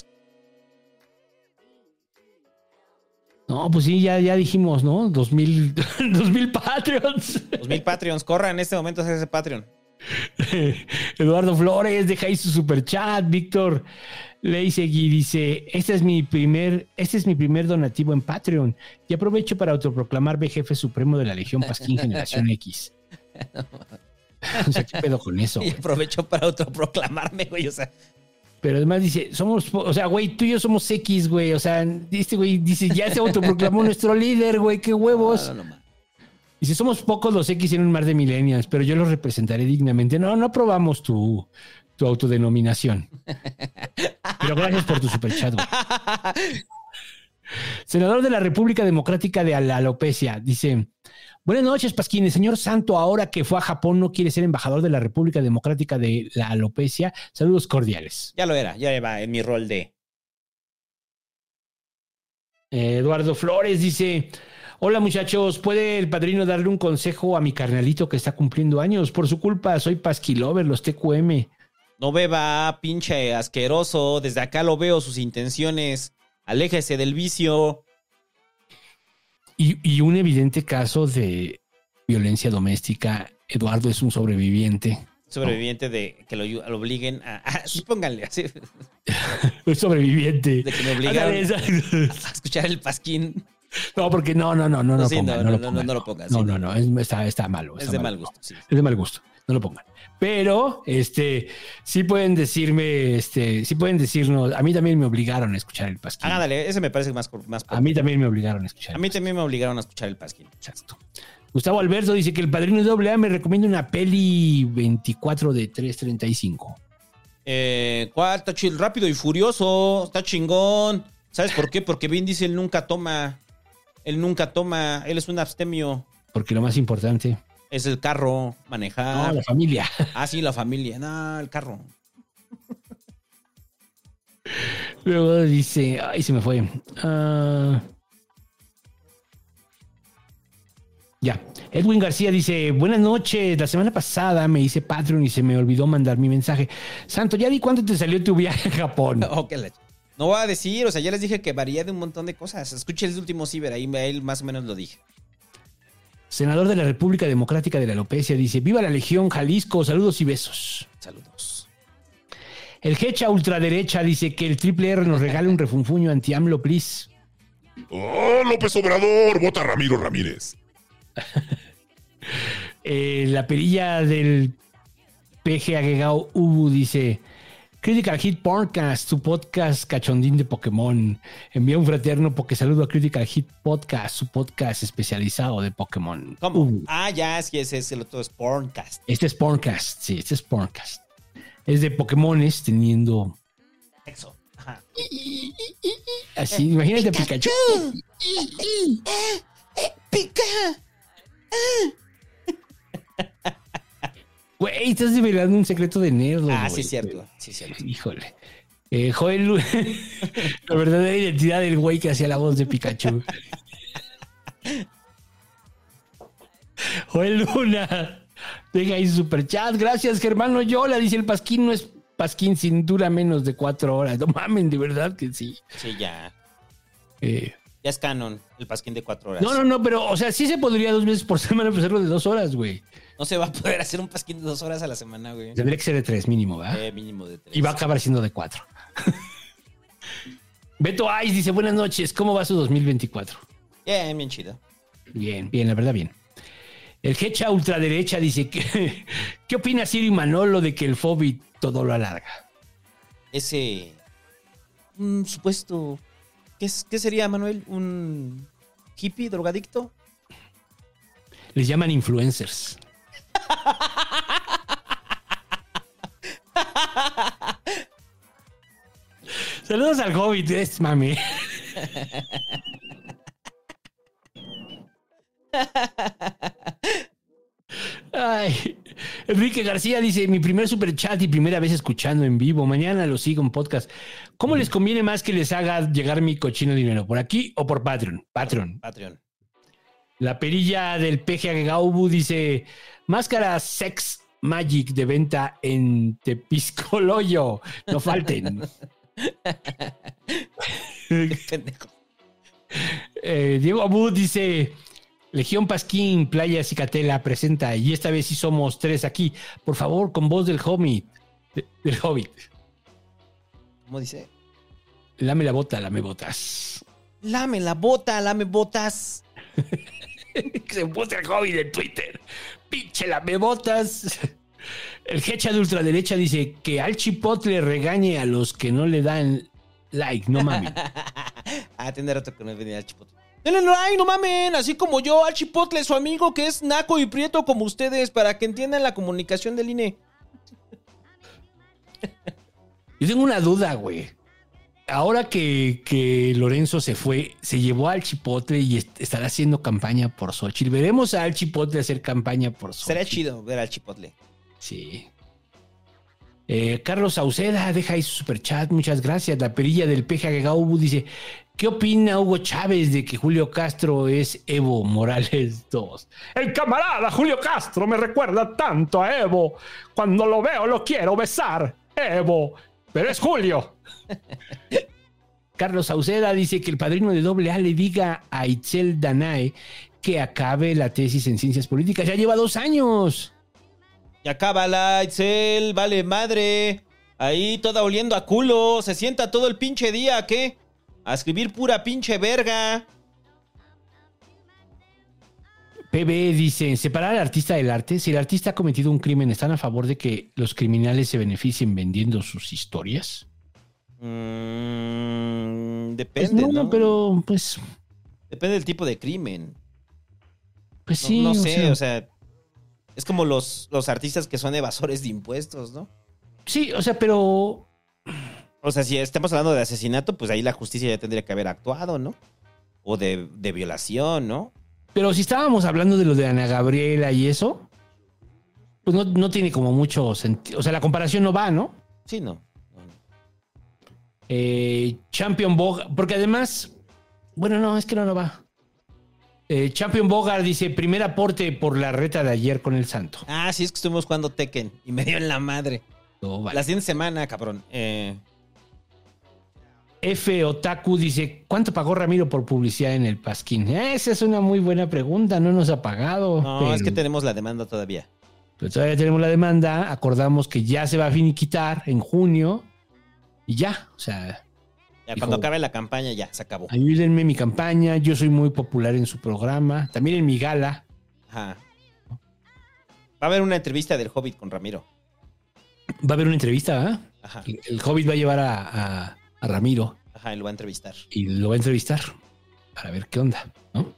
H: No, pues sí, ya dijimos, ¿no? 2000 Patreons.
G: 2000 Patreons. Corra en este momento a hacer ese Patreon.
H: Eduardo Flores deja ahí su superchat. Víctor Leisegui dice: este es mi primer donativo en Patreon y aprovecho para autoproclamarme jefe supremo de la Legión Pasquín Generación X. O sea, ¿qué pedo con eso?
G: Y aprovecho para autoproclamarme, güey, o sea.
H: Pero además dice, o sea, güey, tú y yo somos X, güey. O sea, este güey dice, ya se autoproclamó nuestro líder, güey, qué huevos. No. Dice, somos pocos los X en un mar de millennials, pero yo los representaré dignamente. No aprobamos tu autodenominación. Pero gracias por tu superchat, güey. Senador de la República Democrática de la Alopecia dice: buenas noches, Pasquín. El señor Santo, ahora que fue a Japón, no quiere ser embajador de la República Democrática de la Alopecia. Saludos cordiales.
G: Ya va en mi rol de...
H: Eduardo Flores dice: hola, muchachos, ¿puede el padrino darle un consejo a mi carnalito que está cumpliendo años? Por su culpa, soy Pasquilover, los TQM.
G: No beba, pinche asqueroso. Desde acá lo veo, sus intenciones. Aléjese del vicio.
H: Y un evidente caso de violencia doméstica. Eduardo es un sobreviviente.
G: Sobreviviente de que lo obliguen sí, pónganle así.
H: Un sobreviviente.
G: De que me obligaron a escuchar el Pasquín.
H: No, porque no lo pongas. No, está malo.
G: Es de mal gusto, sí.
H: Es de mal gusto, no lo pongan. Pero, sí pueden decirme, sí pueden decirnos, a mí también me obligaron a escuchar el Pasquín.
G: Dale, ese me parece más
H: a mí también me obligaron a escuchar
G: el Pasquín. A mí también me obligaron a escuchar el Pasquín.
H: Exacto. Gustavo Alberto dice que el padrino de AA me recomienda una peli 24 de 3:35.
G: ¿Cuál? Está chill, Rápido y Furioso, está chingón. ¿Sabes por qué? Porque Vin dice él nunca toma, él es un abstemio.
H: Porque lo más importante
G: es el carro, manejar.
H: No, la familia.
G: Sí, la familia. No, el carro.
H: Luego dice... Ay, se me fue. Ya. Edwin García dice: buenas noches. La semana pasada me hice Patreon y se me olvidó mandar mi mensaje. Santo, ya di cuánto te salió tu viaje a Japón.
G: No voy a decir, o sea, ya les dije que varía de un montón de cosas. Escuché el último ciber, ahí más o menos lo dije.
H: Senador de la República Democrática de la Alopecia dice: viva la Legión Jalisco, saludos y besos.
G: Saludos.
H: El Hecha Ultraderecha dice que el Triple R nos regale un refunfuño anti-AMLO, please.
B: ¡Oh, López Obrador! Vota Ramiro Ramírez.
H: La perilla del PG Agregado Ubu dice: Critical Hit Podcast, su podcast cachondín de Pokémon. Envía un fraterno saludo a Critical Hit Podcast, su podcast especializado de Pokémon.
G: ¿Cómo? Ya, es que ese es el otro, es Porncast.
H: Este es Porncast, sí, este es Porncast. Es de Pokémones teniendo...
G: Sexo.
H: Así, imagínate a Pikachu.
G: Pica.
H: Güey, estás revelando un secreto de nerd.
G: Sí, cierto.
H: Híjole. Joel, la verdadera identidad del güey que hacía la voz de Pikachu. Joel Luna, deja ahí su superchat. Gracias, Germano Yola. Dice: el Pasquín no es Pasquín sin dura menos de 4 horas. No mamen, de verdad que sí.
G: Sí, ya. Ya es canon el Pasquín de 4 horas.
H: No, pero, o sea, sí se podría 2 veces por semana hacerlo de 2 horas, güey.
G: No se va a poder hacer un Pasquín de 2 horas a la semana, güey.
H: Tendría que ser de 3 mínimo, ¿verdad?
G: Mínimo de 3.
H: Y va a acabar siendo de 4. Beto Ice dice: buenas noches, ¿cómo va su 2024?
G: Bien chido.
H: Bien, la verdad, bien. El Hecha Ultraderecha dice: ¿qué opina Ciro y Manolo de que el Fobi todo lo alarga?
G: Ese... un supuesto... ¿Qué sería, Manuel? ¿Un hippie drogadicto?
H: Les llaman influencers. Saludos al Hobbit, mami. Ay, Enrique García dice: mi primer superchat y primera vez escuchando en vivo. Mañana lo sigo en podcast. ¿Cómo les conviene más que les haga llegar mi cochino dinero? ¿Por aquí o por Patreon? Patreon. La perilla del PG Agaubu dice: máscara Sex Magic de venta en Tepiscoloyo. No falten. Diego Abud dice: Legión Pasquín, Playa Cicatela presenta, y esta vez sí somos 3 aquí. Por favor, con voz del Hobbit. Del Hobbit.
G: ¿Cómo dice?
H: Lame la bota, lame botas.
G: Lame la bota, lame botas.
H: Se puso el Hobbit en Twitter. Pinche lame botas. El Hecha de ultraderecha dice que al Chipotle regañe a los que no le dan like, no mames.
G: Tiene rato que no venía al Chipotle. Denle like, no mamen, así como yo, al Chipotle, su amigo que es naco y prieto como ustedes, para que entiendan la comunicación del INE.
H: Yo tengo una duda, güey. Ahora que Lorenzo se fue, se llevó al Chipotle y estará haciendo campaña por Xochitl. Veremos al Chipotle hacer campaña por Xochitl.
G: Será chido ver al Chipotle.
H: Sí. Carlos Sauceda deja ahí su superchat, muchas gracias. La perilla del PGAU dice: ¿qué opina Hugo Chávez de que Julio Castro es Evo Morales 2?
R: El camarada Julio Castro me recuerda tanto a Evo. Cuando lo veo lo quiero besar. Evo, pero es Julio.
H: Carlos Sauceda dice que el padrino de AA le diga a Itzel Danae que acabe la tesis en ciencias políticas. Ya lleva 2 años.
G: Y acábala, Itzel, vale madre. Ahí toda oliendo a culo. Se sienta todo el pinche día, ¿qué? A escribir pura pinche verga.
H: PB dice: separar al artista del arte. Si el artista ha cometido un crimen, ¿están a favor de que los criminales se beneficien vendiendo sus historias?
G: Depende,
H: pues
G: ¿no?
H: Pero pues...
G: depende del tipo de crimen.
H: Pues sí.
G: No sé, o sea... es como los artistas que son evasores de impuestos, ¿no?
H: Sí, o sea, pero...
G: o sea, si estamos hablando de asesinato, pues ahí la justicia ya tendría que haber actuado, ¿no? O de violación, ¿no?
H: Pero si estábamos hablando de lo de Ana Gabriela y eso, pues no tiene como mucho sentido. O sea, la comparación no va, ¿no?
G: Sí, no.
H: Champion Bogart, porque además... bueno, no, es que no va. Champion Bogart dice: primer aporte por la reta de ayer con el Santo.
G: Sí, es que estuvimos jugando Tekken y me dio en la madre.
H: No, vale.
G: La siguiente semana, cabrón.
H: F. Otaku dice: ¿cuánto pagó Ramiro por publicidad en el Pasquín? Esa es una muy buena pregunta, no nos ha pagado.
G: No, pero... es que tenemos la demanda todavía.
H: Pero todavía tenemos la demanda, acordamos que ya se va a finiquitar en junio y ya, o sea...
G: ya cuando acabe la campaña ya, se acabó.
H: Ayúdenme en mi campaña, yo soy muy popular en su programa, también en mi gala.
G: Ajá. Va a haber una entrevista del Hobbit con Ramiro.
H: Va a haber una entrevista, ¿verdad?
G: Ajá.
H: El Hobbit va a llevar a Ramiro.
G: Ajá, y lo va a entrevistar.
H: Y lo va a entrevistar para ver qué onda, ¿no?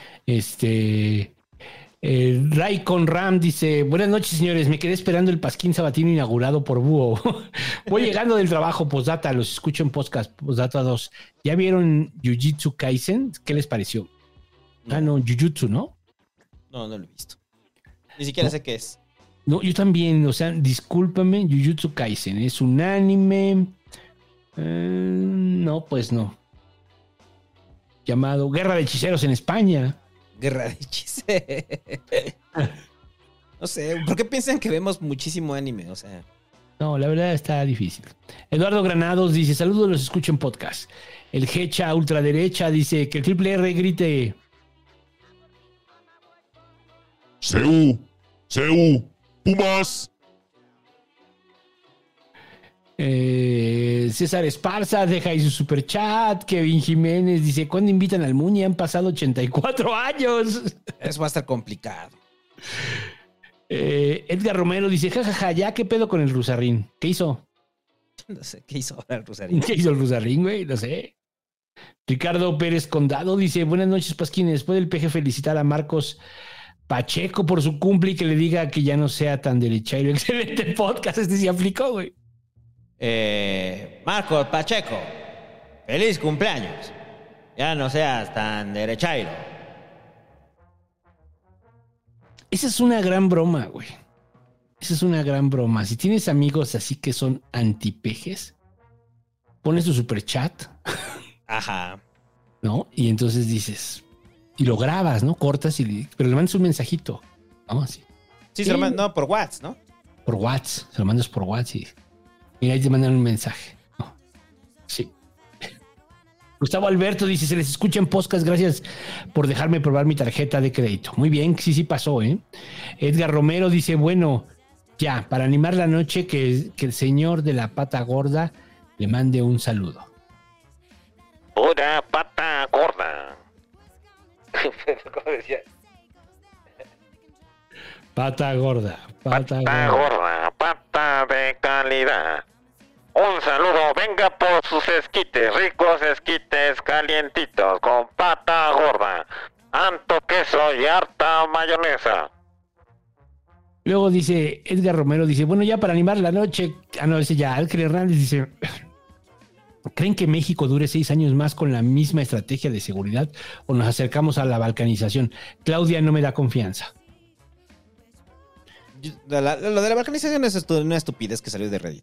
H: Ray con Ram dice: buenas noches, señores, me quedé esperando el Pasquín sabatino inaugurado por Búho. Voy llegando del trabajo, postdata, los escucho en podcast, postdata 2. ¿Ya vieron Jujutsu Kaisen? ¿Qué les pareció? No, Jujutsu, ¿no?
G: No lo he visto. Ni siquiera sé qué es.
H: No, yo también, o sea, discúlpame, Jujutsu Kaisen, ¿es un anime? No, pues no. Llamado Guerra de Hechiceros en España.
G: Guerra de Hechiceros. No sé, ¿por qué piensan que vemos muchísimo anime? O sea...
H: no, la verdad está difícil. Eduardo Granados dice: saludos, los escucho en podcast. El Hecha ultraderecha dice que el Triple R grite:
B: ¡Seu! ¡Pumas!
H: César Esparza deja ahí su superchat. Kevin Jiménez dice: ¿cuándo invitan al Muñe? Han pasado 84 años.
G: Eso va a estar complicado.
H: Edgar Romero dice: jajaja, ya, ¿qué pedo con el Rusarrín? ¿Qué hizo?
G: No sé, ¿qué hizo ahora el Rusarrín?
H: ¿Qué hizo el Rusarrín, güey? No sé. Ricardo Pérez Condado dice: buenas noches, Pasquín. Después del PG felicitar a Marcos Pacheco por su cumple y que le diga que ya no sea tan derechairo. Excelente podcast, se aplicó, güey.
G: Marcos Pacheco, feliz cumpleaños. Ya no seas tan derechairo.
H: Esa es una gran broma, güey. Esa es una gran broma. Si tienes amigos así que son antipejes, pones tu superchat.
G: Ajá.
H: ¿No? Y entonces dices... y lo grabas, ¿no? Cortas pero le mandas un mensajito, ¿no? Así.
G: Sí, se lo mandas, no, por WhatsApp, ¿no?
H: Por WhatsApp, se lo mandas por WhatsApp y ahí te mandan un mensaje, ¿no? Sí. Gustavo Alberto dice, se les escucha en podcast, gracias por dejarme probar mi tarjeta de crédito. Muy bien, sí pasó, ¿eh? Edgar Romero dice, bueno, ya, para animar la noche, que el señor de la pata gorda le mande un saludo.
S: Hola, pata gorda. ¿Cómo decía?
H: Pata gorda.
S: Pata gorda, pata de calidad. Un saludo, venga por sus esquites, ricos esquites calientitos con pata gorda, harto queso y harta mayonesa.
H: Luego dice, Edgar Romero dice, bueno, ya para animar la noche, ese ya, Alcre Hernández dice, ¿creen que México dure 6 años más con la misma estrategia de seguridad o nos acercamos a la balcanización? Claudia no me da confianza.
G: Lo de la balcanización es una estupidez que salió de Reddit.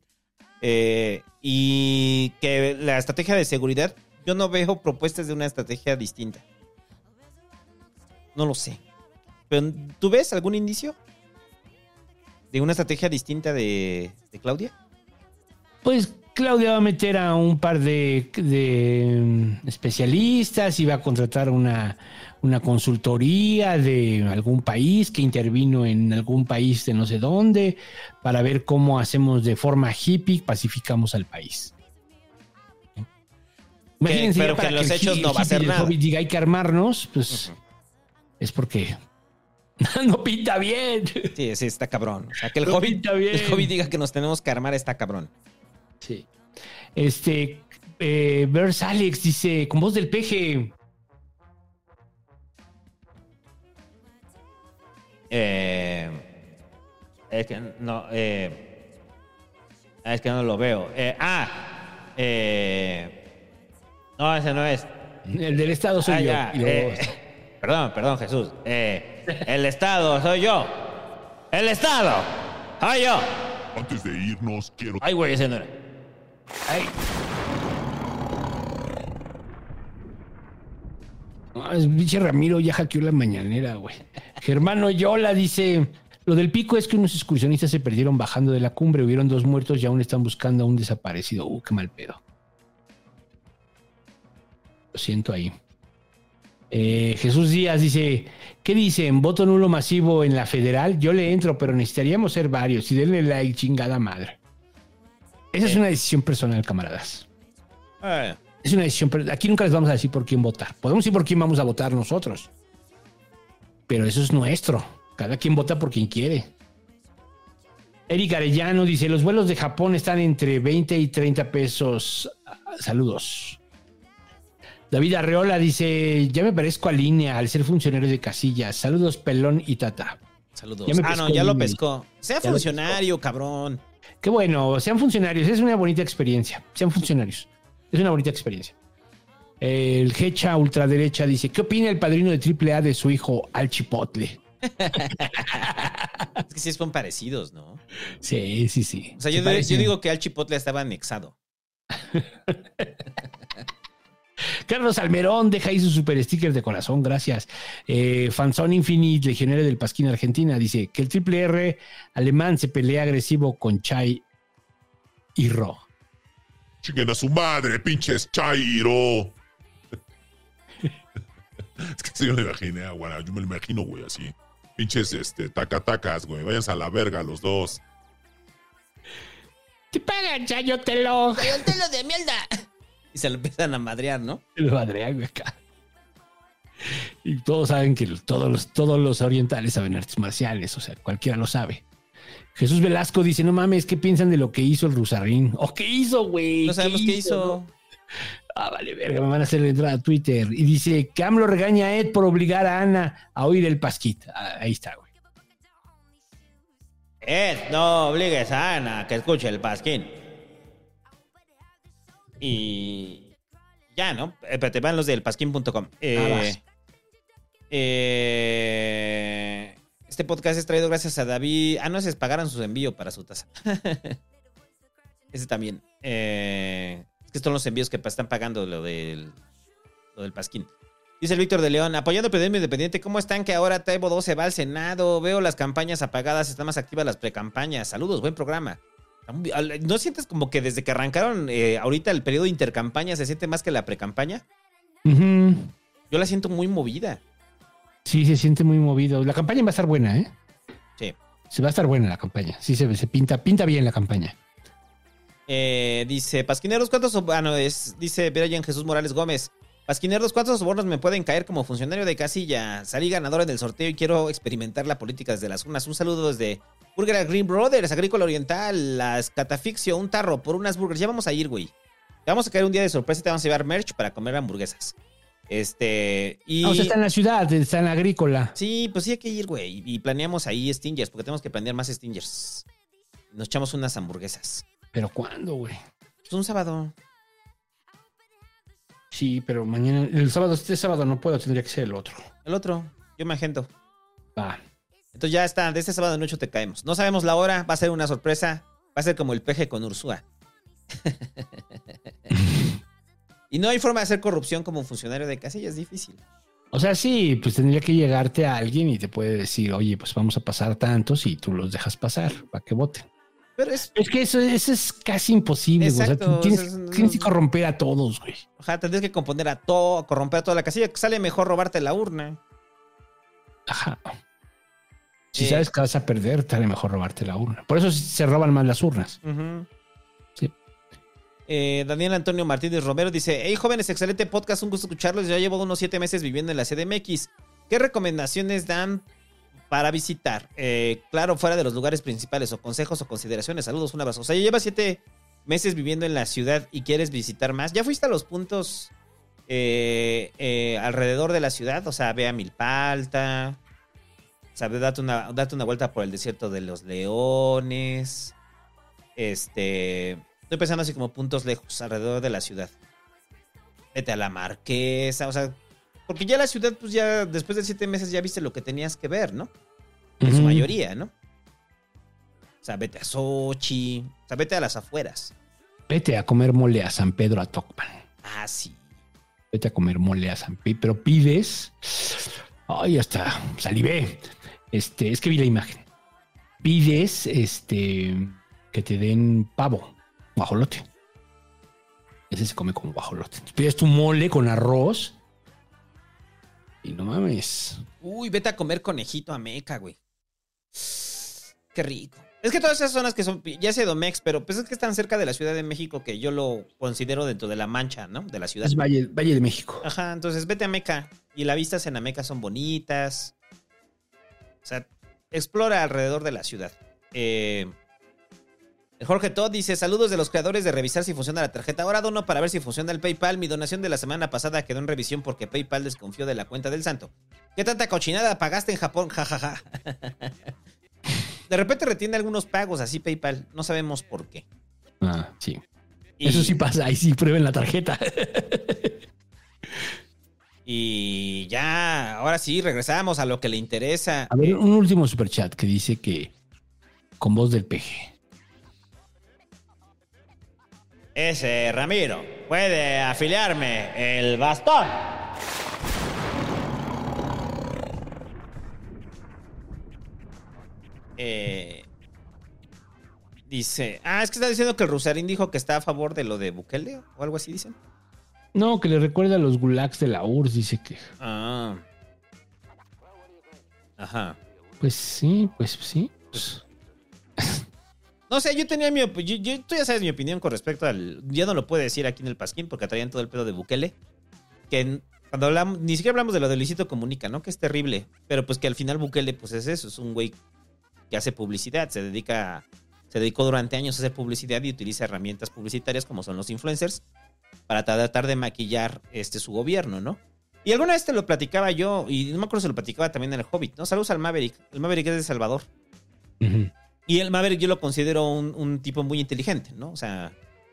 G: Y que la estrategia de seguridad, yo no veo propuestas de una estrategia distinta. No lo sé. ¿Pero tú ves algún indicio de una estrategia distinta de Claudia?
H: Pues Claudia va a meter a un par de especialistas y va a contratar una consultoría de algún país que intervino en algún país de no sé dónde para ver cómo hacemos de forma hippie, pacificamos al país. Imagínense,
G: pero que en los hechos no va a hacer nada.
H: Hobbit diga hay que armarnos, pues es porque no pinta bien.
G: Sí, está cabrón. O sea, que el Hobbit diga que nos tenemos que armar está cabrón.
H: Sí. Vers Alex dice, con voz del peje.
G: Es que no. Es que no lo veo. No, ese no es.
H: El del Estado soy yo.
G: Perdón, Jesús. El Estado soy yo. El Estado soy yo.
B: Antes de irnos, quiero...
G: Ay, güey, ese no era. Ay.
H: Pinche Ramiro ya hackeó la mañanera, güey. Germano Yola dice, lo del pico es que unos excursionistas se perdieron bajando de la cumbre, hubieron 2 muertos y aún están buscando a un desaparecido. Qué mal pedo. Lo siento ahí. Jesús Díaz dice, ¿qué dicen? ¿Voto nulo masivo en la federal? Yo le entro, pero necesitaríamos ser varios. Y denle like, chingada madre. Esa es una decisión personal, camaradas. Es una decisión personal. Aquí nunca les vamos a decir por quién votar. Podemos decir por quién vamos a votar nosotros. Pero eso es nuestro. Cada quien vota por quien quiere. Eric Arellano dice, los vuelos de Japón están entre 20 y 30 pesos. Saludos. David Arreola dice, ya me parezco a Línea al ser funcionario de casillas. Saludos, Pelón y Tata.
G: Saludos. Ya lo pescó. Sea funcionario, cabrón.
H: Qué bueno, sean funcionarios. Es una bonita experiencia. Sean funcionarios. Es una bonita experiencia. El Hecha ultraderecha dice, ¿qué opina el padrino de AAA de su hijo Al Chipotle?
G: Es que sí son parecidos, ¿no?
H: Sí.
G: O sea, yo digo que Al Chipotle estaba anexado.
H: Carlos Almerón deja ahí su super sticker de corazón, gracias. Fanzón Infinite, legionario del Pasquín Argentina, dice que el Triple R alemán se pelea agresivo con Chai y Ro.
B: Chinguen a su madre, pinches Chairo. Es que yo me imaginé, güey. Yo me lo imagino, güey, así. Pinches tacatacas, güey. Váyanse a la verga los dos.
H: Te pagan, chayotelo.
G: Chayotelo de mierda. Y se lo empiezan a madrear, ¿no?
H: Se lo madrean, güey, acá. Y todos saben que todos los orientales saben artes marciales, o sea, cualquiera lo sabe. Jesús Velasco dice, no mames, ¿qué piensan de lo que hizo el Rusarrín? ¿O qué hizo, güey?
G: No sabemos qué hizo.
H: Vale, verga, me van a hacer entrar a Twitter. Y dice que AMLO regaña a Ed por obligar a Ana a oír el Pasquín. Ahí está, güey.
G: Ed, no obligues a Ana a que escuche el Pasquín. Y ya, ¿no? Pero te van los del pasquín.com. Este podcast es traído gracias a David. No se pagaron su envío para su taza. Ese también. Es que son los envíos que están pagando lo del Pasquín. Dice el Víctor de León, apoyando Periodismo Independiente, ¿cómo están que ahora Tebo 2 se va al Senado? Veo las campañas apagadas, están más activas las precampañas. Saludos, buen programa. ¿No sientes como que desde que arrancaron ahorita el periodo de intercampaña se siente más que la precampaña?
H: Uh-huh.
G: Yo la siento muy movida.
H: Sí, se siente muy movido. La campaña va a estar buena, ¿eh?
G: Sí.
H: Se va a estar buena la campaña. Sí, se pinta bien la campaña.
G: Dice, Pasquineros, ¿cuántos? Dice Brian Jesús Morales Gómez. Pasquineros, ¿cuántos sobornos me pueden caer como funcionario de casilla? Salí ganador en el sorteo y quiero experimentar la política desde las urnas. Un saludo desde Burger Green Brothers, Agrícola Oriental, las Catafixio, un tarro por unas burgers. Ya vamos a ir, güey. Te vamos a caer un día de sorpresa y te vamos a llevar merch para comer hamburguesas.
H: O sea, está en la ciudad, está en la Agrícola.
G: Sí, pues sí hay que ir, güey. Y planeamos ahí stingers, porque tenemos que planear más stingers. Nos echamos unas hamburguesas.
H: ¿Pero cuándo, güey?
G: Pues un sábado.
H: Sí, pero mañana, este sábado no puedo, tendría que ser el otro.
G: El otro, yo me agendo.
H: Va.
G: Entonces ya está, de este sábado en 8 te caemos. No sabemos la hora, va a ser una sorpresa. Va a ser como el peje con Ursúa. Y no hay forma de hacer corrupción como funcionario de casilla, es difícil.
H: O sea, sí, pues tendría que llegarte a alguien y te puede decir, oye, pues vamos a pasar tantos y tú los dejas pasar para que voten.
G: Pero
H: es que eso es casi imposible.
G: Exacto,
H: güey. O sea, tienes que corromper a todos, güey.
G: Ajá, tendrías que corromper a toda la casilla. Sale mejor robarte la urna.
H: Ajá. Si sabes que vas a perder, sale mejor robarte la urna. Por eso se roban más las urnas.
G: Uh-huh.
H: Sí.
G: Daniel Antonio Martínez Romero dice: hey jóvenes, excelente podcast, un gusto escucharlos. Ya llevo unos 7 meses viviendo en la CDMX. ¿Qué recomendaciones dan para visitar? Claro, fuera de los lugares principales, o consejos o consideraciones. Saludos, un abrazo. O sea, ya llevas 7 meses viviendo en la ciudad y quieres visitar más. ¿Ya fuiste a los puntos alrededor de la ciudad? O sea, ve a Milpalta. O sea, date una vuelta por el desierto de los Leones. Estoy pensando así como puntos lejos, alrededor de la ciudad. Vete a la Marquesa, o sea, porque ya la ciudad, pues ya después de 7 meses ya viste lo que tenías que ver, ¿no? En su mayoría, ¿no? O sea, vete a Xochitl, o sea, vete a las afueras. Vete
H: a comer mole a San Pedro a Tocpan.
G: Ah, sí.
H: Vete a comer mole a San Pedro, pero pides... Ay, hasta salivé. Es que vi la imagen. Pides, que te den pavo, guajolote. Ese se come con guajolote. Pides tu mole con arroz y no mames.
G: Uy, vete a comer conejito a Meca, güey. Qué rico. Es que todas esas zonas que son, ya sé Domex, pero pues es que están cerca de la Ciudad de México, que yo lo considero dentro de la mancha, ¿no? De la ciudad.
H: Es Valle de México.
G: Ajá, entonces vete a Meca. Y las vistas en Ameca son bonitas. O sea, explora alrededor de la ciudad. Jorge Todd dice: saludos de los creadores de revisar si funciona la tarjeta. Ahora dono para ver si funciona el PayPal. Mi donación de la semana pasada quedó en revisión porque PayPal desconfió de la cuenta del santo. ¿Qué tanta cochinada pagaste en Japón? Jajaja. De repente retiene algunos pagos así PayPal. No sabemos por qué.
H: Ah, sí. Eso sí pasa. Ahí sí prueben la tarjeta.
G: Y ya, ahora sí, regresamos a lo que le interesa.
H: A ver, un último superchat que dice que con voz del peje.
G: Ese Ramiro puede afiliarme el bastón. Dice, es que está diciendo que el Rusarín dijo que está a favor de lo de Bukele o algo así, dicen.
H: No, que le recuerda a los gulags de la URSS, dice que.
G: Ah. Ajá.
H: Pues sí.
G: No sé, yo tenía tú ya sabes mi opinión con respecto al... Ya no lo puedo decir aquí en el Pasquín porque traían todo el pedo de Bukele. Que cuando hablamos, ni siquiera hablamos de lo de Luisito Comunica, ¿no? Que es terrible. Pero pues que al final Bukele, pues es eso, es un güey que hace publicidad, se dedicó durante años a hacer publicidad y utiliza herramientas publicitarias como son los influencers para tratar de maquillar su gobierno, ¿no? Y alguna vez te lo platicaba yo, y no me acuerdo si lo platicaba también en el Hobbit, ¿no? Saludos al Maverick. El Maverick es de Salvador. Uh-huh. Y el Maverick yo lo considero un tipo muy inteligente, ¿no? O sea,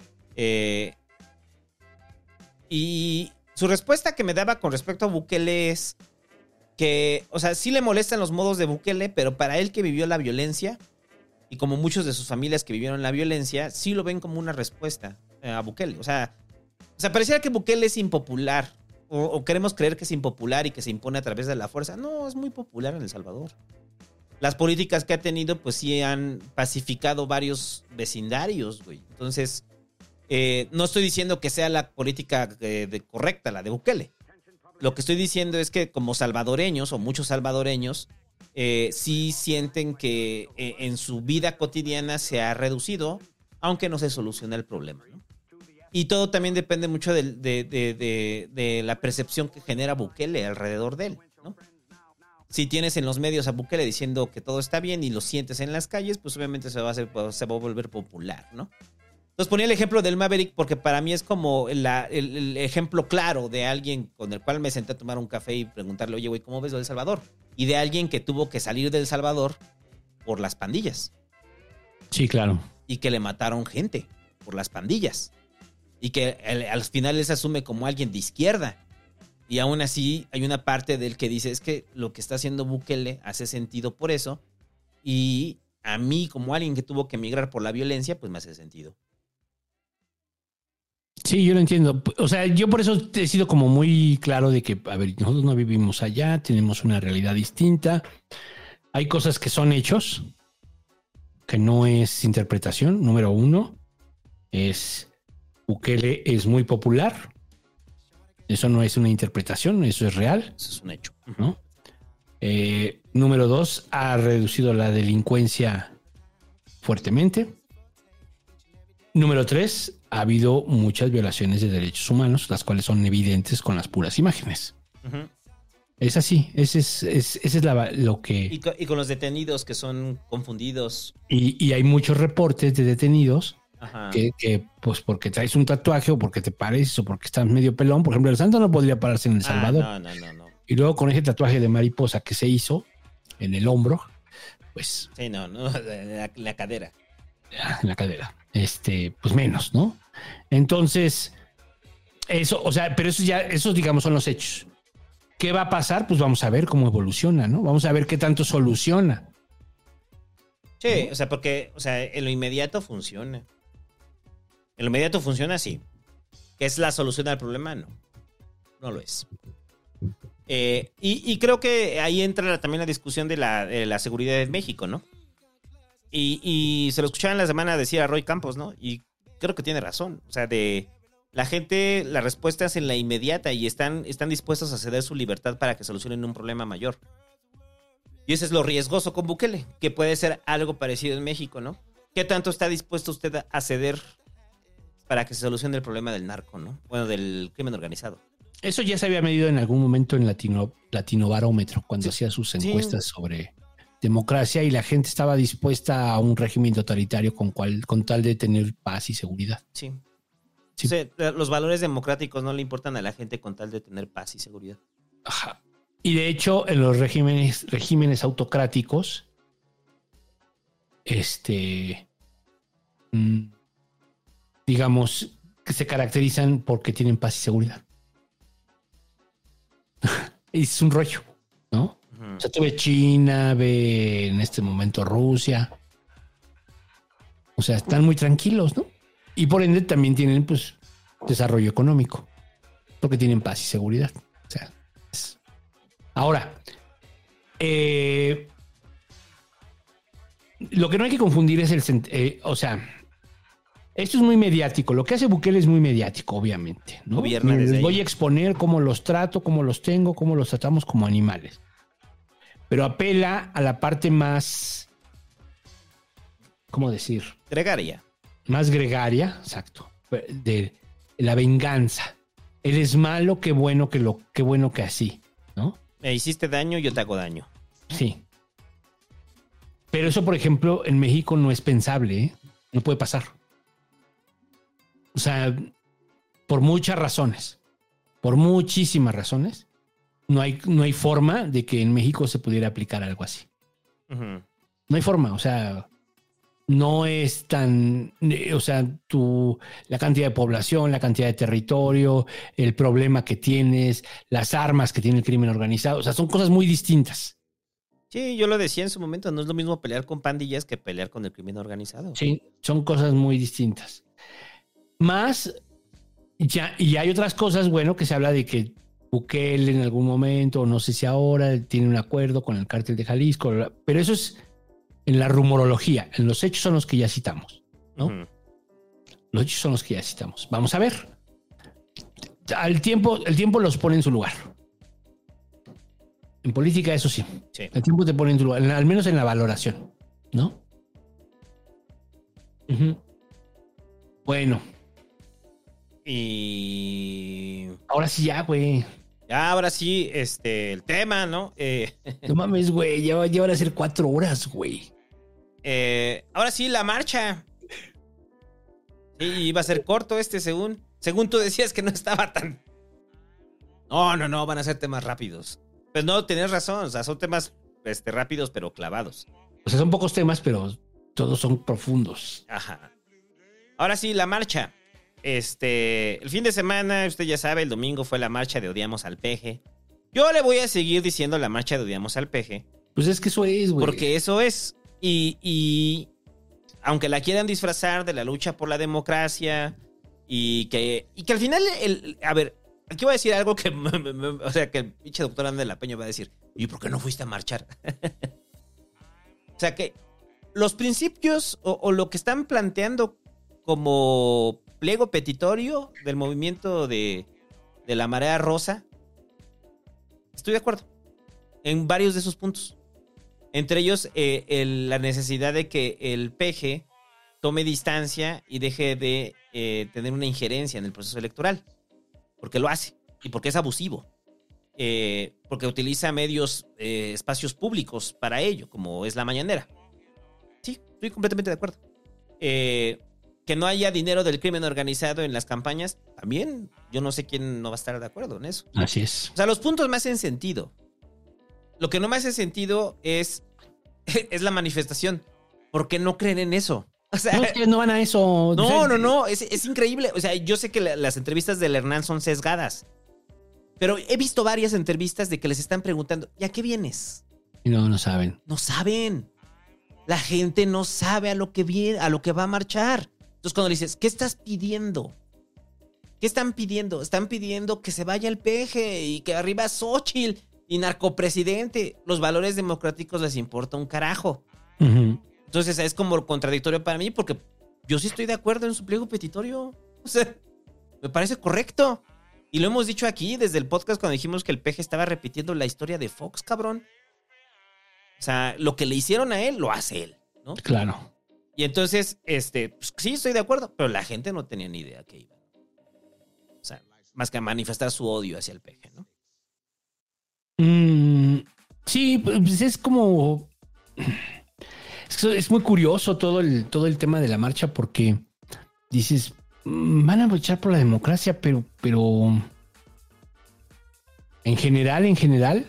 G: y su respuesta que me daba con respecto a Bukele es que, o sea, sí le molestan los modos de Bukele, pero para él que vivió la violencia, y como muchos de sus familias que vivieron la violencia, sí lo ven como una respuesta a Bukele. O sea, pareciera que Bukele es impopular, o queremos creer que es impopular y que se impone a través de la fuerza. No, es muy popular en El Salvador. las políticas que ha tenido, pues sí han pacificado varios vecindarios, güey. Entonces, no estoy diciendo que sea la política correcta, la de Bukele. Lo que estoy diciendo es que como salvadoreños, o muchos salvadoreños, sí sienten que en su vida cotidiana se ha reducido, aunque no se soluciona el problema, ¿no? Y todo también depende mucho de la percepción que genera Bukele alrededor de él, ¿no? Si tienes en los medios a Bukele diciendo que todo está bien y lo sientes en las calles, pues obviamente se va a volver popular, ¿no? Entonces ponía el ejemplo del Maverick porque para mí es como el ejemplo claro de alguien con el cual me senté a tomar un café y preguntarle, oye, güey, ¿cómo ves lo de El Salvador? Y de alguien que tuvo que salir de El Salvador por las pandillas.
H: Sí, claro.
G: Y que le mataron gente por las pandillas. Y que al final él se asume como alguien de izquierda. Y aún así hay una parte de él que dice, es que lo que está haciendo Bukele hace sentido por eso. Y a mí, como alguien que tuvo que emigrar por la violencia, pues me hace sentido.
H: Sí, yo lo entiendo. O sea, yo por eso he sido como muy claro de que, a ver, nosotros no vivimos allá, tenemos una realidad distinta. Hay cosas que son hechos, que no es interpretación. Número uno, Bukele es muy popular. Eso no es una interpretación, eso es real.
G: Eso es un hecho.
H: ¿No? Número dos, ha reducido la delincuencia fuertemente. Número tres, ha habido muchas violaciones de derechos humanos, las cuales son evidentes con las puras imágenes. Uh-huh. Es así, ese es lo que...
G: Y con los detenidos que son confundidos.
H: Y hay muchos reportes de detenidos
G: que
H: pues porque traes un tatuaje o porque te pareces o porque estás medio pelón. Por ejemplo, el santo no podría pararse en El Salvador.
G: No.
H: Y luego con ese tatuaje de mariposa que se hizo en el hombro, pues...
G: Sí, no, la cadera.
H: En la cadera. Pues menos, ¿no? Entonces, eso, o sea, pero esos digamos son los hechos. ¿Qué va a pasar? Pues vamos a ver cómo evoluciona, ¿no? Vamos a ver qué tanto soluciona.
G: Sí, o sea, porque, o sea, en lo inmediato funciona. En lo inmediato funciona, sí. ¿Qué es la solución al problema? No. No lo es. Y creo que ahí entra también la discusión de la seguridad en México, ¿no? Y se lo escuchaba en la semana decir a Roy Campos, ¿no? Y creo que tiene razón. O sea, de la gente, la respuesta es en la inmediata y están dispuestos a ceder su libertad para que solucionen un problema mayor. Y eso es lo riesgoso con Bukele, que puede ser algo parecido en México, ¿no? ¿Qué tanto está dispuesto usted a ceder para que se solucione el problema del narco, ¿no? Bueno, del crimen organizado.
H: Eso ya se había medido en algún momento en Latino Barómetro, cuando hacía sus encuestas sobre democracia, y la gente estaba dispuesta a un régimen totalitario con tal de tener paz y seguridad.
G: Sí. O sea, los valores democráticos no le importan a la gente con tal de tener paz y seguridad.
H: Ajá. Y de hecho, en los regímenes autocráticos, digamos, que se caracterizan porque tienen paz y seguridad. Es un rollo, ¿no? O sea, tú ves China, ve en este momento Rusia. O sea, están muy tranquilos, ¿no? Y por ende también tienen, pues, desarrollo económico. Porque tienen paz y seguridad. O sea, ahora, lo que no hay que confundir es o sea, esto es muy mediático. Lo que hace Bukele es muy mediático, obviamente, ¿no? Les voy a exponer cómo los trato, cómo los tengo, cómo los tratamos como animales. Pero apela a la parte más, ¿cómo decir?
G: Gregaria.
H: Más gregaria, exacto. De la venganza. Eres malo, qué bueno que así, ¿no?
G: Me hiciste daño, yo te hago daño.
H: Sí. Pero eso, por ejemplo, en México no es pensable, ¿eh? No puede pasar. O sea, por muchas razones, por muchísimas razones, no hay forma de que en México se pudiera aplicar algo así. Uh-huh. No hay forma, o sea, no es tan, o sea, la cantidad de población, la cantidad de territorio, el problema que tienes, las armas que tiene el crimen organizado, o sea, son cosas muy distintas.
G: Sí, yo lo decía en su momento, no es lo mismo pelear con pandillas que pelear con el crimen organizado.
H: Sí, son cosas muy distintas. Más, y hay otras cosas, bueno, que se habla de que Bukele en algún momento, o no sé si ahora, tiene un acuerdo con el cártel de Jalisco, pero eso es en la rumorología. En los hechos son los que ya citamos, ¿no? Uh-huh. Los hechos son los que ya citamos. Vamos a ver. El tiempo los pone en su lugar. En política, eso sí. El tiempo te pone en su lugar, al menos en la valoración, ¿no? Uh-huh. Bueno.
G: Y
H: ahora sí ya, güey.
G: Ya, ahora sí, el tema, ¿no?
H: No mames, güey, ya van a ser 4 horas, güey.
G: Ahora sí, la marcha. Sí, iba a ser corto según tú decías que no estaba tan... No, van a ser temas rápidos. Pues no, tenés razón, o sea, son temas rápidos pero clavados.
H: O sea, son pocos temas, pero todos son profundos.
G: Ajá. Ahora sí, la marcha. El fin de semana, usted ya sabe, el domingo fue la marcha de Odiamos al Peje. Yo le voy a seguir diciendo la marcha de Odiamos al Peje.
H: Pues es que eso es, güey.
G: Porque eso es. Y aunque la quieran disfrazar de la lucha por la democracia y que al final, a ver, aquí voy a decir algo que, o sea, que el pinche doctor Andrés de la Peña va a decir, ¿y por qué no fuiste a marchar? O sea, que los principios o lo que están planteando como pliego petitorio del movimiento de la Marea Rosa, estoy de acuerdo en varios de esos puntos. Entre ellos, la necesidad de que el PG tome distancia y deje de tener una injerencia en el proceso electoral. Porque lo hace y porque es abusivo. Porque utiliza medios, espacios públicos para ello, como es la mañanera. Sí, estoy completamente de acuerdo. Que no haya dinero del crimen organizado en las campañas, también yo no sé quién no va a estar de acuerdo en eso.
H: Así es.
G: O sea, los puntos me hacen sentido. Lo que no me hace sentido es la manifestación. ¿Por qué no creen en eso? O sea,
H: no, es que no van a eso.
G: No. Es increíble. O sea, yo sé que las entrevistas del Hernán son sesgadas. Pero he visto varias entrevistas de que les están preguntando, ¿y a qué vienes?
H: Y no saben.
G: No saben. La gente no sabe a lo que viene, a lo que va a marchar. Entonces, cuando le dices, ¿qué estás pidiendo? ¿Qué están pidiendo? Están pidiendo que se vaya el Peje y que arriba Xóchitl y narcopresidente. Los valores democráticos les importa un carajo.
H: Uh-huh.
G: Entonces, es como contradictorio para mí porque yo sí estoy de acuerdo en su pliego petitorio. O sea, me parece correcto. Y lo hemos dicho aquí desde el podcast cuando dijimos que el Peje estaba repitiendo la historia de Fox, cabrón. O sea, lo que le hicieron a él, lo hace él, ¿no?
H: Claro.
G: Y entonces, pues, sí, estoy de acuerdo, pero la gente no tenía ni idea que iba. O sea, más que a manifestar su odio hacia el Peje, ¿no?
H: Sí, pues es como... Es muy curioso todo el tema de la marcha porque dices, van a luchar por la democracia, pero en general,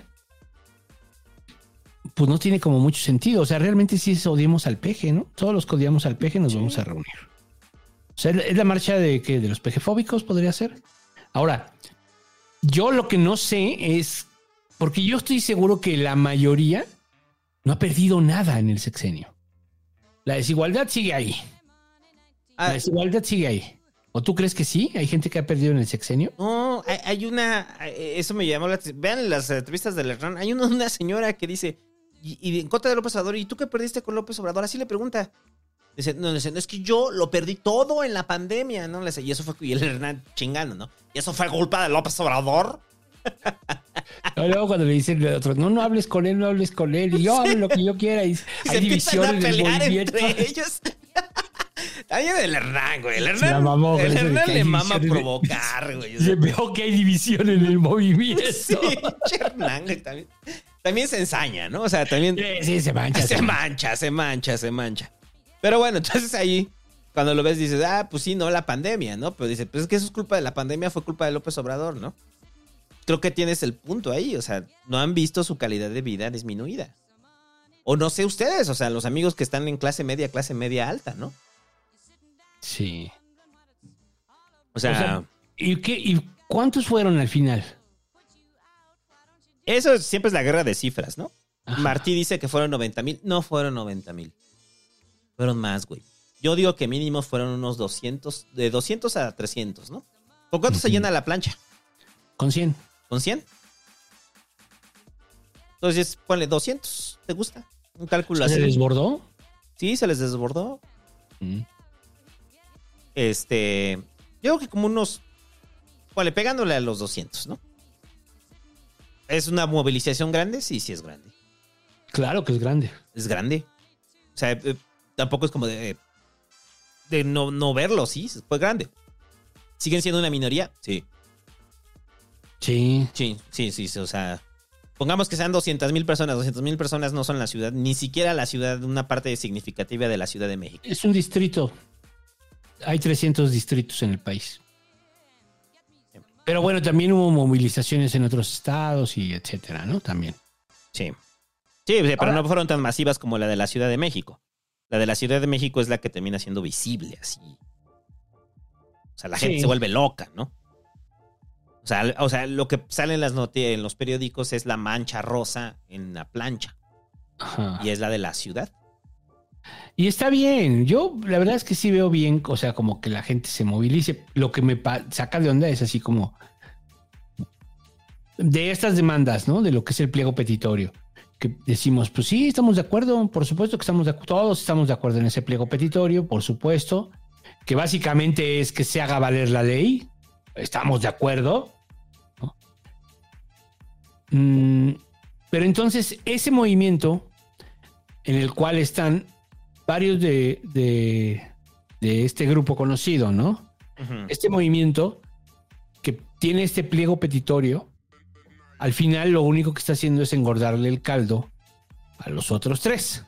H: pues no tiene como mucho sentido. O sea, realmente sí odiamos al Peje, ¿no? Todos los que odiamos al Peje nos vamos a reunir. O sea, es la marcha de los pejefóbicos, podría ser. Ahora, yo lo que no sé es, porque yo estoy seguro que la mayoría no ha perdido nada en el sexenio. La desigualdad sigue ahí. La desigualdad sigue ahí. ¿O tú crees que sí? ¿Hay gente que ha perdido en el sexenio?
G: No, hay una... Eso me llamó la atención. Vean las entrevistas del Hernán. Hay una señora que dice, y en contra de López Obrador, ¿y tú qué perdiste con López Obrador? Así le pregunta. Dice, no, es que yo lo perdí todo en la pandemia, ¿no? Y eso fue... Y el Hernán chingando, ¿no? ¿Y eso fue culpa de López Obrador?
H: Luego cuando le dicen a otros, no hables con él, y yo hablo lo que yo quiera. Y hay división en el movimiento.
G: Entre ellos. También el Hernán, güey. El
H: Hernán
G: le mama provocar, güey.
H: Se veo que hay división en el movimiento.
G: Sí, Hernán, güey, también se ensaña, ¿no? O sea, también...
H: Sí, se
G: mancha. Pero bueno, entonces ahí, cuando lo ves, dices, pues sí, no, la pandemia, ¿no? Pero dice, pues es que eso es culpa de la pandemia, fue culpa de López Obrador, ¿no? Creo que tienes el punto ahí, o sea, no han visto su calidad de vida disminuida. O no sé ustedes, o sea, los amigos que están en clase media alta, ¿no?
H: Sí.
G: O sea
H: ¿y cuántos fueron al final?
G: Eso siempre es la guerra de cifras, ¿no? Ajá. Martí dice que fueron 90,000. No fueron 90,000. Fueron más, güey. Yo digo que mínimo fueron unos 200, de 200 a 300, ¿no? ¿Con cuánto se llena la plancha?
H: Con 100.
G: con 100. Entonces, ponle 200. ¿Te gusta? Un cálculo así.
H: ¿Se desbordó?
G: Sí, se les desbordó. Yo creo que como unos... Ponle, pegándole a los 200, ¿no? ¿Es una movilización grande? Sí, sí es grande.
H: Claro que es grande.
G: Es grande. O sea, tampoco es como de no verlo, sí, fue grande. ¿Siguen siendo una minoría? Sí.
H: Sí.
G: Sí, o sea, pongamos que sean 200,000 personas. 200,000 personas no son la ciudad, ni siquiera la ciudad, una parte significativa de la Ciudad de México.
H: Es un distrito. Hay 300 distritos en el país. Pero bueno, también hubo movilizaciones en otros estados y etcétera, ¿no? También.
G: Sí, pero no fueron tan masivas como la de la Ciudad de México. La de la Ciudad de México es la que termina siendo visible, así. O sea, la gente se vuelve loca, ¿no? O sea, lo que sale en las noticias, en los periódicos es la mancha rosa en la plancha.
H: Ajá.
G: Y es la de la ciudad.
H: Y está bien. Yo, la verdad es que sí veo bien, o sea, como que la gente se movilice. Lo que me saca de onda es así como de estas demandas, ¿no? De lo que es el pliego petitorio. Que decimos, pues sí, estamos de acuerdo. Por supuesto que estamos de acuerdo. Todos estamos de acuerdo en ese pliego petitorio, por supuesto. Que básicamente es que se haga valer la ley. Estamos de acuerdo, ¿no? Pero entonces, ese movimiento en el cual están varios de este grupo conocido, ¿no? Uh-huh. Este movimiento que tiene este pliego petitorio, al final lo único que está haciendo es engordarle el caldo a los otros tres.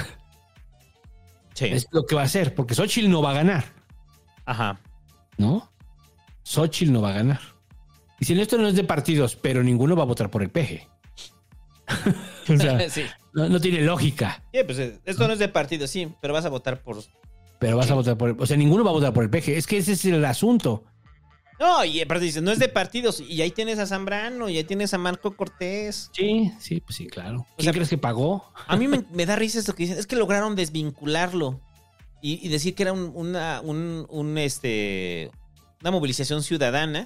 H: Sí. Es lo que va a hacer, porque Xóchitl no va a ganar.
G: Ajá.
H: ¿No? Xóchitl no va a ganar. Y si esto no es de partidos, pero ninguno va a votar por el PG. O sea, sí. No tiene lógica.
G: Sí, pues esto no es de partido, sí, pero vas a votar por...
H: Pero vas a votar por... O sea, ninguno va a votar por el PG. Es que ese es el asunto.
G: No, y aparte dice, no es de partidos. Y ahí tienes a Zambrano, y ahí tienes a Marco Cortés.
H: Sí, pues sí, claro. ¿Quién crees que pagó?
G: A mí me da risa esto que dicen. Es que lograron desvincularlo y decir que era una movilización ciudadana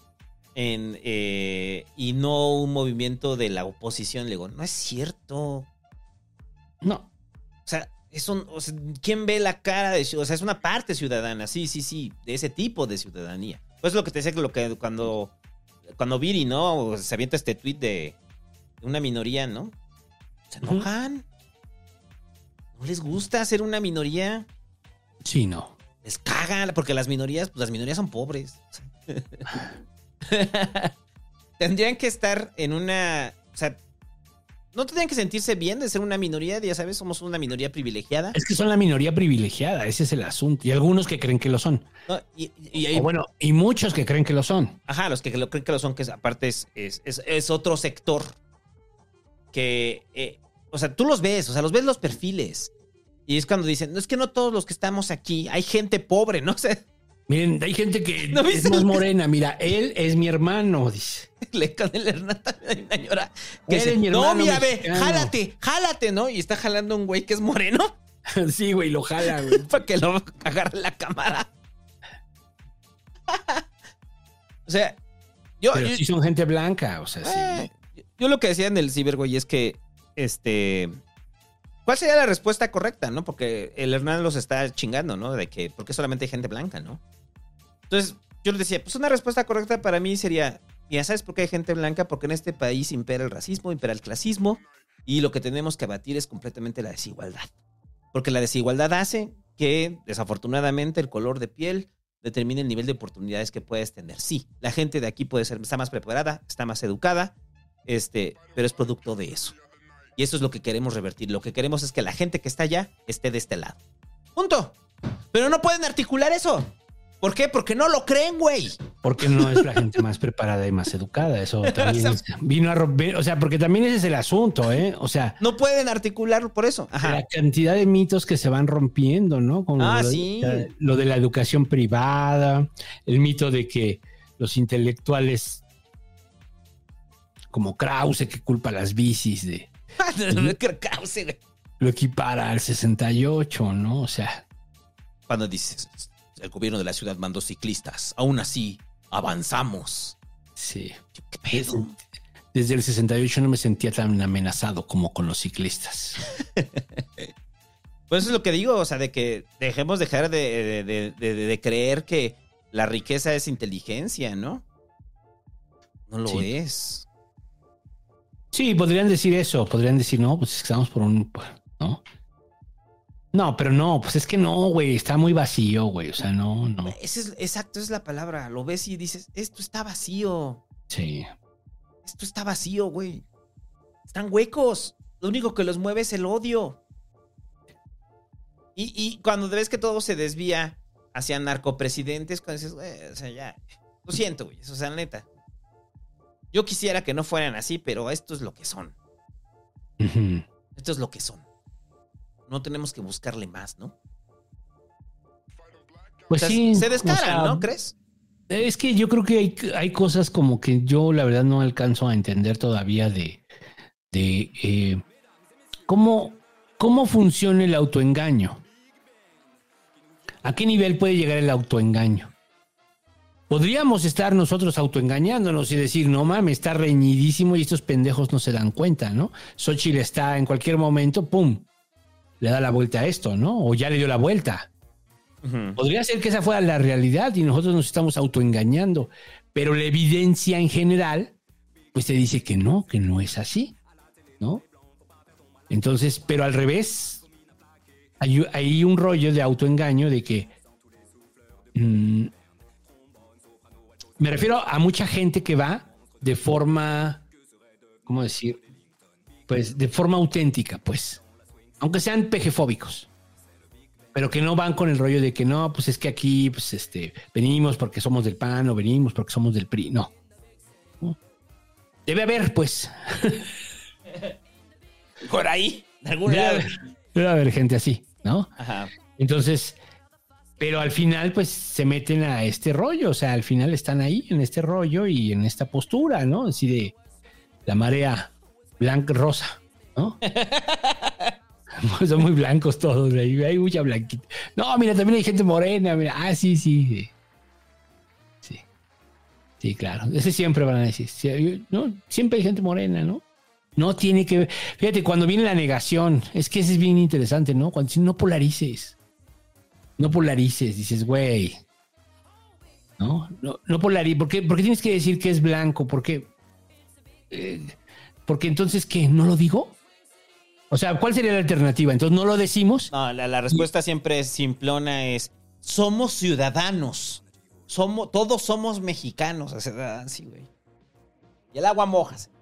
G: y no un movimiento de la oposición. Le digo, no es cierto.
H: No.
G: O sea, ¿quién ve la cara de... O sea, es una parte ciudadana, sí, de ese tipo de ciudadanía. Pues lo que te decía que cuando Viri, ¿no? Se avienta este tuit de una minoría, ¿no? Se enojan. ¿No les gusta ser una minoría?
H: Sí, no.
G: Les cagan, porque las minorías son pobres. Tendrían que estar en una... O sea, no tendrían que sentirse bien de ser una minoría, ya sabes, somos una minoría privilegiada.
H: Es que son la minoría privilegiada, ese es el asunto. Y algunos que creen que lo son. No, y muchos que creen que lo son.
G: Ajá, los que creen que lo son, que aparte es otro sector que... o sea, tú los ves los perfiles. Y es cuando dicen, no, es que no todos los que estamos aquí, hay gente pobre, ¿no? O sea,
H: miren, hay gente que ¿no es más morena. Mira, él es mi hermano, dice.
G: Con el Hernán también hay una señora que dice, no, mira, ve, jálate, ¿no? Y está jalando un güey que es moreno.
H: Sí, güey, lo jala, güey.
G: Para que lo agarre la cámara. O sea,
H: pero sí son gente blanca, o sea, sí.
G: Yo lo que decía en el ciber, güey, es que, ¿cuál sería la respuesta correcta, no? Porque el Hernán los está chingando, ¿no? De que, ¿por qué solamente hay gente blanca, no? Entonces, yo les decía, pues una respuesta correcta para mí sería, ya sabes por qué hay gente blanca, porque en este país impera el racismo, impera el clasismo, y lo que tenemos que abatir es completamente la desigualdad. Porque la desigualdad hace que, desafortunadamente, el color de piel determine el nivel de oportunidades que puedes tener. Sí, la gente de aquí está más preparada, está más educada, pero es producto de eso. Y eso es lo que queremos revertir. Lo que queremos es que la gente que está allá esté de este lado. ¡Punto! Pero no pueden articular eso. ¿Por qué? Porque no lo creen, güey.
H: Porque no es la gente más preparada y más educada. Eso también vino a romper. O sea, porque también ese es el asunto, ¿eh? O sea,
G: no pueden articularlo por eso. Ajá.
H: La cantidad de mitos que se van rompiendo, ¿no? Como
G: sí.
H: Lo de la educación privada, el mito de que los intelectuales como Krause, que culpa las bicis de...
G: Krause, güey.
H: Lo equipara al 68, ¿no? O sea...
G: Cuando dices, el gobierno de la ciudad mandó ciclistas, aún así, avanzamos.
H: Sí. Desde el 68 no me sentía tan amenazado como con los ciclistas.
G: Pues eso es lo que digo, o sea, de que dejemos dejar de creer que la riqueza es inteligencia, ¿no? No lo es.
H: Sí, podrían decir eso, podrían decir, no, pues estamos por un... ¿no? No, pero no, pues es que no, güey, está muy vacío, güey, o sea, no.
G: Exacto, esa es la palabra, lo ves y dices, esto está vacío.
H: Sí.
G: Esto está vacío, güey. Están huecos, lo único que los mueve es el odio. Y cuando ves que todo se desvía hacia narcopresidentes, cuando dices, güey, o sea, ya, lo siento, güey, o sea, neta. Yo quisiera que no fueran así, pero esto es lo que son.
H: Uh-huh.
G: Esto es lo que son. No tenemos que buscarle más, ¿no?
H: Pues
G: o sea,
H: sí.
G: Se descaran,
H: o sea,
G: ¿no? ¿Crees?
H: Es que yo creo que hay cosas como que yo la verdad no alcanzo a entender todavía de cómo funciona el autoengaño. ¿A qué nivel puede llegar el autoengaño? Podríamos estar nosotros autoengañándonos y decir, no mames, está reñidísimo y estos pendejos no se dan cuenta, ¿no? Xochitl está en cualquier momento, ¡pum!, le da la vuelta a esto, ¿no? O ya le dio la vuelta. Uh-huh. Podría ser que esa fuera la realidad y nosotros nos estamos autoengañando, pero la evidencia en general, pues te dice que no es así, ¿no? Entonces, pero al revés, hay un rollo de autoengaño de que... me refiero a mucha gente que va de forma, ¿cómo decir? Pues de forma auténtica, pues. Aunque sean pejefóbicos. Pero que no van con el rollo de que no, pues es que aquí, pues venimos porque somos del PAN o venimos porque somos del PRI. No. Debe haber, pues.
G: Por ahí, de algún lado.
H: Debe haber gente así, ¿no?
G: Ajá.
H: Entonces... Pero al final, pues, se meten a este rollo. O sea, al final están ahí, en este rollo y en esta postura, ¿no? Así de la marea blanca-rosa, ¿no? Son muy blancos todos, hay mucha blanquita. No, mira, también hay gente morena, mira. Ah, sí. Sí, claro. Ese siempre van a decir. ¿No? Siempre hay gente morena, ¿no? No tiene que ver. Fíjate, cuando viene la negación, es que eso es bien interesante, ¿no? Cuando no polarices. No polarices, dices, güey. No polarices. ¿Por qué tienes que decir que es blanco? Porque entonces, ¿qué? ¿No lo digo? O sea, ¿cuál sería la alternativa? Entonces, ¿no lo decimos?
G: No, la respuesta siempre es simplona, es somos ciudadanos. Todos somos mexicanos. O sea, sí, güey. Y el agua mojas.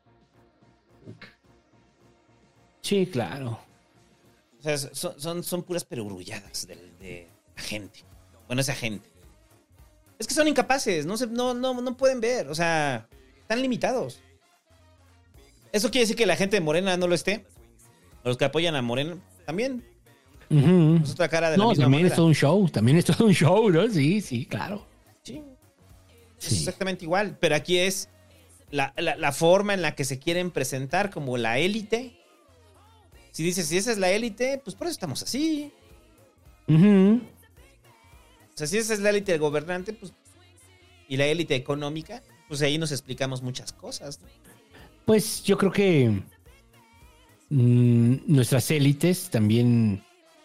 H: Sí, claro.
G: O sea, son puras perogrulladas de la gente. Bueno, esa gente. Es que son incapaces, no pueden ver, o sea, están limitados. ¿Eso quiere decir que la gente de Morena no lo esté? Los que apoyan a Morena también.
H: Uh-huh.
G: Es otra cara de la misma
H: también
G: manera.
H: También es todo un show, ¿no? Sí, claro.
G: Sí. Es exactamente igual, pero aquí es la forma en la que se quieren presentar como la élite. Si dices, si esa es la élite, pues por eso estamos así.
H: Uh-huh.
G: O sea, si esa es la élite del gobernante, pues, y la élite económica, pues ahí nos explicamos muchas cosas, ¿no?
H: Pues yo creo que nuestras élites también,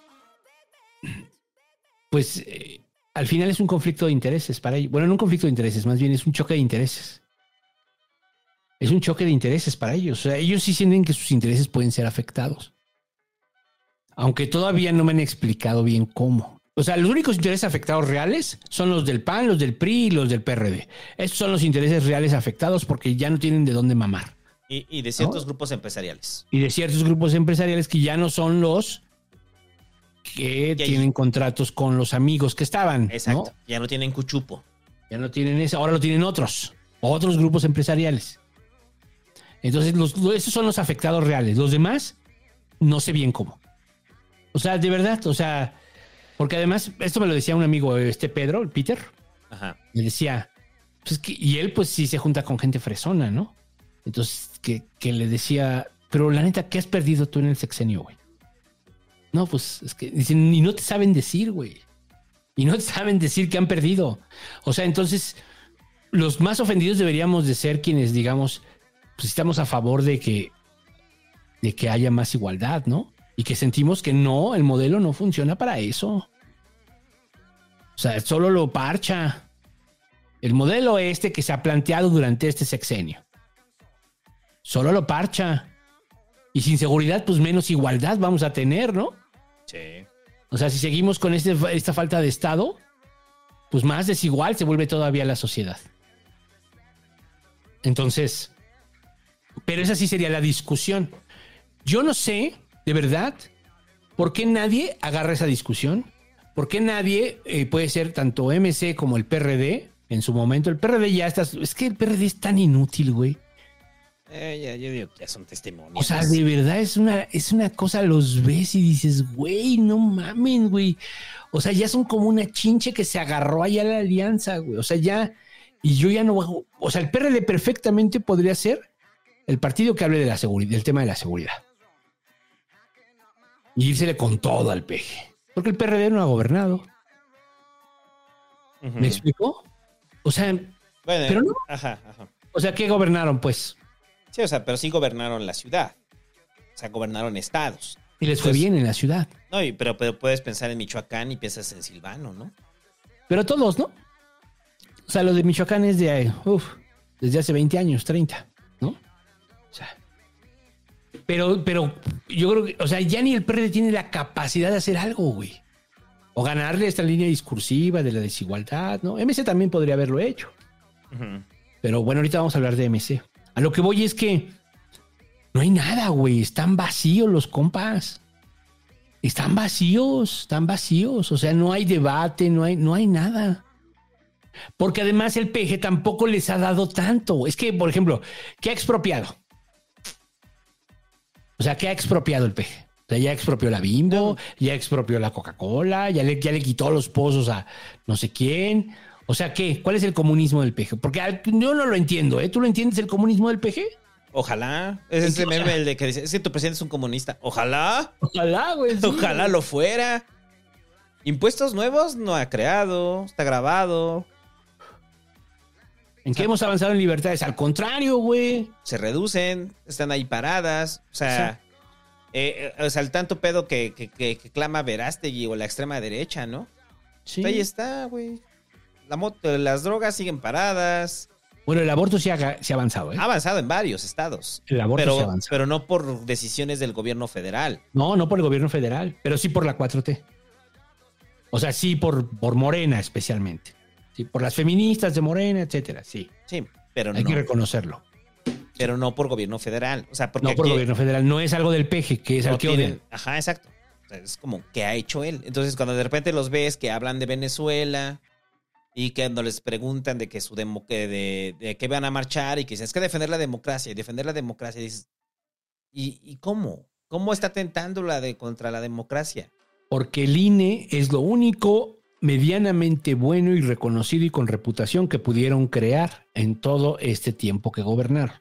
H: pues al final es un conflicto de intereses para ellos. Bueno, no un conflicto de intereses, más bien es un choque de intereses. Es un choque de intereses para ellos. O sea, ellos sí sienten que sus intereses pueden ser afectados. Aunque todavía no me han explicado bien cómo. O sea, los únicos intereses afectados reales son los del PAN, los del PRI y los del PRD. Estos son los intereses reales afectados porque ya no tienen de dónde mamar.
G: Y de ciertos grupos empresariales.
H: Y de ciertos grupos empresariales que ya no son los que tienen contratos con los amigos que estaban.
G: Exacto.
H: ¿No?
G: Ya no tienen cuchupo.
H: Ya no tienen eso. Ahora lo tienen otros grupos empresariales. Entonces, esos son los afectados reales. Los demás, no sé bien cómo. O sea, de verdad, o sea, porque además, esto me lo decía un amigo, Pedro, el Peter.
G: Ajá.
H: Me decía, pues y él pues sí se junta con gente fresona, ¿no? Entonces, que le decía, pero la neta, ¿qué has perdido tú en el sexenio, güey? No, pues es que dicen, y no te saben decir, güey. Y no te saben decir que han perdido. O sea, entonces, los más ofendidos deberíamos de ser quienes, digamos, pues estamos a favor de que haya más igualdad, ¿no? Y que sentimos que no, el modelo no funciona para eso. O sea, solo lo parcha. El modelo que se ha planteado durante este sexenio. Solo lo parcha. Y sin seguridad, pues menos igualdad vamos a tener, ¿no?
G: Sí.
H: O sea, si seguimos con esta falta de Estado, pues más desigual se vuelve todavía la sociedad. Entonces, pero esa sí sería la discusión. Yo no sé, de verdad, por qué nadie agarra esa discusión. ¿Por qué nadie puede ser tanto MC como el PRD? En su momento, el PRD ya está... Es que el PRD es tan inútil, güey.
G: Yo digo que ya son testimonios.
H: O sea, de verdad es una cosa, los ves y dices, güey, no mamen, güey. O sea, ya son como una chinche que se agarró allá a la alianza, güey. O sea, ya... Y yo ya no... O sea, el PRD perfectamente podría ser el partido que hable de la seguridad, del tema de la seguridad. Y írsele con todo al PG. Porque el PRD no ha gobernado. ¿Me explico? O sea,
G: bueno,
H: pero no.
G: Ajá.
H: O sea, ¿qué gobernaron, pues?
G: Sí, o sea, pero sí gobernaron la ciudad. O sea, gobernaron estados.
H: Y les fue bien en la ciudad.
G: No, pero puedes pensar en Michoacán y piensas en Silvano, ¿no?
H: Pero todos, ¿no? O sea, lo de Michoacán es desde hace 20 años, 30, ¿no? O sea, pero yo creo que, o sea, ya ni el PRD tiene la capacidad de hacer algo, güey. O ganarle esta línea discursiva de la desigualdad, ¿no? MC también podría haberlo hecho. Pero bueno, ahorita vamos a hablar de MC. A lo que voy es que no hay nada, güey. Están vacíos los compas. Están vacíos. O sea, no hay debate, no hay nada. Porque además el PG tampoco les ha dado tanto. Es que, por ejemplo, ¿qué ha expropiado? O sea, ¿qué ha expropiado el PG? O sea, ya expropió la Bimbo, ya expropió la Coca-Cola, ya le quitó los pozos a no sé quién. O sea, ¿qué? ¿Cuál es el comunismo del PG? Porque yo no lo entiendo, ¿eh? ¿Tú lo entiendes el comunismo del PG?
G: Ojalá. Es ese meme el de que dice, es que tu presidente es un comunista. Ojalá.
H: Ojalá, güey. Sí,
G: ojalá lo fuera. Impuestos nuevos no ha creado, está grabado.
H: ¿En qué hemos avanzado en libertades? Al contrario, güey.
G: Se reducen, están ahí paradas. O sea, el tanto pedo que clama Verástegui o la extrema derecha, ¿no? Sí. Ahí está, güey. Las drogas siguen paradas.
H: Bueno, el aborto sí ha avanzado, ¿eh?
G: Ha avanzado en varios estados.
H: El aborto sí ha avanzado.
G: Pero no por decisiones del gobierno federal.
H: No por el gobierno federal, pero sí por la 4T. O sea, sí por Morena especialmente. Sí, por las feministas de Morena, etcétera, sí.
G: Sí, pero
H: hay que reconocerlo.
G: Pero no por gobierno federal. O sea, porque
H: no por gobierno federal. No es algo del PG, que es al que odian.
G: Ajá, exacto. O sea, es como, ¿qué ha hecho él? Entonces, cuando de repente los ves que hablan de Venezuela y que cuando les preguntan de que de qué van a marchar y que dicen, es que defender la democracia y dices, ¿y cómo? ¿Cómo está tentando contra la democracia?
H: Porque el INE es lo único medianamente bueno y reconocido y con reputación que pudieron crear en todo este tiempo que gobernaron.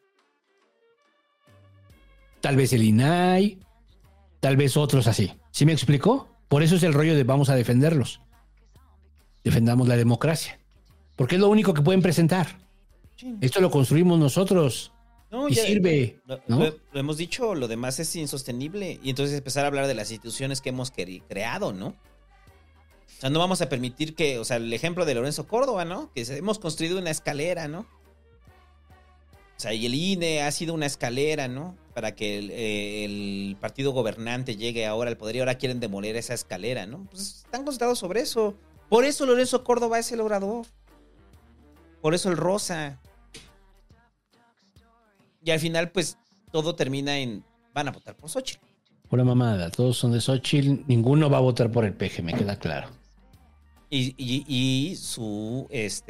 H: Tal vez el INAI, tal vez otros así. ¿Sí me explicó? Por eso es el rollo de vamos a defenderlos. Defendamos la democracia. Porque es lo único que pueden presentar. Sí. Esto lo construimos nosotros. Y sirve. ¿no?
G: Lo hemos dicho, lo demás es insostenible. Y entonces empezar a hablar de las instituciones que hemos creado, ¿no? O sea, no vamos a permitir que, o sea, el ejemplo de Lorenzo Córdoba, ¿no? Que hemos construido una escalera, ¿no? O sea, y el INE ha sido una escalera, ¿no? Para que el partido gobernante llegue ahora al poder y ahora quieren demoler esa escalera, ¿no? Pues están concentrados sobre eso. Por eso Lorenzo Córdoba es el obrador. Por eso el rosa. Y al final, pues, todo termina en... Van a votar por Xochitl.
H: Pura mamada. Todos son de Xochitl. Ninguno va a votar por el PG, me queda claro.
G: Y su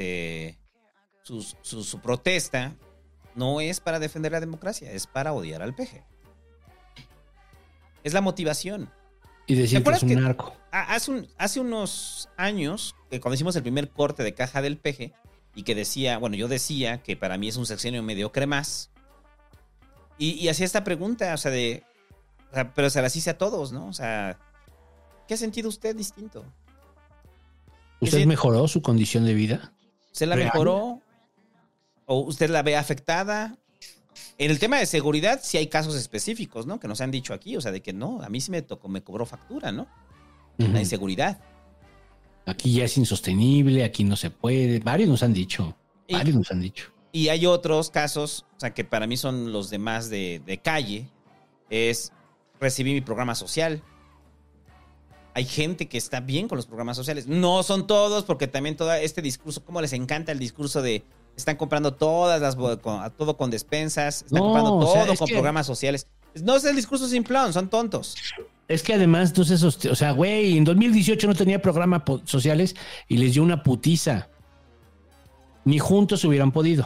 G: protesta no es para defender la democracia, es para odiar al PG. Es la motivación.
H: Y decir que es un narco.
G: Hace unos años, cuando hicimos el primer corte de caja del PG, y que decía, bueno, yo decía que para mí es un sexenio mediocre más, y hacía esta pregunta, o sea, pero se las hice a todos, ¿no? O sea, ¿qué ha sentido usted distinto?
H: ¿Usted mejoró su condición de vida?
G: ¿Se la mejoró? ¿O usted la ve afectada? En el tema de seguridad sí hay casos específicos, ¿no? Que nos han dicho aquí, o sea, de que no, a mí sí me cobró factura, ¿no? La inseguridad.
H: Aquí ya es insostenible, aquí no se puede. Varios nos han dicho.
G: Y hay otros casos, o sea, que para mí son los demás de calle, es recibir mi programa social. Hay gente que está bien con los programas sociales. No son todos, porque también todo este discurso, cómo les encanta el discurso de están comprando todo con despensas, están comprando todo con programas sociales. No es el discurso simplón, son tontos.
H: Es que además, entonces, o sea, güey, en 2018 no tenía programas sociales y les dio una putiza. Ni juntos hubieran podido.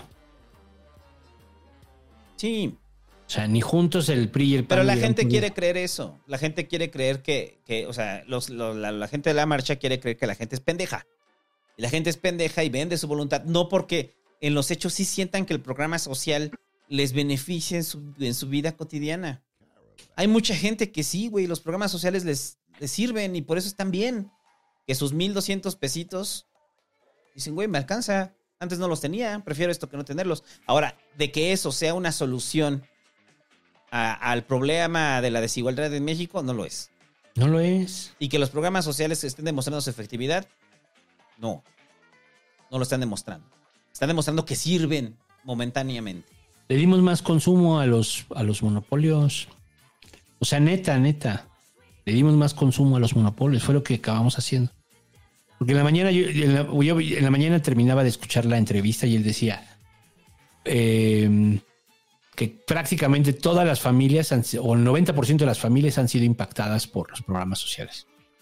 G: Sí.
H: O sea, ni juntos el PRI y el PAN.
G: Pero la gente quiere creer eso. La gente quiere creer que o sea, la gente de la marcha quiere creer que la gente es pendeja. Y la gente es pendeja y vende su voluntad. No porque en los hechos sí sientan que el programa social les beneficia en su vida cotidiana. Hay mucha gente que sí, güey, los programas sociales les sirven y por eso están bien. Que sus 1,200 pesitos, dicen, güey, me alcanza. Antes no los tenía, prefiero esto que no tenerlos. Ahora, de que eso sea una solución al problema de la desigualdad en México, no lo es.
H: No lo es.
G: Y que los programas sociales estén demostrando su efectividad, no lo están demostrando. Están demostrando que sirven momentáneamente.
H: Le dimos más consumo a los monopolios. O sea, neta. Le dimos más consumo a los monopolios. Fue lo que acabamos haciendo. Porque en la mañana, yo en la mañana terminaba de escuchar la entrevista y él decía que prácticamente todas las familias, o el 90% de las familias han sido impactadas por los programas sociales.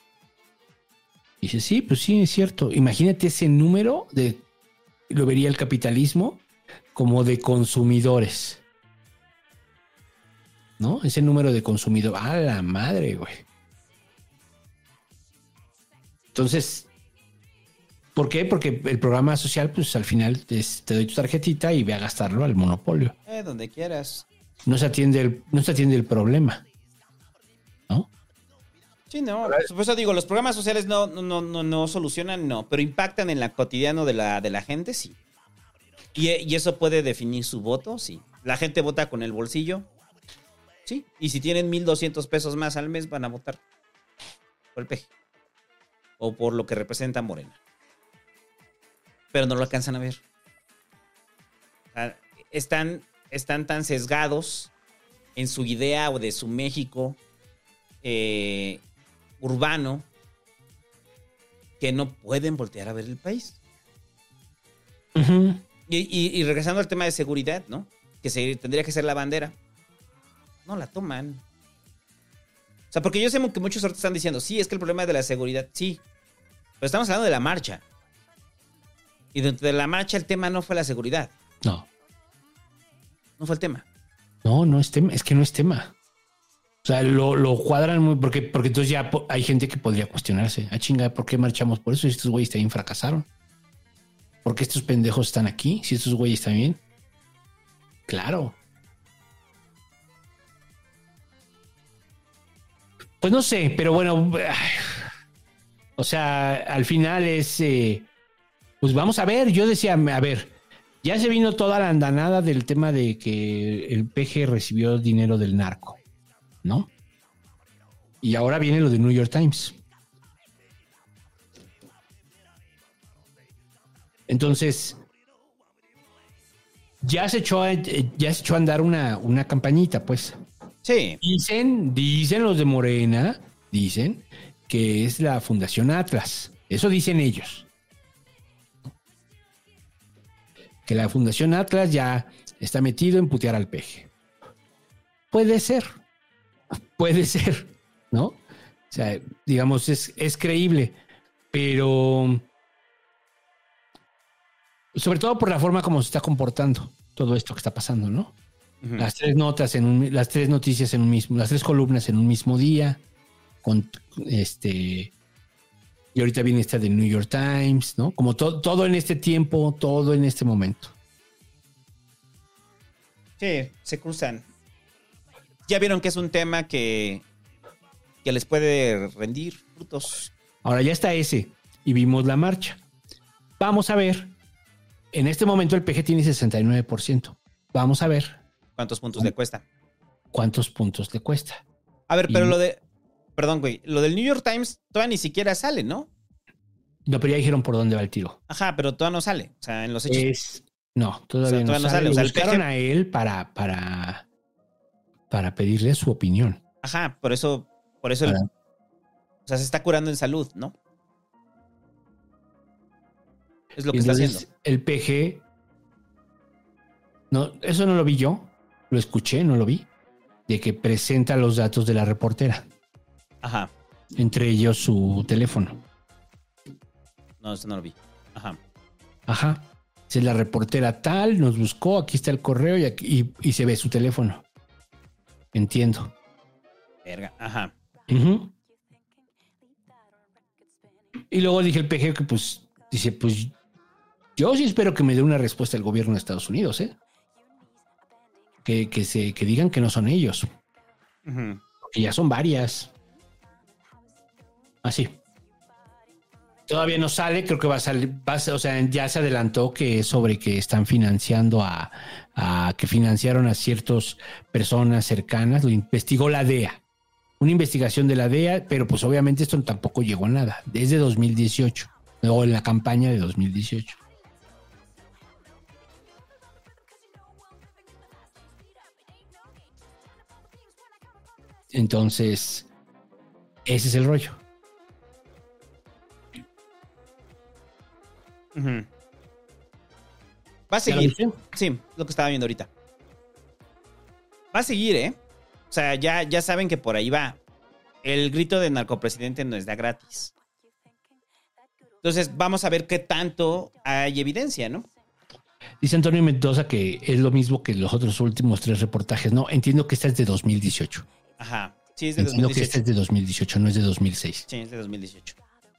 H: Y dice, sí, pues sí, es cierto. Imagínate ese número lo vería el capitalismo como de consumidores. ¿No? Ese número de consumidores. ¡A la madre, güey! Entonces, ¿por qué? Porque el programa social, pues al final te doy tu tarjetita y ve a gastarlo al monopolio.
G: Donde quieras.
H: No se atiende el problema. ¿No?
G: Sí, no. Por eso digo, los programas sociales no solucionan, no, pero impactan en la cotidiano de la gente, sí. Y eso puede definir su voto, sí. La gente vota con el bolsillo, sí. Y si tienen 1,200 pesos más al mes, van a votar por el PG. O por lo que representa Morena. Pero no lo alcanzan a ver. O sea, están tan sesgados en su idea o de su México urbano que no pueden voltear a ver el país.
H: Uh-huh.
G: Y regresando al tema de seguridad, ¿no? Que tendría que ser la bandera. No la toman. O sea, porque yo sé que muchos ahorita están diciendo, sí, es que el problema es de la seguridad, sí. Pero estamos hablando de la marcha. Y dentro de la marcha el tema no fue la seguridad.
H: No.
G: No fue el tema.
H: No es tema. Es que no es tema. O sea, lo cuadran muy... Porque entonces ya hay gente que podría cuestionarse. Ah, chinga, ¿por qué marchamos por eso? Si estos güeyes también fracasaron. ¿Por qué estos pendejos están aquí? Si estos güeyes están bien. Claro. Pues no sé, pero bueno... O sea, al final es... pues vamos a ver. Yo decía, a ver, ya se vino toda la andanada del tema de que el PG recibió dinero del narco, ¿no? Y ahora viene lo de New York Times. Entonces, ya se echó a andar una campañita, pues.
G: Sí.
H: Dicen los de Morena, dicen que es la Fundación Atlas. Eso dicen ellos. Que la Fundación Atlas ya está metido en putear al PG. Puede ser, ¿no? O sea, digamos, es creíble, pero sobre todo por la forma como se está comportando todo esto que está pasando, ¿no? Uh-huh. Las tres noticias en un mismo, las tres columnas en un mismo día, con y ahorita viene esta de New York Times, ¿no? Como todo en este tiempo, todo en este momento.
G: Sí, se cruzan. Ya vieron que es un tema que les puede rendir frutos.
H: Ahora ya está ese y vimos la marcha. Vamos a ver En este momento el PG tiene 69%. Vamos a ver.
G: ¿Cuántos puntos le cuesta?
H: ¿Cuántos puntos le cuesta?
G: A ver, pero Perdón, güey. Lo del New York Times todavía ni siquiera sale, ¿no?
H: No, pero ya dijeron por dónde va el tiro.
G: Ajá, pero todavía no sale. O sea, en los hechos.
H: No, todavía no sale.
G: O sea,
H: Lo buscaron a él para pedirle su opinión.
G: Ajá, por eso o sea, se está curando en salud, ¿no? Es lo que
H: entonces,
G: está haciendo.
H: El PG... No, eso no lo vi yo. Lo escuché, no lo vi. De que presenta los datos de la reportera.
G: Ajá.
H: Entre ellos su teléfono.
G: No, eso no lo vi. Ajá.
H: Ajá. Es la reportera tal, nos buscó, aquí está el correo y se ve su teléfono. Entiendo.
G: Verga, ajá.
H: Uh-huh. Y luego dije el PG que pues, dice, pues yo sí espero que me dé una respuesta el gobierno de Estados Unidos, ¿eh? Que digan que no son ellos.
G: Uh-huh.
H: Que ya son varias. Así. Todavía no sale, creo que va a salir, o sea, ya se adelantó que es sobre que están financiando que financiaron a ciertas personas cercanas, lo investigó la DEA. Una investigación de la DEA, pero pues obviamente esto tampoco llegó a nada, desde 2018, o en la campaña de 2018. Entonces, ese es el rollo.
G: Uh-huh. Va a seguir. Sí, lo que estaba viendo ahorita. Va a seguir, ¿eh? O sea, ya saben que por ahí va. El grito de narcopresidente no es de gratis. Entonces, vamos a ver qué tanto hay evidencia, ¿no?
H: Dice Antonio Mendoza que es lo mismo que los otros últimos 3 reportajes. No, entiendo que esta es de 2018.
G: Ajá. Sí, es de
H: entiendo
G: 2018.
H: Que esta es de 2018, no es de 2006.
G: Sí, es de 2018.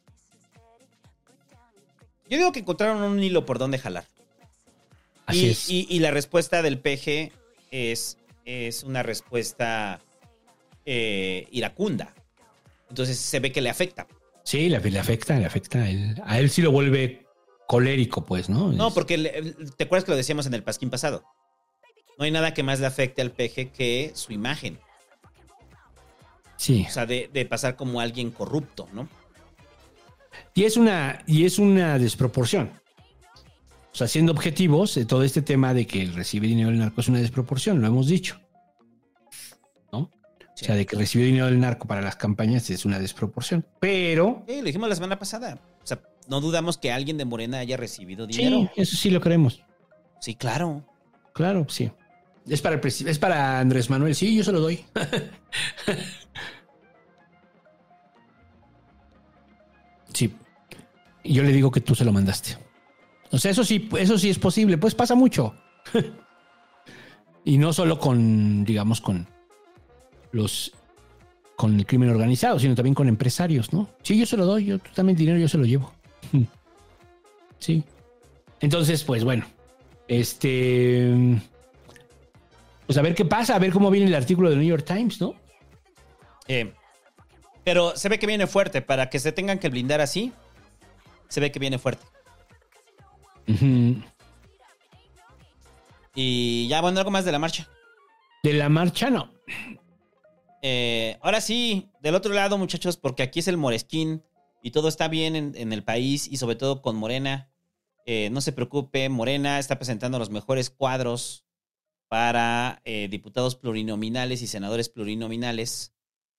G: Yo digo que encontraron un hilo por donde jalar.
H: Así es.
G: Y la respuesta del PG es una respuesta iracunda. Entonces se ve que le afecta.
H: Sí, le afecta. A él sí lo vuelve colérico, pues, ¿no?
G: No, porque te acuerdas que lo decíamos en el pasquín pasado. No hay nada que más le afecte al PG que su imagen.
H: Sí.
G: O sea, de pasar como alguien corrupto, ¿no?
H: Y es una desproporción. O sea, siendo objetivos, todo este tema de que recibe dinero del narco es una desproporción, lo hemos dicho. ¿No? Sí. O sea, de que recibió dinero del narco para las campañas es una desproporción. Pero...
G: Sí, lo dijimos la semana pasada. O sea, no dudamos que alguien de Morena haya recibido dinero.
H: Sí, eso sí lo creemos.
G: Sí, claro.
H: Claro, sí. Es para Andrés Manuel. Sí, yo se lo doy. Sí. Y yo le digo que tú se lo mandaste. O sea, eso sí es posible. Pues pasa mucho. Y no solo con el crimen organizado, sino también con empresarios, ¿no? Sí, yo se lo doy. Tú también dinero yo se lo llevo. Sí. Entonces, pues bueno. Pues a ver qué pasa, a ver cómo viene el artículo del New York Times, ¿no?
G: Pero se ve que viene fuerte. Para que se tengan que blindar así, se ve que viene fuerte.
H: Uh-huh.
G: Y ya, bueno, algo más de la marcha.
H: De la marcha, no.
G: Ahora sí, del otro lado, muchachos, porque aquí es el Moresquín y todo está bien en el país y sobre todo con Morena. No se preocupe, Morena está presentando los mejores cuadros para diputados plurinominales y senadores plurinominales.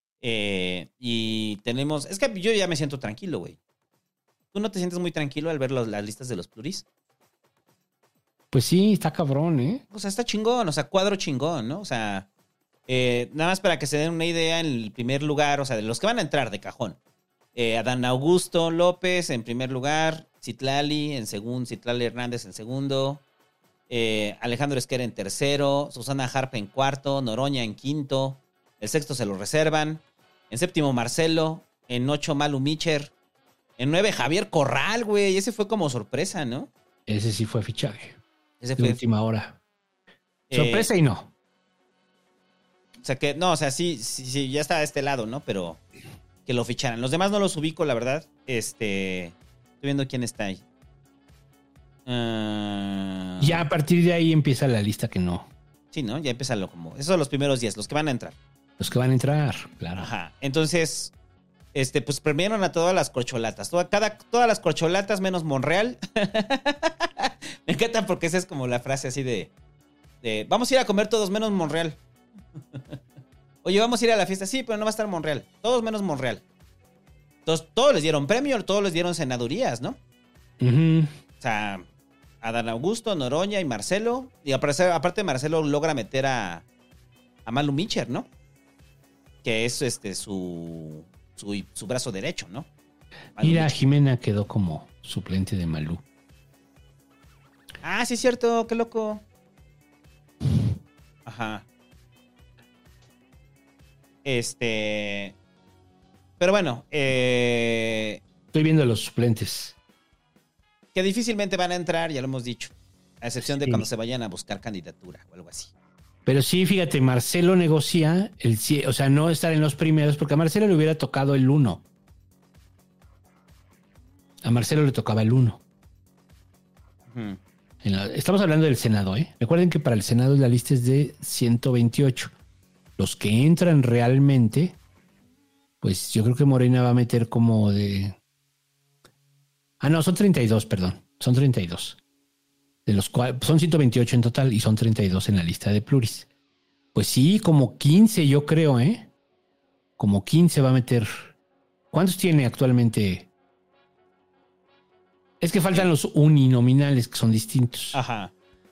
G: Y tenemos... Es que yo ya me siento tranquilo, güey. ¿Tú no te sientes muy tranquilo al ver las listas de los pluris?
H: Pues sí, está cabrón, ¿eh?
G: O sea, está chingón, o sea, cuadro chingón, ¿no? O sea, nada más para que se den una idea, en el primer lugar, o sea, de los que van a entrar de cajón. Adán Augusto López en primer lugar, Citlali en segundo, Citlali Hernández en segundo, Alejandro Esquer en tercero, Susana Harpe en cuarto, Noroña en quinto, el sexto se lo reservan, en séptimo Marcelo, en 8 Malu Micher, en 9 Javier Corral, güey, ese fue como sorpresa, ¿no?
H: Ese sí fue fichaje.
G: Ese fue
H: de última hora. Sorpresa y no.
G: O sea que, no, o sea, sí, ya está de este lado, ¿no? Pero que lo ficharan. Los demás no los ubico, la verdad. Estoy viendo quién está ahí.
H: Ya a partir de ahí empieza la lista que no.
G: Sí, ¿no? Ya empieza lo como... Esos son los primeros 10, los que van a entrar.
H: Los que van a entrar, claro.
G: Ajá. Entonces, pues premiaron a todas las corcholatas. Todas las corcholatas menos Monreal. Me encanta porque esa es como la frase así de vamos a ir a comer todos menos Monreal. Oye, vamos a ir a la fiesta. Sí, pero no va a estar Monreal. Todos menos Monreal. Entonces, todos les dieron premio, todos les dieron senadurías, ¿no?
H: Uh-huh.
G: O sea, Adán Augusto, Noroña y Marcelo. Y aparte Marcelo logra meter a Malu Micher, ¿no? Que es su brazo derecho, ¿no? Malu
H: Mira,
G: Micher.
H: Jimena quedó como suplente de Malú.
G: Ah, sí es cierto, qué loco. Ajá. Pero bueno,
H: Estoy viendo los suplentes.
G: que difícilmente van a entrar, ya lo hemos dicho. A excepción de
H: Sí.
G: cuando se vayan a buscar candidatura o algo así.
H: Pero sí, fíjate, Marcelo negocia o sea, no estar en los primeros, porque a Marcelo le hubiera tocado el 1. A Marcelo le tocaba el 1.
G: Ujú.
H: Estamos hablando del Senado, ¿eh? Recuerden que para el Senado la lista es de 128. Los que entran realmente, pues yo creo que Morena va a meter como de... Ah, no, son 32, perdón. Son 32. De los cuales son 128 en total y son 32 en la lista de pluris. Pues sí, como 15 yo creo, ¿eh? Como 15 va a meter. ¿Cuántos tiene actualmente? Es que faltan los uninominales que son distintos.
G: Ajá.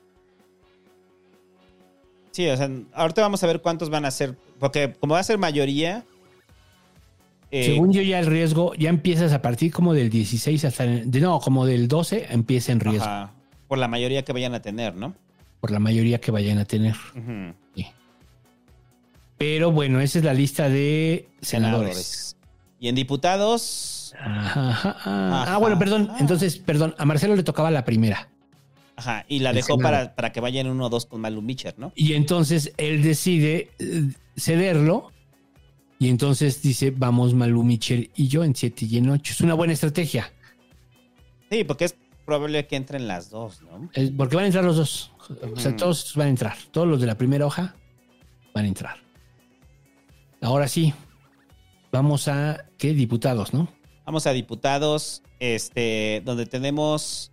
G: Sí, o sea, ahorita vamos a ver cuántos van a ser. Porque como va a ser mayoría.
H: Según yo ya el riesgo, ya empiezas a partir como del 16 hasta... como del 12 empieza en riesgo.
G: Ajá. Por la mayoría que vayan a tener, ¿no?
H: Por la mayoría que vayan a tener.
G: Ujú.
H: Sí. Pero bueno, esa es la lista de senadores.
G: Y en diputados.
H: Ajá. Bueno, perdón. Entonces, a Marcelo le tocaba la primera.
G: Ajá. Y la
H: El
G: dejó
H: Senado.
G: para que vayan 1 o 2 con Malu Micher, ¿no?
H: Y entonces él decide cederlo. Y entonces dice, vamos Malu Micher y yo en 7 y en 8. Es una buena estrategia.
G: Sí, porque es probable que entren las dos, ¿no?
H: Porque van a entrar los dos. O sea, todos van a entrar. Todos los de la primera hoja van a entrar. Ahora sí. Vamos a, ¿qué? Diputados, ¿no?
G: Vamos a diputados, donde tenemos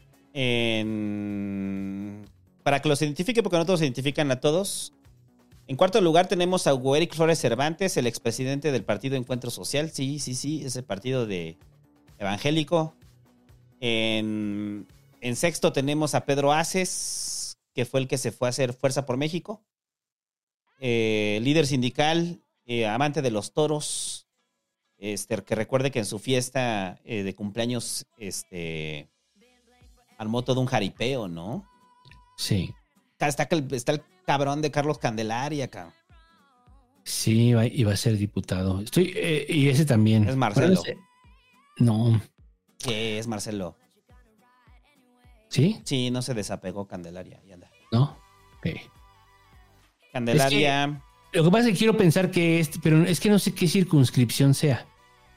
G: para que los identifique, porque no todos identifican a todos. En cuarto lugar tenemos a Hugo Eric Flores Cervantes, el expresidente del partido Encuentro Social. Sí, ese partido de evangélico. En sexto tenemos a Pedro Aces, que fue el que se fue a hacer Fuerza por México. Líder sindical, amante de los toros. Que recuerde que en su fiesta de cumpleaños armó todo un jaripeo, ¿no?
H: Sí.
G: Está el cabrón de Carlos Candelaria, cabrón.
H: Sí, iba a ser diputado. Y ese también.
G: Es Marcelo.
H: No.
G: ¿Qué es Marcelo?
H: ¿Sí?
G: Sí, no se desapegó Candelaria. Y anda.
H: ¿No? Ok.
G: Candelaria.
H: Lo que pasa es que quiero pensar que pero es que no sé qué circunscripción sea.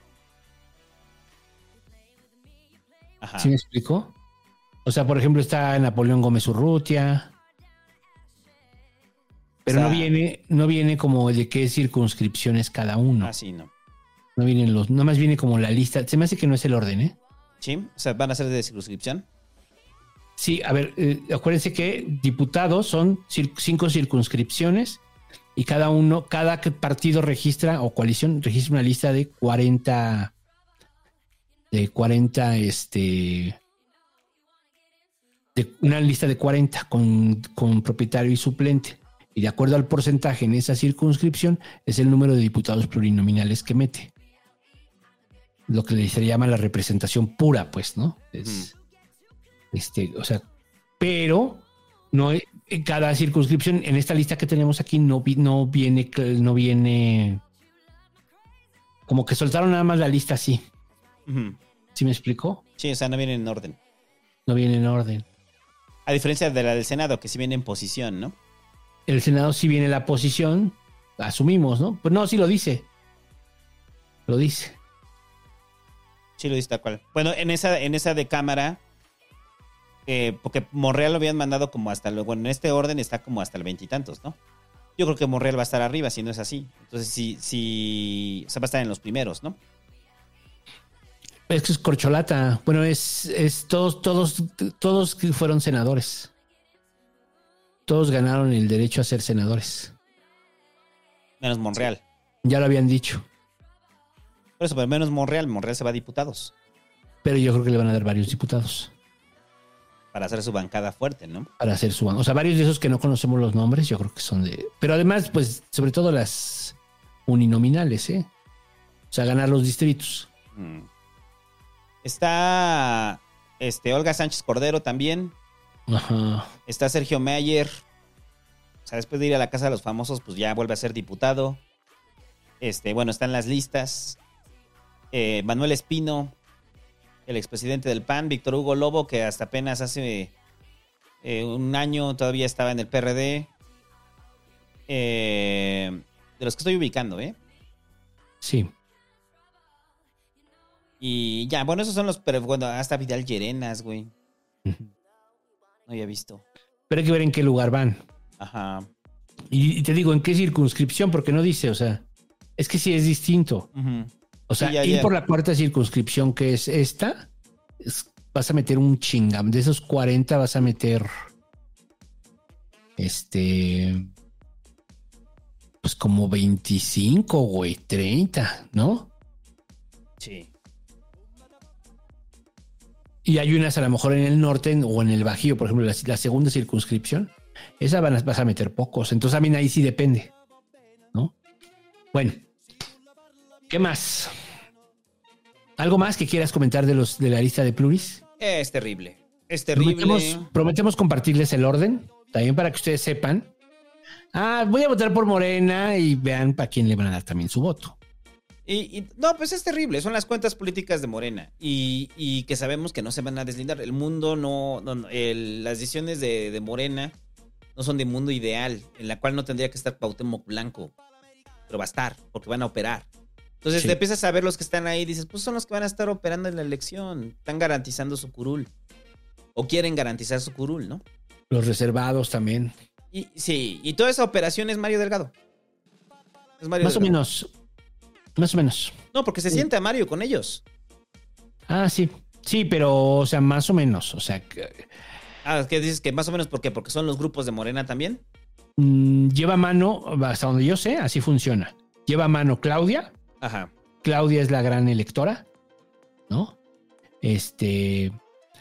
G: Ajá.
H: ¿Sí me explico? O sea, por ejemplo, está Napoleón Gómez Urrutia. Pero
G: O sea,
H: no viene como de qué circunscripción es cada uno.
G: Así no.
H: No vienen nada más viene como la lista. Se me hace que no es el orden, ¿eh?
G: Sí, o sea, van a ser de circunscripción.
H: Sí, a ver, acuérdense que diputados son 5 circunscripciones y cada partido registra o coalición registra una lista de 40 una lista de 40 con propietario y suplente. Y de acuerdo al porcentaje en esa circunscripción es el número de diputados plurinominales que mete. Lo que se llama la representación pura, pues, ¿no? Es, o sea, pero no en cada circunscripción en esta lista que tenemos aquí no viene como que soltaron nada más la lista así.
G: Uh-huh.
H: ¿Sí me explicó?
G: Sí, o sea, no viene en orden.
H: No viene en orden.
G: A diferencia de la del Senado, que sí viene en posición, ¿no?
H: El Senado sí viene la posición, asumimos, ¿no? Pues no, sí lo dice. Lo dice.
G: Sí, lo dice tal cual. Bueno, en esa de Cámara, Porque Monreal lo habían mandado como hasta... Bueno, en este orden está como hasta el 20 y tantos, ¿no? Yo creo que Monreal va a estar arriba, si no es así. Entonces, sí, o sea, va a estar en los primeros, ¿no?
H: Es que es corcholata. Bueno, es todos fueron senadores. Todos ganaron el derecho a ser senadores.
G: Menos Monreal.
H: Ya lo habían dicho.
G: Por eso, pero menos Monreal se va a diputados.
H: Pero yo creo que le van a dar varios diputados.
G: Para hacer su bancada fuerte, ¿no?
H: Para hacer su bancada. O sea, varios de esos que no conocemos los nombres, yo creo que son de... Pero además, pues, sobre todo las uninominales, ¿eh? O sea, ganar los distritos.
G: Está Olga Sánchez Cordero también.
H: Ajá.
G: Está Sergio Mayer. O sea, después de ir a la Casa de los Famosos, pues ya vuelve a ser diputado. Bueno, están las listas. Manuel Espino, el expresidente del PAN, Víctor Hugo Lobo, que hasta apenas hace un año todavía estaba en el PRD. De los que estoy ubicando, ¿eh?
H: Sí.
G: Y ya, bueno, esos son los... Pero bueno, hasta Vidal Llerenas, güey. No había visto.
H: Pero hay que ver en qué lugar van.
G: Ajá.
H: Y te digo, en qué circunscripción, porque no dice, o sea, es que sí es distinto. O sea,
G: Sí,
H: ir por la cuarta circunscripción, que es esta, vas a meter un chingam. De esos 40 vas a meter pues como 25, güey, 30, ¿no?
G: Sí.
H: Y hay unas a lo mejor en el norte o en el Bajío, por ejemplo, la segunda circunscripción. Esa vas a meter pocos. Entonces también ahí sí depende, ¿no? Bueno, ¿qué más? ¿Algo más que quieras comentar de la lista de pluris?
G: Es terrible. Es terrible.
H: Prometemos compartirles el orden, también para que ustedes sepan. Voy a votar por Morena y vean para quién le van a dar también su voto.
G: No, pues es terrible. Son las cuentas políticas de Morena. Y que sabemos que no se van a deslindar. El mundo las decisiones de Morena no son de mundo ideal, en la cual no tendría que estar Cuauhtémoc Blanco. Pero va a estar, porque van a operar. Entonces te empiezas a ver los que están ahí y dices, pues son los que van a estar operando en la elección. Están garantizando su curul. O quieren garantizar su curul, ¿no?
H: Los reservados también.
G: Y toda esa operación es Mario Delgado. Es Mario Delgado.
H: Más o menos.
G: No, porque se siente a Mario con ellos.
H: Sí. Sí, pero, o sea, más o menos. O sea...
G: ¿qué dices que más o menos por qué? ¿Porque son los grupos de Morena también?
H: Lleva mano, hasta donde yo sé, así funciona. Lleva mano Claudia.
G: Ajá.
H: Claudia es la gran electora, ¿no? El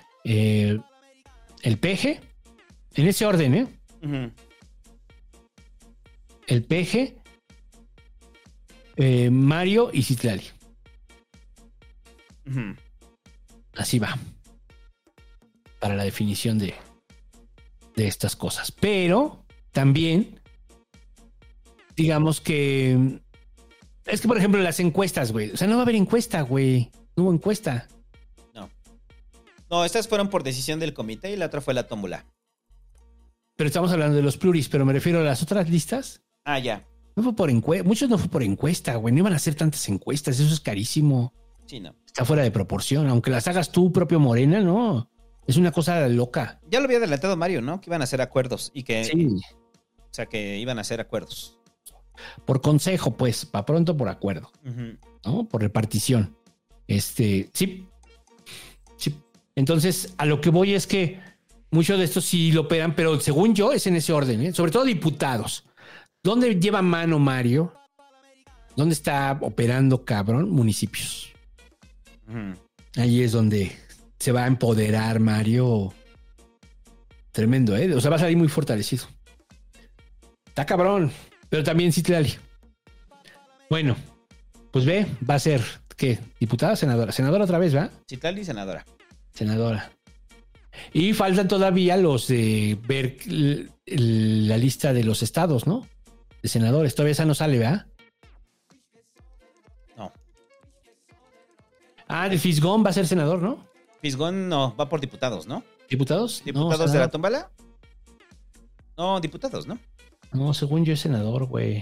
H: Peje. En ese orden, ¿eh?
G: Uh-huh.
H: El Peje, Mario y Citlali.
G: Uh-huh.
H: Así va. Para la definición de estas cosas. Pero también, digamos que... Es que, por ejemplo, las encuestas, güey. O sea, no va a haber encuesta, güey. No hubo encuesta.
G: No, estas fueron por decisión del comité y la otra fue la tómbola.
H: Pero estamos hablando de los pluris, pero me refiero a las otras listas.
G: Ya.
H: No fue por encuesta. Muchos no fue por encuesta, güey. No iban a hacer tantas encuestas. Eso es carísimo.
G: Sí, no.
H: Está fuera de proporción. Aunque las hagas tú, propio Morena, no. Es una cosa loca.
G: Ya lo había adelantado Mario, ¿no? Que iban a hacer acuerdos y que...
H: Sí.
G: O sea, que iban a hacer acuerdos.
H: Por consejo, pues. Para pronto, por acuerdo.
G: Uh-huh.
H: ¿No? Por repartición. Sí. Sí. Entonces, a lo que voy es que muchos de estos sí lo operan, pero según yo es en ese orden, ¿eh? Sobre todo diputados. ¿Dónde lleva mano Mario? ¿Dónde está operando, cabrón? Municipios.
G: Uh-huh.
H: Ahí es donde se va a empoderar Mario. Tremendo, ¿eh? O sea, va a salir muy fortalecido. Está cabrón. Pero también Citlali. Bueno, pues va a ser, ¿qué? ¿Diputada o senadora? Senadora otra vez, ¿va?
G: Citlali, senadora.
H: Senadora. Y faltan todavía los de ver la lista de los estados, ¿no? De senadores. Todavía esa no sale, ¿verdad?
G: No.
H: De Fisgón va a ser senador, ¿no?
G: Fisgón no, va por diputados, ¿no?
H: ¿Diputados?
G: ¿Diputados de la tómbola? No, diputados, ¿no?
H: No, según yo es senador, güey.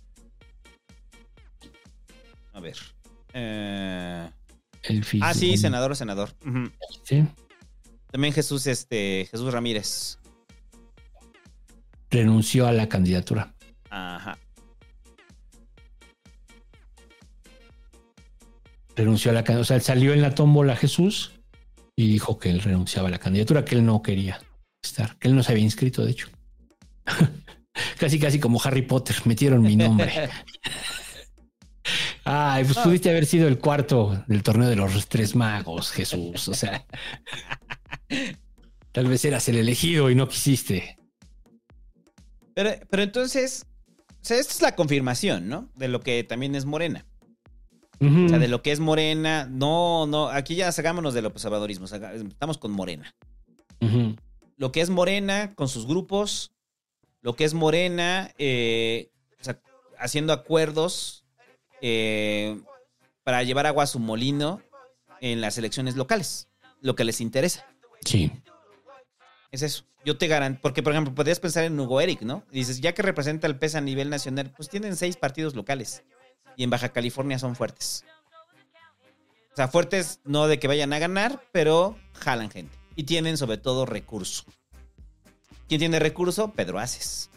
G: A ver.
H: El Fisgón.
G: Sí, senador. Uh-huh.
H: Sí.
G: También Jesús Ramírez.
H: Renunció a la candidatura.
G: Ajá.
H: Renunció a la candidatura. O sea, salió en la tómbola Jesús y dijo que él renunciaba a la candidatura, que él no quería estar, que él no se había inscrito, de hecho. Casi como Harry Potter, metieron mi nombre. Ay, pues pudiste haber sido el cuarto del torneo de los Tres Magos, Jesús. O sea, tal vez eras el elegido y no quisiste.
G: Pero entonces, o sea, esta es la confirmación, ¿no? De lo que también es Morena. O sea, de lo que es Morena. No, aquí ya sacámonos del observadorismo. Estamos con Morena. Lo que es Morena con sus grupos. Lo que es Morena, o sea, haciendo acuerdos para llevar agua a su molino en las elecciones locales. Lo que les interesa.
H: Sí.
G: Es eso. Yo te garantizo, porque por ejemplo, podrías pensar en Hugo Eric, ¿no? Y dices, ya que representa al PES a nivel nacional, pues tienen 6 partidos locales. Y en Baja California son fuertes. O sea, fuertes no de que vayan a ganar, pero jalan gente. Y tienen sobre todo recurso. ¿Quién tiene recurso? Pedro Aces.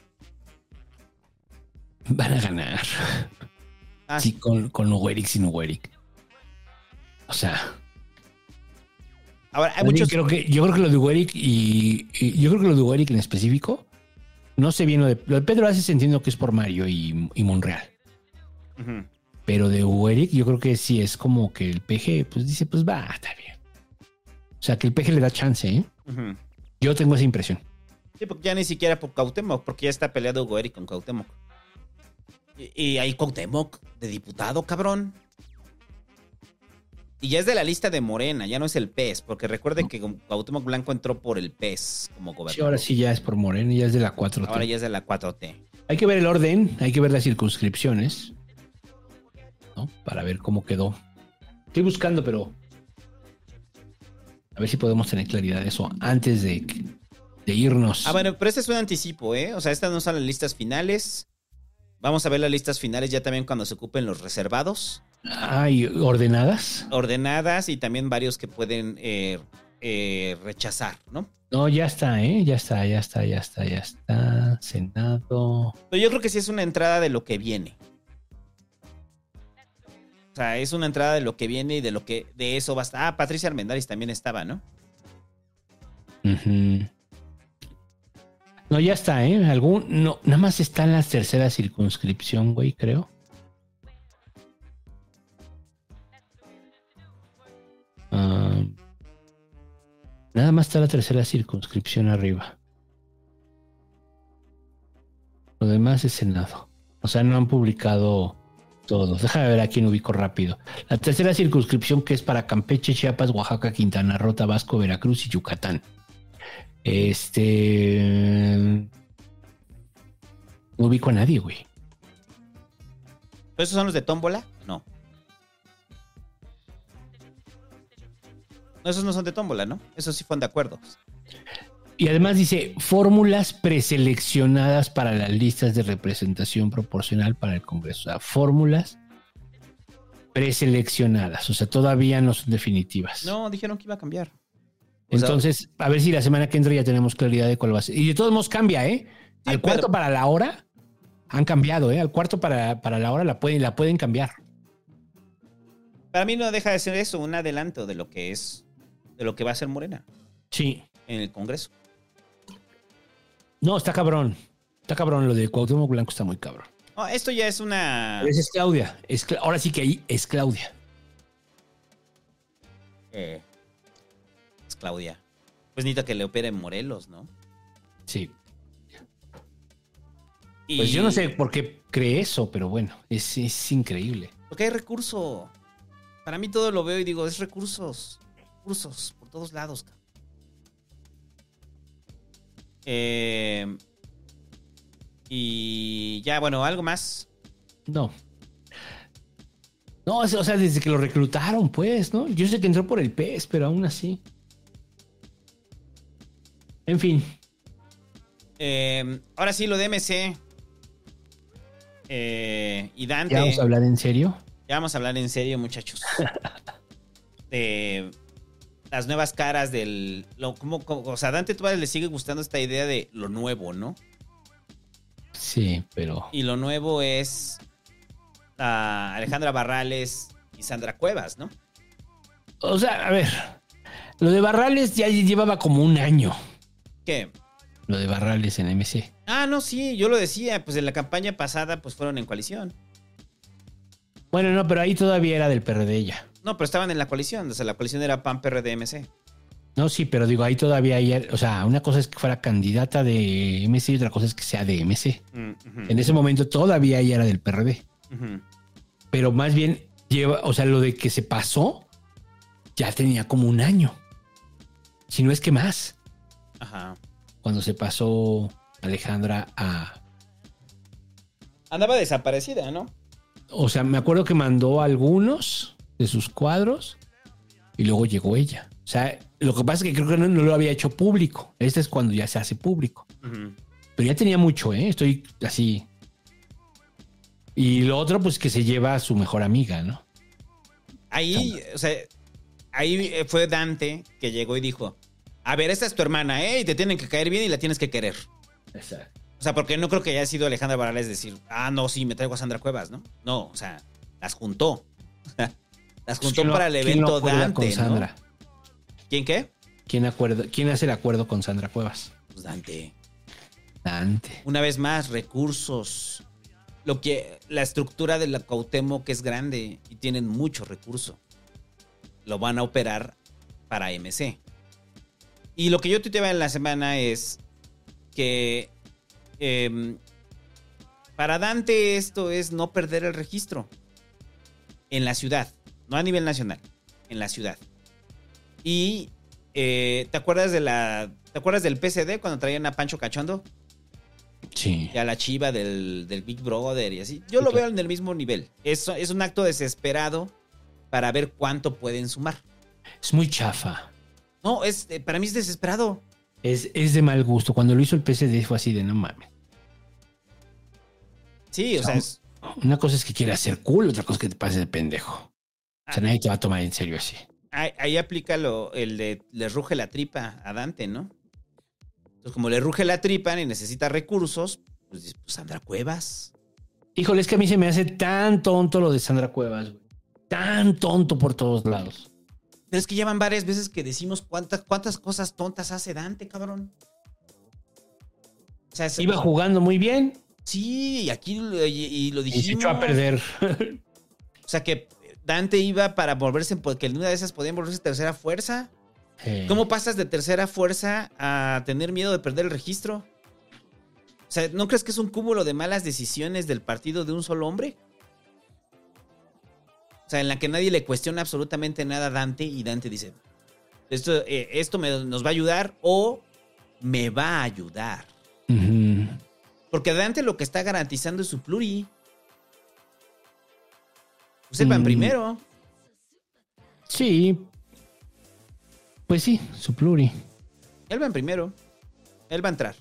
H: Van a ganar. Sí, con Hugo Eric, sin Hugo Eric. O sea...
G: Ahora, hay muchos...
H: yo creo que lo de Hugo Eric yo creo que lo de Hugo Eric en específico, no sé bien lo de Pedro Aces, entiendo que es por Mario y Monreal. Pero de Hugo Eric yo creo que sí es como que el PG pues dice, pues va, está bien. O sea, que el PG le da chance, ¿eh? Yo tengo esa impresión.
G: Sí, porque ya ni siquiera por Cuauhtémoc, porque ya está peleado Hugo Eric con Cuauhtémoc. Y hay Cuauhtémoc de diputado, cabrón. Y ya es de la lista de Morena, ya no es el PES, porque recuerden que Cuauhtémoc Blanco entró por el PES como gobernador.
H: Sí, ahora sí ya es por Morena, ya es de la 4T.
G: Ahora ya es de la 4T.
H: Hay que ver el orden, hay que ver las circunscripciones, ¿no? Para ver cómo quedó. Estoy buscando, pero a ver si podemos tener claridad de eso antes de irnos.
G: Bueno, pero este es un anticipo, ¿eh? O sea, estas no son las listas finales. Vamos a ver las listas finales ya también cuando se ocupen los reservados.
H: ¿Y ordenadas?
G: Ordenadas y también varios que pueden rechazar, ¿no?
H: No, ya está, ¿eh? Ya está. Senado.
G: Pero yo creo que sí es una entrada de lo que viene. O sea, es una entrada de lo que viene y de eso basta. Patricia Armendáriz también estaba, ¿no?
H: No, ya está, ¿eh? No, nada más está en la tercera circunscripción, güey, creo. Nada más está la tercera circunscripción arriba. Lo demás es Senado. O sea, no han publicado todos. Déjame ver a quién ubico rápido. La tercera circunscripción, que es para Campeche, Chiapas, Oaxaca, Quintana Roo, Tabasco, Veracruz y Yucatán. No ubico a nadie, güey.
G: ¿Esos son los de tómbola? No. Esos no son de tómbola, ¿no? Esos sí fueron de acuerdos.
H: Y además dice fórmulas preseleccionadas para las listas de representación proporcional para el Congreso. O sea, fórmulas preseleccionadas. O sea, todavía no son definitivas.
G: No, dijeron que iba a cambiar.
H: Entonces, a ver si la semana que entra ya tenemos claridad de cuál va a ser. Y de todos modos cambia, ¿eh?
G: Sí,
H: al cuarto para la hora han cambiado, ¿eh? Al cuarto para la hora la pueden cambiar.
G: Para mí no deja de ser eso, un adelanto de lo que va a ser Morena.
H: Sí.
G: En el Congreso.
H: No, está cabrón. Está cabrón. Lo de Cuauhtémoc Blanco está muy cabrón.
G: No, esto ya es una...
H: Es Claudia. Ahora sí que ahí es Claudia.
G: Es Claudia. Pues necesita que le opere en Morelos, ¿no?
H: Sí. Pues yo no sé por qué cree eso, pero bueno, es increíble.
G: Porque hay recurso. Para mí todo lo veo y digo, es recursos. Recursos por todos lados. Y ya, bueno, ¿algo más?
H: No, o sea, desde que lo reclutaron, pues, ¿no? Yo sé que entró por el PES, pero aún así. En fin.
G: Ahora sí, lo de MC. Y Dante.
H: ¿Ya vamos a hablar en serio?
G: Ya vamos a hablar en serio, muchachos. las nuevas caras del... o sea, a Dante todavía le sigue gustando esta idea de lo nuevo, ¿no?
H: Sí, pero...
G: Y lo nuevo es Alejandra Barrales y Sandra Cuevas, ¿no?
H: O sea, a ver, lo de Barrales ya llevaba como un año.
G: ¿Qué?
H: Lo de Barrales en MC.
G: Ah, no, sí, yo lo decía, pues en la campaña pasada pues fueron en coalición.
H: Bueno, no, pero ahí todavía era del PRD ya.
G: No, pero estaban en la coalición, o sea, la coalición era PAN, PRD, MC.
H: No, sí, pero digo, ahí todavía o sea, una cosa es que fuera candidata de MC y otra cosa es que sea de MC. En ese momento todavía ella era del PRD. Pero más bien o sea, lo de que se pasó ya tenía como un año. Si no es que más.
G: Ajá.
H: Cuando se pasó Alejandra a...
G: Andaba desaparecida, ¿no?
H: O sea, me acuerdo que mandó algunos de sus cuadros y luego llegó ella. O sea, lo que pasa es que creo que no lo había hecho público. Este es cuando ya se hace público. Pero ya tenía mucho, ¿eh? Estoy así. Y lo otro, pues que se lleva a su mejor amiga, ¿no?
G: Ahí, o sea, ahí fue Dante que llegó y dijo, a ver, esta es tu hermana, ¿eh? Y te tienen que caer bien y la tienes que querer.
H: Exacto.
G: O sea, porque no creo que haya sido Alejandra Barrales decir, no, sí, me traigo a Sandra Cuevas, ¿no? No, o sea, las juntó. Las juntó para el evento Dante,
H: con Sandra?
G: ¿no? ¿Quién qué?
H: ¿Quién hace el acuerdo con Sandra Cuevas?
G: Pues Dante.
H: Dante.
G: Una vez más, recursos. La estructura de la Cuauhtémoc que es grande y tienen mucho recurso. Lo van a operar para MC. Y lo que yo tuiteaba en la semana es que para Dante esto es no perder el registro en la ciudad, no a nivel nacional, en la ciudad. Y ¿te acuerdas del PCD cuando traían a Pancho Cachondo?
H: Sí.
G: Y a la chiva del Big Brother y así. Yo lo veo en el mismo nivel. Es un acto desesperado para ver cuánto pueden sumar.
H: Es muy chafa.
G: No, para mí es desesperado.
H: Es de mal gusto. Cuando lo hizo el PCD fue así de no mames.
G: Sí, o sea,
H: una cosa es que quiera hacer cool, otra cosa es que te pases de pendejo. O sea, nadie te va a tomar en serio así.
G: Ahí aplica el de le ruge la tripa a Dante, ¿no? Entonces, como le ruge la tripa y necesita recursos, pues Sandra Cuevas.
H: Híjole, es que a mí se me hace tan tonto lo de Sandra Cuevas, güey. Tan tonto por todos lados.
G: Pero es que llevan varias veces que decimos cuántas cosas tontas hace Dante, cabrón. O sea,
H: iba jugando muy bien.
G: Sí, y aquí y lo dijimos.
H: Y se echó a perder.
G: O sea, que Dante iba para volverse, porque en una de esas podían volverse tercera fuerza. ¿Cómo pasas de tercera fuerza a tener miedo de perder el registro? O sea, ¿no crees que es un cúmulo de malas decisiones del partido de un solo hombre? O sea, en la que nadie le cuestiona absolutamente nada a Dante y Dante dice, esto nos va a ayudar o me va a ayudar. Porque Dante lo que está garantizando es su pluri. Pues él va en primero.
H: Sí. Pues sí, su pluri.
G: Él va en primero. Él va a entrar.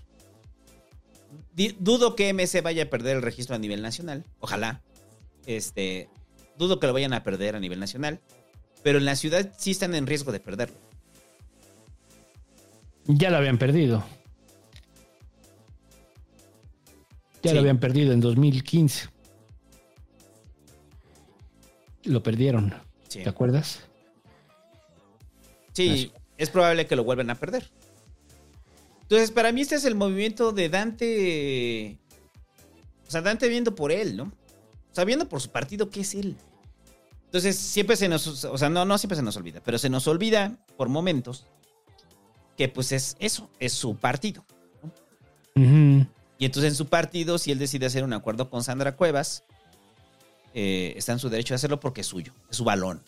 G: Dudo que MC vaya a perder el registro a nivel nacional. Ojalá. Dudo que lo vayan a perder a nivel nacional. Pero en la ciudad sí están en riesgo de perderlo.
H: Ya lo habían perdido. Lo habían perdido en 2015. Lo perdieron. Sí. ¿Te acuerdas?
G: Sí, es probable que lo vuelvan a perder. Entonces, para mí este es el movimiento de Dante. O sea, Dante viendo por él, ¿no? O sea, viendo por su partido, ¿qué es él? Entonces, siempre se nos... O sea, no siempre se nos olvida, pero se nos olvida por momentos que pues es eso, es su partido, ¿no? Y entonces en su partido, si él decide hacer un acuerdo con Sandra Cuevas, está en su derecho de hacerlo porque es suyo, es su balón.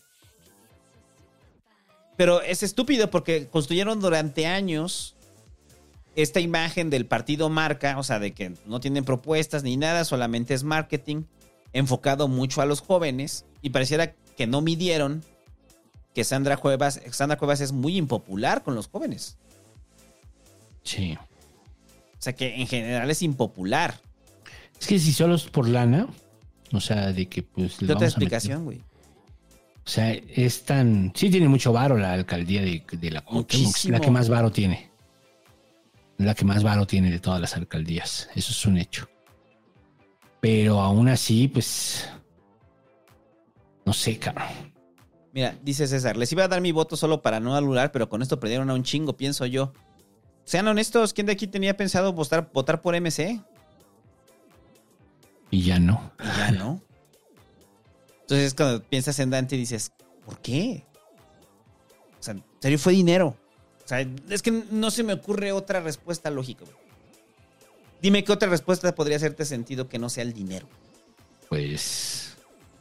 G: Pero es estúpido porque construyeron durante años esta imagen del partido marca, o sea, de que no tienen propuestas ni nada, solamente es marketing, enfocado mucho a los jóvenes, y pareciera que no midieron que Sandra Cuevas es muy impopular con los jóvenes.
H: Sí.
G: O sea, que en general es impopular.
H: Es que si solo es por lana, o sea, de que pues...
G: ¿Qué otra explicación, güey?
H: sea, es tan... Sí tiene mucho varo la alcaldía de la Cuauhtémoc. Es la que más varo tiene. Es la que más varo tiene de todas las alcaldías. Eso es un hecho. Pero aún así, pues... No sé, cabrón.
G: Mira, dice César, les iba a dar mi voto solo para no anular, pero con esto perdieron a un chingo, pienso yo. Sean honestos, ¿quién de aquí tenía pensado votar por MC?
H: Y ya no.
G: Y ya no. Entonces cuando piensas en Dante dices, ¿por qué? O sea, en serio fue dinero. O sea, es que no se me ocurre otra respuesta lógica. Dime qué otra respuesta podría hacerte sentido que no sea el dinero.
H: Pues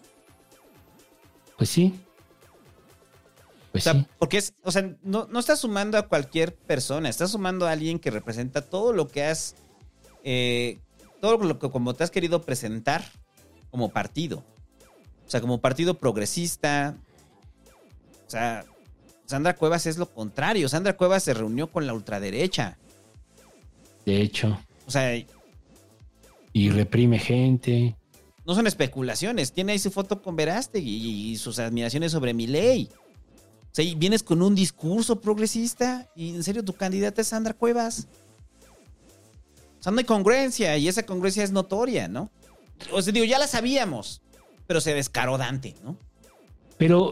H: sí. Pues
G: o sea,
H: sí.
G: porque no estás sumando a cualquier persona, estás sumando a alguien que representa todo lo que has, todo lo que como te has querido presentar como partido. O sea, como partido progresista. O sea, Sandra Cuevas es lo contrario. Sandra Cuevas se reunió con la ultraderecha.
H: De hecho.
G: O sea,
H: y reprime gente.
G: No son especulaciones. Tiene ahí su foto con Verástegui y sus admiraciones sobre Milei. O sea, y vienes con un discurso progresista y en serio tu candidata es Sandra Cuevas. O sea, no hay congruencia y esa congruencia es notoria, ¿no? O sea, digo, ya la sabíamos, pero se descaró Dante, ¿no?
H: Pero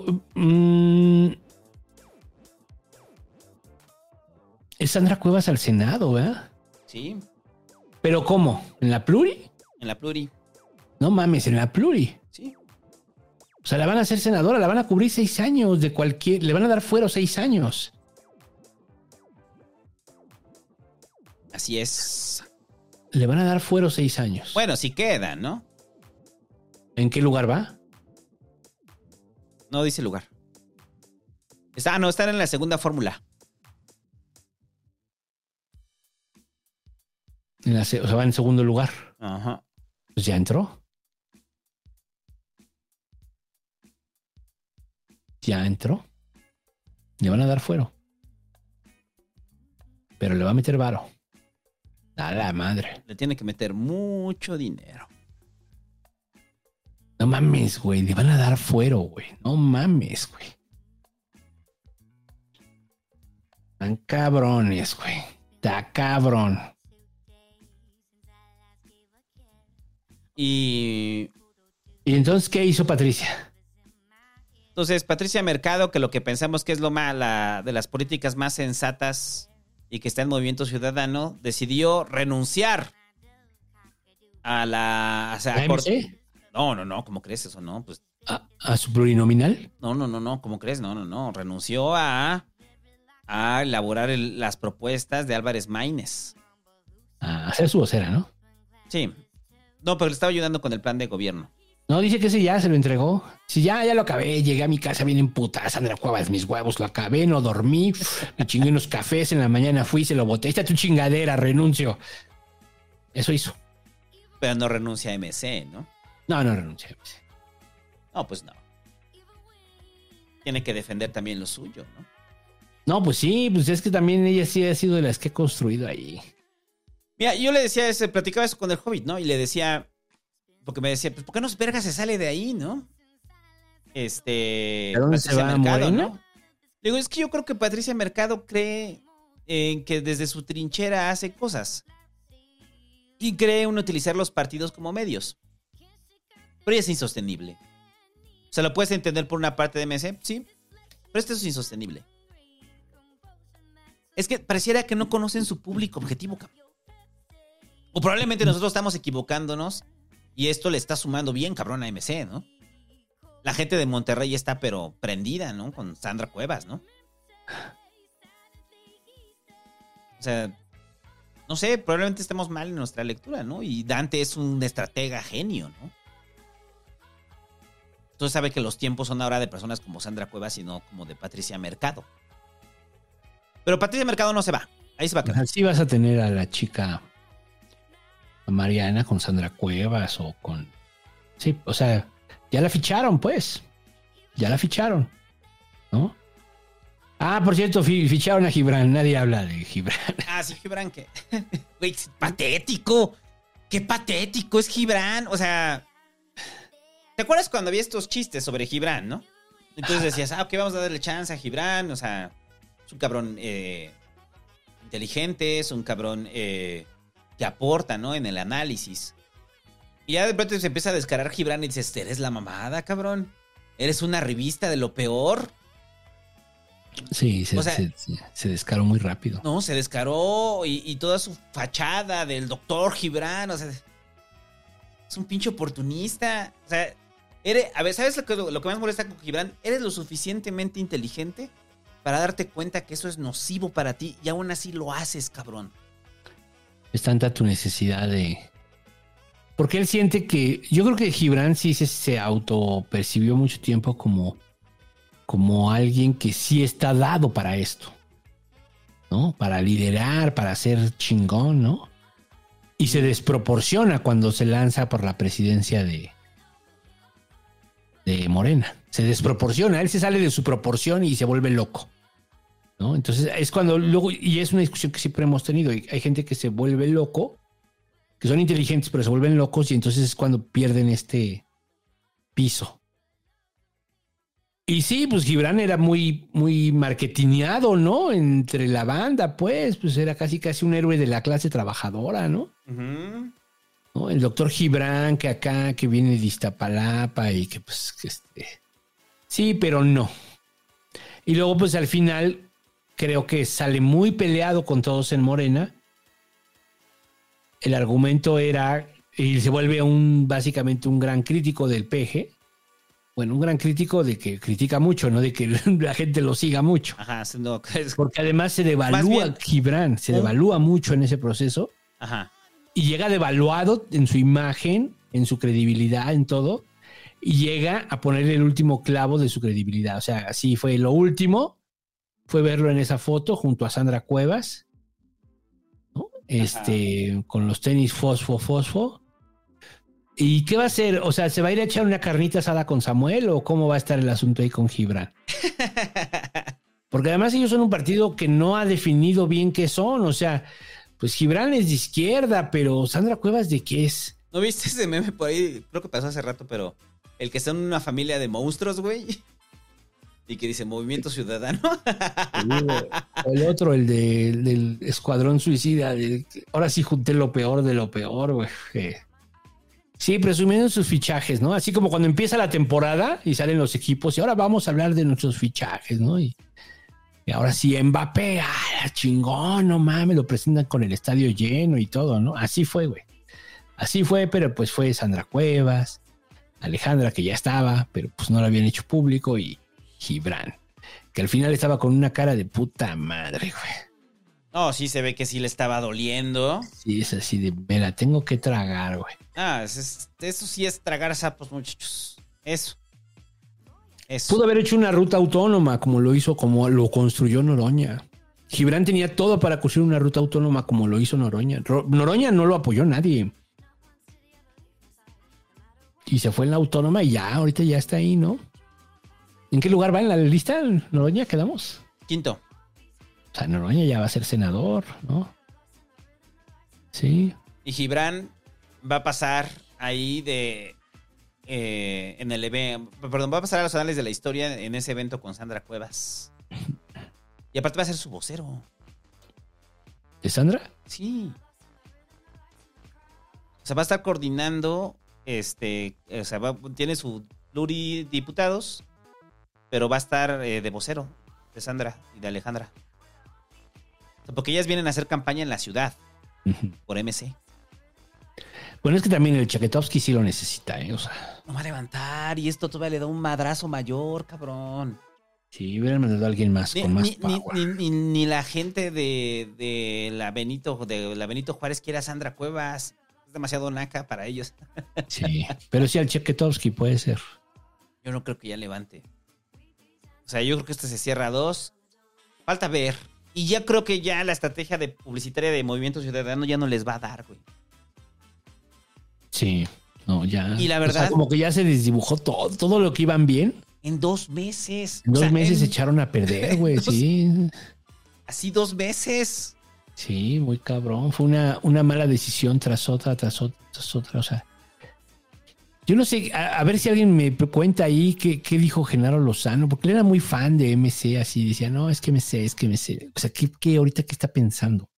H: es Sandra Cuevas al Senado, ¿verdad?
G: Sí.
H: ¿Pero cómo? ¿En la pluri?
G: En la pluri.
H: No mames, en la pluri.
G: Sí.
H: O sea, la van a hacer senadora, la van a cubrir 6 años de cualquier... Le van a dar fuero 6 años.
G: Así es.
H: Le van a dar fuero 6 años.
G: Bueno, sí queda, ¿no?
H: ¿En qué lugar va?
G: No dice lugar. Están en la segunda fórmula.
H: O sea, va en segundo lugar.
G: Ajá.
H: Pues ya entró. Ya entró. Le van a dar fuero. Pero le va a meter varo. A la madre.
G: Le tiene que meter mucho dinero.
H: No mames, güey. Le van a dar fuero, güey. No mames, güey. Están cabrones, güey. Está cabrón.
G: ¿Y
H: entonces qué hizo Patricia?
G: Entonces, Patricia Mercado, que lo que pensamos que es lo más de las políticas más sensatas y que está en Movimiento Ciudadano, decidió renunciar a la... O sea, No, ¿cómo crees eso? No, pues...
H: ¿A su plurinominal?
G: No, ¿cómo crees? No, renunció a elaborar las propuestas de Álvarez Maínez.
H: A hacer su vocera, ¿no?
G: Sí. No, pero le estaba ayudando con el plan de gobierno.
H: No, dice que ese ya se lo entregó. Sí, ya lo acabé. Llegué a mi casa bien emputada. Sandra Cuevas, mis huevos, lo acabé, no dormí. Me chingué unos cafés en la mañana, fui, se lo boté. Esta es tu chingadera, renuncio. Eso hizo.
G: Pero no renuncia a MC, ¿no?
H: No renuncia a MC.
G: No, pues no. Tiene que defender también lo suyo, ¿no?
H: No, pues sí, pues es que también ella sí ha sido de las que he construido ahí.
G: Mira, yo le decía, platicaba eso con el Hobbit, ¿no? Y le decía, porque me decía, pues, ¿por qué no verga se sale de ahí, no?
H: ¿A dónde se va,
G: Mercado,
H: Morena?
G: ¿no? Le digo, es que yo creo que Patricia Mercado cree en que desde su trinchera hace cosas. Y cree en utilizar los partidos como medios. Pero ella es insostenible. O sea, lo puedes entender por una parte de MC, sí. Pero esto es insostenible. Es que pareciera que no conocen su público objetivo, cabrón. O probablemente nosotros estamos equivocándonos y esto le está sumando bien cabrón a MC, ¿no? La gente de Monterrey está pero prendida, ¿no? Con Sandra Cuevas, ¿no? O sea, no sé, probablemente estemos mal en nuestra lectura, ¿no? Y Dante es un estratega genio, ¿no? Entonces sabe que los tiempos son ahora de personas como Sandra Cuevas y no como de Patricia Mercado. Pero Patricia Mercado no se va. Ahí se va a quedar.
H: Así vas a tener a la chica... a Mariana con Sandra Cuevas o con... Sí, o sea, ya la ficharon, pues. Ya la ficharon, ¿no? Ah, por cierto, ficharon a Gibran. Nadie habla de Gibran.
G: Ah, sí, Gibran, que... Güey, patético. Qué patético es Gibran. O sea... ¿Te acuerdas cuando había estos chistes sobre Gibran, no? Entonces decías, ok, vamos a darle chance a Gibran, o sea, es un cabrón inteligente, es un cabrón que aporta, ¿no? En el análisis. Y ya de pronto se empieza a descarar Gibran y dices, eres la mamada, cabrón. Eres una revista de lo peor.
H: Sí, se descaró muy rápido.
G: No, se descaró y toda su fachada del doctor Gibran, o sea, es un pinche oportunista. O sea, a ver, ¿sabes lo que más molesta con Gibran? Eres lo suficientemente inteligente para darte cuenta que eso es nocivo para ti y aún así lo haces, cabrón.
H: Es tanta tu necesidad de... Porque él siente que... Yo creo que Gibran sí se autopercibió mucho tiempo como alguien que sí está dado para esto, ¿no? Para liderar, para ser chingón, ¿no? Y se desproporciona cuando se lanza por la presidencia de Morena. Se desproporciona, él se sale de su proporción y se vuelve loco, ¿no? Entonces es cuando luego, y es una discusión que siempre hemos tenido, hay gente que se vuelve loco, que son inteligentes pero se vuelven locos y entonces es cuando pierden este piso. Y sí, pues Gibran era muy, muy marketineado, ¿no? Entre la banda, pues era casi un héroe de la clase trabajadora, ¿no? Uh-huh. ¿No? El doctor Gibran, que viene de Iztapalapa y que pues... Sí, pero no. Y luego, pues al final, creo que sale muy peleado con todos en Morena. El argumento era, y se vuelve básicamente un gran crítico del PG. Bueno, un gran crítico de que critica mucho, no de que la gente lo siga mucho.
G: Ajá, no,
H: porque además se devalúa Gibran, se devalúa mucho en ese proceso.
G: Ajá.
H: Y llega devaluado en su imagen, en su credibilidad, en todo. Y llega a ponerle el último clavo de su credibilidad. O sea, así fue lo último. Fue verlo en esa foto junto a Sandra Cuevas, ¿no? Con los tenis fosfo. ¿Y qué va a hacer? O sea, ¿se va a ir a echar una carnita asada con Samuel o cómo va a estar el asunto ahí con Gibran? Porque además ellos son un partido que no ha definido bien qué son. O sea, pues Gibran es de izquierda, pero Sandra Cuevas, ¿de qué es?
G: ¿No viste ese meme por ahí? Creo que pasó hace rato, pero el que está en una familia de monstruos, güey. Y que dice Movimiento Ciudadano.
H: El otro, el del Escuadrón Suicida. Ahora sí junté lo peor de lo peor, güey. Sí, presumiendo sus fichajes, ¿no? Así como cuando empieza la temporada y salen los equipos y ahora vamos a hablar de nuestros fichajes, ¿no? Y ahora sí, Mbappé, chingón, no mames, lo presentan con el estadio lleno y todo, ¿no? Así fue, güey. Así fue, pero pues fue Sandra Cuevas, Alejandra, que ya estaba, pero pues no lo habían hecho público, y Gibran, que al final estaba con una cara de puta madre, güey.
G: No, sí se ve que sí le estaba doliendo.
H: Sí, es así de, me la tengo que tragar, güey.
G: Eso sí es tragar sapos, muchachos. Eso.
H: Pudo haber hecho una ruta autónoma como lo construyó Noroña. Gibran tenía todo para construir una ruta autónoma como lo hizo Noroña. Noroña no lo apoyó nadie. Y se fue en la autónoma y ya, ahorita ya está ahí, ¿no? ¿En qué lugar va en la lista, Noroña? ¿Quedamos?
G: Quinto.
H: O sea, Noroña ya va a ser senador, ¿no? Sí.
G: Y Gibran va a pasar ahí en el evento, perdón, va a pasar a los anales de la historia en ese evento con Sandra Cuevas. Y aparte va a ser su vocero.
H: ¿De Sandra?
G: Sí. O sea, va a estar coordinando, o sea, tiene su pluridiputados, pero va a estar de vocero de Sandra y de Alejandra. O sea, porque ellas vienen a hacer campaña en la ciudad, por MC.
H: Bueno, es que también el Chaquetovsky sí lo necesita, ¿eh? O sea,
G: no va a levantar y esto todavía le da un madrazo mayor, cabrón.
H: Sí, hubieran mandado a alguien más con más power.
G: Ni la gente de la Benito Juárez quiere a Sandra Cuevas. Es demasiado naca para ellos.
H: Sí, pero sí al Chaquetovsky puede ser.
G: Yo no creo que ya levante. O sea, yo creo que se cierra a 2. Falta ver. Y ya creo que ya la estrategia publicitaria de Movimiento Ciudadano ya no les va a dar, güey.
H: Sí, no, ya.
G: Y la verdad,
H: o sea, como que ya se desdibujó todo lo que iban bien.
G: En 2 meses.
H: En 2 meses se echaron a perder, güey, sí.
G: Así 2 meses.
H: Sí, muy cabrón. Fue una mala decisión tras otra. O sea, Yo no sé, a ver si alguien me cuenta ahí qué dijo Genaro Lozano, porque él era muy fan de MC, así decía, no, es que me sé. O sea, ¿qué ahorita qué está pensando?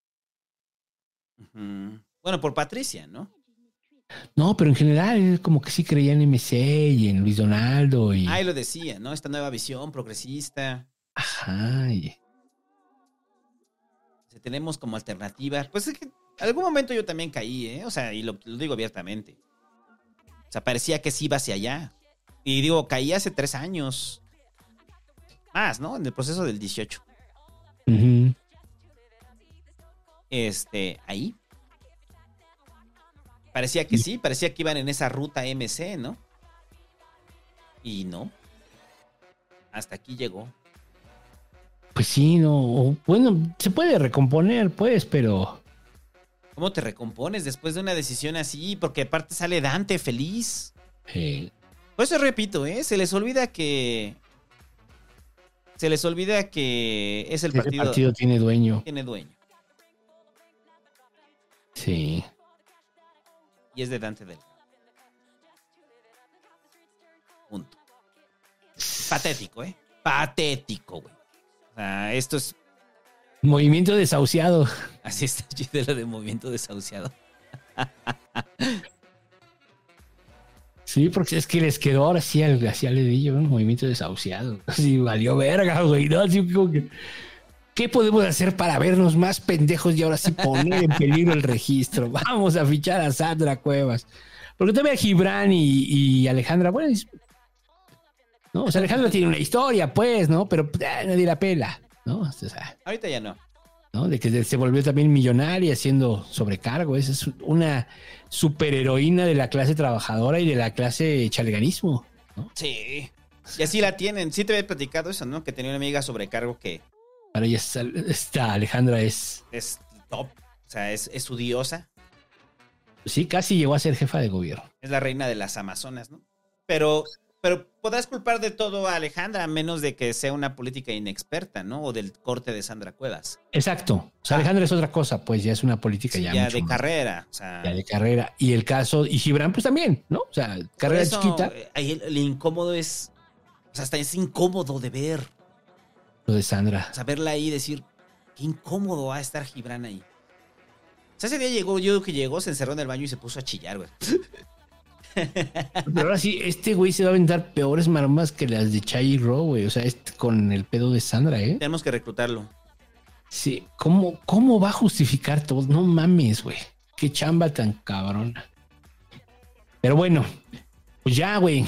G: Bueno, por Patricia, ¿no?
H: No, pero en general, él como que sí creía en MC y en Luis Donaldo. Y
G: lo decía, ¿no? Esta nueva visión progresista.
H: Ajá.
G: Si tenemos como alternativa. Pues es que en algún momento yo también caí, ¿eh? O sea, y lo digo abiertamente. O sea, parecía que sí iba hacia allá. Y digo, caí hace 3 años. Más, ¿no? En el proceso del 18.
H: Uh-huh.
G: Ahí. Parecía que sí, parecía que iban en esa ruta MC, ¿no? Y no. Hasta aquí llegó.
H: Pues sí, no. Bueno, se puede recomponer, pues, pero...
G: ¿Cómo te recompones después de una decisión así? Porque aparte sale Dante feliz. Por eso repito, se les olvida que es el partido.
H: Ese partido tiene dueño.
G: Tiene dueño.
H: Sí.
G: Y es de Dante Delgado. Punto. Patético, Patético, güey. O sea, esto es...
H: Movimiento desahuciado.
G: Así está chido lo de movimiento desahuciado.
H: Sí, porque es que les quedó ahora sí al dedillo, un movimiento desahuciado. Así valió verga, güey, ¿no? Así como que... ¿Qué podemos hacer para vernos más pendejos y ahora sí poner en peligro el registro? Vamos a fichar a Sandra Cuevas. Porque todavía Gibran y Alejandra, bueno, ¿no? O sea, Alejandra tiene una historia, pues, ¿no? Pero nadie la pela, ¿no? O sea,
G: ahorita ya no.
H: De que se volvió también millonaria haciendo sobrecargo. Esa es una superheroína de la clase trabajadora y de la clase chaleganismo, ¿no?
G: Sí. Y así la tienen. Sí te había platicado eso, ¿no? Que tenía una amiga sobrecargo que...
H: Para ella esta Alejandra es
G: top. O sea, es su diosa.
H: Sí, casi llegó a ser jefa de gobierno.
G: Es la reina de las Amazonas, ¿no? Pero podrás culpar de todo a Alejandra, a menos de que sea una política inexperta, ¿no? O del corte de Sandra Cuevas.
H: Exacto. O sea, Alejandra es otra cosa, pues ya es una política ya mucho
G: de
H: más,
G: carrera. O sea,
H: ya de carrera. Y el caso, y Gibran, pues también, ¿no? O sea, carrera
G: eso,
H: chiquita.
G: Ahí el incómodo es... O sea, hasta es incómodo de ver.
H: Lo de Sandra.
G: O sea, verla ahí y decir, qué incómodo va a estar Gibran ahí. O sea, ese día llegó, se encerró en el baño y se puso a chillar, güey.
H: Pero ahora sí, este güey se va a aventar peores maromas que las de Chai y Ro, güey. O sea, con el pedo de Sandra,
G: Tenemos que reclutarlo.
H: Sí, ¿cómo va a justificar todo? No mames, güey. Qué chamba tan cabrona. Pero bueno, pues ya, güey.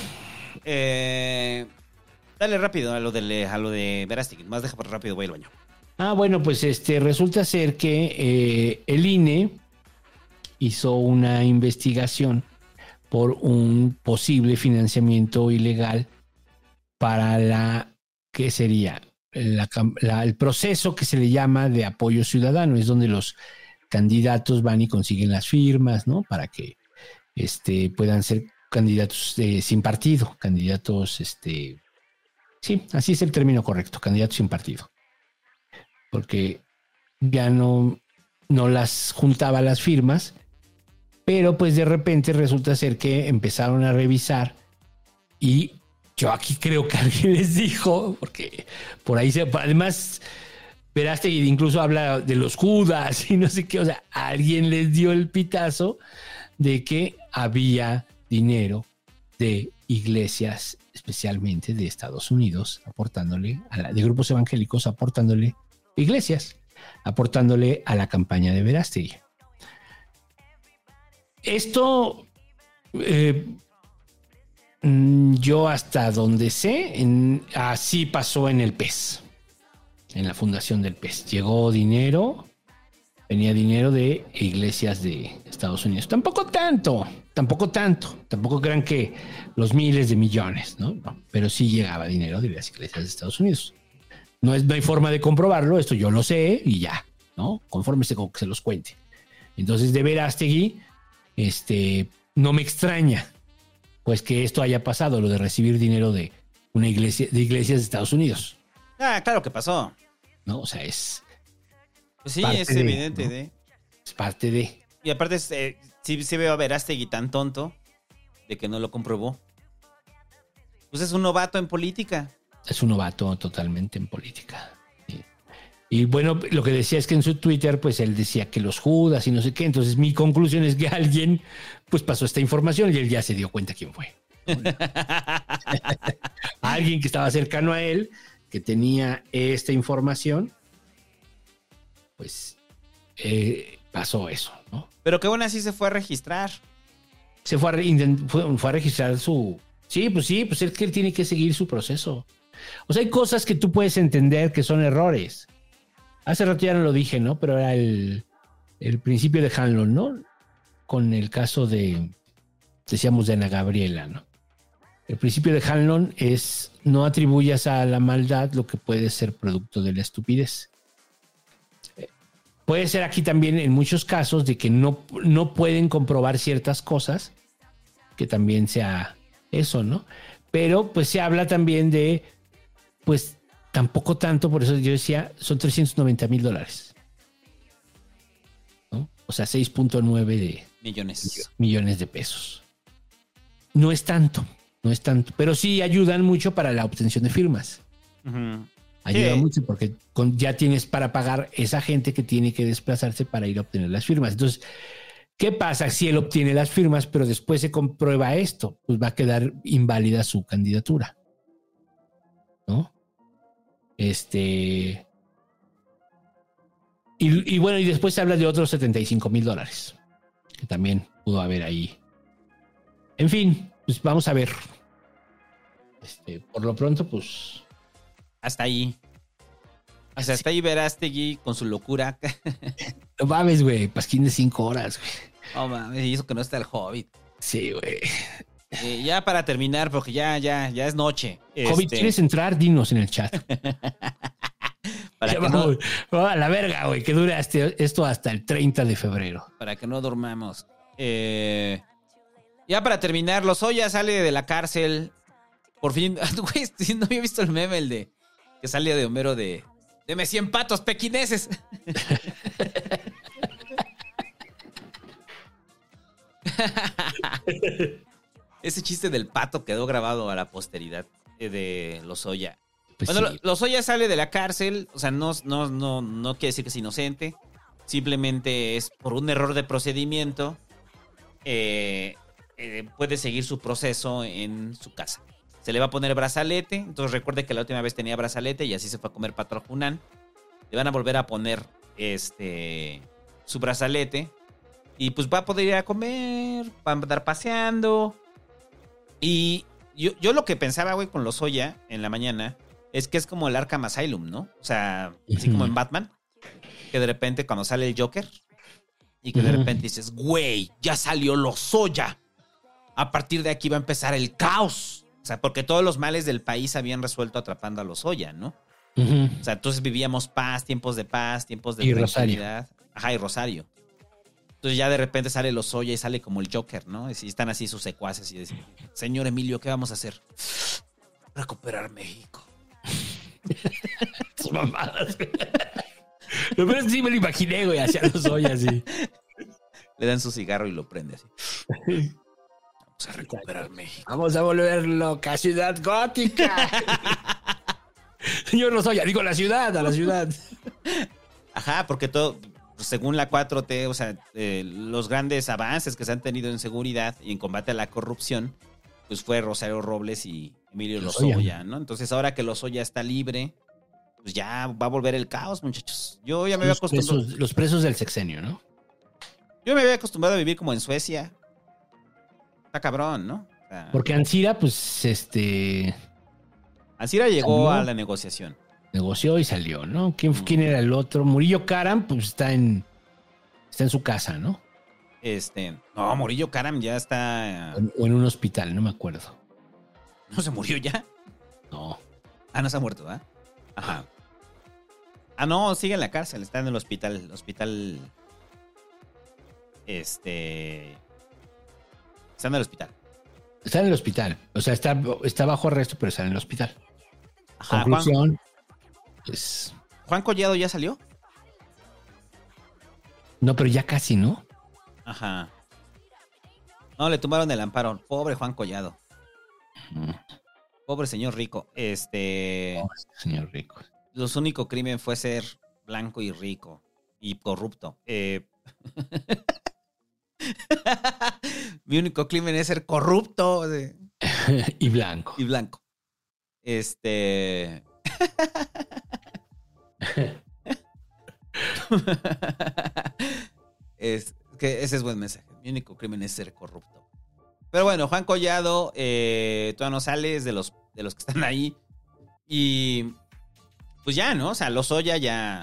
G: Dale rápido a lo de Verástegui. Más deja por rápido, voy al baño.
H: Bueno, pues resulta ser que el INE hizo una investigación por un posible financiamiento ilegal para ¿qué sería? El proceso que se le llama de apoyo ciudadano. Es donde los candidatos van y consiguen las firmas, ¿no? Para que puedan ser candidatos sin partido, candidatos, sí, así es el término correcto, candidatos sin partido. Porque ya no las juntaba las firmas, pero pues de repente resulta ser que empezaron a revisar y yo aquí creo que alguien les dijo, porque por ahí además Verástegui incluso habla de los Judas y no sé qué, o sea, alguien les dio el pitazo de que había dinero de iglesias, especialmente de Estados Unidos, aportándole, de grupos evangélicos aportándole, iglesias, aportándole a la campaña de Verástegui. Esto, yo hasta donde sé, así pasó en el PES, en la fundación del PES. Llegó dinero, venía dinero de iglesias de Estados Unidos. Tampoco crean que los miles de millones, ¿no? No, pero sí llegaba dinero de las iglesias de Estados Unidos. No hay forma de comprobarlo, esto yo lo sé y ya, ¿no? Confórmese con que se los cuente. Entonces, de Verástegui, no me extraña, pues que esto haya pasado, lo de recibir dinero de una iglesia, de iglesias de Estados Unidos.
G: Claro que pasó.
H: ¿No? O sea, es...
G: Pues sí, es evidente,
H: ¿no? Es parte de...
G: Y aparte, sí veo a Verástegui tan tonto de que no lo comprobó. Pues es un novato en política.
H: Es un novato totalmente en política. Sí. Y bueno, lo que decía es que en su Twitter, pues él decía que los Judas y no sé qué. Entonces mi conclusión es que alguien pues pasó esta información y él ya se dio cuenta quién fue. Alguien que estaba cercano a él, que tenía esta información, pues pasó eso, ¿no?
G: Pero que aún así se fue a registrar.
H: Se fue a registrar su... Sí, pues es que él tiene que seguir su proceso. O sea, hay cosas que tú puedes entender que son errores. Hace rato ya no lo dije, ¿no? Pero era el principio de Hanlon, ¿no? Con el caso decíamos, de Ana Gabriela, ¿no? El principio de Hanlon es no atribuyas a la maldad lo que puede ser producto de la estupidez. Puede ser aquí también en muchos casos de que no pueden comprobar ciertas cosas, que también sea eso, ¿no? Pero pues se habla también de, pues tampoco tanto, por eso yo decía, son $390,000, ¿no? O sea, 6.9 de millones de pesos. No es tanto, pero sí ayudan mucho para la obtención de firmas.
G: Uh-huh.
H: Ayuda mucho porque ya tienes para pagar esa gente que tiene que desplazarse para ir a obtener las firmas. Entonces, ¿qué pasa si él obtiene las firmas, pero después se comprueba esto? Pues va a quedar inválida su candidatura, ¿no? Y bueno, y después se habla de otros $75,000 que también pudo haber ahí. En fin, pues vamos a ver. Por lo pronto, pues...
G: Hasta ahí. O sea, hasta ahí Verástegui con su locura.
H: No mames, güey. Pasquín de 5 horas, güey.
G: No mames, y eso que no está el Hobbit.
H: Sí, güey.
G: Ya para terminar, porque ya es noche.
H: Hobbit, ¿quieres entrar? Dinos en el chat.
G: Para que
H: vamos a la verga, güey, que dure esto hasta el 30 de febrero.
G: Para que no durmamos. Ya para terminar, Lozoya sale de la cárcel. Por fin, güey, no había visto el meme, el de que salía de Homero de deme 100 patos pequineses. Ese chiste del pato quedó grabado a la posteridad de Lozoya. Pues bueno, sí. Lozoya sale de la cárcel, o sea, no quiere decir que es inocente, simplemente es por un error de procedimiento, puede seguir su proceso en su casa. Se le va a poner brazalete, entonces recuerde que la última vez tenía brazalete y así se fue a comer Pato Junán. Le van a volver a poner su brazalete y pues va a poder ir a comer, va a andar paseando. Y yo lo que pensaba, güey, con Lozoya en la mañana es que es como el Arkham Asylum, ¿no? O sea, así como en Batman, que de repente cuando sale el Joker y que de repente dices, güey, ya salió Lozoya. A partir de aquí va a empezar el caos. O sea, porque todos los males del país habían resuelto atrapando a Lozoya, ¿no? O sea, entonces vivíamos paz, tiempos de tranquilidad. Ajá, y Rosario. Entonces ya de repente sale Lozoya y sale como el Joker, ¿no? Y están así sus secuaces y dicen, señor Emilio, ¿qué vamos a hacer? Recuperar México.
H: Tus mamadas. Lo peor es que sí me lo imaginé, güey, hacia Lozoya así.
G: Le dan su cigarro y lo prende así. Vamos a recuperar México.
H: Vamos a volver loca ciudad gótica. Señor Lozoya, digo a la ciudad.
G: Ajá, porque todo, según la 4T, o sea, los grandes avances que se han tenido en seguridad y en combate a la corrupción, pues fue Rosario Robles y Emilio Lozoya, ¿no? Entonces ahora que Lozoya está libre, pues ya va a volver el caos, muchachos. Yo ya me había acostumbrado.
H: Los presos del sexenio, ¿no?
G: Yo me había acostumbrado a vivir como en Suecia. Está cabrón, ¿no? O sea,
H: porque Ancira, pues,
G: Ancira llegó a la negociación.
H: Negoció y salió, ¿no? ¿Quién era el otro? Murillo Karam, pues está en su casa, ¿no?
G: No, Murillo Karam ya está...
H: O en un hospital, no me acuerdo.
G: ¿No se murió ya?
H: No.
G: Ah, no se ha muerto, ¿verdad? Ajá. Ah, no, sigue en la cárcel, está en el hospital. Está en el hospital.
H: Está en el hospital. O sea, está bajo arresto, pero está en el hospital.
G: Ajá,
H: conclusión.
G: ¿Juan Collado ya salió?
H: No, pero ya casi, ¿no?
G: Ajá. No, le tumbaron el amparo. Pobre Juan Collado. Pobre señor rico.
H: Señor rico.
G: Su único crimen fue ser blanco y rico y corrupto. Mi único crimen es ser corrupto.
H: Y blanco.
G: Y blanco. Es que ese es buen mensaje. Mi único crimen es ser corrupto. Pero bueno, Juan Collado todavía no sale, es de los que están ahí. Y pues ya, ¿no? O sea, Lozoya ya...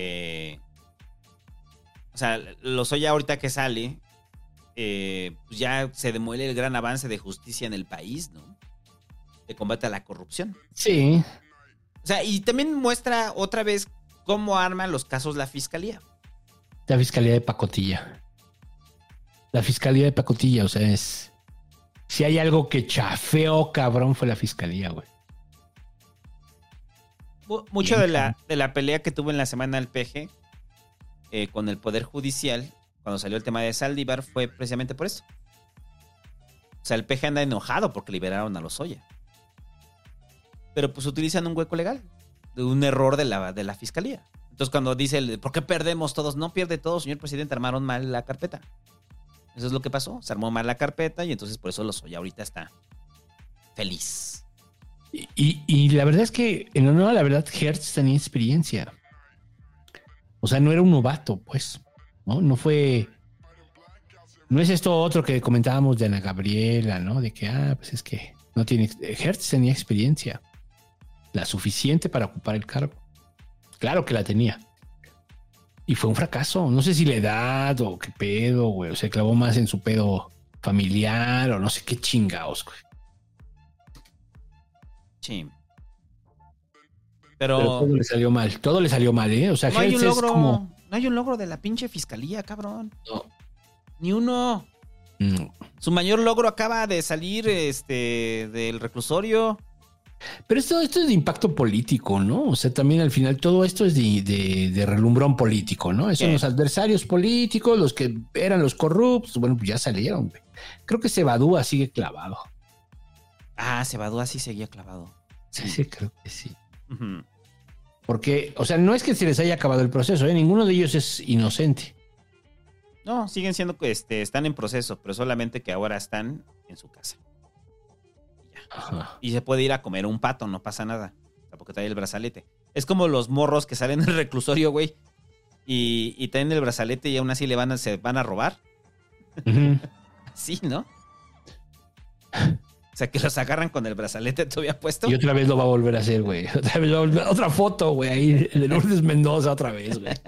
G: Lozoya ahorita que sale, pues ya se demuele el gran avance de justicia en el país, ¿no? De combate a la corrupción.
H: Sí.
G: O sea, y también muestra otra vez cómo arman los casos la fiscalía.
H: La fiscalía de pacotilla. La fiscalía de pacotilla, o sea, es... Si hay algo que chafeó, cabrón, fue la fiscalía, güey.
G: Mucho de la pelea que tuvo en la semana el PG con el Poder Judicial, cuando salió el tema de Saldívar, fue precisamente por eso. O sea, el PG anda enojado porque liberaron a Lozoya. Pero pues utilizan un hueco legal, de un error de la fiscalía. Entonces cuando dice, ¿por qué perdemos todos? No pierde todo, señor presidente, armaron mal la carpeta. Eso es lo que pasó, se armó mal la carpeta y entonces por eso Lozoya ahorita está feliz.
H: Y la verdad es que, en honor a la verdad, Hertz tenía experiencia. O sea, no era un novato, pues. No fue... No es esto otro que comentábamos de Ana Gabriela, ¿no? De que, pues es que no tiene... Hertz tenía experiencia. La suficiente para ocupar el cargo. Claro que la tenía. Y fue un fracaso. No sé si la edad o qué pedo, güey. O se clavó más en su pedo familiar o no sé qué chingados, güey.
G: Sí.
H: Pero todo le salió mal. Todo le salió mal, ¿eh? O sea,
G: no hay un logro, no hay un logro de la pinche fiscalía, cabrón.
H: No.
G: Ni uno.
H: No.
G: Su mayor logro acaba de salir del reclusorio.
H: Pero esto es de impacto político, ¿no? O sea, también al final todo esto es de relumbrón político, ¿no? Son los adversarios políticos, los que eran los corruptos. Bueno, pues ya salieron, güey. Creo que Cebadúa sigue clavado.
G: Cebadúa sí seguía clavado.
H: Sí, creo que sí.
G: Uh-huh.
H: Porque, o sea, no es que se les haya acabado el proceso, ¿eh? Ninguno de ellos es inocente.
G: No, siguen siendo que están en proceso, pero solamente que ahora están en su casa.
H: Ajá.
G: Y se puede ir a comer un pato, no pasa nada. Porque trae el brazalete. Es como los morros que salen del reclusorio, güey. Y traen el brazalete y aún así se van a robar.
H: Uh-huh.
G: Sí, ¿no? O sea, que los agarran con el brazalete todavía puesto.
H: Y otra vez lo va a volver a hacer, güey. Otra foto, güey, ahí de Lourdes Mendoza otra vez, güey.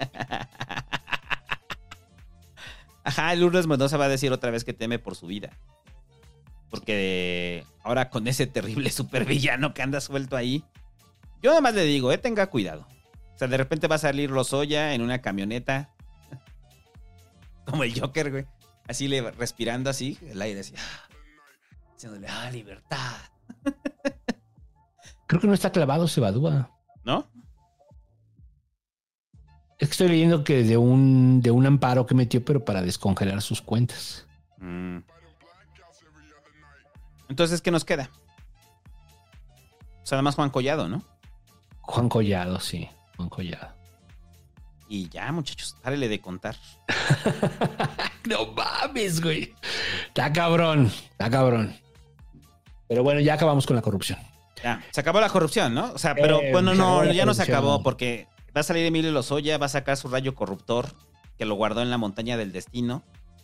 G: Ajá, Lourdes Mendoza va a decir otra vez que teme por su vida. Porque ahora con ese terrible supervillano que anda suelto ahí, yo nada más le digo, tenga cuidado. O sea, de repente va a salir Lozoya en una camioneta, como el Joker, güey. Así respirando así, el aire así, diciéndole, libertad.
H: Creo que no está clavado Cebadúa.
G: ¿No?
H: Es que estoy leyendo que de un amparo que metió, pero para descongelar sus cuentas.
G: Entonces, ¿qué nos queda? O sea, nada más Juan Collado, ¿no?
H: Juan Collado, sí. Juan Collado.
G: Y ya, muchachos, párele de contar.
H: No mames, güey. Está cabrón. Pero bueno, ya acabamos con la corrupción.
G: Ya, se acabó la corrupción, ¿no? O sea, pero bueno, no, ya no se acabó porque va a salir Emilio Lozoya, va a sacar su rayo corruptor que lo guardó en la montaña del destino.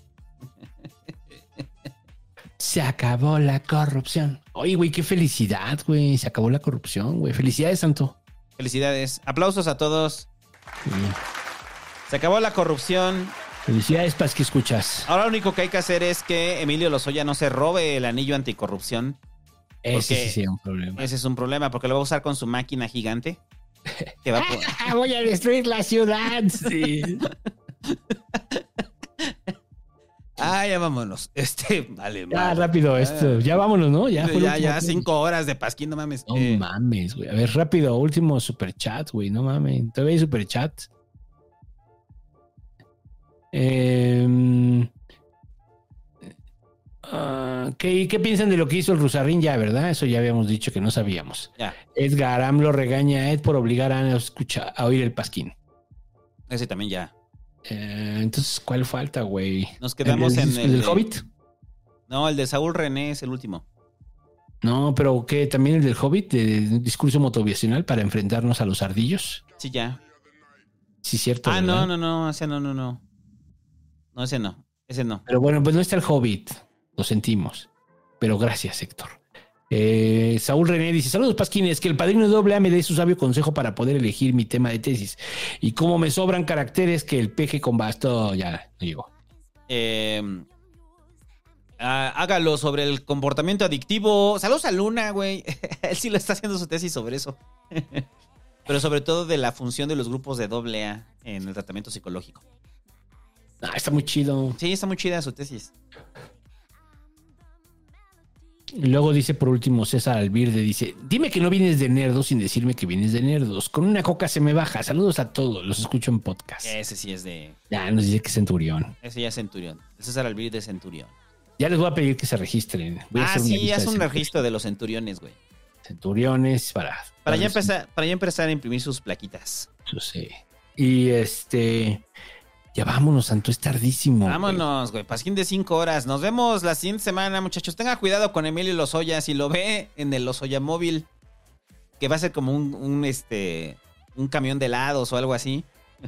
H: Se acabó la corrupción. Oye, güey, qué felicidad, güey. Se acabó la corrupción, güey. Felicidades, Santo.
G: Felicidades. Aplausos a todos. Sí. Se acabó la corrupción.
H: Felicidades, Paz, que escuchas.
G: Ahora lo único que hay que hacer es que Emilio Lozoya no se robe el anillo anticorrupción.
H: Ese sí es un problema.
G: Ese es un problema porque lo va a usar con su máquina gigante. Que va
H: voy a destruir la ciudad. Sí.
G: Ya vámonos. Vale,
H: ya, rápido, ya vámonos, ¿no?
G: Ya 5 horas de Pasquín, no mames.
H: No mames, güey. A ver, rápido, último superchat, güey, no mames. ¿Todavía hay superchat? ¿Qué piensan de lo que hizo el Rusarrín? Ya, ¿verdad? Eso ya habíamos dicho que no sabíamos.
G: Ya.
H: Edgar AMLO regaña a Ed por obligar a Ana a oír el pasquín.
G: Ese también ya.
H: Entonces, ¿cuál falta, güey?
G: Nos quedamos
H: ¿El del Hobbit?
G: No, el de Saúl René es el último.
H: No, pero ¿qué? ¿También el del Hobbit? ¿De discurso motivacional para enfrentarnos a los ardillos?
G: Sí, ya.
H: Sí, cierto.
G: Ah,
H: ¿verdad?
G: no, ese no. No, ese no. Ese no.
H: Pero bueno, pues no está el Hobbit. Lo sentimos. Pero gracias, Héctor. Saúl René dice: saludos, Pasquines, que el padrino AA me dé su sabio consejo para poder elegir mi tema de tesis. Y como me sobran caracteres que el peje con basto ya no llegó.
G: Hágalo sobre el comportamiento adictivo. Saludos a Luna, güey. Él sí lo está haciendo su tesis sobre eso. Pero sobre todo de la función de los grupos de AA en el tratamiento psicológico.
H: Está muy chido.
G: Sí, está muy chida su tesis.
H: Y luego dice por último César Albirde, dice: dime que no vienes de Nerdos sin decirme que vienes de Nerdos. Con una coca se me baja. Saludos a todos, los escucho en podcast.
G: Ese sí es de...
H: Ya nos dice que es Centurión.
G: Ese ya es Centurión. César Albirde es Centurión.
H: Ya les voy a pedir que se registren.
G: Sí, haz un registro de los centuriones, güey.
H: Centuriones para
G: ya empezar a imprimir sus plaquitas.
H: Yo sé. Y ya vámonos, Santo, es tardísimo.
G: Vámonos, güey. Pasquín de 5 horas. Nos vemos la siguiente semana, muchachos. Tenga cuidado con Emilio Lozoya. Si lo ve en el Lozoya móvil, que va a ser como un camión de helados o algo así.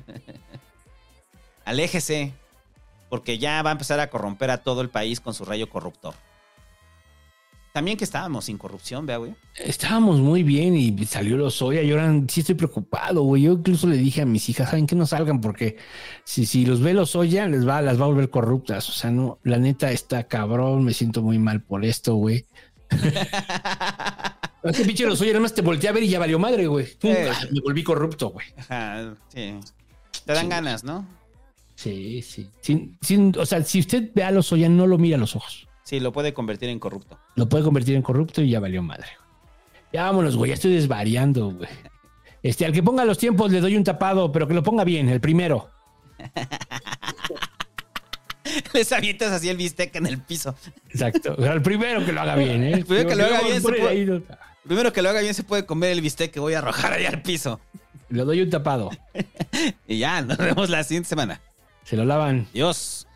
G: Aléjese, porque ya va a empezar a corromper a todo el país con su rayo corruptor. También que estábamos sin corrupción, vea, güey.
H: Estábamos muy bien y salió Lozoya y ahora sí estoy preocupado, güey. Yo incluso le dije a mis hijas: ¿saben qué? No salgan porque si los ve Lozoya las va a volver corruptas. O sea, no, la neta está cabrón. Me siento muy mal por esto, güey. Ese pinche Lozoya nada más te volteé a ver y ya valió madre, güey. Me volví corrupto, güey.
G: Ajá, sí. Te dan ganas, ¿no?
H: Sí. O sea, si usted ve a Lozoya, no lo mira a los ojos.
G: Sí, lo puede convertir en corrupto.
H: Lo puede convertir en corrupto y ya valió madre. Ya vámonos, güey. Ya estoy desvariando, güey. Al que ponga los tiempos le doy un tapado, pero que lo ponga bien, el primero.
G: Les avientas así el bistec en el piso.
H: Exacto. O sea, el primero que lo haga bien, ¿eh?
G: El primero que lo haga bien se puede comer el bistec que voy a arrojar allá al piso.
H: Le doy un tapado.
G: Y ya, nos vemos la siguiente semana.
H: Se lo lavan.
G: Dios.